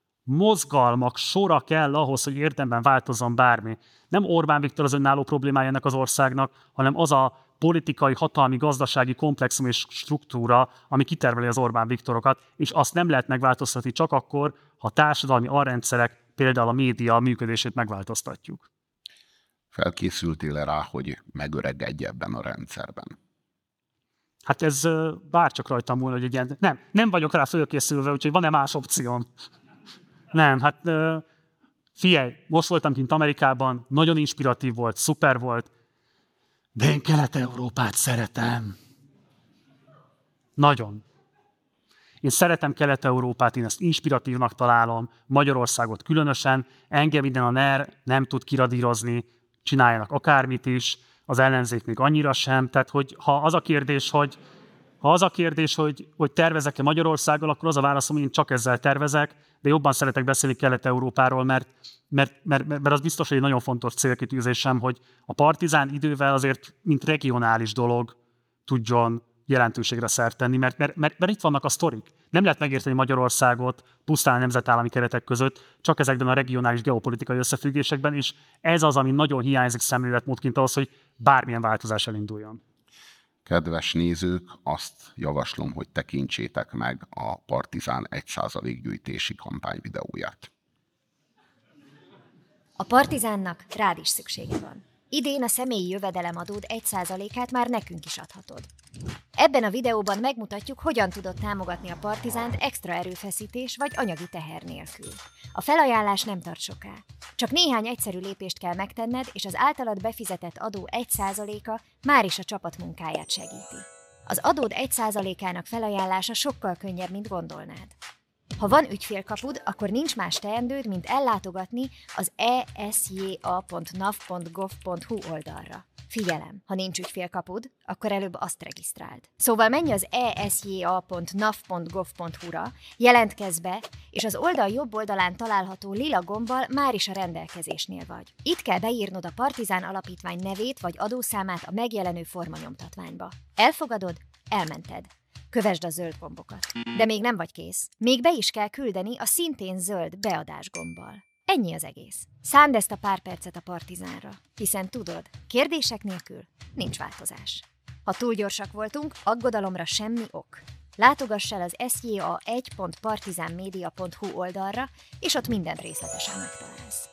Mozgalmak sora kell ahhoz, hogy érdemben változzon bármi. Nem Orbán Viktor az önálló problémája ennek az országnak, hanem az a politikai, hatalmi, gazdasági komplexum és struktúra, ami kitermeli az Orbán Viktorokat, és azt nem lehet megváltoztatni csak akkor, ha társadalmi alrendszerek, például a média működését megváltoztatjuk.
Felkészültél-e rá, hogy megöregedj ebben a rendszerben?
Hát ez bárcsak rajtam múlna, hogy egy ilyen... Nem, nem vagyok rá fölkészülve, úgyhogy van-e más opcióm? Nem, hát figyelj, most voltam kint Amerikában, nagyon inspiratív volt, szuper volt, de én Kelet-Európát szeretem. Nagyon. Én szeretem Kelet-Európát, én ezt inspiratívnak találom, Magyarországot különösen, engem innen a en e er nem tud kiradírozni, csináljanak akármit is, az ellenzék még annyira sem, tehát hogy ha az a kérdés, hogy Ha az a kérdés, hogy, hogy tervezek-e Magyarországgal, akkor az a válaszom, hogy én csak ezzel tervezek, de jobban szeretek beszélni Kelet-Európáról, mert, mert, mert, mert az biztos, hogy egy nagyon fontos célkitűzésem, hogy a Partizán idővel azért, mint regionális dolog tudjon jelentőségre szert tenni, mert, mert, mert, mert itt vannak a sztorik. Nem lehet megérteni Magyarországot pusztán nemzetállami keretek között, csak ezekben a regionális geopolitikai összefüggésekben, és ez az, ami nagyon hiányzik szemléletmódként ahhoz, hogy bármilyen változás elinduljon.
Kedves nézők, azt javaslom, hogy tekintsétek meg a Partizán egy százalék gyűjtési kampány videóját.
A Partizánnak rád is szüksége van. Idén a személyi jövedelemadód egy százalékát már nekünk is adhatod. Ebben a videóban megmutatjuk, hogyan tudod támogatni a Partizánt extra erőfeszítés vagy anyagi teher nélkül. A felajánlás nem tart soká. Csak néhány egyszerű lépést kell megtenned, és az általad befizetett adó egy százaléka már is a csapat munkáját segíti. Az adód egy százalékának felajánlása sokkal könnyebb, mint gondolnád. Ha van ügyfélkapud, akkor nincs más teendőd, mint ellátogatni az e s j a pont nav pont gov pont hu oldalra. Figyelem, ha nincs ügyfélkapud, akkor előbb azt regisztráld. Szóval menj az e s j a pont nav pont gov pont hu-ra, jelentkezz be, és az oldal jobb oldalán található lila gombbal már is a rendelkezésnél vagy. Itt kell beírnod a Partizán Alapítvány nevét vagy adószámát a megjelenő formanyomtatványba. Elfogadod? Elmented. Kövesd a zöld gombokat. De még nem vagy kész. Még be is kell küldeni a szintén zöld beadás gombbal. Ennyi az egész. Szánd ezt a pár percet a Partizánra, hiszen tudod, kérdések nélkül nincs változás. Ha túl gyorsak voltunk, aggodalomra semmi ok. Látogass el az s j a egy pont partizánmedia pont hu oldalra, és ott mindent részletesen megtalálsz.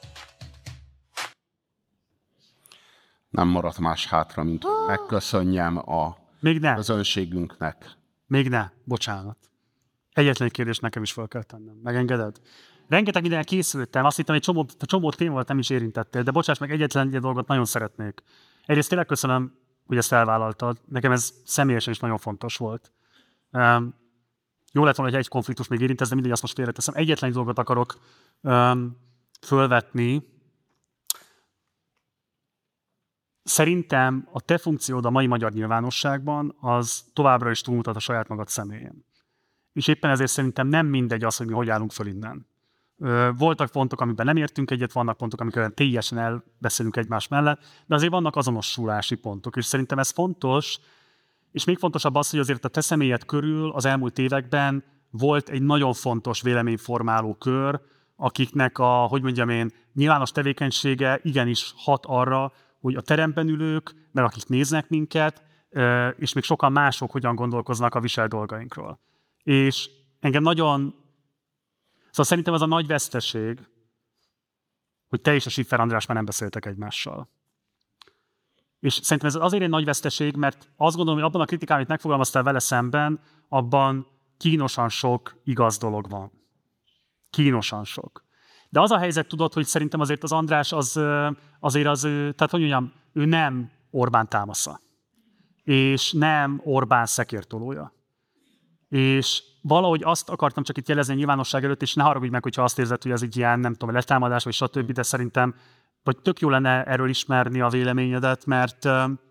Nem maradt más hátra, mint hogy megköszönjem a
Még ne.
közönségünknek.
Még ne, bocsánat. Egyetlen egy kérdést nekem is fel kell tennem. Megengeded? Rengeteg mindenre készültem, azt hittem, hogy csomó, csomó témát nem is érintettél, de bocsáss meg, egyetlen egy dolgot nagyon szeretnék. Egyrészt tényleg köszönöm, hogy ezt elvállaltad. Nekem ez személyesen is nagyon fontos volt. Um, jó lett volna, hogy egy konfliktus még érintesz, de mindegy, azt most félreteszem. Egyetlen egy dolgot akarok um, fölvetni. szerintem a te funkciód a mai magyar nyilvánosságban az továbbra is túlmutat a saját magad személyen. És éppen ezért szerintem nem mindegy az, hogy mi hogy állunk föl innen. Voltak pontok, amiben nem értünk egyet, vannak pontok, amikor teljesen elbeszélünk egymás mellett, de azért vannak azonosulási pontok, és szerintem ez fontos, és még fontosabb az, hogy azért a te személyed körül az elmúlt években volt egy nagyon fontos véleményformáló kör, akiknek a, hogy mondjam én, nyilvános tevékenysége igenis hat arra, hogy a teremben ülők, meg akik néznek minket, és még sokan mások hogyan gondolkoznak a viselt dolgainkról. És engem nagyon... Szóval szerintem az a nagy veszteség, hogy te és a Schiffer András már nem beszéltek egymással. És szerintem ez azért egy nagy veszteség, mert azt gondolom, hogy abban a kritikán, amit megfogalmaztál vele szemben, abban kínosan sok igaz dolog van. Kínosan sok. De az a helyzet, tudod, hogy szerintem azért az András az, azért az, tehát hogy mondjam, ő nem Orbán támasza. És nem Orbán szekértolója. És valahogy azt akartam csak itt jelezni a nyilvánosság előtt, és ne haragudj meg, hogyha azt érzed, hogy ez egy ilyen, nem tudom, letámadás, vagy stb., de szerintem vagy tök jó lenne erről ismerni a véleményedet, mert,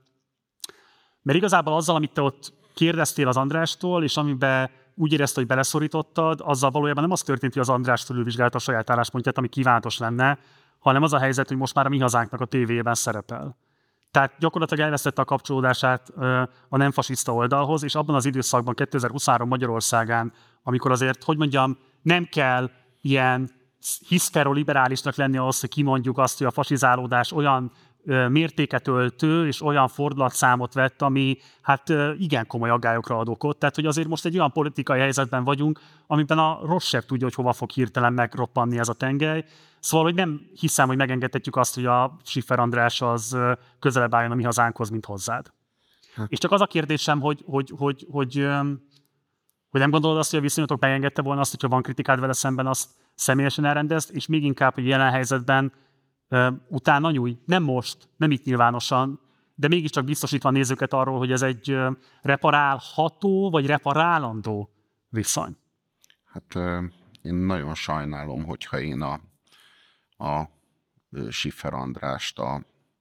mert igazából azzal, amit te ott kérdeztél az Andrástól, és amiben úgy érezte, hogy beleszorítottad, azzal valójában nem az történt, hogy az András felülvizsgálta a saját álláspontját, ami kívánatos lenne, hanem az a helyzet, hogy most már a Mi Hazánknak a tévéjében szerepel. Tehát gyakorlatilag elvesztette a kapcsolódását a nem fasiszta oldalhoz, és abban az időszakban, kétezer-huszonhárom Magyarországán, amikor azért, hogy mondjam, nem kell ilyen hiszkeroliberálisnak lenni ahhoz, hogy kimondjuk azt, hogy a fasizálódás olyan mértéket öltő és olyan fordulatszámot vett, ami hát igen komoly aggályokra ad okot. Tehát, hogy azért most egy olyan politikai helyzetben vagyunk, amiben a rossz sem tudja, hogy hova fog hirtelen megroppanni ez a tengely. Szóval, hogy nem hiszem, hogy megengedhetjük azt, hogy a Schiffer András az közelebb álljon a Mi Hazánkhoz, mint hozzád. Hm. És csak az a kérdésem, hogy, hogy, hogy, hogy, hogy nem gondolod azt, hogy a viszonyatok megengedte volna azt, hogyha van kritikád vele szemben, azt személyesen elrendezd, és még inkább, hogy jelen helyzetben utána nyújj, nem most, nem itt nyilvánosan, de mégiscsak biztosítva a nézőket arról, hogy ez egy reparálható, vagy reparálandó viszony.
Hát én nagyon sajnálom, hogyha én a, a Schiffer Andrást a,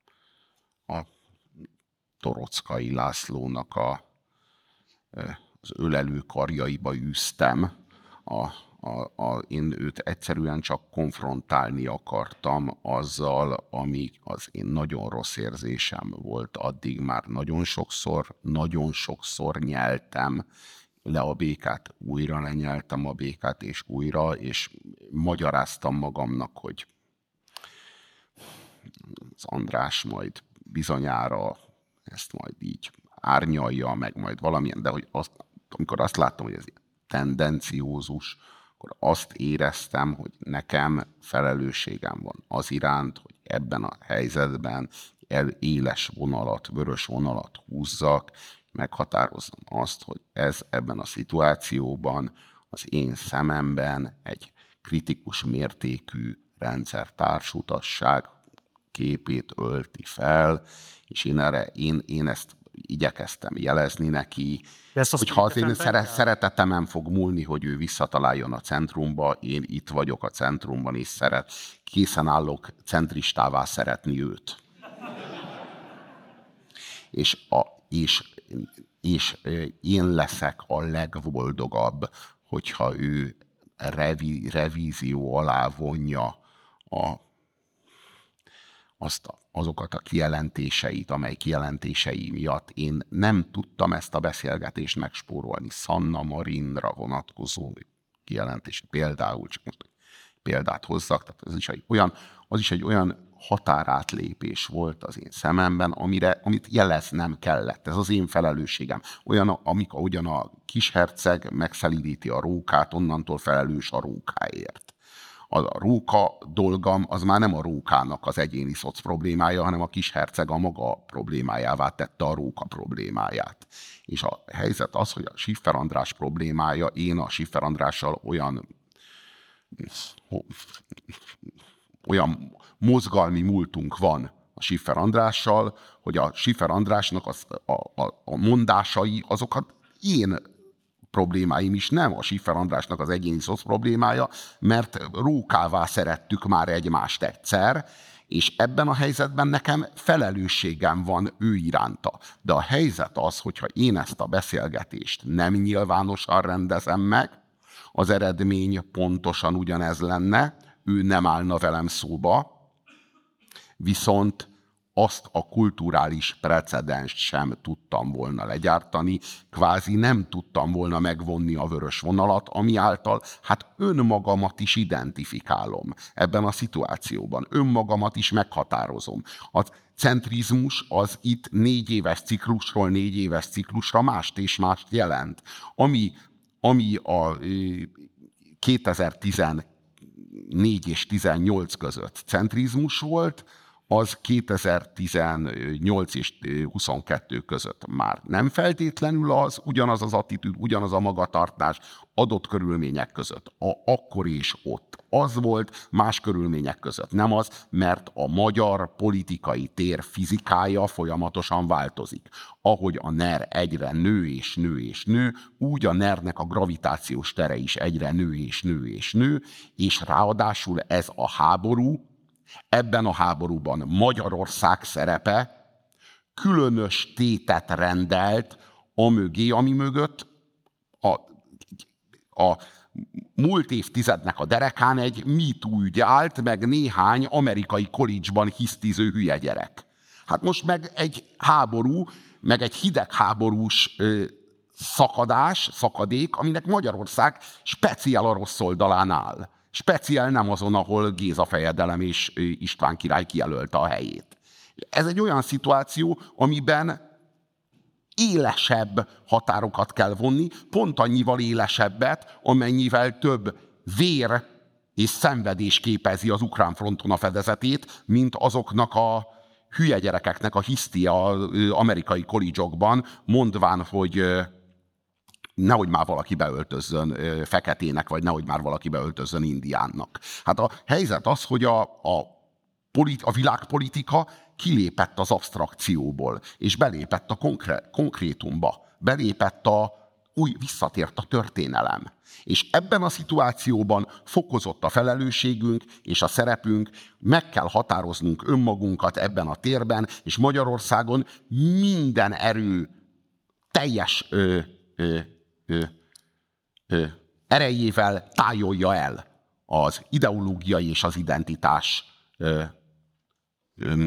a Torockai Lászlónak a, az ölelő karjaiba űztem, a A, a, én őt egyszerűen csak konfrontálni akartam azzal, ami az én nagyon rossz érzésem volt. Addig már nagyon sokszor, nagyon sokszor nyeltem le a békát, újra lenyeltem a békát, és újra, és magyaráztam magamnak, hogy az András majd bizonyára ezt majd így árnyalja, meg majd valamilyen, de hogy azt, amikor azt láttam, hogy ez tendenciózus, akkor azt éreztem, hogy nekem felelősségem van az iránt, hogy ebben a helyzetben el éles vonalat, vörös vonalat húzzak, meghatározzam azt, hogy ez ebben a szituációban az én szememben egy kritikus mértékű rendszertársutasság képét ölti fel, és én, erre, én, én ezt igyekeztem jelezni neki, hogy ha az én szere- szeretetemen fog múlni, hogy ő visszataláljon a centrumba, én itt vagyok a centrumban, és szeret, készen állok centristává szeretni őt. És, a, és, és én leszek a legboldogabb, hogyha ő revi, revízió alá vonja a, azt a azokat a kijelentéseit, amely kijelentései miatt én nem tudtam ezt a beszélgetést megspórolni. Sanna Marinra vonatkozó kijelentés, például, csak most példát hozzak, tehát ez is egy olyan, az is egy olyan határátlépés volt az én szememben, amire, amit jeleznem kellett. Ez az én felelősségem. Olyan, amikor ugyan a kisherceg megszelídíti a rókát, onnantól felelős a rókáért. A róka dolgam az már nem a rókának az egyéni szoc problémája, hanem a kisherceg a maga problémájává tette a róka problémáját. És a helyzet az, hogy a Schiffer András problémája, én a Schiffer Andrással olyan, olyan mozgalmi múltunk van a Schiffer Andrással, hogy a Schiffer Andrásnak az, a, a, a mondásai, azokat én problémáim is nem a Schiffer Andrásnak az egyéni szoc problémája, mert rókává szerettük már egymást egyszer, és ebben a helyzetben nekem felelősségem van ő iránta. De a helyzet az, hogyha én ezt a beszélgetést nem nyilvánosan rendezem meg, az eredmény pontosan ugyanez lenne, ő nem állna velem szóba, viszont azt a kulturális precedenst sem tudtam volna legyártani, kvázi nem tudtam volna megvonni a vörös vonalat, ami által hát önmagamat is identifikálom ebben a szituációban. Önmagamat is meghatározom. A centrizmus az itt négy éves ciklusról négy éves ciklusra mást és mást jelent. Ami, ami a kétezer-tizennégy és tizennyolc között centrizmus volt, az kétezer-tizennyolc és huszonkettő között már nem feltétlenül az, ugyanaz az attitűd, ugyanaz a magatartás adott körülmények között. A akkor és ott az volt, más körülmények között nem az, mert a magyar politikai tér fizikája folyamatosan változik. Ahogy a NER egyre nő és nő és nő, úgy a NER-nek a gravitációs tere is egyre nő és nő és nő, és ráadásul ez a háború, ebben a háborúban Magyarország szerepe különös tétet rendelt amögé, ami mögött a, a múlt évtizednek a derekán egy MeToo ügy állt, meg néhány amerikai college-ban hisztiző hülye gyerek. Hát most meg egy háború, meg egy hidegháborús ö, szakadás, szakadék, aminek Magyarország speciál a rossz oldalán áll. Speciál nem azon, ahol Géza fejedelem és István király kijelölte a helyét. Ez egy olyan szituáció, amiben élesebb határokat kell vonni, pont annyival élesebbet, amennyivel több vér és szenvedés képezi az ukrán fronton a fedezetét, mint azoknak a hülye gyerekeknek a hisztia az amerikai college-okban, mondván, hogy nehogy már valaki beöltözzön feketének, vagy nehogy már valaki beöltözzön indiánnak. Hát a helyzet az, hogy a, a, polit, a világpolitika kilépett az absztrakcióból, és belépett a konkré, konkrétumba, belépett a új, visszatért a történelem. És ebben a szituációban fokozott a felelősségünk és a szerepünk, meg kell határoznunk önmagunkat ebben a térben, és Magyarországon minden erő teljes ö, ö, Ö, ö, erejével tájolja el az ideológiai és az identitás ö, ö,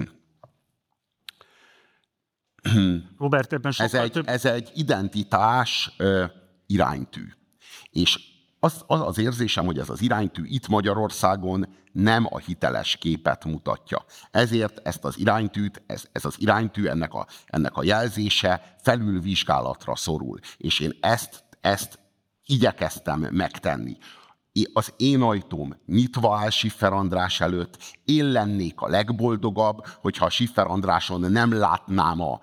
Robert, ebben
ez, egy,
több...
ez egy identitás ö, iránytű. És az, az az érzésem, hogy ez az iránytű itt Magyarországon nem a hiteles képet mutatja. Ezért ezt az iránytűt, ez, ez az iránytű, ennek a, ennek a jelzése felülvizsgálatra szorul. És én ezt Ezt igyekeztem megtenni. Az én ajtóm nyitva áll Schiffer András előtt. Én lennék a legboldogabb, hogyha Schiffer Andráson nem látnám a,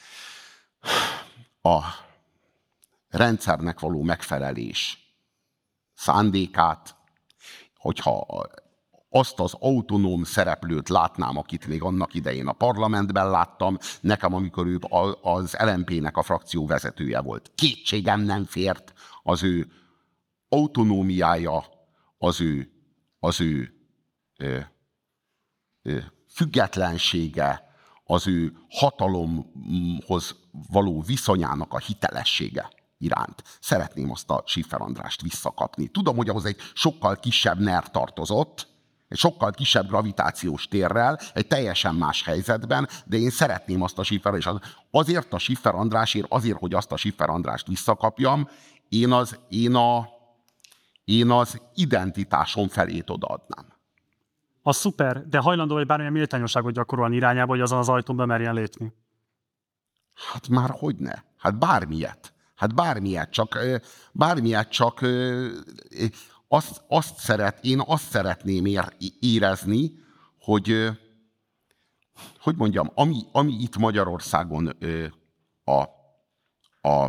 a rendszernek való megfelelés szándékát, hogyha azt az autonóm szereplőt látnám, akit még annak idején a parlamentben láttam, nekem, amikor ő az el em pé-nek a frakció vezetője volt. Kétségem nem fért az ő autonómiája, az ő, az ő ö, ö, függetlensége, az ő hatalomhoz való viszonyának a hitelessége iránt. Szeretném azt a Schiffer Andrást visszakapni. Tudom, hogy ahhoz egy sokkal kisebb NER tartozott, egy sokkal kisebb gravitációs térrel, egy teljesen más helyzetben, de én szeretném azt a Schiffer, és azért a Schiffer Andrásért, azért, hogy azt a Schiffer Andrást visszakapjam, én az, én a, én az identitásom felét odaadnám.
Az szuper, de hajlandó vagy bármilyen méltányosságot gyakorolni irányába, hogy azon az ajtón bemerjen lépni?
Hát már hogyne? Hát bármilyet. Hát bármilyet, csak bármilyet, csak azt, azt szeret, én azt szeretném ér, érezni, hogy, hogy mondjam, ami, ami itt Magyarországon a, a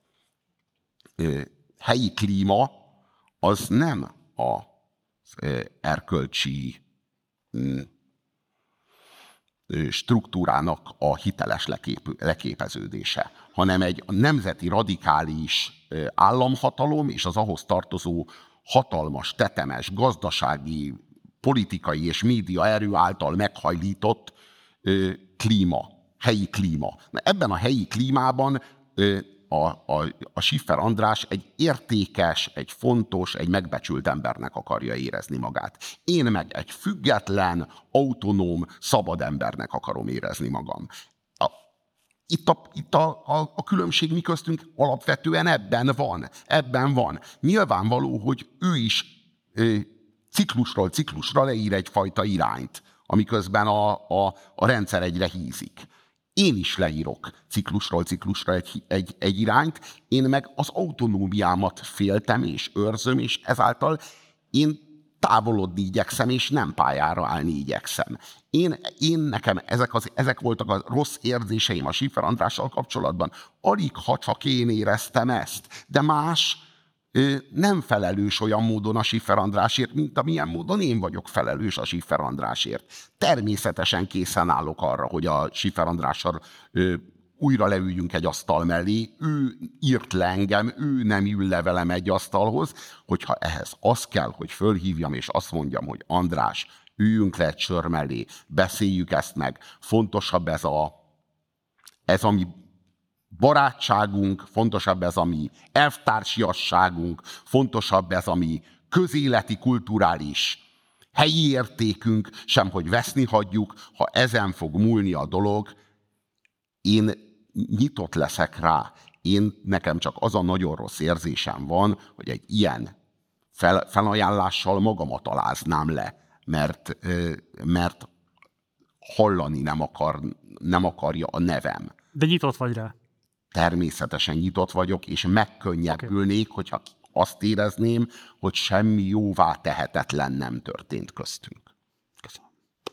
helyi klíma, az nem az erkölcsi struktúrának a hiteles lekép, leképeződése, hanem egy nemzeti radikális államhatalom és az ahhoz tartozó hatalmas, tetemes, gazdasági, politikai és média erő által meghajlított klíma, helyi klíma. Ebben a helyi klímában a, a, a Schiffer András egy értékes, egy fontos, egy megbecsült embernek akarja érezni magát. Én meg egy független, autonóm, szabad embernek akarom érezni magam. A, itt a, itt a, a, a különbség mi köztünk alapvetően ebben van. Ebben van. Nyilvánvaló, hogy ő is ö, ciklusról ciklusra leír egyfajta irányt, amiközben a, a, a rendszer egyre hízik. Én is leírok ciklusról ciklusra egy, egy, egy irányt, én meg az autonómiámat féltem és őrzöm, és ezáltal én távolodni igyekszem, és nem pályára állni igyekszem. Én, én nekem ezek, az, ezek voltak a rossz érzéseim a Schiffer Andrással kapcsolatban. Alig, ha csak én éreztem ezt, de más nem felelős olyan módon a Schiffer Andrásért, mint amilyen módon én vagyok felelős a Schiffer Andrásért. Természetesen készen állok arra, hogy a Schiffer Andrással ö, újra leüljünk egy asztal mellé. Ő írt le engem, ő nem ül le velem egy asztalhoz, hogyha ehhez az kell, hogy fölhívjam és azt mondjam, hogy András, üljünk le egy sör mellé, beszéljük ezt meg. Fontosabb ez a, ez ami barátságunk, fontosabb ez a mi elvtársiasságunk, fontosabb ez a mi közéleti, kulturális helyi értékünk, sem hogy veszni hagyjuk, ha ezen fog múlni a dolog, én nyitott leszek rá. Én, nekem csak az a nagyon rossz érzésem van, hogy egy ilyen fel, felajánlással magamat aláznám le, mert, mert hallani nem, akar, nem akarja a nevem.
De nyitott vagy rá.
Természetesen nyitott vagyok, és megkönnyebbülnék, okay. hogyha azt érezném, hogy semmi jóvá tehetetlen nem történt köztünk. Köszönöm.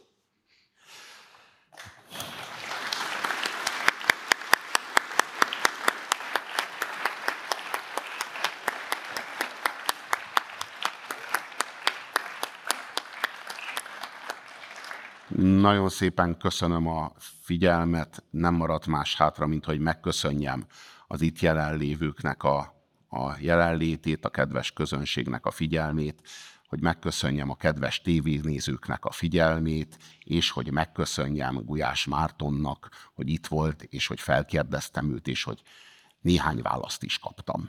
Nagyon szépen köszönöm a figyelmet, nem maradt más hátra, mint hogy megköszönjem az itt jelenlévőknek a, a jelenlétét, a kedves közönségnek a figyelmét, hogy megköszönjem a kedves tévénézőknek a figyelmét, és hogy megköszönjem Gulyás Mártonnak, hogy itt volt, és hogy felkérdeztem őt, és hogy néhány választ is kaptam.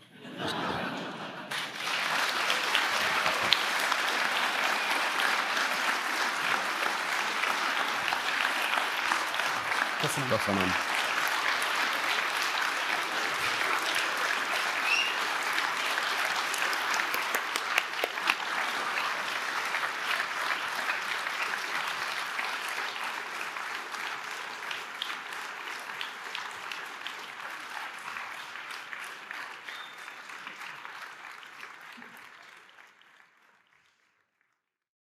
Köszönöm.
Köszönöm.